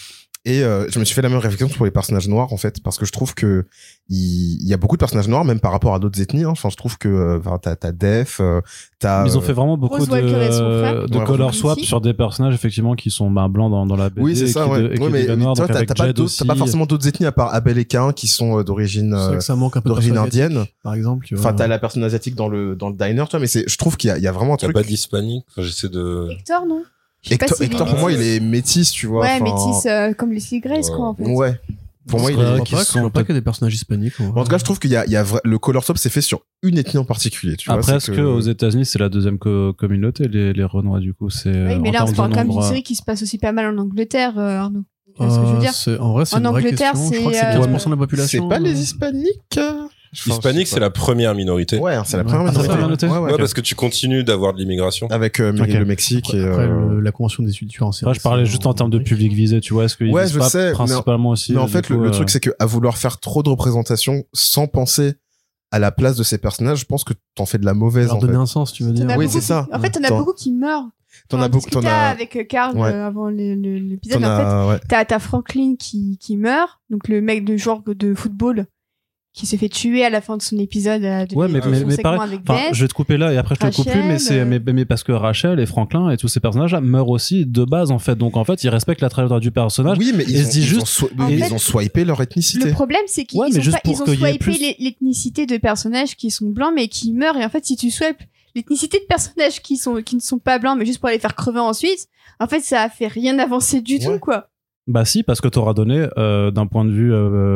Et euh, je me suis fait la même réflexion pour les personnages noirs en fait, parce que je trouve que il, il y a beaucoup de personnages noirs, même par rapport à d'autres ethnies. Hein. Enfin, je trouve que enfin, t'as t'as Def, euh, t'as. Ils ont fait vraiment beaucoup Rose de, Walker et son frère. de Ouais, color Rose swap Walker. sur des personnages effectivement qui sont bah, blancs dans, dans la B D. Oui, c'est ça. et qui, Ouais. de- et qui Ouais, mais deviennent noirs, tu vois, donc t'as avec t'as pas Jed d'autres- aussi. t'as pas forcément d'autres ethnies à part Abel et Cain qui sont euh, d'origine C'est vrai euh, que ça manque un peu de d'origine personnes asiatiques, indienne. par exemple. Tu vois. Enfin, t'as la personne asiatique dans le dans le diner, tu vois. Mais c'est, je trouve qu'il y a, il y a vraiment un T'as truc. pas d'hispanique. Enfin, j'essaie de. Hector, non? Je sais pas Hector, s'il est Hector, pour moi, il métis. est métis, tu vois. Ouais, enfin, métis, euh, comme Leslie Grace, quoi, en fait. Ouais. Pour moi, il C'est est. vrai Je qu'ils vois pas, sont je vois pas qu'il y a des personnages hispaniques. en vrai. En tout cas, je trouve qu'il y a, il y a vra- le color swap c'est fait sur une ethnie en particulier. Tu vois, Après, c'est est-ce que aux États-Unis, c'est la deuxième co- communauté, les, les Renois, du coup, c'est. Oui, mais en là, on termes se parle de quand même nombre, d'une série qui se passe aussi pas mal en Angleterre, euh, Arnaud. Tu vois ce que je veux Euh, dire? c'est- En vrai, c'est En une vraie Angleterre, question. Je crois que c'est, c'est euh, quinze pour cent de la population. c'est pas les hispaniques. euh Enfin, Hispanique, je sais c'est la première minorité. pas. Ouais, hein, c'est la Ouais. première Ah, c'est la minorité. première Ouais, ouais. Ouais, parce que tu continues d'avoir de l'immigration. Avec euh, Ok. le Mexique et. Après, euh, le- la convention des tueurs en série. Après, je parlais c'est juste en termes de public visé, tu vois. Est-ce qu'ils Ouais, visent je pas sais, mais- principalement aussi. Mais en du fait, le, coup, le euh, truc, c'est que à vouloir faire trop de représentation sans penser à la place de ces personnages, je pense que t'en fais de la mauvaise. Leur En donner fait. un sens, tu veux dire. T'en as Oui, beaucoup c'est qui- ça. En fait, t'en as T'en- beaucoup qui meurent. T'en as On beaucoup. T'en discutait as. avec euh, Karl Ouais. euh, avant le- le- l'épisode. T'en En fait, as. Ouais. t'as, t'as Franklin qui, qui meurt, donc le mec de joueur de football qui s'est fait tuer à la fin de son épisode euh, de Ouais, mais, de mais, son mais segment pareil, avec enfin, Beth. je vais te couper là et après je te le coupe plus, mais c'est, Rachel, mais, mais parce que Rachel et Franklin et tous ces personnages-là meurent aussi de base, en fait. Donc, en fait, ils respectent la trajectoire du personnage. Oui, mais et ils se ont, dit ils juste- ont, swi- En mais fait, ils ont swipé leur ethnicité. Le problème, c'est qu'ils Ouais, ils mais ont, juste pas, pour ils ont qu'il y ait swipé plus- l'eth- l'ethnicité de personnages qui sont blancs mais qui meurent. Et en fait, si tu swipes l'ethnicité de personnages qui, sont, qui ne sont pas blancs mais juste pour les faire crever ensuite, en fait, ça a fait rien avancer du Ouais. tout, quoi. Bah si, parce que t'auras donné, euh, d'un point de vue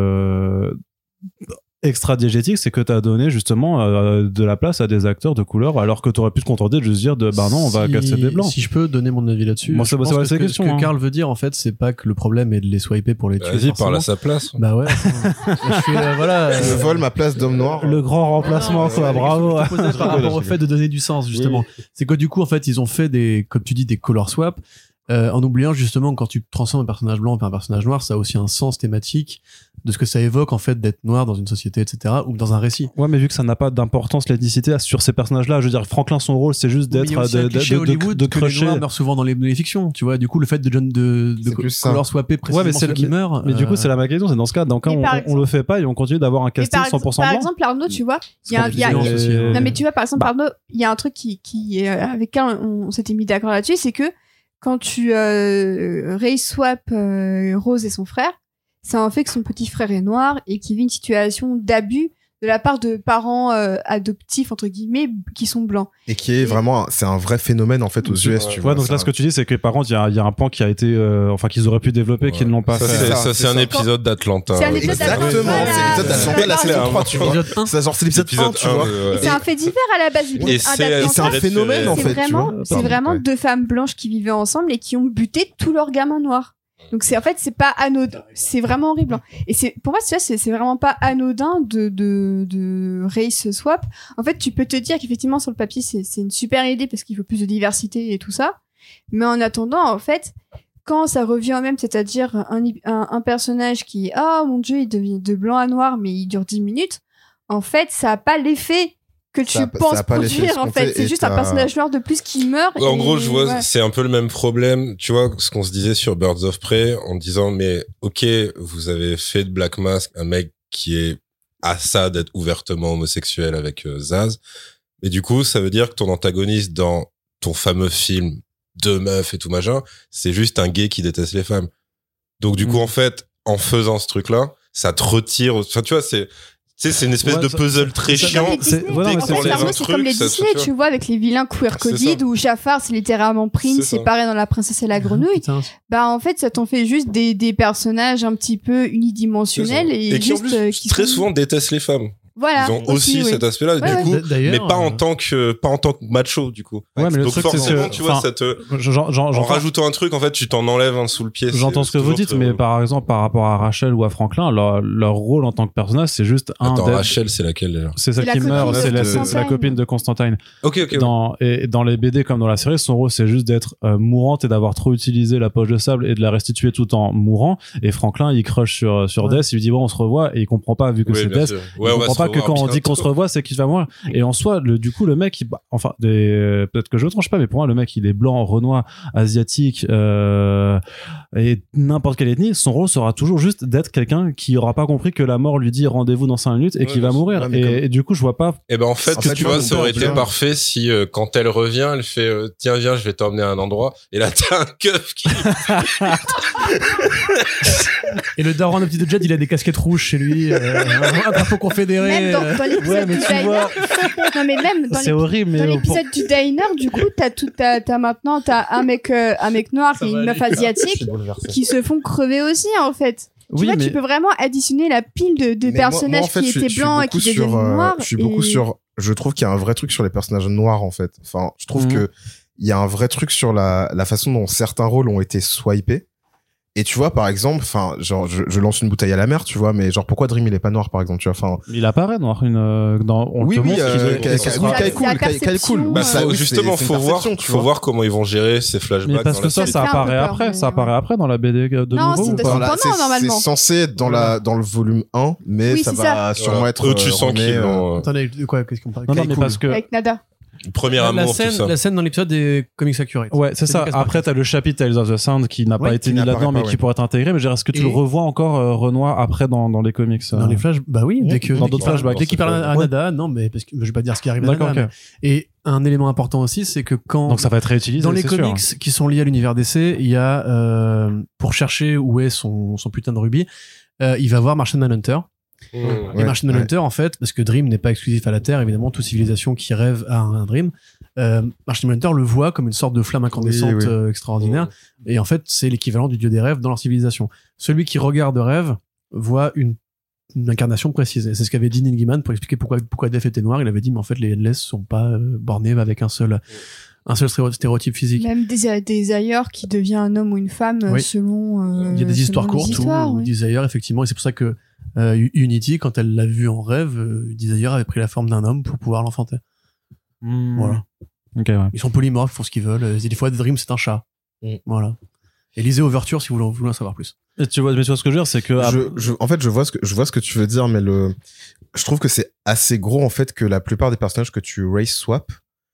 euh, extra-diégétique, c'est que t'as donné justement euh, de la place à des acteurs de couleur, alors que t'aurais pu te contenter de juste dire de bah non, on va Si- casser des blancs. Si je peux donner mon avis là-dessus. Bon, je c'est- pense c'est- que c'est ce la que, question, ce que hein. Karl veut dire, en fait, c'est pas que le problème est de les swiper pour les tuer. Vas-y, parle à forcément. sa place. Bah ouais. je suis, euh, voilà. Je euh, vole ma place d'homme noir. Le grand remplacement, Non, quoi, ouais, bravo. la question que je te posais par rapport au fait de donner du sens, justement. C'est que du coup, en fait, ils ont fait des, comme tu dis, des color swap, euh, en oubliant justement que quand tu transformes un personnage blanc par un personnage noir, ça a aussi un sens thématique de ce que ça évoque, en fait, d'être noir dans une société, et cetera, ou dans un récit. Ouais, mais vu que ça n'a pas d'importance, l'ethnicité sur ces personnages-là, je veux dire, Franklin, son rôle, c'est juste Mais d'être, il y a aussi de, un de, cliché de, de, Hollywood de que les crusher. noirs meurent souvent dans les, dans les fictions, tu vois. Du coup, le fait de, de, de, C'est de plus ça. color swapper précisément Ouais, mais c'est ceux le- qui meurent. Mais du coup, euh, c'est la ma question, c'est dans ce cas, dans le cas, Mais on, par on- on exemple- le fait pas et on continue d'avoir un Mais casting par, cent pour cent par blanc. exemple, Arnaud, tu vois, il y a, parce il y a- qu'on a des violences aussi, hein. non mais tu vois, par exemple, Bah. Arnaud, il y a un truc qui, qui euh, avec lequel on, on s'était mis d'accord là-dessus, c'est que quand tu euh, Ray swap euh, Rose et son frère, ça en fait que son petit frère est noir et qu'il vit une situation d'abus de la part de parents euh, adoptifs entre guillemets qui sont blancs. Et qui est vraiment, un- c'est un vrai phénomène en fait aux U S, tu Ouais, vois. donc ça. là, ce que tu dis, c'est que par contre, il y a, il y a un pan qui a été, euh, enfin, qu'ils auraient pu développer, qu'ils ne l'ont pas Ça, fait. c'est, ça, ça, c'est c'est un ça. épisode d'Atlanta. C'est un Ouais, épisode Exactement, d'Atlanta. c'est l'épisode d'Atlanta de la saison trois, tu vois. Épisode un. C'est genre, c'est l'épisode un, Épisode tu un, vois. euh, Et c'est un fait divers à la base. Et un c'est- d'Atlanta. Et c'est un phénomène en C'est fait, tu vraiment, vois. c'est Pardon, vraiment ouais. deux femmes blanches qui vivaient ensemble et qui ont buté tous leurs gamins noirs. Donc c'est en fait c'est pas anodin, c'est vraiment horrible. hein. Et c'est pour moi tu vois, c'est c'est vraiment pas anodin de de de race swap. En fait tu peux te dire qu'effectivement sur le papier c'est c'est une super idée parce qu'il faut plus de diversité et tout ça. Mais en attendant en fait quand ça revient au même, c'est-à-dire un, un, un personnage qui ah mon dieu il devient de blanc à noir mais il dure dix minutes, en fait ça a pas l'effet que tu Ça a pas- penses ça a pas l'effet produire en escompté fait. C'est et juste un t'as- personnage noir de plus qui meurt. En et- gros, je vois, ouais. c'est un peu le même problème, tu vois, ce qu'on se disait sur Birds of Prey, en disant, mais ok, vous avez fait de Black Mask un mec qui est à ça d'être ouvertement homosexuel avec euh, Zaz, mais du coup, ça veut dire que ton antagoniste dans ton fameux film de meufs et tout machin, c'est juste un gay qui déteste les femmes. Donc du coup, Mm. en fait, en faisant ce truc-là, ça te retire, enfin, tu vois, c'est, tu sais, c'est une espèce Ouais, de ça- puzzle très ça- chiant. Comme les c'est- Disney. voilà, En mais fait, c'est- Arnaud, les c'est trucs, comme les ça, Disney, tu vois. tu vois, avec les vilains queer C'est coded ça. où Jafar c'est littéralement Prince, C'est c'est ça. pareil dans La Princesse et la Grenouille. Putain, Bah en fait, ça t'en fait juste des, des personnages un petit peu unidimensionnels et, Et qui en juste plus, euh, qui très sont- souvent détestent les femmes. Voilà. Ils ont aussi, oui. cet aspect-là, Ouais, du ouais. coup, D- d'ailleurs, mais pas en euh, tant que pas en tant que macho du coup. Ouais, mais le Donc truc, c'est forcément, que- tu vois, enfin, ça te J'en- j'en- en j'entends- rajoutant un truc, en fait, tu t'en enlèves un sous le pied. J'entends c'est- ce que c'est vous toujours dites, très mais relou. par exemple, par rapport à Rachel ou à Franklin, leur, leur rôle en tant que personnage, c'est juste un Attends, d'être- Rachel, c'est laquelle déjà? c'est celle C'est la qui copine meurt, de c'est la, c'est la Constantine. copine de Constantine. Ok, ok. Dans, et dans les B D comme dans la série, son rôle c'est juste d'être euh, mourante et d'avoir trop utilisé la poche de sable et de la restituer tout en mourant. Et Franklin, il crush sur, sur Ouais. Death, il lui dit bon, on se revoit et il comprend pas vu que Oui, c'est bien Death. sûr. Il Ouais, on va comprend se pas pas que revoir quand on dit bientôt. qu'on se revoit, c'est qu'il va mourir. Et en soi, le, du coup, le mec, il, bah, enfin, des, peut-être que je ne tranche pas, mais pour moi, le mec, il est blanc, renois, asiatique, euh, et n'importe quelle ethnie, son rôle sera toujours juste d'être quelqu'un qui aura pas compris que la mort lui dit rendez-vous dans cinq minutes et Ouais, qui va mais- mourir. ouais, mais et, comme- et du coup, je vois pas. Et ben en fait, En fait, tu moi, vois, mon ça aurait père, été bien. parfait si euh, quand elle revient, elle fait euh, tiens viens, je vais t'emmener à un endroit. Et là t'as un keuf qui. Et le daron de petit de Jed, il a des casquettes rouges chez lui, euh, un drapeau confédéré. Même dans, euh. dans l'épisode Ouais, mais du tu diner. vois, Non, mais même dans c'est l'ép- horrible, dans mais pour- l'épisode du diner, du coup, t'as tout, t'as, t'as maintenant, t'as un mec, euh, un mec noir Ça et va une meuf aller. asiatique qui se font crever aussi, en fait. oui, tu vois, mais tu peux vraiment additionner la pile de, de Mais moi- personnages moi, en fait, qui je suis- étaient je suis blancs et beaucoup qui sur, deviennent euh, noirs. Je suis beaucoup et- sur. Je trouve qu'il y a un vrai truc sur les personnages noirs en fait. Enfin, je trouve Mhm. que il y a un vrai truc sur la la façon dont certains rôles ont été swipés. Et tu vois, par exemple, enfin, genre, je, je lance une bouteille à la mer, tu vois, mais genre, pourquoi Dream il est pas noir, par exemple, tu vois, enfin. il apparaît dans une, euh, dans, on Oui, te oui, montre euh, qu'il est- Ka- qu'il Ka- sera- oui, Kai C'est cool, la Kai- Kai perception, cool. Bah, euh, ça, faut- oui, justement, c'est- c'est faut une voir, perception, tu faut vois. voir comment ils vont gérer ces flashbacks. Mais parce dans que la ça, suite. ça fait un peu apparaît peur, après, mais ça ouais. apparaît après dans la B D de Non, nouveau c'est ou de- pas pendant, Dans la- c'est- normalement. C'est censé être dans la dans le volume un, mais Oui, ça c'est va sûrement Voilà. être. Eux, tu euh, sens remis, qu'ils euh, l'ont. euh, Attendez, de quoi, qu'est-ce qu'on parle Non, non, Kai mais Cool. parce que Avec Nada. Premier la, amour, scène, tout ça. la scène dans l'épisode des Comics Accurate. ouais, c'est ça. du casse Après, t'as le chapitre Tales of the Sound qui n'a Ouais, pas été qui mis n'apparaît là-dedans, pas, mais qui ouais. pourrait être intégré. Mais est-ce que tu Et- le revois encore euh, Renoir après dans, dans les comics euh Dans les flashs, bah oui, dès que Dans dès d'autres qu'il parle- flashbacks. dès qu'il parle à Ouais. Nada, non, mais parce que je vais pas dire ce qui arrive à D'accord, Nada. ok. mais- Et un élément important aussi, c'est que quand Donc ça va être réutilisé. dans les c'est sûr. comics qui sont liés à l'univers D C, il y a euh, pour chercher où est son son putain de rubis, euh, il va voir Martian Manhunter. Mmh. Et Ouais, Martian ouais. Manhunter, en fait, parce que Dream n'est pas exclusif à la Terre, évidemment, toute civilisation qui rêve a un Dream. Euh, Martian Manhunter le voit comme une sorte de flamme incandescente Oui, oui. euh, extraordinaire. Et en fait, c'est l'équivalent du dieu des rêves dans leur civilisation. Celui qui regarde rêve voit une, une incarnation précise. Et c'est ce qu'avait dit Neil Gaiman pour expliquer pourquoi, pourquoi Def était noir. Il avait dit, mais en fait, les Endless sont pas euh, bornés avec un seul, un seul stéréo- stéréotype physique. Même des, des ailleurs qui devient un homme ou une femme euh, Oui. selon. euh, Il y a des selon histoires les courtes histoires, où oui. Desire, effectivement, et c'est pour ça que euh, Unity, quand elle l'a vu en rêve, euh, Desire avait pris la forme d'un homme pour pouvoir l'enfanter. Hmm. Voilà. Ok, ouais. Ils sont polymorphes, ils font ce qu'ils veulent. Et des fois, Dream, c'est un chat. Mm. Voilà. Et lisez Overture si vous voulez, vous voulez en savoir plus. Et tu vois, mais tu vois ce que je veux dire, c'est que je, je, en fait, je vois ce que je vois ce que tu veux dire, mais le, je trouve que c'est assez gros en fait que la plupart des personnages que tu race swap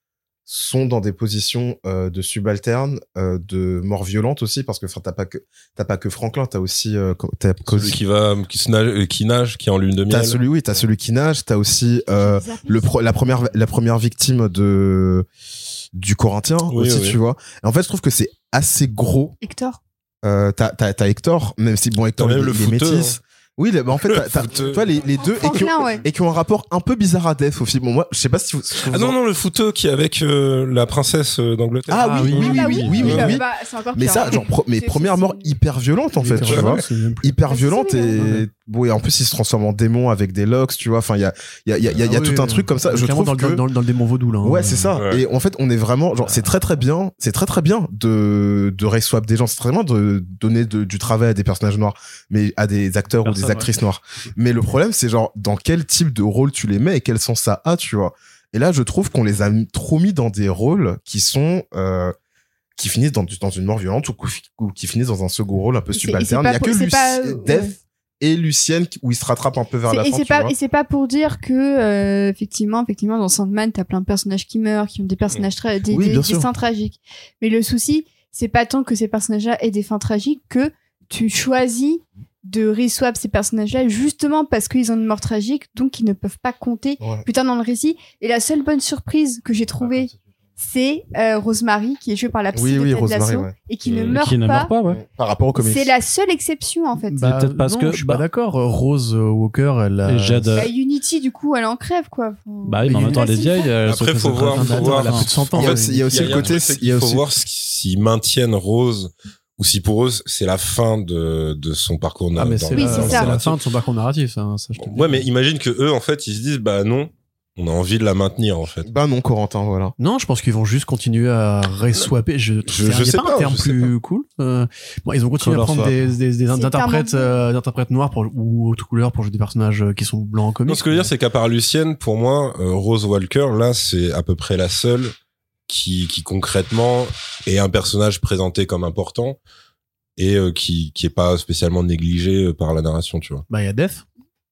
sont dans des positions euh, de subalterne, euh, de mort violente aussi, parce que enfin t'as pas que t'as pas que Franklin, t'as aussi euh, t'as Celui qui va, qui, se nage, euh, qui nage, qui est en lune de miel. t'as celui oui t'as celui qui nage, t'as aussi euh, le pro- la première la première victime de du Corinthien Oui, aussi, oui. tu vois. Et en fait, je trouve que c'est assez gros. Hector. Euh, t'as t'as t'as Hector, même si bon Hector T'as il, même le il est footeux, métis. Oui, le- bah, en fait, Le t'as, t'as- footeux. tu vois les, les deux et qui, ont, Franklin, ouais. et qui ont un rapport un peu bizarre à Def au film. Bon, moi, je sais pas si vous. si vous Ah non, en- non, le footeux qui est avec euh, la princesse euh, d'Angleterre. Ah oui, oui, Ah oui, bah oui, oui, oui, bah, oui. bah, c'est encore Mais pire. ça, genre, pro- mais C'est- première c'est- mort hyper violente en fait, tu hyper vois. violente. C'est même plus- Hyper Ouais, c'est violente ça, oui, et bon, et en plus, il se transforme en démon avec des locks, tu vois. Enfin, il y a, il y a, il y a, il y a, il y a Ah tout oui, un truc comme ça. Je clairement trouve dans, le- que. dans, le- dans le démon vaudou, là. hein. Ouais, c'est ça. Ouais. Et en fait, on est vraiment, genre, c'est très très bien, c'est très très bien de, de race swap des gens. C'est très bien de donner de- du travail à des personnages noirs, mais à des acteurs ou Personne, des actrices noires. Mais le problème, c'est genre, dans quel type de rôle tu les mets et quel sens ça a, tu vois. Et là, je trouve qu'on les a mis- trop mis dans des rôles qui sont, euh, qui finissent dans, dans une mort violente ou, cou- ou qui finissent dans un second rôle un peu Et c'est- subalterne. et Il c'est y a pas que pour- c'est Luc- pas- Def ouais. et Lucienne qui- où ils se rattrapent un peu vers C'est- la et fin, c'est tu pas vois. et c'est pas pour dire que euh, effectivement effectivement dans Sandman t'as plein de personnages qui meurent, qui ont des personnages tra- des, Oui, des bien sûr. destins tragiques. Mais le souci c'est pas tant que ces personnages-là aient des fins tragiques que tu choisis de reswap ces personnages-là justement parce qu'ils ont une mort tragique, donc ils ne peuvent pas compter Ouais. plus tard dans le récit. Et la seule bonne surprise que j'ai trouvée, c'est euh, Rosemary qui est jouée par la psy Oui, de oui, Ted Rosemary, Lasso ouais. et qui ne Euh, meurt qui ne pas. meurt pas, ouais. Par rapport au comics. C'est la seule exception en fait. Bah, peut-être parce non, que- je suis bah- pas d'accord. Euh, Rose euh, Walker, elle a. Et Jade, Bah, Unity du coup elle en crève quoi. Enfin, Bah oui, mais en même temps, elle est vieille. elle Après, se fait faut très voir, bien. faut Attends, voir. Elle a plus de cent ans. En fait, il y a aussi Il y le a un côté, truc, c'est il y a qu'il faut aussi- voir ce qui- s'ils maintiennent Rose ou si pour eux c'est la fin de, de son parcours. Ah, mais dans- c'est Oui, la, c'est c'est ça. la fin de son parcours narratif, ça. ça, je te le dis. Ouais, mais imagine que eux, en fait, ils se disent, bah non, on a envie de la maintenir, en fait. Bah non, Corentin, voilà. Non, je pense qu'ils vont juste continuer à reswapper. Je, Je- il y a je sais pas, pas, un terme je sais plus cool. Euh, bon, ils ont continué à Color prendre swap. des, des, des C'est interprètes, tellement- euh, des interprètes noirs pour, ou autres couleurs pour jouer des personnages euh, qui sont blancs en comics. Non, ce que je veux dire, c'est qu'à part Lucienne, pour moi, euh, Rose Walker, là, c'est à peu près la seule qui, qui concrètement est un personnage présenté comme important et euh, qui, qui est pas spécialement négligé euh, par la narration, tu vois. Bah, il y a Def.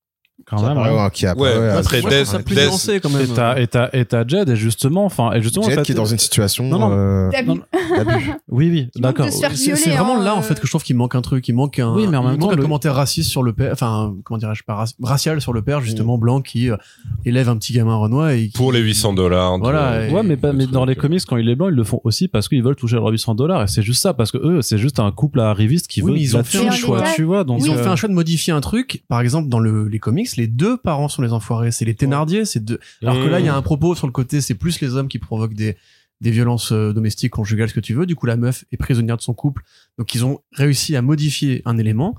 Quand Qui même. apparaît, hein. ouais, qui apparaît, Ouais, ouais, après, Moi, je trouve ça Death- plus Death- nuancé quand même. Et t'as, et t'as, et t'as Jed, et justement, enfin, et justement, Jed en fait, qui est dans une situation Non, non. euh, D'abus. non, d'abus. oui, oui, Qui manque d'accord. de se faire C'est violer, c'est vraiment hein, là en euh. fait que je trouve qu'il manque un truc, il manque un, Oui, mais en même il temps, manque un le- commentaire raciste sur le père, enfin comment dirais-je pas raci- racial sur le père justement blanc qui euh, élève un petit gamin renois et qui, Pour les huit cents dollars. Voilà, et- Ouais, mais, pas, le mais truc, dans les euh. comics, quand il est blanc, ils le font aussi parce qu'ils veulent toucher leurs huit cents dollars, et c'est juste ça, parce que eux, c'est juste un couple à arrivistes qui Oui, veut mais ils de la ont fait thune, un quoi, choix. tu vois, donc, Ils ont euh, fait un choix de modifier un truc. Par exemple, dans le, les comics, les deux parents sont les enfoirés. C'est les Thénardier. C'est deux. Alors que là, il y a un propos sur le côté, c'est plus les hommes qui provoquent des, des violences euh, domestiques, conjugales, ce que tu veux. Du coup, la meuf est prisonnière de son couple. Donc, ils ont réussi à modifier un élément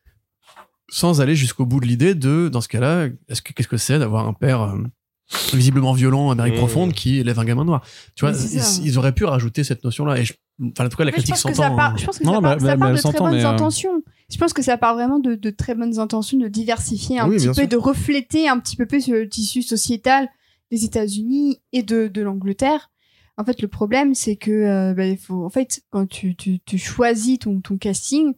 sans aller jusqu'au bout de l'idée de, dans ce cas-là, est-ce que, qu'est-ce que c'est d'avoir un père euh, visiblement violent, Amérique Mmh. profonde, qui élève un gamin noir. Tu vois, Mais c'est ça. ils, ils auraient pu rajouter cette notion-là. Et je, enfin, en tout cas, la Mais je critique pense que ça s'entend. part, hein. je pense que Non, ça bah, part, ça bah, part elle de très s'entend, bonnes mais, euh, intentions. Je pense que ça part vraiment de, de très bonnes intentions de diversifier un Oui, petit bien peu, sûr. de refléter un petit peu plus le tissu sociétal des États-Unis et de, de l'Angleterre. En fait, le problème, c'est que, euh, bah, il faut, en fait, quand tu, tu, tu choisis ton, ton casting,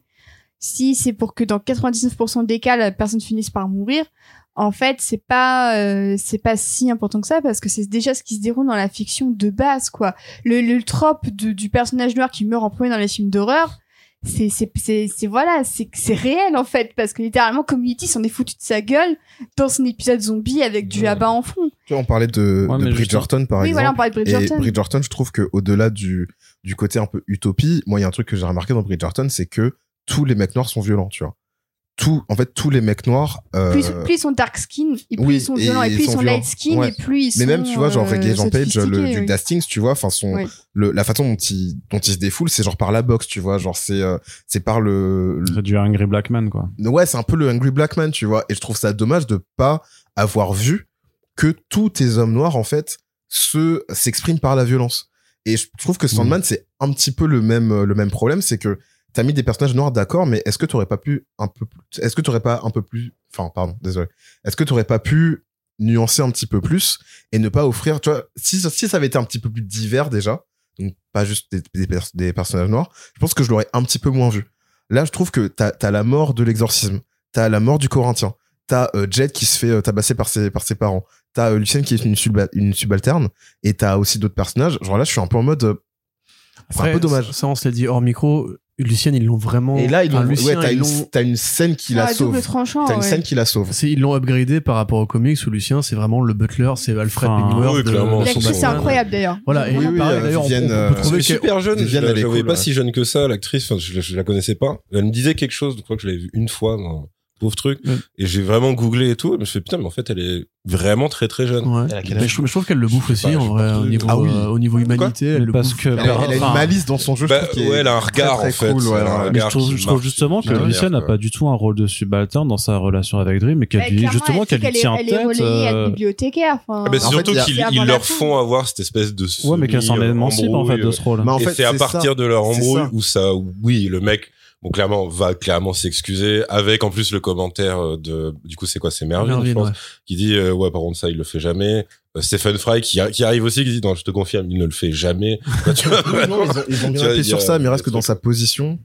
si c'est pour que dans quatre-vingt-dix-neuf pour cent des cas, la personne finisse par mourir, en fait, c'est pas, euh, c'est pas si important que ça parce que c'est déjà ce qui se déroule dans la fiction de base, quoi. Le, le trope de- du personnage noir qui meurt en premier dans les films d'horreur, c'est, c'est, c'est, c'est voilà, c'est, c'est réel, en fait, parce que littéralement, Community s'en est foutu de sa gueule dans son épisode zombie avec du Ouais. abat en fond. Tu vois, on parlait de, Ouais, de mais Bridgerton, par oui, exemple. voilà, on parlait de Et Bridgerton. Bridgerton, je trouve que au-delà du, du côté un peu utopie, moi, il y a un truc que j'ai remarqué dans Bridgerton, c'est que tous les mecs noirs sont violents, tu vois. Tout, en fait, tous les mecs noirs, euh, Plus, plus ils sont dark skin, et plus oui, ils sont et violents, et ils plus ils sont sont violents. light skin, Ouais. et plus ils sont. mais même, tu vois, genre, euh, Reggae Jean Page, le sophistiqués, Duke oui. d'Hastings, tu vois, enfin, son, Oui. le, la façon dont il, dont il se défoule, c'est genre par la boxe, tu vois, genre, c'est, euh, c'est par le, le- c'est du Angry Black Man, quoi. ouais, c'est un peu le Angry Black Man, tu vois, et je trouve ça dommage de pas avoir vu que tous tes hommes noirs, en fait, se, s'expriment par la violence. Et je trouve que Sandman, c'est un petit peu le même, le même problème, c'est que t'as mis des personnages noirs, d'accord, mais est-ce que t'aurais pas pu un peu plus, est-ce que t'aurais pas un peu plus, enfin, pardon, désolé, est-ce que t'aurais pas pu nuancer un petit peu plus et ne pas offrir, tu vois, si, si ça avait été un petit peu plus divers déjà, donc pas juste des, des, pers- des personnages noirs, je pense que je l'aurais un petit peu moins vu. Là, je trouve que t'as, t'as la mort de l'exorcisme, t'as la mort du Corinthien, t'as euh, Jed qui se fait euh, tabasser par ses, par ses parents, t'as euh, Lucienne qui est une, suba- une subalterne, et t'as aussi d'autres personnages. Genre là, je suis un peu en mode, euh, c'est un Après, peu dommage. Ça, on se l'a dit hors micro. Lucienne, ils l'ont vraiment. Et là, ils l'ont, enfin, Lucien, ouais, t'as ils une, l'ont- t'as une scène qui la Ah, sauve. double tranchant, T'as une ouais. scène qui la sauve. c'est- ils l'ont upgradé par rapport aux comics où Lucien, c'est vraiment le butler, c'est Alfred Enfin, Pennyworth. oui, de- clairement, de son son L'actrice, c'est Batman. incroyable d'ailleurs. Voilà, et Oui, oui, pareil, euh, d'ailleurs, on- Vivienne, on, peut euh, trouver Elle est qu'elle- super jeune, Vivienne, je la, elle est je la voyais cool, pas ouais. si jeune que ça, l'actrice, enfin, je, je la connaissais pas. Elle me disait quelque chose, je crois que je l'avais vu une fois dans un pauvre truc, Ouais. et j'ai vraiment googlé et tout, et je me suis dit, putain, mais en fait, elle est vraiment très très jeune. Ouais. Elle a quel Mais âge je, mais je trouve qu'elle le bouffe Je sais aussi pas, en j'ai vrai pas au tout- niveau Ah oui. euh, au niveau humanité elle Mais le parce bouffe. que- Elle, a- elle a une Enfin, malice dans son jeu, je Bah, trouve. qui est ouais, elle a un regard, très, en très fait. cool, ouais, Elle a un ouais. Mais je regard trouve, qui je trouve marche justement que de manière, Lucienne n'a quoi. pas du tout un rôle de subalterne dans sa relation avec Dream, et qu'elle Bah, lui, clairement, justement, elle qu'elle fait lui tient est, elle est tête. relayée à euh, la bibliothécaire. Enfin, Ah, mais En fait, surtout il y a- qu'ils c'est avant ils la leur fin. font avoir cette espèce de Ouais, mais qu'elle s'en semi- émancipe, en fait, de ce rôle. Mais en et fait, c'est à c'est partir ça. de leur C'est embrouille ça. où ça, oui, le mec, bon, clairement, va clairement s'excuser avec, en plus, le commentaire de, du coup, c'est quoi, c'est Mervyn, Mervyn, je pense, ouais. qui dit, euh, ouais, par contre, ça, il le fait jamais. Euh, Stephen Fry, qui, a- qui arrive aussi, qui dit, non, je te confirme, il ne le fait jamais. Bah, tu vois, Oui, non, ils ont, ils ont Tu bien vois, appuyé il y sur a- ça, mais il y a reste que ce dans truc. sa position,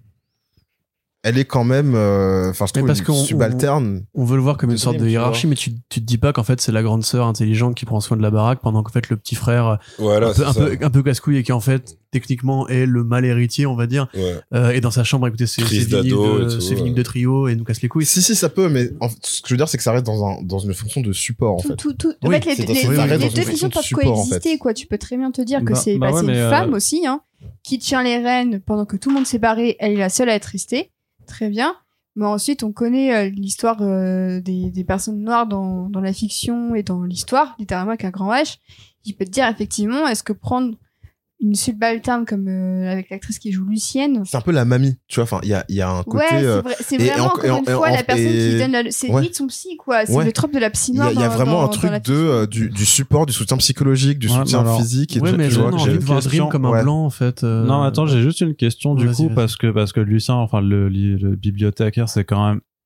elle est quand même, euh, enfin, je Mais trouve, parce une qu'on- subalterne. On veut le voir comme une de sorte Dream, de tu vois. hiérarchie, mais tu, tu te dis pas qu'en fait c'est la grande sœur intelligente qui prend soin de la baraque pendant qu'en fait le petit frère voilà, un, peu, c'est un, ça. peu, un peu casse-couille et qui en fait techniquement est le mal héritier on va dire Ouais. euh, est dans sa chambre à écouter ses, ses Crise vinyles, d'ado de, et tout, ses vinyles ouais. de trio et nous casse les couilles. Si, si, ça peut, mais en fait, ce que je veux dire, c'est que ça reste dans un, dans une fonction de support, en Tout, fait. tout, tout. En Oui, fait, les, c'est dans- les- ça les- reste les dans une deux fonction visions de peuvent support, en fait. coexister, quoi. Tu peux très bien te dire que Bah- c'est bah bah, ouais, c'est mais, une euh, femme aussi, hein, qui tient les rênes pendant que tout le monde s'est barré. Elle est la seule à être restée. Très bien. Mais ensuite, on connaît euh, l'histoire euh, des, des personnes noires dans, dans la fiction et dans l'histoire, littéralement avec un grand H. Il peut te dire, effectivement, est-ce que prendre une subalterne comme euh, avec l'actrice qui joue Lucienne, C'est un peu la mamie, tu vois, enfin, il y a, il y a un côté, ouais, euh, c'est vrai- c'est et vraiment en- encore et en- une et fois en- la personne et- qui donne la... C'est Ouais. limite son psy, quoi. C'est Ouais. le trope de la psy il y a, noire il y a dans- vraiment dans- un dans truc la de, fiction. euh, du, du support, du soutien psychologique, du Ouais, soutien mais alors- physique et Ouais tout, mais tu là, vois, on a j'ai envie une de voir question. Dream comme un Ouais. blanc en fait. euh, Non, attends, j'ai juste une question du Vas-y, coup vas-y. parce que parce que Lucien, enfin le, li- le bibliothécaire, c'est quand même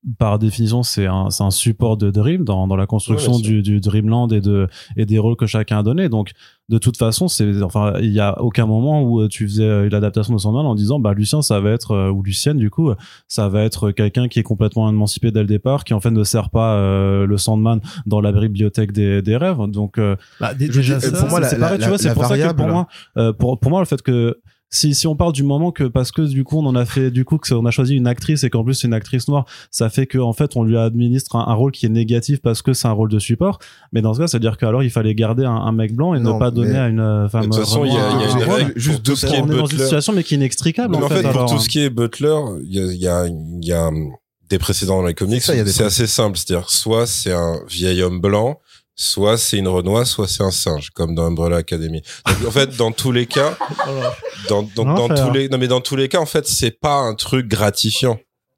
par définition, c'est un, c'est un support de Dream dans, dans la construction ouais, du, du Dreamland et de, et des rôles que chacun a donné. Donc, de toute façon, c'est, enfin, il y a aucun moment où tu faisais l'adaptation de Sandman en disant, bah, Lucien, ça va être, ou Lucienne, du coup, ça va être quelqu'un qui est complètement émancipé dès le départ, qui en fait ne sert pas euh, le Sandman dans la bibliothèque des, des rêves. Donc, euh, bah, déjà, je, ça, pour moi, c'est la, pareil, la, tu vois, la, c'est la pour variable, ça que pour moi, euh, pour, pour moi, le fait que, Si, si on parle du moment que parce que du coup on en a fait du coup que on a choisi une actrice et qu'en plus c'est une actrice noire, ça fait que en fait on lui administre un, un rôle qui est négatif parce que c'est un rôle de support. Mais dans ce cas, ça veut dire qu'alors il fallait garder un, un mec blanc et non, ne pas donner à une euh, femme. De toute façon, il y a, il y a une règle juste pour tout ce qui est on est dans une Butler. situation mais qui est inextricable. Mais en, en fait, fait, pour alors, tout ce qui est Butler, il y a, il y a, il y a des précédents dans les comics. C'est ça, il y a des c'est trucs. assez simple, c'est-à-dire soit c'est un vieil homme blanc, soit c'est une Renoir, soit c'est un singe, comme dans Umbrella Academy. Donc, en fait, dans tous les cas, dans, dans, dans L'enfer. tous les, non mais dans tous les cas, en fait, c'est pas un truc gratifiant.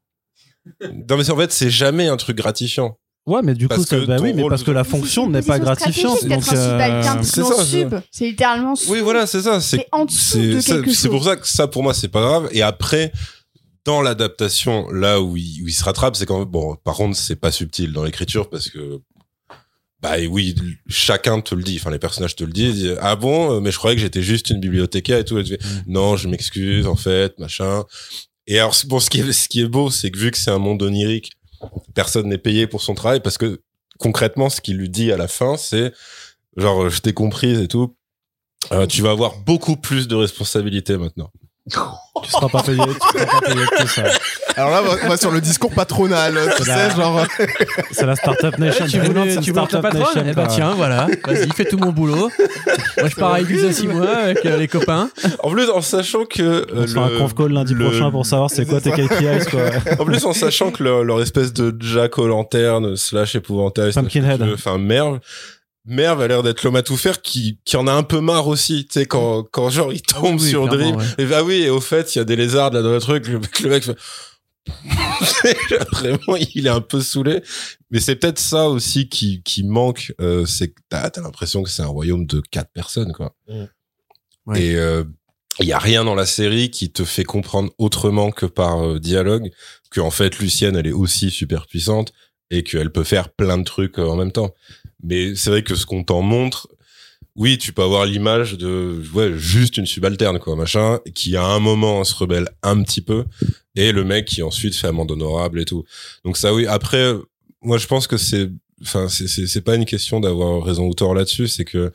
Non mais en fait, c'est jamais un truc gratifiant. Ouais, mais du Parce coup, ça, que bah ton oui, mais rôle parce que la fonction n'est pas gratifiante. C'est Donc, d'être un subalterne euh, c'est plan ça, sub. C'est littéralement sous. Oui, voilà, c'est ça. C'est C'est, en dessous de c'est, quelque ça- c'est chose. pour ça que ça, pour moi, c'est pas grave. Et après, dans l'adaptation, là où il, où il se rattrape, c'est quand même, bon, par contre, c'est pas subtil dans l'écriture parce que, bah et oui, chacun te le dit, enfin les personnages te le disent, ils disent, ah bon, mais je croyais que j'étais juste une bibliothécaire et tout, et tu fais, non, je m'excuse, en fait, machin. Et alors, bon, ce qui est, ce qui est beau, c'est que vu que c'est un monde onirique, personne n'est payé pour son travail parce que, concrètement, ce qu'il lui dit à la fin, c'est, genre, je t'ai comprise et tout, euh, tu vas avoir beaucoup plus de responsabilités maintenant. tu seras pas payé, tu seras pas payé de tout ça. Alors là, on va- on va sur le discours patronal, tu Là. sais, genre. C'est la Startup Nation. tu Dreamland, voulais, c'est tu une voulais ta Startup patronne Nation, Eh bah quoi. tiens, voilà. Vas-y, fais tout mon boulot. Moi, je pars à Ibiza six mois avec euh, les copains. En plus, en sachant que, On euh, se fait un le- conf call lundi le- prochain pour savoir c'est quoi tes K P Is, quoi. En plus, en sachant que leur, leur espèce de Jack aux lanternes, slash épouvantail, slash Pumpkinhead. ce que tu veux, enfin, Merv, Merv a l'air d'être l'homme à tout faire qui, qui en a un peu marre aussi, tu sais, quand, quand genre il tombe Ah oui, oui, sur clairement, Dream. ouais. Et bah oui, et au fait, il y a des lézards là dans le truc, le, le mec fait, vraiment, il est un peu saoulé. Mais c'est peut-être ça aussi qui, qui manque, euh, c'est que t'as, t'as l'impression que c'est un royaume de quatre personnes, quoi. Ouais. Et, euh, il y a rien dans la série qui te fait comprendre autrement que par euh, dialogue que en fait Lucienne elle est aussi super puissante et qu'elle peut faire plein de trucs euh, en même temps. Mais c'est vrai que ce qu'on t'en montre, oui, tu peux avoir l'image de ouais juste une subalterne quoi machin qui à un moment se rebelle un petit peu et le mec qui ensuite fait amende honorable et tout. Donc ça oui, après moi je pense que c'est enfin c'est c'est c'est pas une question d'avoir raison ou tort là-dessus, c'est que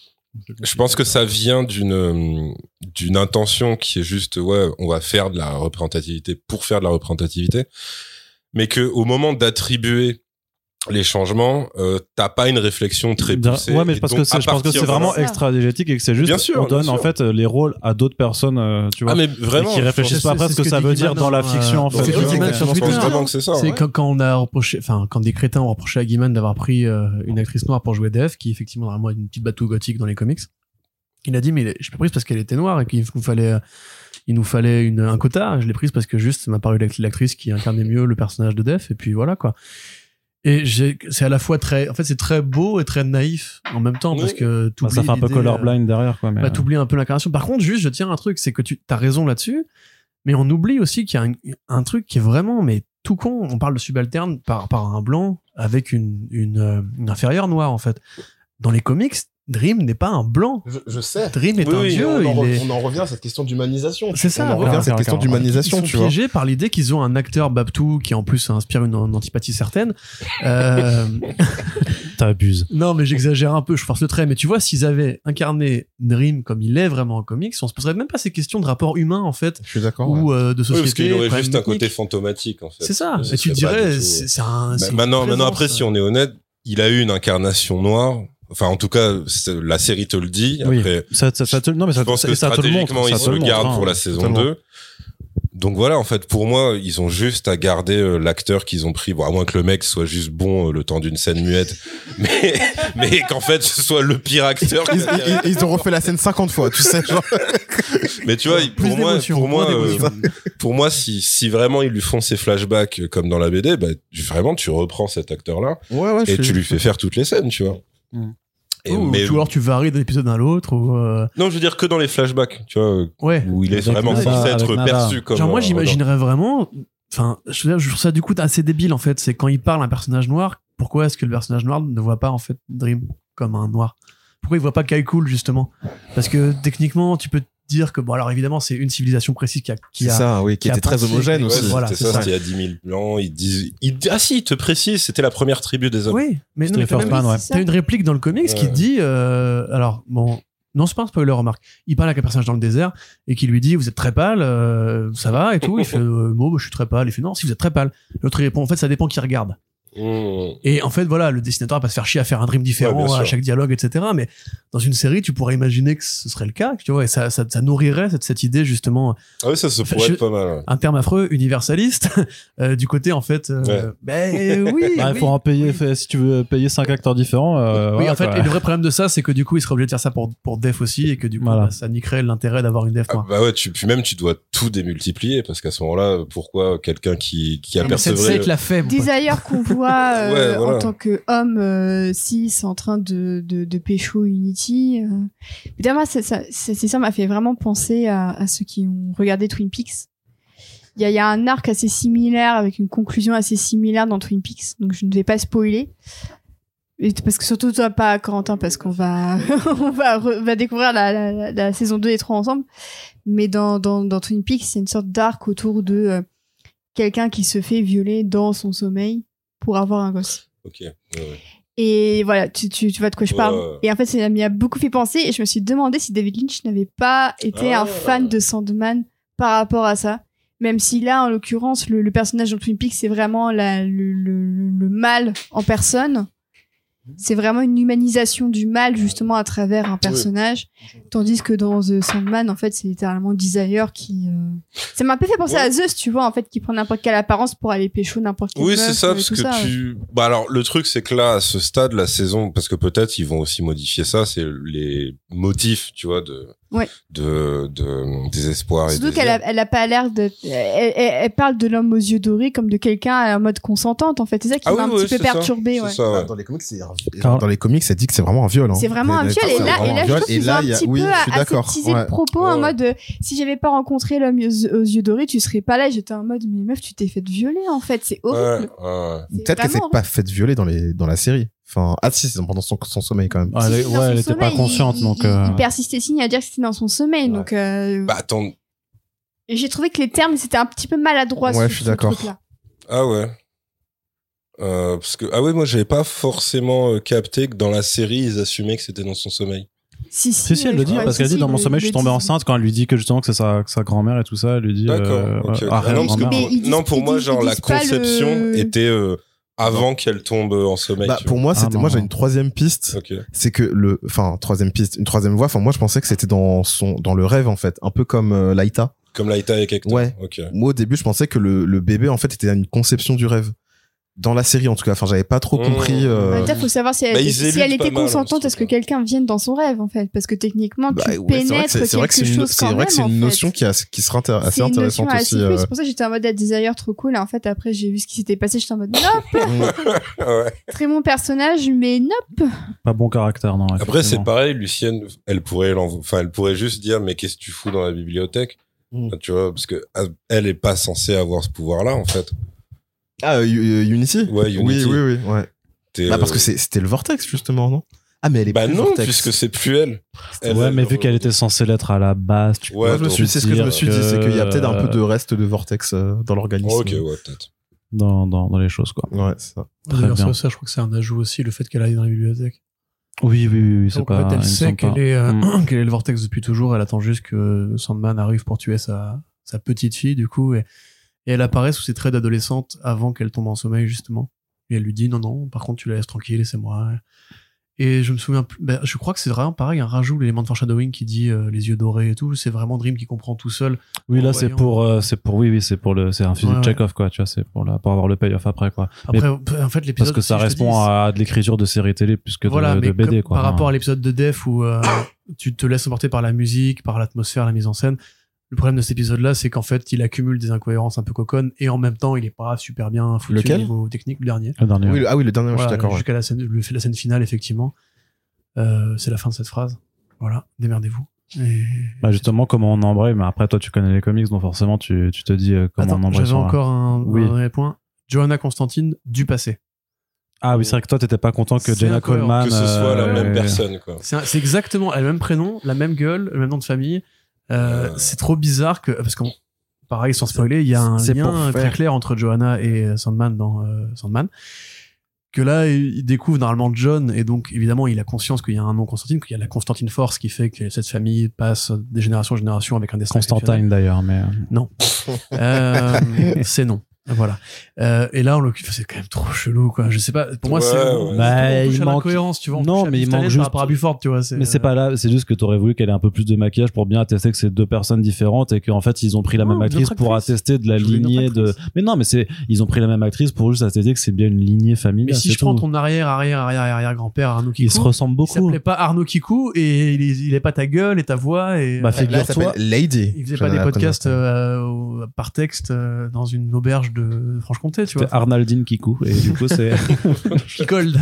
je pense que ça vient d'une d'une intention qui est juste ouais on va faire de la représentativité pour faire de la représentativité, mais que au moment d'attribuer les changements, euh, t'as pas une réflexion très poussée. Ouais, mais Et parce donc, que c'est, à je pense que partir c'est de vraiment là- extra digétique et que c'est juste, Bien sûr, on bien donne en sûr. fait les rôles à d'autres personnes, euh, tu vois. Ah mais vraiment, et qui réfléchissent pense- pas après c'est ce que ce ça que veut dit dire dans la Guiman, fiction, en euh, fait. c'est tu ce que vois. dit Guiman Mais- sur je pense Twitter. vraiment que c'est ça. C'est ouais. quand, quand on a reproché, enfin, quand des crétins ont reproché à Gaiman d'avoir pris euh, une actrice noire pour jouer Def, qui effectivement vraiment une petite bateau gothique dans les comics. Il a dit, mais je l'ai prise parce qu'elle était noire et qu'il nous fallait, euh, il nous fallait une, un quota. Je l'ai prise parce que juste, ça m'a paru l'act- l'actrice qui incarnait mieux le personnage de Def. Et puis voilà, quoi. Et j'ai, c'est à la fois très, en fait, c'est très beau et très naïf en même temps parce Oui. que Bah, t'oublies ça fait un peu l'idée, euh, colorblind derrière, quoi. Mais, bah, t'oublies un peu l'incarnation. Par contre, juste, je tiens un truc, c'est que tu as raison là-dessus, mais on oublie aussi qu'il y a un, un truc qui est vraiment, mais tout con. On parle de subalterne par, par un blanc avec une, une, euh, une inférieure noire, en fait. Dans les comics, Dream n'est pas un blanc. Je, je sais. Dream est Oui, un oui, dieu. on, en il re- est... on en revient à cette question d'humanisation. C'est ça, On en voilà. revient à cette Carrément, question carrément. d'humanisation, Ils sont tu vois. piégés par l'idée qu'ils ont un acteur Babtou qui en plus inspire une, une antipathie certaine. Euh, t'abuses. non, mais j'exagère un peu, je force le trait. Mais tu vois, s'ils avaient incarné Dream comme il est vraiment en comics, on se poserait même pas ces questions de rapport humain en fait, Je suis d'accord. ouais. ou euh, de Oui, société. parce qu'il aurait problème juste un côté ethnique. fantomatique en fait. C'est ça. Ce Et tu te serait pas dirais, du tout- c'est c'est un. Bah, c'est une maintenant, maintenant après, présence. si on est honnête, il a eu une incarnation noire. Enfin, en tout cas, c'est- la série te le dit. Oui. Après, Ça, ça, ça te, non, mais ça, je pense ça, que ça te le montre. stratégiquement, Ça ils te se le le montre, gardent hein, pour la saison totalement. deux. Donc voilà, en fait, pour moi, ils ont juste à garder euh, l'acteur qu'ils ont pris. Bon, à moins que le mec soit juste bon euh, le temps d'une scène muette. Mais, mais qu'en fait, ce soit le pire acteur. Ils, ils- ils ont refait la scène cinquante fois, tu sais, genre. Mais tu vois, Plus pour moi, d'émotion, pour moi, moins euh, d'émotion. pour moi, si, si vraiment ils lui font ses flashbacks euh, comme dans la B D, bah, tu- vraiment, tu reprends cet acteur-là Ouais, ouais, et tu lui fais faire toutes les scènes, tu vois. Mm. Et, Ou, mais, ou alors tu varies d'un épisode à l'autre. Ou euh, non, je veux dire que dans les flashbacks, tu vois, ouais. où il est Avec vraiment Nada, censé avec être Nada. perçu comme. Genre moi un- j'imaginerais vraiment enfin, je, veux dire, je trouve ça du coup assez débile en fait. C'est quand il parle à un personnage noir, pourquoi est-ce que le personnage noir ne voit pas en fait Dream comme un noir? Pourquoi il voit pas Kai Cool justement? Parce que techniquement, tu peux dire que bon, alors évidemment, c'est une civilisation précise qui a, qui C'est a, ça, oui, qui, qui a était très pensé- homogène Ouais, aussi. c'était Voilà, ça, c'est ça. c'était il y a dix mille blancs, ils disent, ils, ah si, ils te précisent, c'était la première tribu des hommes. Oui, mais non, C'était mais t'as First même- Man, ouais. c'est t'as une réplique dans le comics qui Ouais. dit, euh, alors bon, non, c'est pas un spoiler, remarque. Il parle avec un personnage dans le désert et qui lui dit, vous êtes très pâle, euh, ça va et tout. Il fait, euh, bon, bah, je suis très pâle. Il fait, non, si vous êtes très pâle. L'autre il répond, en fait, ça dépend qui regarde. Mmh. Et en fait, voilà, le dessinateur va pas se faire chier à faire un dream Ouais, différent bien à sûr. chaque dialogue, et cetera. Mais dans une série, tu pourrais imaginer que ce serait le cas, tu vois, et ça, ça, ça nourrirait cette, cette idée, justement, Ah oui, ça se Enfin, pourrait je- être pas mal. ouais. un terme affreux, universaliste, euh, du côté, en fait, euh, Ouais. ben oui. Bah, il oui, faut en payer, oui. fait- si tu veux payer cinq acteurs différents. euh, Oui, voilà, en fait, quoi. et le vrai problème de ça, c'est que du coup, il serait obligé de faire ça pour, pour Def aussi, et que du coup, Voilà. bah, ça niquerait l'intérêt d'avoir une Def Ah, noire. bah ouais, tu, puis même tu dois tout démultiplier parce qu'à ce moment-là, pourquoi quelqu'un qui, qui Mais cette apercevrait. sec l'a fait, mon pote. Desire qu'on voit euh, Ouais, voilà. en tant qu'homme euh, cis en train de, de, de pécho Unity. Euh. Évidemment, ça, ça, ça, c'est ça m'a fait vraiment penser à, à ceux qui ont regardé Twin Peaks. Il y a, il y a un arc assez similaire avec une conclusion assez similaire dans Twin Peaks, donc je ne vais pas spoiler. Et parce que surtout toi pas Corentin parce qu'on va on va re- va découvrir la, la, la, la saison deux et trois ensemble. Mais dans dans dans Twin Peaks, c'est une sorte d'arc autour de euh, quelqu'un qui se fait violer dans son sommeil pour avoir un gosse. Ok. Ouais, ouais. Et voilà, tu, tu, tu vois de quoi je parle. Ouais. Et en fait, ça m'y a beaucoup fait penser et je me suis demandé si David Lynch n'avait pas été Ah. un fan de Sandman par rapport à ça. Même si là, en l'occurrence, le, le personnage dans Twin Peaks, c'est vraiment la, le, le, le mal en personne. C'est vraiment une humanisation du mal, justement, à travers un personnage. Tandis que dans The Sandman, en fait, c'est littéralement Desire qui... euh, Ça m'a un peu fait penser Ouais. à Zeus, tu vois, en fait, qui prend n'importe quelle apparence pour aller pécho n'importe quelle Oui, meuf, c'est ça, euh, parce tout que ça. tu. Bah alors, le truc, c'est que là, à ce stade, la saison, parce que peut-être ils vont aussi modifier ça, c'est les motifs, tu vois, de. Ouais. De, de désespoir et Surtout désir. qu'elle a, elle a pas l'air de. Elle, elle, elle parle de l'homme aux yeux dorés comme de quelqu'un en mode consentante, en fait. C'est ça qui Ah m'a oui, un oui, petit peu c'est ça. perturbée, C'est ouais. ça, ouais. Dans les comics, c'est Car- dans les comics, ça dit que c'est vraiment un viol. hein. C'est vraiment un Mais- viol. Et c'est là, vraiment et là, un je viol. trouve Et qu'ils ont là, un il y a- petit oui, peu je suis d'accord. aseptisé Ouais. le propos Ouais, en ouais. mode euh, si j'avais pas rencontré l'homme aux, aux yeux dorés, tu serais pas là. J'étais en mode mais meuf, tu t'es fait violer en fait. C'est Ouais, horrible. ouais, ouais. C'est Peut-être qu'elle s'est vraiment pas faite violer dans les dans la série. Enfin, ah si, c'est pendant son, son sommeil quand même. Ah, elle, est- Si, dans ouais, son elle était pas sommeil, consciente, il, donc. il, euh, il persistait signe à dire que c'était dans son sommeil. Ouais. Donc, euh, Bah attends. et j'ai trouvé que les termes c'était un petit peu maladroit. Ouais, sur je suis ce d'accord. truc-là. Ah ouais. Euh, parce que ah ouais, moi j'avais pas forcément euh, capté que dans la série ils assumaient que c'était dans son sommeil. Si, Si, si, elle ouais, le je dit, crois parce que qu'elle si, dit dans mon le- sommeil, je suis le tombée dit. enceinte quand elle lui dit que justement que c'est sa, que sa grand-mère et tout ça, elle lui dit. D'accord. euh, ok, ok. ouais, Ah arrière non, parce que grand-mère. Mais ils disent- non, pour ils moi, disent- genre ils la disent pas conception le- était euh, avant qu'elle tombe en sommeil. Bah, tu pour moi, Ah, c'était non, moi j'ai non. une troisième piste. vois. Ok. C'est que le, enfin troisième piste, une troisième voie. Enfin moi je pensais que c'était dans son, dans le rêve en fait, un peu comme euh, Laïta. Comme Laïta avec Hector. Ouais. Ok. Moi au début je pensais que le, le bébé en fait était une conception du rêve. Dans la série en tout cas. Enfin j'avais pas trop Mmh. compris. En Euh... même temps, faut savoir si elle, Bah, était- ils si éludent elle pas était mal, consentante hein, à ce ce que truc-là. quelqu'un vienne dans son rêve, en fait. Parce que techniquement, Bah, tu ouais, c'est vrai pénètres que c'est c'est vrai que quelque c'est une, chose c'est quand vrai que c'est même, une en notion fait. qui, a, qui serait intér- assez C'est une notion intéressante assez aussi. cool. euh. C'est pour ça que j'étais en mode à Desire trop cool. Et en fait, après, j'ai vu ce qui s'était passé. J'étais en mode nope, Ouais. très bon personnage, mais nope. Pas bon caractère, non. Après, c'est effectivement. pareil, Lucienne, elle pourrait, l'envo- enfin, elle pourrait juste dire, mais qu'est-ce que tu fous dans la bibliothèque? Mm. Enfin, tu vois, parce que euh, elle est pas censée avoir ce pouvoir-là, en fait. Ah euh, U- Unity. Ouais, Unity. Oui oui oui. Ouais. T'es, Bah parce euh, que c'est- c'était le vortex justement non. Ah mais elle est bah plus non, vortex. puisque c'est plus elle. Elle, Ouais, elle, mais vu euh, qu'elle était censée l'être à la base, tu Ouais, Moi, je me donc, suis, c'est ce que je me dire suis dit, c'est qu'il y a peut-être un peu de que- reste de vortex euh, dans l'organisme. oh, ok, ouais, peut-être. dans, dans, dans les choses, quoi. Ouais, c'est ça. Très D'ailleurs, bien. ça, ça, je crois que c'est un ajout aussi, le fait qu'elle aille dans la bibliothèque. Oui, oui, oui, oui, c'est Donc, pas. en fait, il elle me sait semble qu'elle pas. est, euh, Mm. qu'elle est le vortex depuis toujours. Elle attend juste que Sandman arrive pour tuer sa, sa petite fille, du coup. Et, et elle apparaît sous ses traits d'adolescente avant qu'elle tombe en sommeil, justement. Et elle lui dit, non, non, par contre, tu la laisses tranquille, laissez-moi. Et je me souviens plus, ben, je crois que c'est vraiment pareil, un rajout, l'élément de foreshadowing qui dit euh, les yeux dorés et tout. C'est vraiment Dream qui comprend tout seul. Oui, là, en c'est voyant- pour, euh, c'est pour, oui, oui, c'est pour le, c'est un fusil Ouais, de ouais. Chekhov, quoi, tu vois, c'est pour la, pour avoir le payoff après, quoi. Après, en fait, l'épisode. Parce que ça aussi, je te répond dis, à de l'écriture de série télé plus que de, voilà, de mais B D, comme- quoi. par rapport à l'épisode de Def où euh, tu te laisses emporter par la musique, par l'atmosphère, la mise en scène. Le problème de cet épisode-là, c'est qu'en fait, il accumule des incohérences un peu coconnes et en même temps, il est pas super bien foutu Lequel au niveau technique, le dernier. Le dernier. Oui, le- ah oui, le dernier, je Voilà, suis d'accord. ouais. jusqu'à la scène, le, la scène finale, effectivement. Euh, c'est la fin de cette phrase. Voilà, démerdez-vous. Et... Bah justement, comment on embraye, mais après toi tu connais les comics, donc forcément tu, tu te dis euh, comment Attends, on embraye. j'avais encore un, oui. un vrai point. Johanna Constantine du passé. Ah oui, c'est vrai que toi t'étais pas content que C'est Jenna incohérent. Coleman... Que ce soit euh, la même euh, personne, quoi. C'est, un- c'est exactement le même prénom, la même gueule, le même nom de famille. Euh, Euh. C'est trop bizarre que parce qu'on pareil sans spoiler, il y a un C'est pour lien faire. très clair entre Johanna et Sandman dans euh, Sandman. Que là, il découvre normalement John, et donc évidemment, il a conscience qu'il y a un nom Constantine, qu'il y a la Constantine Force qui fait que cette famille passe des générations en génération avec un destin Constantine d'ailleurs, mais... exceptionnel. Euh, c'est non. Voilà. Euh, et là, on le c'est quand même trop chelou, quoi. Je sais pas. Pour moi, Ouais, c'est. ouais. Bah, on touche il à manque- l'incohérence, tu vois. on Non, touche à mais il Biff manque Tannen juste- par rapport à Buford, tu vois. C'est, Mais c'est pas là, c'est juste que t'aurais voulu qu'elle ait un peu plus de maquillage pour bien attester que c'est deux personnes différentes et qu'en fait ils ont pris la Non, même actrice notre pour actrice. attester de la Je voulais notre lignée de. actrice. Mais non, mais c'est ils ont pris la même actrice pour juste attester que c'est bien une lignée familiale. Mais si c'est je prends tout. ton arrière, arrière, arrière, arrière grand-père Arnaud Kikou, Ils se ressemblent il beaucoup. s'appelait pas Arnaud Kikou et il est, il est pas ta gueule et ta voix et Bah, euh, figure- Là, elle Figure-toi- s'appelle Lady. il faisait Je pas des la podcasts connais. euh, au- par texte euh, dans une auberge de Franche-Comté, tu vois. C'était Arnaldine Kikou et du coup c'est. Picold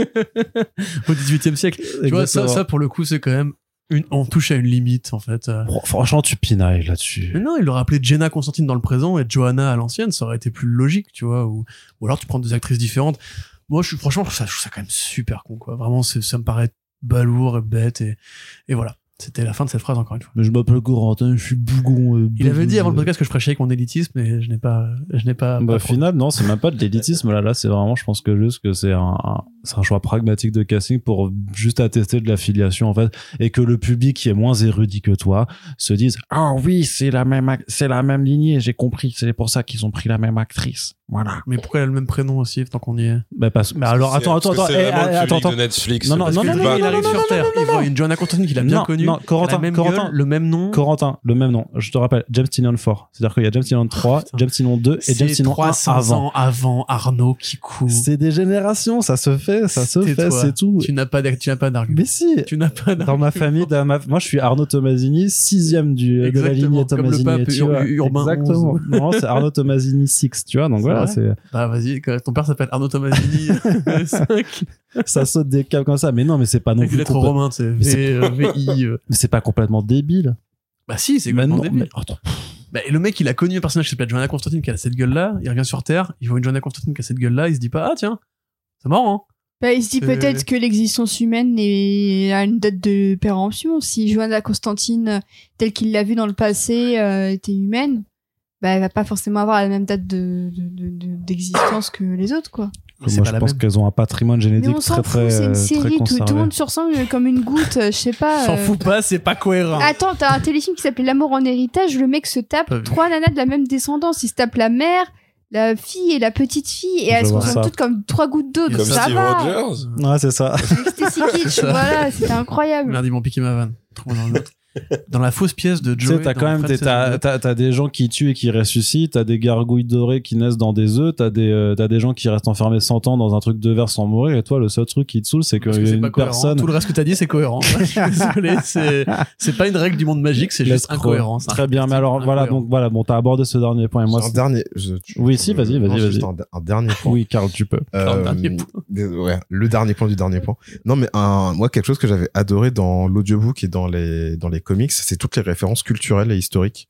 au dix-huitième siècle. Tu vois, ça, Exactement. ça pour le coup, c'est quand même une, on touche à une limite en fait. Euh, Fr- Franchement, tu pinailles là-dessus. Mais non, il l'aurait appelé Jenna Constantine dans le présent et Johanna à l'ancienne, ça aurait été plus logique, tu vois. Ou, ou alors tu prends deux actrices différentes. Moi, je suis franchement, ça, je trouve ça quand même super con, quoi. Vraiment, c'est, ça me paraît balourd et bête et, et voilà. C'était la fin de cette phrase encore une fois. Mais je m'appelle Corentin, je suis bougon. euh, Il avait dit avant le bougon. podcast que je prêchais avec mon élitisme, mais je n'ai pas, je n'ai pas. Bah, pas au pro- final, non, c'est même pas de l'élitisme là. Là, c'est vraiment, je pense que juste que c'est un, un- c'est un choix pragmatique de casting pour juste attester de l'affiliation en fait, et que le public qui est moins érudit que toi se dise ah oui, c'est la même, ac- c'est la même lignée, j'ai compris, c'est pour ça qu'ils ont pris la même actrice. Voilà. Mais pourquoi elle a le même prénom aussi, tant qu'on y est? Bah parce. Mais alors C'est- attends, attends, parce attends, que c'est eh, vraiment le attends, public attends. de Netflix. Non, non, parce non, que non, le non, bas- il arrive non, sur non, Terre, il voit une Johanna Constantine qu'il a bien Non, connue, non, elle a Corentin, la même Corentin. gueule, le même nom. Corentin, le même nom. Je te rappelle, James Tynion four. C'est-à-dire qu'il y a James Tynion trois, putain. James Tynion deux et James C'est Tynion un trois cents avant. ans avant Arnaud Kikou. C'est des générations, ça se fait, ça se fait, Tais-toi. c'est tout. Tu n'as pas, d'ac- tu n'as pas d'argument. Mais si, Tu n'as pas d'argument. dans ma famille, dans ma... moi je suis Arnaud Tomasini, sixième du, de la Exactement, lignée comme le Tomasini. pape tu Ur- vois. Urbain Exactement. onze. Non, c'est Arnaud Tomasini six, tu vois. Donc C'est voilà, vrai c'est, Bah vas-y, quand ton père s'appelle Arnaud Tomasini cinq. ça saute des câbles comme ça. Mais non, mais c'est pas non Avec plus. des lettres complè- romaines, c'est Mais c'est- V, euh, V I. euh. Mais c'est pas complètement débile. Bah si, c'est Mais complètement non, débile. mais- attends. Bah, et le mec, il a connu un personnage qui s'appelle Johanna Constantine qui a cette gueule-là, il revient sur Terre, il voit une Johanna Constantine qui a cette gueule-là, il se dit pas, ah tiens, c'est marrant, hein. Bah, il se dit C'est- peut-être que l'existence humaine est à une date de péremption. Si Johanna Constantine, telle qu'il l'a vue dans le passé, euh, était humaine, bah, elle va pas forcément avoir la même date de, de, de- de- d'existence que les autres, quoi. Mais c'est Moi, pas je la pense même. qu'elles ont un patrimoine Mais génétique on très s'en très fout, c'est une très série, tout, tout le conservé. monde se ressemble comme une goutte, euh, je sais pas. S'en euh. fout pas, c'est pas cohérent. Attends, t'as un téléfilm qui s'appelle L'amour en héritage, le mec se tape Pas vu. trois nanas de la même descendance. Il se tape la mère, la fille et la petite fille, et Je elles se vois ressemblent ça. toutes comme trois gouttes d'eau. Comme Donc Comme ça Steve va. Rogers. Ouais, c'est ça. C'était si kitsch, voilà, c'était incroyable. Merde, ils m'ont piqué ma vanne. Trop dans l'autre. Dans la fausse pièce de Tu Joey. sais, t'as dans quand même Friends des, t'as, Saison deux. t'as, t'as des gens qui tuent et qui ressuscitent, t'as des gargouilles dorées qui naissent dans des œufs, t'as des, euh, t'as des gens qui restent enfermés cent ans dans un truc de verre sans mourir, et toi, le seul truc qui te saoule, c'est qu'il Parce que y a c'est pas une cohérent. personne. Tout le reste que t'as dit, c'est cohérent. Je suis désolé, c'est, c'est pas une règle du monde magique, c'est juste L'escroc. incohérent. c'est Très bien, mais alors, voilà, incohérent. donc voilà, bon, t'as abordé ce dernier point, et moi, J'ai un c'est- dernier. je- tu- Oui, si, vas-y, vas-y, non, vas-y. juste Un, un dernier point. oui, Karl, tu peux. Alors, le dernier point. des- ouais, le dernier point du dernier point. Non, mais un, moi, quelque chose que j'avais adoré dans l'audiobook et dans les, dans les comics, c'est toutes les références culturelles et historiques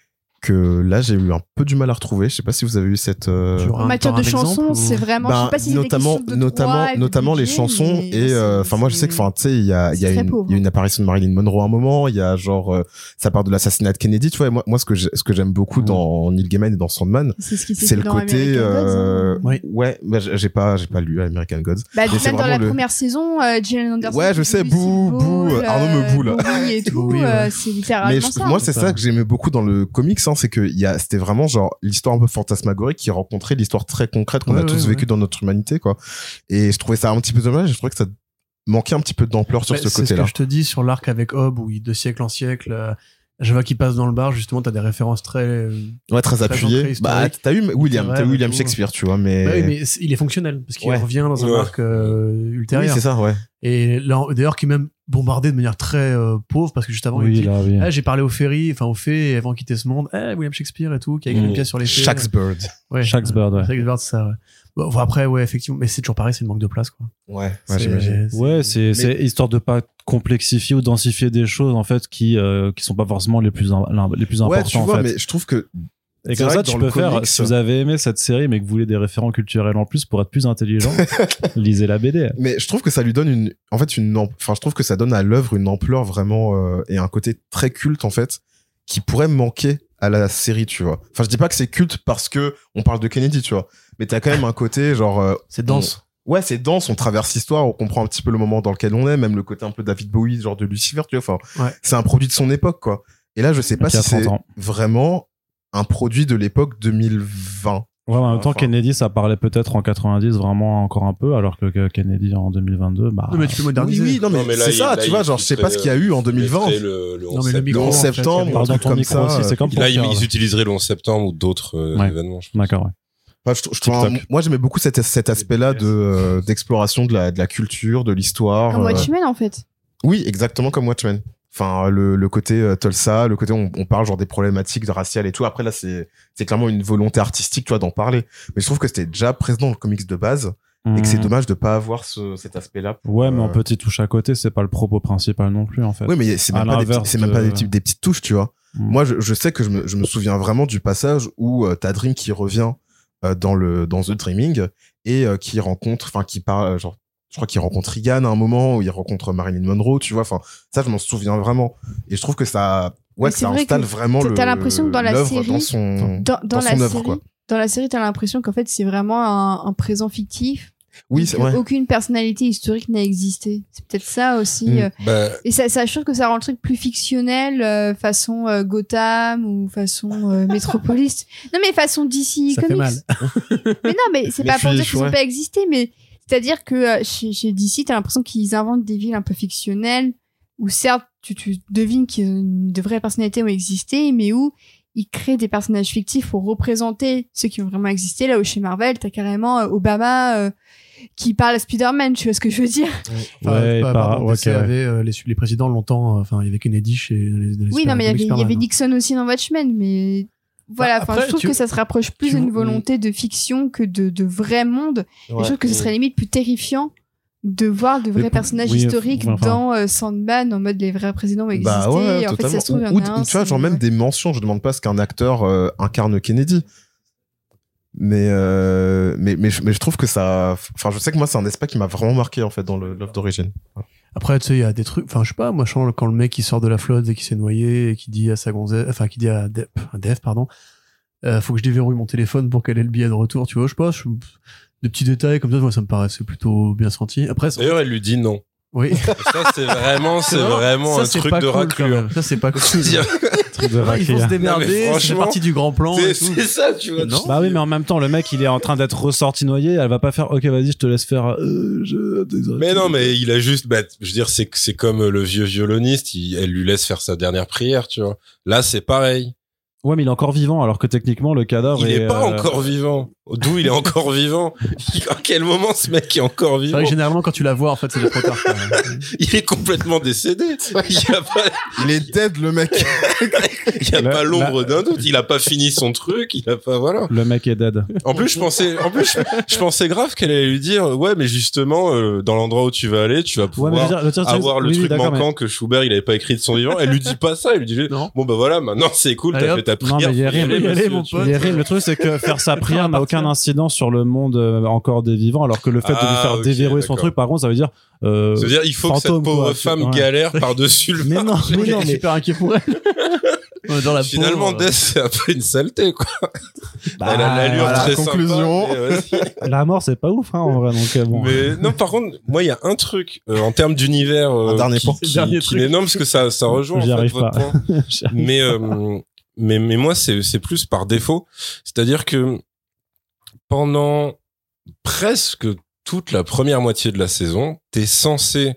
que là, j'ai eu un peu du mal à retrouver. Je sais pas si vous avez eu cette, euh, Tu auras En un- matière t'auras de un exemple chansons, ou- c'est vraiment, je ben, sais pas si c'est notamment, des questions de notamment, droit et de notamment les budget, chansons mais et, euh, enfin, moi, je sais que, enfin, tu sais, il y a, il y a c'est très une, pauvre. il y a une apparition de Marilyn Monroe à un moment, il y a genre, euh, ça part de l'assassinat de Kennedy, tu vois, et moi, moi, ce que j'ai- ce que j'aime beaucoup Mm. dans Neil Gaiman et dans Sandman, c'est ce qui s'est c'est fait le dans côté, American Gods, euh, hein. Oui. ouais, bah, j'ai j'ai pas, j'ai pas lu American Gods. Bah, mais c'est même dans la vraiment le- première saison, euh, Gillian Anderson. Ouais, je qui sais, joue Lucille bouh, bouh, Ball, Arnaud me boue, là. Bowie et tout, Bowie, ouais. euh, c'est littéralement Mais je- ça. moi, c'est Ça. ça que j'aimais beaucoup dans le comics, hein, c'est que il y a, c'était vraiment genre l'histoire un peu fantasmagorique qui rencontrait l'histoire très concrète qu'on Ouais, a tous ouais, vécu ouais. dans notre humanité, quoi. Et je trouvais ça un petit peu dommage. Et je trouvais que ça manquait un petit peu d'ampleur sur Ouais, ce c'est côté-là. ce que je te dis sur l'arc avec Hob où il, de siècle en siècle, euh, je vois qu'il passe dans le bar, justement, t'as des références très, euh, Ouais, très très appuyé. ancré, Bah, historique. t'as eu William, Ouais, t'as eu ouais, William tout. Shakespeare, tu vois, mais. Bah oui, mais c'est- il est fonctionnel parce qu'il Ouais. revient dans un Ouais. arc euh, Oui, ultérieur. c'est ça, ouais. Et là, d'ailleurs, qui est même bombardé de manière très euh, pauvre parce que juste avant, il Oui, dit là, oui. ah, j'ai parlé aux ferry, enfin aux fées avant de quitter ce monde. Eh, William Shakespeare et tout, qui a écrit Mm. une pièce sur les fées. Shakespeare. Ouais. Shakespeare, ouais. Shakespeare, c'est ça, ouais. Bon, après, ouais, effectivement, mais c'est toujours pareil, c'est le manque de place, quoi. Ouais, ouais C'est- j'imagine. c'est- Ouais, c'est Mais- c'est histoire de pas complexifier ou densifier des choses en fait qui euh, qui sont pas forcément les plus im- les plus Ouais, importantes tu vois, en fait. mais je trouve que Et c'est comme vrai ça, que tu dans peux le faire, comics- si vous avez aimé cette série mais que vous voulez des référents culturels en plus pour être plus intelligent, lisez la B D. mais je trouve que ça lui donne une en fait une am- enfin je trouve que ça donne à l'œuvre une ampleur vraiment euh, et un côté très culte en fait qui pourrait manquer à la série, tu vois. Enfin, je dis pas que c'est culte parce que on parle de Kennedy, tu vois, mais t'as quand même un côté genre euh, C'est dense. on- ouais, c'est dense, on traverse l'histoire, on comprend un petit peu le moment dans lequel on est, même le côté un peu David Bowie, genre de Lucifer, tu vois. Enfin, Ouais. c'est un produit de son époque, quoi. Et là, je sais pas Qui a si c'est trente ans. vraiment un produit de l'époque deux mille vingt. Ouais, en même temps, Enfin. Kennedy, ça parlait peut-être en quatre-vingt-dix vraiment encore un peu, alors que, que Kennedy en deux mille vingt-deux, bah. Non, mais tu peux Oui, moderniser. oui, non, mais, Non, mais là, c'est il- ça, là, tu vois, il genre, je sais pas quitterait, ce qu'il y a eu en deux mille vingt. il mettrait Le, le Non, onze mais le septembre. micro, Le onze en fait, septembre, il y a- Parle dans truc ton comme micro ça, aussi, c'est euh, comme pour Là, ils, Pierre. ils utiliseraient le onze septembre ou d'autres euh, Ouais. événements. Je pense. D'accord, ouais. Enfin, je, je, enfin, TikTok. moi, j'aimais beaucoup cet, cet aspect-là de, euh, d'exploration de la, de la culture, de l'histoire. Comme euh, Watchmen, en fait. Oui, exactement comme Watchmen. Enfin, le, le côté euh, Tulsa, le côté on, on parle genre des problématiques de raciales et tout. Après là, c'est c'est clairement une volonté artistique, tu vois, d'en parler. Mais je trouve que c'était déjà présent dans le comics de base et que c'est Mmh. dommage de pas avoir ce, cet aspect-là. pour, Ouais, mais en euh, petit touche à côté, c'est pas le propos principal non plus, en fait. Oui, mais c'est À même pas des, l'inverse petits- c'est même pas de- des, petits- des petites touches, tu vois. Mm. Moi, je, je sais que je me, je me souviens vraiment du passage où euh, t'as Dream qui revient euh, dans le dans The Dreaming et euh, qui rencontre, enfin qui parle, genre, je crois qu'il rencontre Reagan à un moment où il rencontre Marilyn Monroe, tu vois. Enfin, ça, je m'en souviens vraiment. Et je trouve que ça, ouais, Mais que c'est ça vrai installe que vraiment t'as- le t'as l'impression que dans la l'œuvre série, dans son Dans, dans, dans la son œuvre, série, quoi. dans la série, t'as l'impression qu'en fait, c'est vraiment un, un présent fictif. Oui, et c'est que ouais. aucune personnalité historique n'a existé. C'est peut-être ça aussi. Mm. euh, Bah, Et ça, ça, je trouve que ça rend le truc plus fictionnel, euh, façon euh, Gotham ou façon euh, Metropolis. Non, mais façon D C Ça Comics. fait mal. Mais non, mais c'est Mais pas pour je dire suis- qu'ils n'ont ouais. pas existé, mais c'est-à-dire que euh, chez, chez D C, t'as l'impression qu'ils inventent des villes un peu fictionnelles, où certes, tu, tu devines que de vraies personnalités ont existé, mais où ils créent des personnages fictifs pour représenter ceux qui ont vraiment existé. Là où chez Marvel, t'as carrément euh, Obama euh, qui parle à Spider-Man, tu vois ce que je veux dire? Enfin, Ouais, pas- par- pardon, ouais, D C ok, ouais. avait euh, les, les présidents longtemps, euh, enfin, il y avait Kennedy chez les, les Oui, non, mais il y avait, il y Superman, avait hein. Nixon aussi dans Watchmen, mais voilà, Bah, enfin, après, je trouve tu- que ça se rapproche plus tu- d'une volonté de fiction que de, de vrai monde. Et je trouve que ce serait limite plus terrifiant de voir de vrais Mais- personnages oui, historiques enfin- dans euh, Sandman en mode les vrais présidents ont existé. Bah ouais, et en fait, totalement. ça se trouve, il y en ou, a ou- un, tu vois, c'est- genre même ouais. des mentions. Je demande pas ce qu'un acteur euh, incarne Kennedy. Mais, euh, mais, mais, je- mais je trouve que ça, enfin, je sais que moi, c'est un aspect qui m'a vraiment marqué, en fait, dans le- l'œuvre d'origine. Après, tu sais, il y a des trucs, enfin, je sais pas, moi, je sens quand le mec qui sort de la flotte et qui s'est noyé et qui dit à sa gonzesse, enfin, qui dit à Dev, à Dev, pardon, euh, faut que je déverrouille mon téléphone pour qu'elle ait le billet de retour, tu vois, je sais pas, je- des petits détails comme ça, moi, ça me paraissait plutôt bien senti. Après, c'est- D'ailleurs, elle lui dit non. oui. Ça, c'est vraiment, c'est vraiment Ça, un c'est truc pas de cool, quand raclure. même. Ça, c'est pas cool. Dire- Truc de Ah, il faut raclure. se démerder, Non, mais c'est franchement, partie du grand plan. C'est et tout. c'est ça, tu vois. Non. Bah oui, mais en même temps, le mec, il est en train d'être ressorti noyé. Elle va pas faire, ok, vas-y, je te laisse faire. Euh, je... Mais non, mais il a juste, bah, je veux dire, c'est c'est comme le vieux violoniste, il, elle lui laisse faire sa dernière prière, tu vois. Là, c'est pareil. Ouais, mais il est encore vivant, alors que techniquement, le cadavre Il est. est pas euh, encore vivant. D'où il est encore vivant. À quel moment ce mec est encore C'est vivant? vrai que généralement, quand tu la vois, en fait, c'est déjà trop tard. quoi. Il est complètement décédé. Il y a pas, Il est dead, le mec. il y a Le- pas l'ombre la- d'un doute. Il a pas fini son truc. Il a pas, voilà. Le mec est dead. En plus, je pensais, en plus, je, je pensais grave qu'elle allait lui dire, ouais, mais justement, euh, dans l'endroit où tu vas aller, tu vas Ouais, pouvoir mais je veux dire, le tir- avoir le oui, oui, truc d'accord, manquant que Schubert il avait pas écrit de son vivant. Elle lui dit pas ça. Elle lui dit, Non. bon bah voilà, maintenant c'est cool, Allez, t'as hop. fait ta Non, prière. mais il y a faut y rien, aller, y aller, monsieur, mon tu pote. vois. mais- Yérim, le truc, c'est que faire sa prière n'a aucun incidence sur le monde euh, encore des vivants, alors que le fait de lui Ah, faire ok, déverrouiller son d'accord. truc, par contre, ça veut dire. Euh, Ça veut dire, il faut fantôme, que cette pauvre quoi, tu- femme ouais. galère par-dessus le Mais non, marché. mais non, J'étais mais. super inquiet pour elle. On est dans la Finalement, pauvre. Death, c'est un peu une saleté, quoi. Bah, Elle a l'allure voilà, très conclusion. sympa. mais vas-y. La mort, c'est pas ouf, hein, en vrai, donc euh, bon. Mais non, par contre, moi, il y a un truc euh, en termes d'univers euh, Un dernier qui, point. qui, Dernier qui truc. m'est- non, parce que ça, ça rejoint en J'y fait arrive votre pas. point. Mais euh, mais mais moi, c'est c'est plus par défaut. C'est-à-dire que pendant presque toute la première moitié de la saison, t'es censé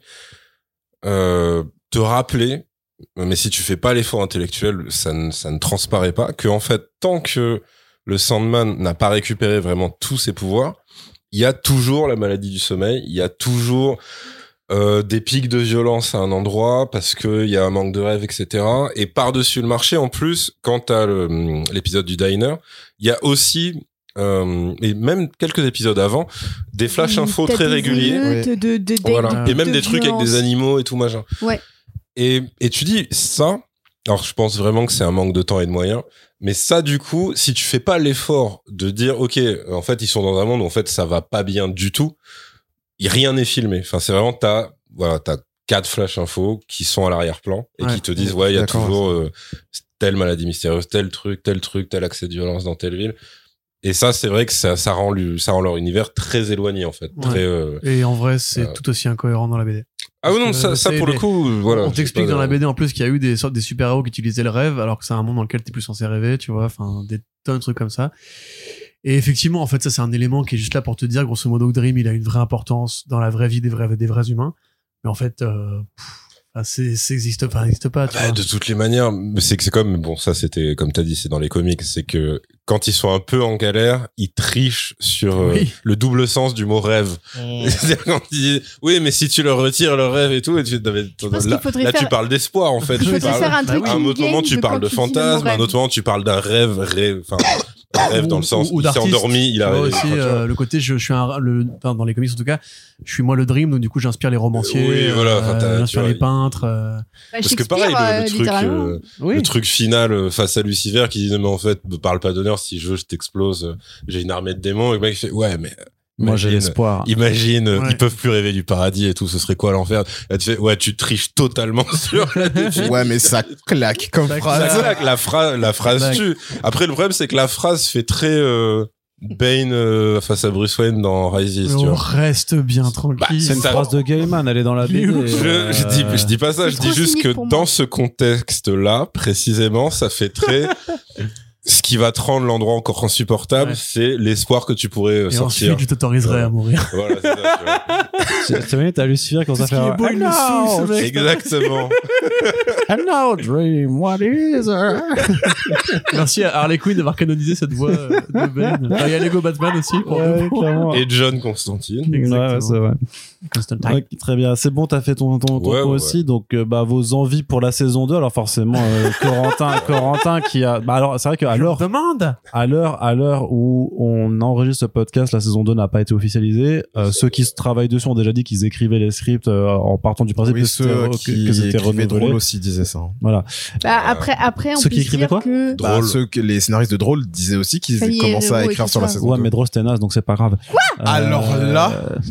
euh, te rappeler, mais si tu fais pas l'effort intellectuel, ça ne ça ne transparaît pas, que en fait, tant que le Sandman n'a pas récupéré vraiment tous ses pouvoirs, il y a toujours la maladie du sommeil, il y a toujours euh, des pics de violence à un endroit parce que il y a un manque de rêve, et cetera. Et par-dessus le marché, en plus, quand t'as le, l'épisode du diner, il y a aussi euh, et même quelques épisodes avant, des flash infos T'as très des réguliers. émeutes, Oui. de, de, Voilà. de- Et même de des trucs avec des violence. animaux et tout machin. Ouais. Et, et tu dis ça, alors je pense vraiment que c'est un manque de temps et de moyens, mais ça du coup, si tu fais pas l'effort de dire ok, en fait ils sont dans un monde où en fait ça va pas bien du tout, y- rien n'est filmé. Enfin c'est vraiment t'as voilà t'as quatre flash infos qui sont à l'arrière-plan et Ouais. qui te disent ouais il y a D'accord, toujours euh, telle maladie mystérieuse, tel truc, tel truc, tel accès de violence dans telle ville. Et ça, c'est vrai que ça, ça rend lui, ça rend leur univers très éloigné, en fait. Ouais. Très, euh... Et en vrai, c'est Euh. tout aussi incohérent dans la B D. Ah oui, non, Parce que, ça, ça, c'est pour le les- coup, euh, voilà. On j'ai t'explique pas dans de- la B D en plus qu'il y a eu des sortes des super-héros qui utilisaient le rêve, alors que c'est un monde dans lequel t'es plus censé rêver, tu vois, enfin, des tonnes de trucs comme ça. Et effectivement, en fait, ça, c'est un élément qui est juste là pour te dire, grosso modo, que Dream, il a une vraie importance dans la vraie vie des vrais, des vrais humains. Mais en fait, euh, pff, enfin, c'est, ça existe pas, ça existe pas, tu Bah, vois. de toutes les manières, mais c'est que c'est comme, bon, ça c'était, comme t'as dit, c'est dans les comics, c'est que quand ils sont un peu en galère, ils trichent sur euh, Oui. le double sens du mot rêve. C'est-à-dire quand ils disent, oui, mais si tu leur retires le rêve et tout, et tu, pense là, qu'il faudrait là faire- tu parles d'espoir, en fait. Il Tu faudrait parles- faire un Bah truc oui. à un autre moment, in-game tu de parles quand de tu dis le mot fantasme, à un rêve. autre moment, tu parles d'un rêve, rêve, enfin, un rêve dans le sens, ou il s'est d'artiste, endormi, il tu a vois rêvé. aussi Enfin, tu vois. euh, le côté je, je suis un le enfin, dans les comics en tout cas je suis moi le Dream donc du coup j'inspire les romanciers Oui, voilà, enfin, t'as- euh, tu j'inspire vois, les il- peintres euh, Bah, Parce que Shakespeare, pareil, le, euh, le truc, littéralement. euh, oui le truc final euh, face à Lucifer qui dit mais en fait me parle pas d'honneur, si je veux je t'explose, euh, j'ai une armée de démons, et le mec il fait ouais mais Moi, j'ai imagine, l'espoir. imagine euh, Ouais. ils peuvent plus rêver du paradis et tout, ce serait quoi l'enfer. Et tu fais ouais tu triches totalement sur la définition. Ouais, mais ça claque comme Ça phrase. Ça claque, la phrase la phrase Claque. tue. Après le problème c'est que la phrase fait très euh, Bane euh, face à Bruce Wayne dans Rises, tu on vois. reste bien tranquille C'est une Ça- phrase de Gaiman, elle est dans la B D. Je, je dis, je dis pas ça, C'est je trop dis juste cynique que pour moi. dans ce contexte-là, précisément, ça fait très, ce qui va te rendre l'endroit encore insupportable, Ouais. c'est l'espoir que tu pourrais euh, et sortir. ensuite je t'autoriserai Voilà. à mourir Voilà, c'est ça, tu vois. C'est c'est vrai, t'as Lucifer quand ça Tout ce fait qui un est beau, il le saoule, ce mec. Exactement. And now, Dream, what is it? merci à Harley Quinn d'avoir canonisé cette voix euh, de Ben enfin, il y a Lego Batman aussi pour Ouais, le coup. clairement. Et John Constantine. Exactement. Ouais, c'est vrai. Constantine. Ok, très bien, c'est bon, t'as fait ton ton, ton Ouais, tour ouais, aussi, donc euh, bah vos envies pour la saison deux. Alors forcément, euh, Corentin, Corentin qui a, bah alors c'est vrai qu'à Je l'heure, demande à l'heure, à l'heure où on enregistre ce podcast, la saison deux n'a pas été officialisée. Euh, ceux qui se travaillent dessus ont déjà dit qu'ils écrivaient les scripts euh, en partant du principe Oui, que ceux c'était, euh, qui que, que c'était écrivaient drôle renouvelé. aussi disaient ça. hein. Voilà. Bah, après, après, on Ceux peut qui se écrivaient dire quoi que... Bah, Drôle. ceux que les scénaristes de Drôle disaient aussi qu'ils Ça y est, commençaient à oui, écrire c'est sur la ça. saison Ouais, deux. mais Dross c'était naze, donc c'est pas grave. Quoi Alors là-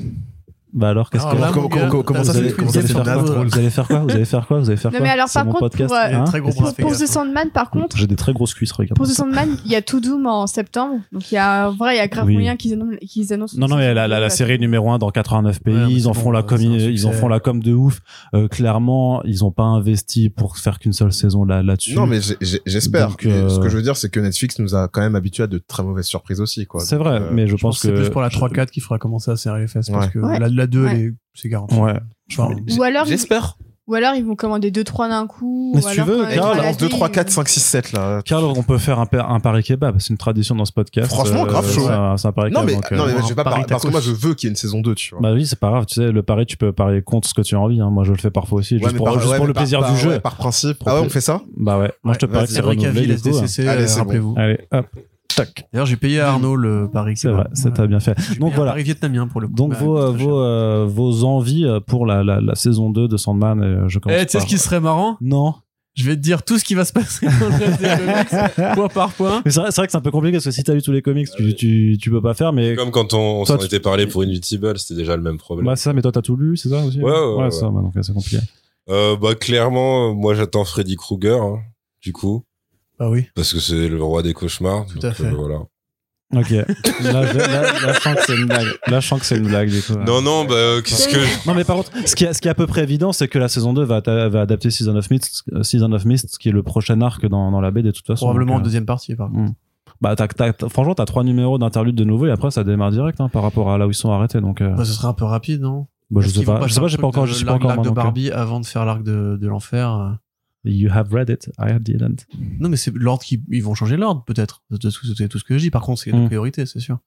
Bah alors, qu'est-ce Alors que là, comment- mon comment- gars, comment- comment t'as ça vous pas allez, fait- fait vous comment allez ça faire fait quoi drôle Vous allez faire quoi Vous allez faire quoi Vous allez faire Non, quoi mais alors, C'est par mon contre, podcast. pour, euh, Il y a hein une très gros Qu'est-ce que- bras, fais Pour gaffe. The Sandman, par contre, J'ai des très grosses cuisses, regarde. pour The Sandman, il y a To Doom en septembre. Donc, il y a, en vrai, il y a grave Oui. moyen qu'ils annoncent, qu'ils annoncent. Non, non, mais la, la, la série numéro un dans quatre-vingt-neuf pays, Ouais, mais ils en c'est font bon, la euh, com, c'est un ils en succès. font la com de ouf. Euh, clairement, ils ont pas investi pour faire qu'une seule saison là, là-dessus. Non, mais j'ai- j'ai- j'espère. Donc, Mais euh, Ce que je veux dire, c'est que Netflix nous a quand même habitués à de très mauvaises surprises aussi, quoi. c'est Donc, vrai, euh, mais je, Je pense pense que c'est que plus pour la trois quatre qu'il faudra commencer à serrer les fesses parce Ouais. que Ouais. la, la deux Ouais. elle est- c'est garanti. Ouais. Enfin, Ou alors, ils, J'espère. ou alors, ils vont commander deux, trois d'un coup. Mais ou si tu alors, veux, quand Et elle Carole, sera balance deux, lavée, trois, quatre, euh, cinq, six, sept, là. Karl, on peut faire un, pa- un pari kebab. C'est une tradition dans ce podcast. Franchement, grave chaud. C'est un, c'est un pari Non, kebab. mais, donc, non, euh, mais je vais pas Paris parler, parce que tacos. moi, je veux qu'il y ait une saison deux, tu vois. Bah oui, c'est pas grave. Tu sais, le pari, tu peux parier contre ce que tu as envie. Hein. Moi, je le fais parfois aussi, juste Ouais, mais pour, par- juste ouais, pour mais le par- plaisir par- du jeu. ouais, par principe. Pour Ah ouais, que- on fait ça? Bah ouais. Moi, je te ouais, parie que c'est Henri renouvelé. Cavill, Du coup, hein. S D C C, Allez, c'est bon. rappelez-vous. Allez, hop, tac. D'ailleurs, j'ai payé à Arnaud le pari. C'est vrai, ça t'a bien fait. Donc voilà. Un pari vietnamien pour le coup. Donc Bah, vos, c'est euh, très vos, cher. euh, vos envies euh, pour la, la, la saison deux de Sandman, euh, je commence Eh, tu sais par- ce qui serait marrant Non. Je vais te dire tout ce qui va se passer dans le reste des comics, point par point. Mais c'est vrai, c'est vrai que c'est un peu compliqué parce que si t'as lu tous les comics, tu, tu, tu peux pas faire, mais. Comme quand on, on Toi, s'en tu- était parlé pour Invisible, c'était déjà le même problème. Bah, c'est ça, mais toi, t'as tout lu, c'est ça aussi? Ouais, ouais, ouais, ça, bah, donc, c'est compliqué. Euh, bah, clairement, euh, moi, j'attends Freddy Krueger, hein, du coup, Bah oui. parce que c'est le roi des cauchemars. Tout donc, à fait. euh, voilà. Ok. Là, je, là, là, je sens que c'est une blague. Là, je sens que c'est une blague, du coup. Non, non, bah, euh, qu'est-ce que... Non, mais par contre, ce qui est, ce qui est à peu près évident, c'est que la saison deux va, ta- va adapter Season of Mist, euh, Season of Mist, qui est le prochain arc dans, dans la B D, de toute façon. Probablement en donc, euh, deuxième partie, par contre. hmm. Bah, t'as, t'as, t'as- franchement, t'as trois numéros d'interlude de nouveau et après, ça démarre direct, hein, par rapport à là où ils sont arrêtés, donc, euh, Bah, ce serait un peu rapide, non bah, je Est-ce sais qu'ils vont pas, je sais faire pas, un j'ai pas truc encore, de je sais pas l'arc- encore, l'arc moi, de donc, euh, Barbie avant de faire l'arc de, de l'enfer. You have read it, I didn't. Non, mais c'est l'ordre qui, ils vont changer l'ordre, peut-être. C'est tout, c'est tout ce que je dis. Par contre, c'est Hmm. une priorité, c'est sûr.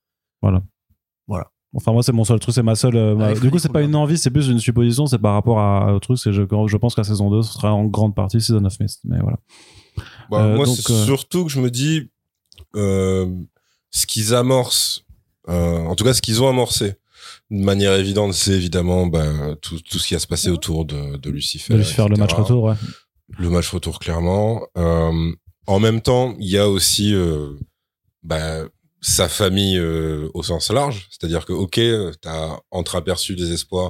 Enfin, moi, c'est mon seul truc, c'est ma seule, euh, ma- Avec du coup, Freddy c'est pas Krueger. une envie, c'est plus une supposition, c'est par rapport à, au truc, c'est, je, je pense que la saison deux sera en grande partie Season of Mist, mais voilà. Bah, Euh, moi, donc, c'est euh, surtout que je me dis, euh, ce qu'ils amorcent, euh, en tout cas ce qu'ils ont amorcé de manière évidente, c'est évidemment bah, tout, tout ce qui a se passé autour de, de Lucifer. De Lucifer, le match retour, ouais. Le match retour, clairement. Euh, en même temps, il y a aussi euh, bah, sa famille euh, au sens large. C'est-à-dire que, ok, t'as entreaperçu des espoirs.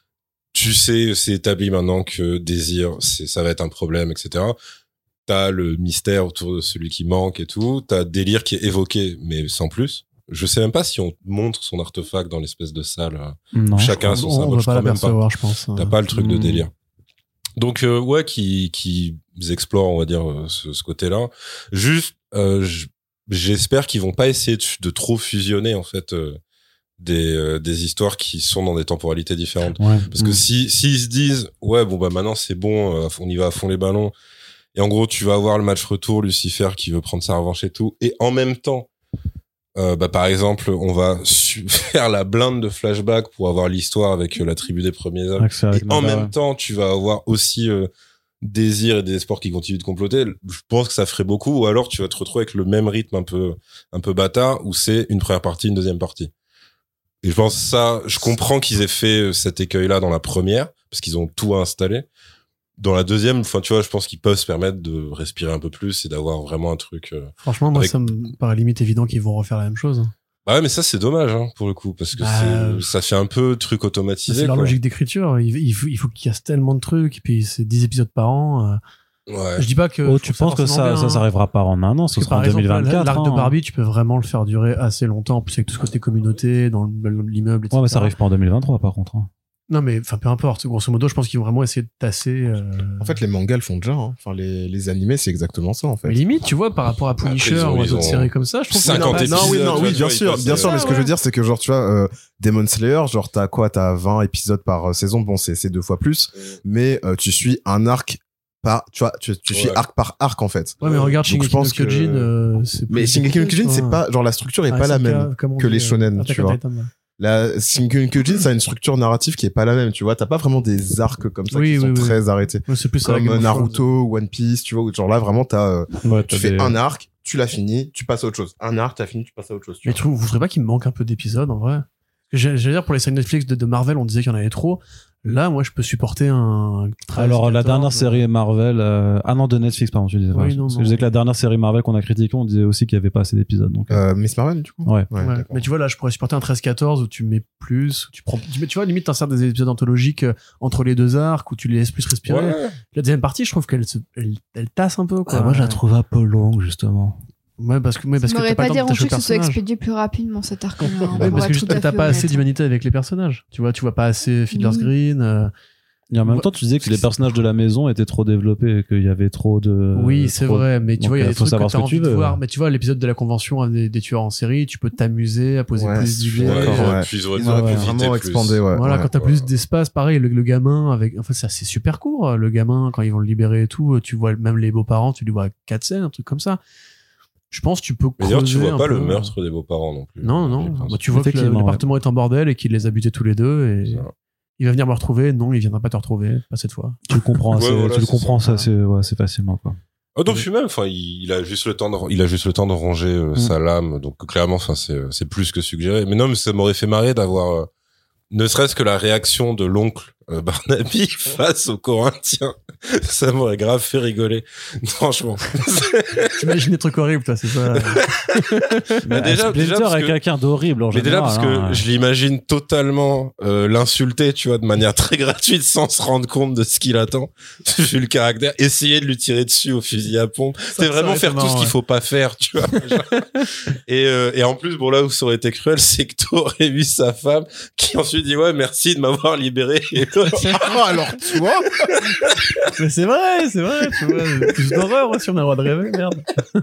Tu sais, c'est établi maintenant que désir, c'est, ça va être un problème, et cetera. T'as le mystère autour de celui qui manque et tout. T'as délire qui est évoqué, mais sans plus. Je sais même pas si on montre son artefact dans l'espèce de salle. Non. Où chacun a son on, symbole. on Je va pas crois même pas. l'apercevoir, je pense. T'as pas le truc de Mm. délire. Donc euh, ouais, qui qui explorent, on va dire, ce, ce côté-là. Juste, euh, j'espère qu'ils vont pas essayer de, de trop fusionner en fait euh, des euh, des histoires qui sont dans des temporalités différentes. Ouais. Parce que Mm. si s'ils se disent ouais bon bah maintenant c'est bon, euh, on y va à fond les ballons. Et en gros, tu vas avoir le match retour, Lucifer qui veut prendre sa revanche et tout. Et en même temps, euh, bah, par exemple, on va su- faire la blinde de flashback pour avoir l'histoire avec euh, la tribu des premiers hommes. Accès avec Et en Nada, même ouais. temps, tu vas avoir aussi euh, désir et désespoir qui continuent de comploter. Je pense que ça ferait beaucoup. Ou alors, tu vas te retrouver avec le même rythme un peu, un peu bâtard où c'est une première partie, une deuxième partie. Et je pense ça, je comprends qu'ils aient fait cet écueil-là dans la première parce qu'ils ont tout installé. Dans la deuxième, enfin, tu vois, je pense qu'ils peuvent se permettre de respirer un peu plus et d'avoir vraiment un truc. Euh... Franchement, moi, Avec- ça me paraît limite évident qu'ils vont refaire la même chose. Bah ouais, mais ça, c'est dommage, hein, pour le coup, parce que Bah, c'est, ça fait un peu truc automatisé. C'est leur quoi. logique d'écriture. Il, il faut, il faut qu'il y ait tellement de trucs, et puis c'est dix épisodes par an. euh. Ouais. Je dis pas que. Oh, je tu trouve penses que forcément ça, bien, ça hein. s'arrivera pas en un an, ce Parce que, sera en par exemple, deux mille vingt-quatre. l'arc de hein. Barbie, tu peux vraiment le faire durer assez longtemps, en plus avec tout ce côté communauté, dans l'immeuble, et cetera. Ouais, mais ça arrive pas en deux mille vingt-trois, par contre. hein. Non, mais enfin, peu importe. Grosso modo, je pense qu'ils vont vraiment essayer de tasser. euh, En fait, les mangas le font déjà. Hein. Enfin, les, les animés, c'est exactement ça, en fait. Mais limite, tu vois, par rapport à Punisher ils ont- ou à ils d'autres ont séries comme ça, je trouve cinquante que Non, oui, épisodes, non, tu oui, vois, bien ils sûr, passent, bien sûr, euh, mais ce que ouais. je veux dire, c'est que genre, tu vois, euh, Demon Slayer, genre, t'as quoi, t'as vingt épisodes par euh, saison, bon, c'est, c'est deux fois plus, mais euh, tu suis un arc par, tu vois, tu, tu suis Ouais. arc par arc, en fait. Ouais, mais regarde Donc, je Shingeki no pense que- Kyojin, euh, c'est Mais plus Shingeki no compliqué, Kyojin, tu c'est vois. pas, genre, la structure est Ah, pas la c'est même ca- comme on que dit, les euh, shonen, Attack tu on vois. Titan, ouais. La Shingeki no Kyojin, ça a une structure narrative qui est pas la même, tu vois. T'as pas vraiment des arcs comme ça Oui, qui oui, sont oui. très arrêtés. Ouais, c'est plus à la Comme Game euh, of Thrones. Naruto, One Piece, tu vois, où genre là, vraiment, t'as, euh, Ouais, tu t'as fais des- un arc, tu l'as fini, tu passes à autre chose. Un arc, t'as fini, tu passes à autre chose. Tu Mais vois. tu vous trouvez pas qu'il me manque un peu d'épisodes en vrai? J'allais j'allais dire pour les séries Netflix de, de Marvel, on disait qu'il y en avait trop. Là, moi, je peux supporter un. treize, Alors, la quatorze, dernière euh, série Marvel, euh... ah non, de Netflix, pardon, tu disais. Oui, Enfin, non, parce que non. je disais que la dernière série Marvel qu'on a critiquée, on disait aussi qu'il y avait pas assez d'épisodes. Donc, euh, Euh, Miss Marvel, du coup? ouais. Ouais, Ouais. d'accord. Mais tu vois, là, je pourrais supporter un treize quatorze où tu mets plus, où tu prends, tu, mets- tu vois, limite, t'insères des épisodes anthologiques euh, entre les deux arcs où tu les laisses plus respirer. Ouais. La deuxième partie, je trouve qu'elle se, elle, elle tasse un peu, quoi. Ah, moi, je la trouve un peu longue, justement. Ouais, parce que, ouais, parce Ça que m'aurait t'as pas pas le temps de dérangé t'attacher que au ce soit personnage. expédié plus rapidement cet arc-là. hein, Ouais, pour parce que être juste, tout à t'as fait pas assez honnête. d'humanité avec les personnages. Tu vois, tu vois pas assez Fiddler's Mm. Green. euh, Et en même Ouais. temps, tu disais que les personnages de la maison étaient trop développés et qu'il y avait trop de. Oui, c'est trop- vrai, mais tu Donc, vois, il y a euh, des faut trucs que savoir t'as ce que envie tu de veux. voir. Mais tu vois, l'épisode de la convention des, des tueurs en série, tu peux t'amuser à poser Ouais, plus je suis d'idées. d'accord, Ouais, ouais. puis ils auraient Ils pu auraient ouais, pu profiter vraiment plus. expander, ouais. Voilà, ouais. quand t'as ouais. plus d'espace, pareil, le, le gamin avec, enfin, c'est assez super court, le gamin, quand ils vont le libérer et tout, tu vois même les beaux-parents, tu les vois à quatre scènes, un truc comme ça. Je pense que tu peux Mais d'ailleurs, tu creuser vois un pas peu. le meurtre des beaux-parents non plus. Non, non, Les bah, principes. tu vois que le, Effectivement, l'appartement est en bordel et qu'il les a butés tous les deux et Ça. il va venir me retrouver. Non, il viendra pas te retrouver, pas cette fois. Tu le comprends Ouais, assez, voilà, tu le c'est comprends ça. ça, assez, ouais, assez facilement, quoi. Oh, donc, je suis même, enfin, il, il a juste le temps de, il a juste le temps de ranger euh, Mm. sa lame. Donc, clairement, enfin, c'est, c'est plus que suggéré. Mais non, mais ça m'aurait fait marrer d'avoir, euh, ne serait-ce que la réaction de l'oncle euh, Barnaby face aux Corinthiens. Ça m'aurait grave fait rigoler. Franchement. T'imagines des trucs horribles, toi, c'est ça. Mais déjà, Splinter déjà, parce est que- quelqu'un d'horrible, en Mais déjà, général, parce que hein. je l'imagine totalement euh, l'insulter, tu vois, de manière très gratuite, sans se rendre compte de ce qu'il attend. Vu le caractère, essayer de lui tirer dessus au fusil à pompe, c'est ça vraiment aurait faire été tout ce marrant, qu'il ouais. faut pas faire, tu vois. genre. et, euh, et en plus, bon là où ça aurait été cruel, c'est que t'aurais vu sa femme qui ensuite dit ouais, merci de m'avoir libéré. Et l'autre, Ah, alors, tu vois? Mais c'est vrai, c'est vrai, tu vois. Plus d'horreur aussi, on a le droit de rêver, merde.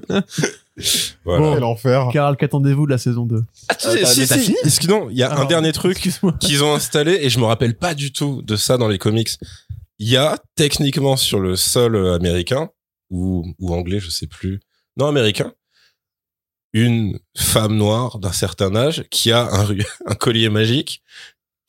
voilà. Bon. Quel enfer. Carl, qu'attendez-vous de la saison deux? Ah, tu sais, t'as- si, mais t'as si. fini Est-ce que non, il y a un Alors, dernier truc Excuse-moi. qu'ils ont installé et je me rappelle pas du tout de ça dans les comics. Il y a techniquement sur le sol euh, américain ou ou anglais, je sais plus. Non, américain. Une femme noire d'un certain âge qui a un, ru- un collier magique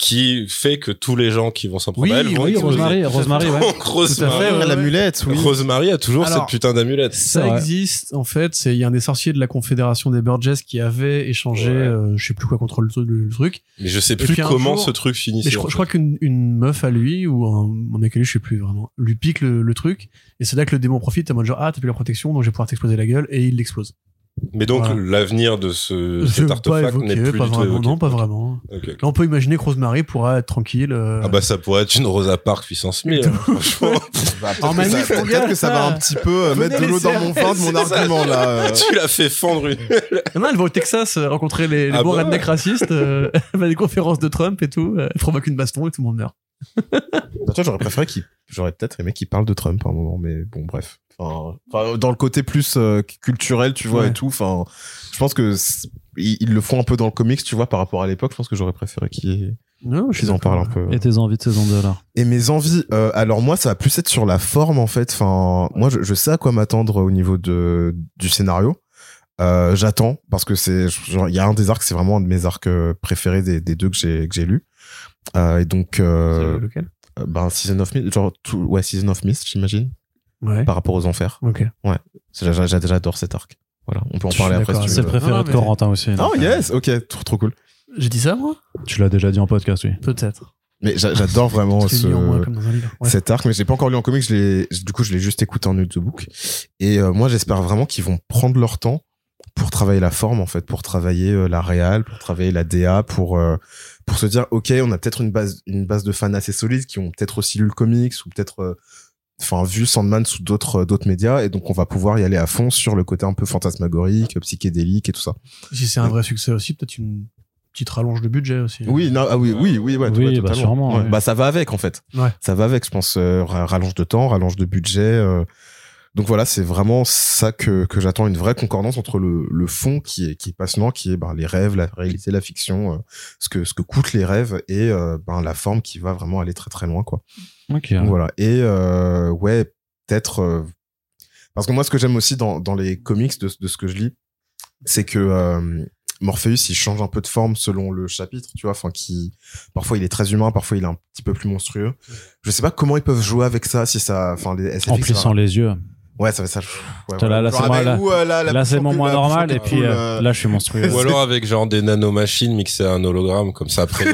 qui fait que tous les gens qui vont s'en prendre Oui, à elle vont oui, exploser. Rosemary, Rosemary, ouais. Donc, Rosemary, fait, ouais. L'amulette, oui. Rosemary a toujours Alors, cette putain d'amulette. Ça Ouais. existe, en fait. C'est, il y a un des sorciers de la Confédération des Burgess qui avait échangé, Ouais. euh, je sais plus quoi contre le, le, le truc. Mais je sais Et plus puis un comment jour- ce truc finissait. Mais je, crois- je crois qu'une une meuf à lui, ou un, un mec à lui, je sais plus vraiment, lui pique le, le truc. Et c'est là que le démon profite, en mode genre, ah, t'as plus la protection, donc je vais pouvoir t'exploser la gueule, et il l'explose. Mais donc, Voilà. l'avenir de ce, Je cet veux pas artefact évoquer, n'est plus pas du tout vraiment, évoqué. non, pas vraiment. Ok, ok. Là, on peut imaginer que Rosemary pourra être tranquille. euh, Ah bah ça pourrait être une Rosa Parks puissance mille, hein, franchement. Bah, peut-être En que manif, ça- mon peut-être gars, que ça va un petit peu euh, Venez mettre de l'eau les dans mon vin de mon C'est ça. argument là. euh. Tu l'as fait fondre une... Non, elle va au Texas euh, rencontrer les, les Ah bons bah rednecks racistes, euh, elle va à des conférences de Trump et tout, euh, elle provoque une baston et tout le monde meurt. Bah, tu vois, j'aurais préféré qu'il, j'aurais peut-être aimé qu'il parle de Trump à un moment, mais bon, bref. Enfin, enfin, dans le côté plus euh, culturel, tu vois, Ouais. et tout. Enfin, je pense que c'est- ils, ils le font un peu dans le comics, tu vois, par rapport à l'époque. Je pense que j'aurais préféré qu'ils, Non, je suis qu'ils en d'accord. parlent un peu. Et tes envies de saison deux, alors? Et mes envies, euh, alors moi, ça va plus être sur la forme, en fait. Enfin, moi, je, je sais à quoi m'attendre au niveau de du scénario. Euh, j'attends parce que c'est, genre, il y a un des arcs, c'est vraiment un de mes arcs euh, préférés des, des deux que j'ai que j'ai lu. Euh, et donc, euh, C'est lequel euh, ben Season of Mist, genre tout, ouais, Season of Mist, j'imagine, Ouais. par rapport aux enfers. Ok. C'est- j'a- j'a- J'adore cet arc. Voilà, on peut en Je parler suis après si d'accord, tu C'est veux. le préféré Non, de mais- Corentin aussi. Oh donc, euh, yes, ok, trop trop cool. J'ai dit ça, moi Tu l'as déjà dit en podcast, oui. Peut-être. Mais j'a- j'adore vraiment C'est ce, lu en moins comme dans un livre. Ouais. cet arc, mais je l'ai pas encore lu en comics. Je l'ai, du coup, je l'ai juste écouté en audiobook. Et euh, moi, j'espère vraiment qu'ils vont prendre leur temps pour travailler la forme, en fait, pour travailler euh, la réal, pour travailler la D A, pour euh, pour se dire, ok, on a peut-être une base une base de fans assez solide qui ont peut-être aussi lu le comics ou peut-être euh, enfin vu Sandman sous d'autres d'autres médias, et donc on va pouvoir y aller à fond sur le côté un peu fantasmagorique, psychédélique et tout ça. Si c'est un vrai succès aussi, peut-être une petite rallonge de budget aussi. Oui, non, ah oui, oui, oui, ouais, Oui, ouais, bah, totalement. sûrement, Ouais. ouais. Bah ça va avec en fait. Ouais. Ça va avec, je pense, euh, ra- rallonge de temps, rallonge de budget. euh. Donc voilà, c'est vraiment ça que que j'attends, une vraie concordance entre le le fond qui est qui est passionnant, qui est ben, les rêves, la réalité, la fiction, euh, ce que ce que coûtent les rêves, et euh, ben la forme qui va vraiment aller très très loin, quoi. Ok. Donc voilà. Et euh, ouais, peut-être euh, parce que moi, ce que j'aime aussi dans dans les comics de de ce que je lis, c'est que euh, Morpheus, il change un peu de forme selon le chapitre, tu vois, enfin qui parfois il est très humain, parfois il est un petit peu plus monstrueux. Je sais pas comment ils peuvent jouer avec ça, si ça, enfin les S F X, En ça plissant va- les yeux. Ouais, ça fait ça. Ouais, Là, là, Genre c'est moi, avec- là- ou, euh, la- la Là, c'est bouche mon en moins cul, la bouche normal, en et cul, puis euh, euh, là, je suis monstrueux. Ou alors avec genre des nanomachines mixées à un hologramme, comme ça après,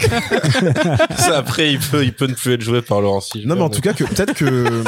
il- ça après il peut, il peut ne plus être joué par Laurent Silver. Non, mais en tout cas, que peut-être que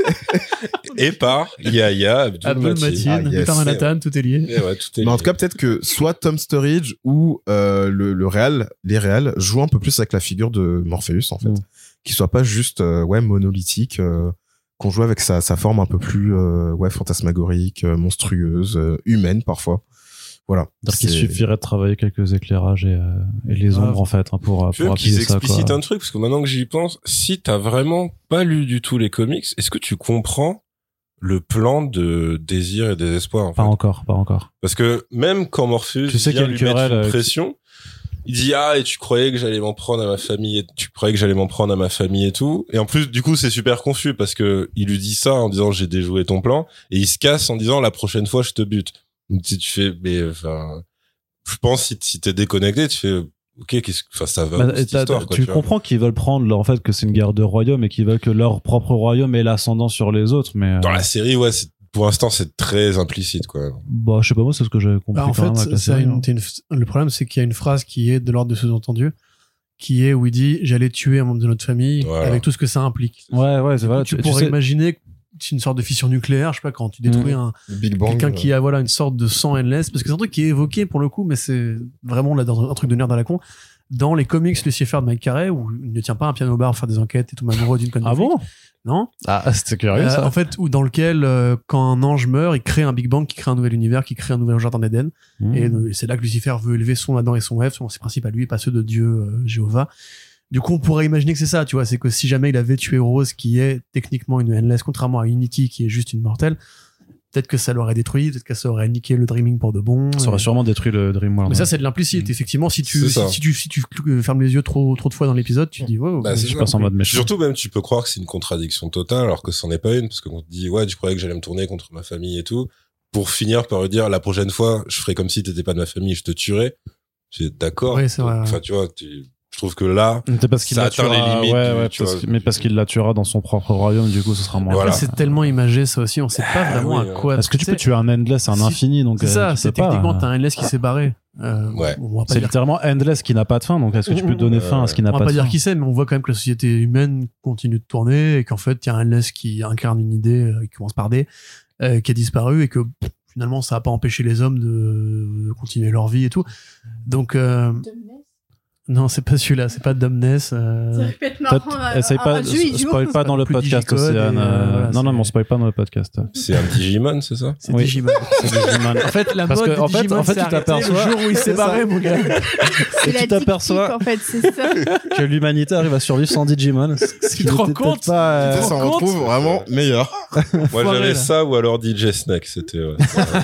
Et par Yaya Abdul Abdul Mateen. Mateen, Ah, yes. Peter Manhattan, tout est lié. Et ouais, tout est mais en lié. tout cas, peut-être que soit Tom Sturridge ou euh, le, le réal, les réals jouent un peu plus avec la figure de Morpheus, en fait. Mm. Qu'il soit pas juste, euh, ouais, monolithique, euh, qu'on joue avec sa, sa forme un peu plus, euh, ouais, fantasmagorique, euh, monstrueuse, euh, humaine, parfois. Voilà. Donc, il C'est- suffirait de travailler quelques éclairages et, euh, et les Ah. ombres, en fait, hein, pour, Tu veux pour qu'ils appuyer ça, explicitent quoi. un truc, parce que maintenant que j'y pense, si t'as vraiment pas lu du tout les comics, est-ce que tu comprends le plan de Désir et Désespoir, en fait? Pas encore, pas encore. Parce que même quand Morpheus Tu sais vient qu'il y a lui une mettre querelle, une euh, pression, il dit ah et tu croyais que j'allais m'en prendre à ma famille, et tu croyais que j'allais m'en prendre à ma famille et tout. Et en plus du coup c'est super confus parce que il lui dit ça en disant j'ai déjoué ton plan, et il se casse en disant la prochaine fois je te bute. Donc si tu fais mais enfin je pense si si t'es déconnecté tu fais ok qu'est-ce que enfin ça va Bah, où, cette t'as- histoire, quoi, tu vois. comprends qu'ils veulent prendre, leur- en fait, que c'est une guerre de royaume et qu'ils veulent que leur propre royaume ait l'ascendant sur les autres, mais. euh, Dans la série ouais c'est pour l'instant c'est très implicite quoi. Bah, je sais pas, moi, c'est ce que j'avais compris Bah, en quand même fait, avec la ça a série, une- hein. t'as une- le problème, c'est qu'il y a une phrase qui est de l'ordre de sous-entendu, qui est où il dit j'allais tuer un membre de notre famille, Voilà. avec tout ce que ça implique. Ouais, ouais, c'est vrai. tu, tu, tu pourrais sais, imaginer que c'est une sorte de fissure nucléaire, je sais pas, quand tu détruis un, Big Bang. quelqu'un qui a voilà une sorte de sang endless, parce que c'est un truc qui est évoqué pour le coup, mais c'est vraiment là dans un truc de nerd à la con. Dans les comics Lucifer de Mike Carey, où il ne tient pas un piano bar faire des enquêtes et tout amoureux d'une conne de Ah flic. bon? Non. Ah, c'était curieux, Euh, ça. en fait, ou dans lequel, euh, quand un ange meurt, il crée un Big Bang qui crée un nouvel univers, qui crée un nouvel jardin d'Éden. Mmh. Et euh, c'est là que Lucifer veut élever son Adam et son Ève, selon ses principes à lui, et pas ceux de Dieu euh, Jéhovah. Du coup, on pourrait imaginer que c'est ça, tu vois, c'est que si jamais il avait tué Rose, qui est techniquement une Endless, contrairement à Unity, qui est juste une mortelle, peut-être que ça l'aurait détruit, peut-être que ça aurait niqué le Dreaming pour de bon. Ça aurait Et- sûrement détruit le Dream World. Mais ça, c'est de l'implicite. Mm. Effectivement, si tu, C'est si, ça. si tu, si tu cl- fermes les yeux trop, trop de fois dans l'épisode, tu te dis, wow. Bah, c'est je ça. passe en mode méchant. Surtout même tu peux croire que c'est une contradiction totale alors que c'en est pas une, parce qu'on te dit ouais tu croyais que j'allais me tourner contre ma famille et tout, pour finir par lui dire la prochaine fois je ferai comme si t'étais pas de ma famille, je te tuerais. C'est d'accord. Oui, c'est vrai, ouais. Enfin tu vois, tu- je trouve que là, C'est parce qu'il ça la atteint les tuera, limites. ouais, du- ouais, tu parce vois, que- mais parce qu'il la tuera dans son propre royaume, du coup, ce sera moins. Voilà. Après, c'est tellement imagé, ça aussi, on sait pas Ah, vraiment oui, à quoi. Est-ce que tu peux sais, tuer un endless, un Si- infini, donc C'est euh, ça, tu c'est peux pas, techniquement, euh, t'as un endless qui s'est barré. Euh, Ouais. On va pas C'est dire, littéralement endless qui n'a pas de fin, donc est-ce que tu peux donner fin à ce qui n'a on va pas pas de dire fin? qui c'est, mais on voit quand même que la société humaine continue de tourner et qu'en fait, il y a un endless qui incarne une idée euh, qui commence par D, euh, qui a disparu et que pff, finalement, ça a pas empêché les hommes de, de continuer leur vie et tout. Donc, euh, non, c'est pas celui-là, c'est pas Domness. Euh... Ça peut être marrant. Peut-être, un- essaye un- pas, un jeu idiot. spoil pas dans le Plus podcast, Digicode Océane. et, euh, euh, voilà, non, non, c'est- mais on spoil pas dans le podcast. C'est un Digimon, c'est ça? C'est Oui. Digimon. C'est Digimon. En fait, la Parce mode que, de en fait- Digimon en fait, s'est tu arrêtée t'aperçois- le jour où il C'est s'est ça. barré, mon gars. C'est Et la tu t'aperçois dick pic, en fait, c'est ça. que l'humanité arrive à survivre sans Digimon. Ce qui te rends n'était compte peut-être pas, euh, Ça, ça en compte retrouve vraiment meilleur. Moi, Foiré, j'avais là. ça ou alors D J Snake, c'était, ouais.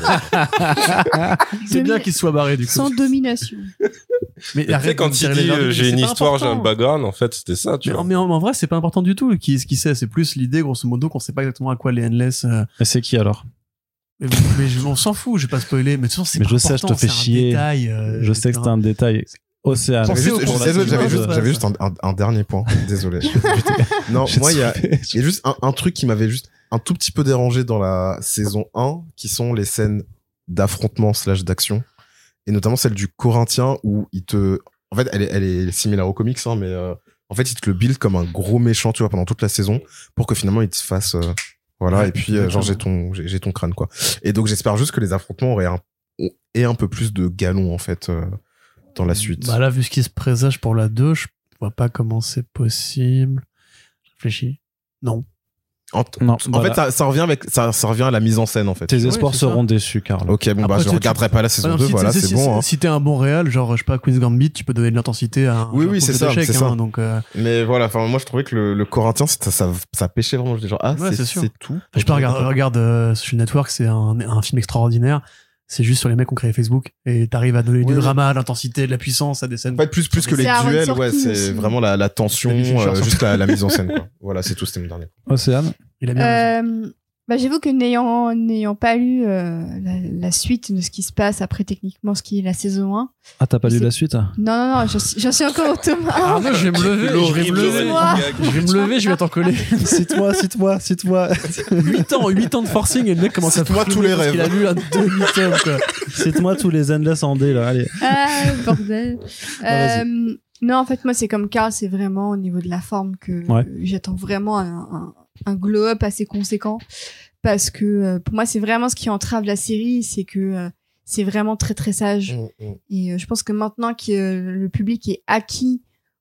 C'est bien Domi- qu'il se soit barré, du coup. Sans domination. Mais Tu sais, arrête de quand me il tirer les dit verres du euh, nez, j'ai c'est une pas histoire, j'ai un important. background, en fait, c'était ça, tu Mais, vois. en- mais en, en vrai, c'est pas important du tout qui, ce qui sait. C'est plus l'idée, grosso modo, qu'on sait pas exactement à quoi les endless. euh, Mais c'est qui alors? mais mais je, on s'en fout, je vais pas spoiler. Mais de toute façon, c'est Mais pas je sais, je te important, fais c'est un chier. détail, euh, Je sais que c'est un détail. Océane. J'avais Pensez juste, au- pour je- la désolé, j'avais saison juste, un, j'avais ça. juste un, un- un dernier point. Désolé. je- je- non, J'ai moi, il y a, soufflé. il y a juste un, un truc qui m'avait juste un tout petit peu dérangé dans la saison un, qui sont les scènes d'affrontement slash d'action. Et notamment celle du Corinthien où il te, en fait, elle est, elle est similaire aux comics, hein, mais, euh, en fait, il te le build comme un gros méchant, tu vois, pendant toute la saison, pour que finalement il te fasse, euh, voilà, Ouais, et puis, euh, genre, j'ai ton, j'ai j'ai ton crâne, quoi. Et donc, j'espère juste que les affrontements auraient un, aient un peu plus de galon, en fait, euh, dans la suite. Bah là, vu ce qui se présage pour la deux, je vois pas comment c'est possible. Je réfléchis. Non. En, Non, en voilà. fait, ça, ça revient avec, ça, ça revient à la mise en scène, en fait. Tes espoirs c'est ça. seront déçus, Carl. Ok, bon, bah, Après, je tu- regarderai pas la saison Ah non, deux, si voilà, t'es- c'est si- bon, hein. Si t'es un bon réal, genre, je sais pas, Queen's Gambit, tu peux donner de l'intensité à un. Oui, genre, oui, coup c'est de ça, d'échecs, c'est hein, ça. Donc, euh, Mais voilà, enfin, moi, je trouvais que le, le Corinthien, ça, ça, ça pêchait vraiment. Je dis genre, ah, Ouais, c'est, c'est sûr. c'est tout. je sais pas, regarde, regarde euh, Social Network, c'est un, un film extraordinaire. C'est juste sur les mecs qui ont créé Facebook et t'arrives à donner Oui, du oui. drama, de l'intensité, de la puissance à des scènes. En fait, plus, plus que les C'est Aaron duels, Sorkin ouais, c'est aussi. vraiment la, la tension, David Fincher, euh, surtout. juste la, la mise en scène, quoi. Voilà, c'est tout, c'était mon dernier. Océane. Il a bien raison. Euh, bah, j'avoue que n'ayant n'ayant pas lu euh, la, la suite de ce qui se passe après techniquement ce qui est la saison un. Ah, t'as pas lu C'est- la suite? Non, non, non, j'en suis, j'en suis encore au tome un. Ah non, je vais me lever, je vais me L'horrible lever. running Moi. gag. Je vais me lever, je vais t'en coller. Cite-moi, cite-moi, cite-moi. huit ans, huit ans de forcing et le mec commence à Cite-moi tous les parce rêves. qu'il a lu un demi-tome, quoi. Cite-moi tous les endless en D, là, allez. Ah, bordel. vas-y. Euh, non, en fait, moi, c'est comme Carl, c'est vraiment au niveau de la forme que Ouais. euh, j'attends vraiment un, un, un glow-up assez conséquent. Parce que euh, pour moi, c'est vraiment ce qui entrave la série, c'est que euh, c'est vraiment très très sage. Et euh, je pense que maintenant que euh, le public est acquis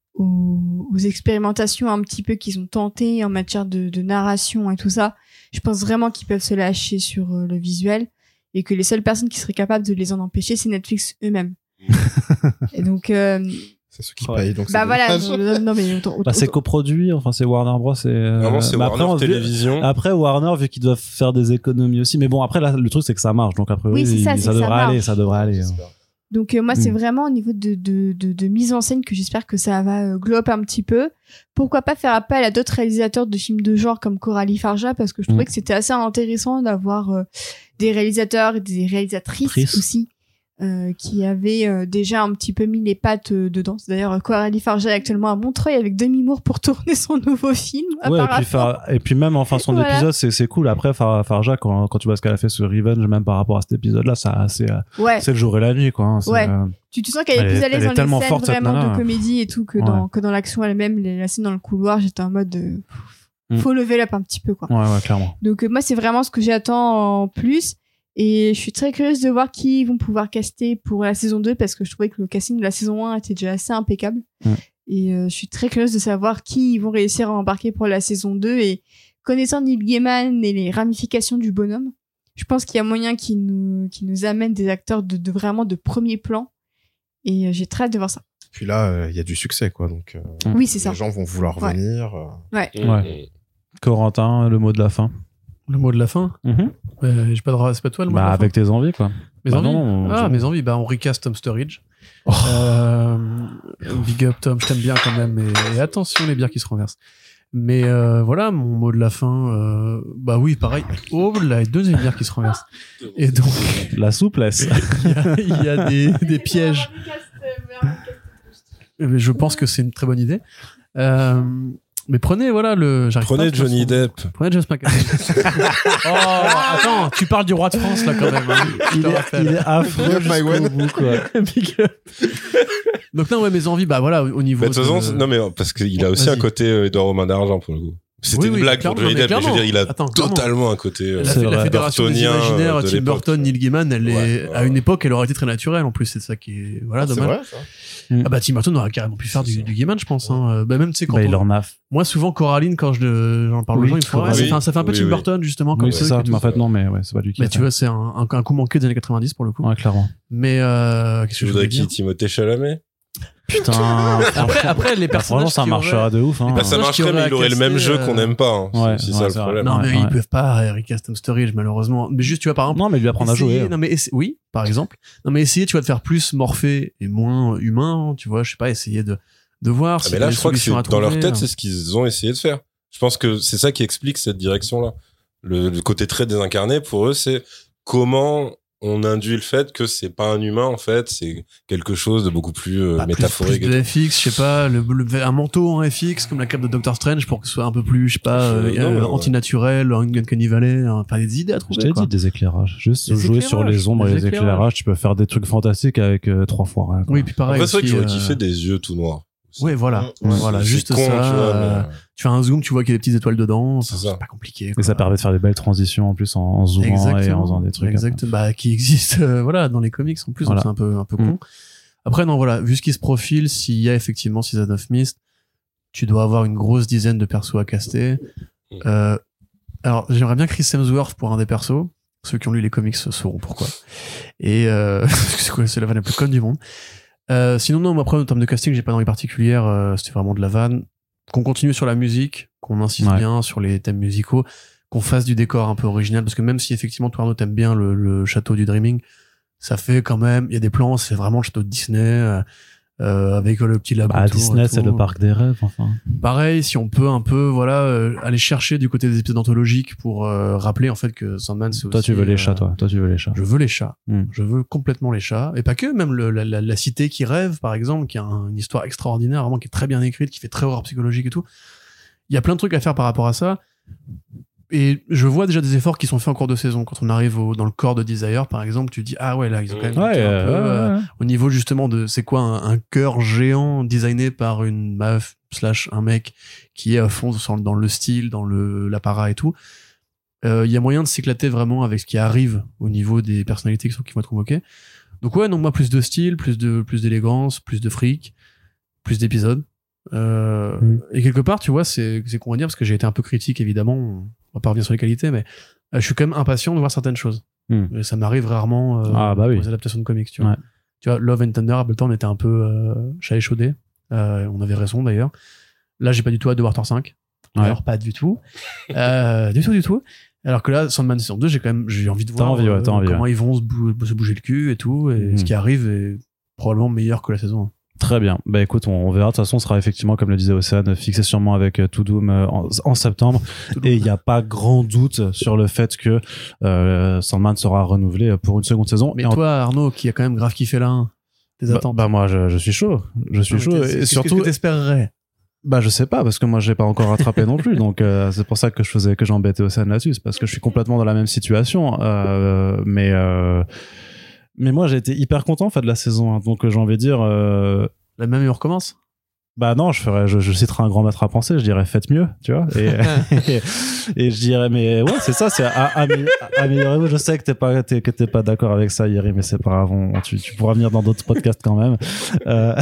aux, aux expérimentations un petit peu qu'ils ont tentées en matière de, de narration et tout ça, je pense vraiment qu'ils peuvent se lâcher sur euh, le visuel et que les seules personnes qui seraient capables de les en empêcher, c'est Netflix eux-mêmes. Et donc, euh, C'est ceux qui Ouais. payent, donc bah c'est voilà, dommage. non, non, mais autant, Bah, c'est autant- coproduit, enfin, c'est Warner Bros. Et, euh, Vraiment, c'est mais Warner après, on- Télévision. Après, Warner, vu qu'ils doivent faire des économies aussi. Mais bon, après, là, le truc, c'est que ça marche. Donc, après, Oui, oui, c'est ça, il- c'est ça que ça devrait aller, marche. ça devrait aller. hein. Donc euh, moi, c'est Mm. vraiment au niveau de, de, de, de mise en scène que j'espère que ça va euh, glow up un petit peu. Pourquoi pas faire appel à d'autres réalisateurs de films de genre comme Coralie Farja, parce que je trouvais Mm. que c'était assez intéressant d'avoir euh, des réalisateurs et des réalisatrices Trice. aussi euh, qui avaient euh, déjà un petit peu mis les pattes euh, dedans. D'ailleurs, Coralie Farja est actuellement à Montreuil avec Demi Moore pour tourner son nouveau film. Ouais, et apparemment. puis, Far- et puis même enfin son Voilà. épisode c'est c'est cool. Après Far- Farja quand quand tu vois ce qu'elle a fait sur Revenge, même par rapport à cet épisode là, ça c'est euh, Ouais. c'est le jour et la nuit quoi. hein. C'est, Ouais. euh, Tu te sens qu'elle est Elle est- plus à elle l'aise est dans tellement les scènes forte, cette vraiment nana. de comédie et tout que Ouais. dans que dans l'action elle-même. Les, la scène dans le couloir, j'étais en mode de... Mm. faut lever up un petit peu quoi. ouais ouais clairement. Donc euh, moi c'est vraiment ce que j'attends en plus et je suis très curieuse de voir qui ils vont pouvoir caster pour la saison deux parce que je trouvais que le casting de la saison un était déjà assez impeccable. Mm. Et euh, je suis très curieuse de savoir qui ils vont réussir à embarquer pour la saison deux et connaissant Neil Gaiman et les ramifications du bonhomme, je pense qu'il y a moyen qu'il nous qu'il nous amène des acteurs de, de vraiment de premier plan et euh, j'ai très hâte de voir ça. Puis là, euh, il y a du succès, quoi. Donc, euh, Mm. Oui, c'est ça. les gens vont vouloir Ouais. venir. euh. Ouais. Corentin, le mot de la fin. Le mot de la fin. Euh, j'ai pas de... C'est pas toi le mot de Bah la avec tes envies quoi. fin Mes bah envies non, Ah, je- mes envies. Bah, on recast Tom Sturridge. Oh. Euh, big up Tom, je t'aime bien quand même. Et, et attention les bières qui se renversent. Mais euh, voilà, mon mot de la fin. Euh, bah oui, pareil. Oh là, deuxième bière qui se renverse. Et donc, La souplesse. il y a, il y a des, des pièges. je pense que c'est une très bonne idée. Euh, mais prenez, voilà, le. Prenez pas, Johnny Depp. Prenez James McAvoy. Oh, attends, tu parles du roi de France, là, quand même. Hein. Il, est, il est affreux Big up, my jusqu'au bout, quoi. Big up. Donc, non, ouais, mes envies, bah voilà, au niveau. Mais de toute façon, de... non, mais parce qu'il a aussi Vas-y. un côté euh, Edouard aux mains d'argent, pour le coup. C'était Oui, une oui, blague clairement, pour Johnny mais Depp, mais je veux dire, il a Attends, clairement. totalement un côté euh, La, C'est la vrai. fédération des burtonien, imaginaires, euh, de Tim l'époque. Burton, Neil Gaiman, elle est, Ouais, ouais. à une époque, elle aurait été très naturelle, en plus, c'est ça qui est, voilà, C'est dommage. vrai, ça. Ah bah, Tim Burton aurait carrément pu faire C'est du, ça. du Gaiman, je pense, hein. Euh, Bah, même, tu sais, quand Bah, on- il en a. moi, souvent, Coraline, quand je, j'en parle Oui, aux gens, ils me font, ouais, Coraline. ça fait un, ça fait un peu Oui, Tim oui. Burton, justement, comme Oui, c'est truc ça. et tout. Mais en fait, non, mais ouais, c'est pas lui qui Mais a tu fait. vois, c'est un, un, un coup manqué des années quatre-vingt-dix, pour le coup. Ouais, clairement. Mais, euh, qu'est-ce Tu que je voudrais voulais qui dire? Timothée Chalamet Putain. Après, après, les Bah, personnages. franchement, ça qui marchera auraient- de ouf, hein. Les Bah, ça personnages qui marcherait, mais auraient il aurait le casté, même jeu euh, qu'on n'aime pas. hein. Ouais, C'est ouais, ça le c'est vrai. problème. Non, mais Ouais, ils ouais. peuvent pas recastom Sturridge, malheureusement. Mais juste, tu vois, par exemple. Non, mais lui apprendre à essayer- jouer. Non, mais essa- oui, par exemple. Non, mais essayer, tu vois, de faire plus Morphée et moins humain, tu vois, je sais pas, essayer de, de voir Ah, si mais là, y a je des crois que c'est solutions à dans leur trouver. tête, c'est ce qu'ils ont essayé de faire. Je pense que c'est ça qui explique cette direction-là. Le, le côté très désincarné, pour eux, c'est comment on induit le fait que c'est pas un humain, en fait, c'est quelque chose de beaucoup plus euh, Bah, plus- métaphorique. Plus, de F X, je sais pas, le, le- un manteau en F X comme la cape de Doctor Strange pour que ce soit un peu plus, je sais pas, Euh, euh, non, mais euh, ouais. antinaturel, un Uncanny Valley, hein, enfin des idées à Je trouver. t'ai quoi. dit des éclairages. Juste Des jouer sur éclairages, les ombres et des les éclairages. éclairages, tu peux faire des trucs fantastiques avec euh, trois fois rien. quoi. Oui, puis pareil. Après, c'est vrai que aussi, j'aurais euh, kiffé des yeux tout noirs. Ouais, voilà, Ouais, Ouais, voilà, C'est juste con, ça. tu vois, euh, mais- tu fais un zoom, tu vois qu'il y a des petites étoiles dedans. C'est enfin, ça. C'est pas compliqué. Et quoi. ça permet de faire des belles transitions en plus en, en zoomant et en faisant des trucs. Exact, bah, qui existent, euh, voilà, dans les comics en plus, Voilà. donc c'est un peu, un peu Mm. con. Après, non, voilà, vu ce qui se profile, s'il y a effectivement Season of Mist, tu dois avoir une grosse dizaine de persos à caster. Mm. Euh, alors, j'aimerais bien Chris Hemsworth pour un des persos. Ceux qui ont lu les comics sauront pourquoi. Et, euh, c'est quoi, c'est la vanne la plus conne du monde. Euh, sinon, non, après, en termes de casting, j'ai pas d'envie particulière, euh, c'était vraiment de la vanne. Qu'on continue sur la musique, qu'on insiste Ouais. bien sur les thèmes musicaux, qu'on fasse du décor un peu original, parce que même si effectivement, toi, Arnaud, t'aimes bien le, le château du Dreaming, ça fait quand même, il y a des plans, c'est vraiment le château de Disney, euh, euh, avec le petit lago. Bah, autour et Disney, c'est tout. le parc des rêves, enfin. Pareil, si on peut un peu, voilà, euh, aller chercher du côté des épisodes anthologiques pour euh, rappeler en fait que Sandman, c'est Toi, aussi, tu veux les euh, chats, toi. Toi, tu veux les chats. Je veux les chats. Mm. Je veux complètement les chats. Et pas que, même le, la, la, la cité qui rêve, par exemple, qui a un- une histoire extraordinaire, vraiment qui est très bien écrite, qui fait très horreur psychologique et tout. Il y a plein de trucs à faire par rapport à ça. Et je vois déjà des efforts qui sont faits en cours de saison. Quand on arrive au, dans le corps de Desire, par exemple, tu te dis, ah ouais, là, ils ont quand même Ouais, été un euh, peu, euh, ouais, ouais. au niveau justement de, c'est quoi un, un cœur géant designé par une meuf slash un mec qui est à fond dans dans le style, dans le, l'apparat et tout. Euh, Il y a moyen de s'éclater vraiment avec ce qui arrive au niveau des personnalités qui, sont, qui vont être convoquées. Donc ouais, donc moi, plus de style, plus de, plus d'élégance, plus de fric, plus d'épisodes. Euh, Mm. Et quelque part, tu vois, c'est, c'est qu'on va dire, parce que j'ai été un peu critique, évidemment. On va pas revenir sur les qualités, mais euh, je suis quand même impatient de voir certaines choses. Mm. Et ça m'arrive rarement euh, Ah, bah oui. aux adaptations de comics, tu vois. Ouais. Tu vois, Love and Thunder, Appleton, on était un peu euh, chat échaudé. Euh, on avait raison, d'ailleurs. Là, j'ai pas du tout hâte de voir Thor cinq. Ouais. Alors, pas du tout. euh, du tout, du tout. Alors que là, Sandman saison deux, j'ai quand même, j'ai envie de T'as voir envie, ouais, euh, t'as envie, comment ouais. ils vont se, bou- se bouger le cul et tout. Et Mhm. ce qui arrive est probablement meilleur que la saison un. Très bien. Bah écoute, on, on verra. De toute façon, on sera effectivement, comme le disait Océane, fixé sûrement avec euh, To Doom euh, en, en septembre. Et il n'y a pas grand doute sur le fait que euh, Sandman sera renouvelé pour une seconde saison. Mais Et en- toi, Arnaud, qui a quand même grave kiffé la un, tes bah, attentes. bah moi, je, je suis chaud. Je suis Non, mais chaud. qu'est-ce- Et qu'est-ce surtout, que t'espérerais? bah je sais pas parce que moi j'ai pas encore rattrapé non plus. Donc euh, c'est pour ça que je faisais que j'embêtais Océane là-dessus, c'est parce que je suis complètement dans la même situation. Euh, mais euh, mais moi j'ai été hyper content en fait de la saison. Hein, donc j'ai envie de dire. Euh, La même, et on recommence? Bah non, je ferais, je, je citerai un grand maître à penser, je dirais faites mieux, tu vois. Et, et, et je dirais mais ouais, c'est ça, c'est à- amé- améliorez-vous. Je sais que t'es pas, t'es, que t'es pas d'accord avec ça, Yeri, mais c'est pas grave, on- tu, tu pourras venir dans d'autres podcasts quand même. Euh,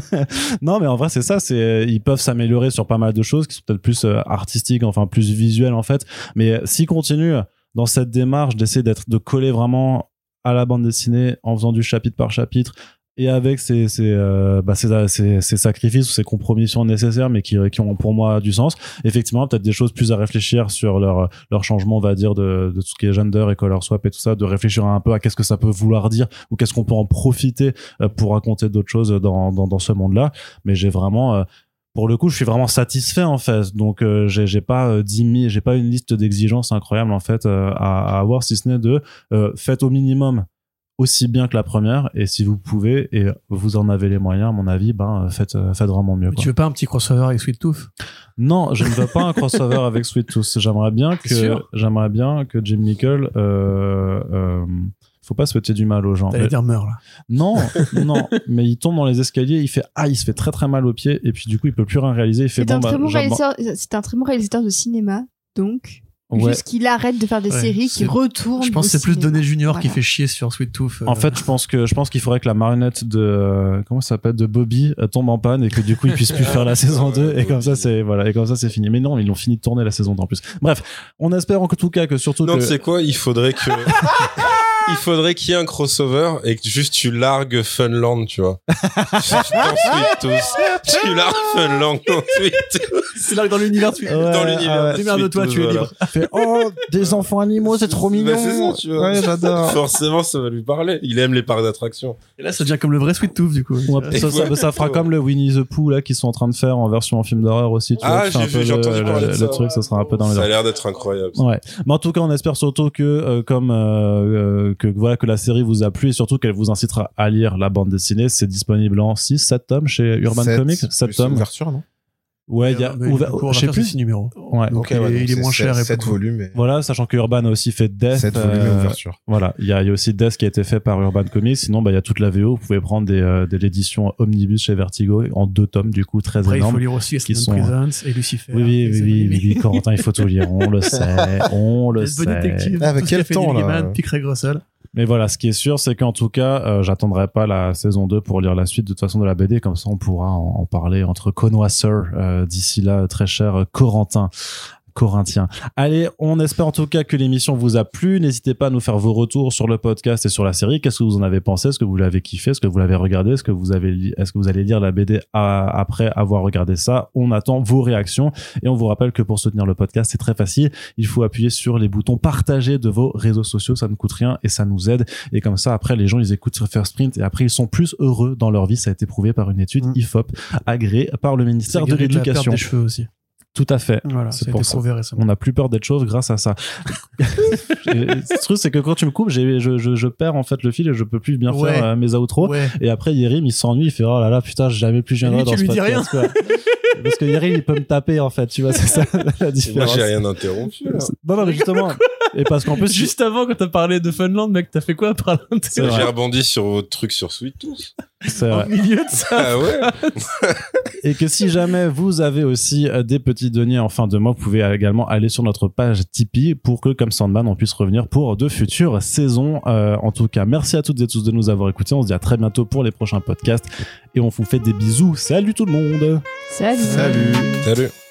non, mais en vrai c'est ça, c'est ils peuvent s'améliorer sur pas mal de choses qui sont peut-être plus euh, artistiques, enfin plus visuelles en fait. Mais euh, s'ils continuent dans cette démarche d'essayer d'être, de coller vraiment à la bande dessinée en faisant du chapitre par chapitre. Et avec ces, ces, euh, bah, ces, ces, ces sacrifices ou ces compromissions nécessaires, mais qui, qui ont pour moi du sens. Effectivement, peut-être des choses plus à réfléchir sur leur, leur changement, on va dire, de, de tout ce qui est gender et color swap et tout ça, de réfléchir un peu à qu'est-ce que ça peut vouloir dire ou qu'est-ce qu'on peut en profiter euh, pour raconter d'autres choses dans, dans, dans ce monde-là. Mais j'ai vraiment, euh, pour le coup, je suis vraiment satisfait en fait. Donc, euh, j'ai, j'ai pas euh, dix mille, j'ai pas une liste d'exigences incroyables en fait euh, à, à avoir, si ce n'est de euh, faites au minimum aussi bien que la première, et si vous pouvez et vous en avez les moyens, à mon avis, ben faites faites vraiment mieux, quoi. Tu veux pas un petit crossover avec Sweet Tooth? Non, je ne veux pas un crossover avec Sweet Tooth. J'aimerais bien que j'aimerais bien que Jim Mickle euh, euh, faut pas souhaiter du mal aux gens. T'allais dire meurt là. Non, non, mais il tombe dans les escaliers, il fait ah, il se fait très très mal aux pieds et puis du coup il peut plus rien réaliser. Il fait c'est bon, un très bah, bon réalisateur. C'est un très bon réalisateur de cinéma, donc. Ouais. Juste qu'il arrête de faire des Ouais, séries, c'est- qu'il retourne. Je pense au que c'est plus cinéma. Downey Junior qui Voilà. fait chier sur Sweet Tooth. euh. En fait, je pense que je pense qu'il faudrait que la marionnette de euh, comment ça s'appelle de Bobby euh, tombe en panne et que du coup il puisse plus faire la saison deux et comme ça c'est voilà et comme ça c'est fini. Mais non, ils l'ont fini de tourner la saison deux en plus. Bref, on espère en tout cas que surtout Non, que tu sais quoi, il faudrait que il faudrait qu'il y ait un crossover et que juste tu largues Funland, tu vois. Dans Sweet Tooth. Tu largues Funland dans Sweet Tooth. c'est là dans l'univers Sweet Ouais, Tooth. Dans l'univers. ah ouais. Démerde-toi, Sweet tu es Tooth, libre. fait oh des enfants animaux c'est trop mignon. Bah, c'est ça, tu vois. Ouais, j'adore. Forcément, ça va lui parler. Il aime les parcs d'attractions. Et là, ça devient comme le vrai Sweet Tooth, du coup. Ouais, ça, ça, ça fera comme le Winnie the Pooh là qu'ils sont en train de faire en version en film d'horreur aussi. Tu Ah, vois, tu fais j'ai un vu, peu j'ai le, entendu le- parler de le ça. truc, ça sera un peu dans les Ça a l'air d'être incroyable. ça. Ouais, mais en tout cas, on espère surtout que euh, comme euh, euh, que voilà que la série vous a plu et surtout qu'elle vous incitera à lire la bande dessinée. C'est disponible en six, sept tomes chez Urban Sept, Comics, sept plus tomes. ouverture, non? Ouais, il y a Mais ouvert- du coup, on va je sais faire plus. six numéros. Ouais. Donc, il est- il est moins cher et sept beaucoup. volumes. Et... Voilà, sachant que Urban a aussi fait Death. sept volumes et euh, ouverture. Voilà, il y a, il y a aussi Death qui a été fait par Urban Comics. Sinon, bah il y a toute la V O. Vous pouvez prendre des euh, de l'édition Omnibus chez Vertigo en deux tomes, du coup très Après, il énorme. faut lire aussi qui Escape sont- Presents et Lucifer. Oui, oui, et oui, The oui, Enemy. oui, oui, Corentin, il faut tout lire. On le sait, on le Dead sait. Boy Detective. Ah, avec tout ce qu'a quel fait temps, Neil là Gaiman, puis Craig Russell. Mais voilà, ce qui est sûr, c'est qu'en tout cas, euh, j'attendrai pas la saison deux pour lire la suite de toute façon de la B D, comme ça on pourra en, en parler entre connoisseurs euh, d'ici là, très cher euh, Corentin. Corinthien. Allez, on espère en tout cas que l'émission vous a plu. N'hésitez pas à nous faire vos retours sur le podcast et sur la série. Qu'est-ce que vous en avez pensé? Est-ce que vous l'avez kiffé? Est-ce que vous l'avez regardé? Est-ce que vous avez, li- est-ce que vous allez lire la B D à- après avoir regardé ça? On attend vos réactions et on vous rappelle que pour soutenir le podcast, c'est très facile. Il faut appuyer sur les boutons partager de vos réseaux sociaux. Ça ne coûte rien et ça nous aide. Et comme ça, après, les gens, ils écoutent sur First Print et après, ils sont plus heureux dans leur vie. Ça a été prouvé par une étude Mm. I F O P agréée par le ministère Ça de guérit la perte l'Éducation. des cheveux aussi. Tout à fait. Voilà, C'est ça a pour été ça. prouvé récemment. On n'a plus peur d'être chauve grâce à ça. Le truc, c'est que quand tu me coupes, j'ai, je, je, je perds en fait le fil et je peux plus bien Ouais. faire euh, mes outros. Ouais. Et après, Yerim, il s'ennuie, il fait oh là là, putain, jamais plus je viendrai Et lui, dans tu ce lui dis podcast. Quoi. Parce que Yerim, il peut me taper en fait, tu vois, c'est ça la Moi, différence. j'ai rien interrompu. là. Non, non, mais justement. Et parce qu'en plus, Juste avant, quand t'as parlé de Funland, mec, t'as fait quoi par C'est l'intérieur vrai. J'ai rebondi sur votre truc sur Sweet Tooth. c'est Au vrai. milieu de ça. Ah ouais. Et que si jamais vous avez aussi euh, des petits deniers en fin de mois, vous pouvez également aller sur notre page Tipeee pour que, comme Sandman, on puisse revenir pour de futures saisons. Euh, en tout cas, merci à toutes et tous de nous avoir écoutés. On se dit à très bientôt pour les prochains podcasts et on vous fait des bisous. Salut tout le monde! Salut. Salut. Salut.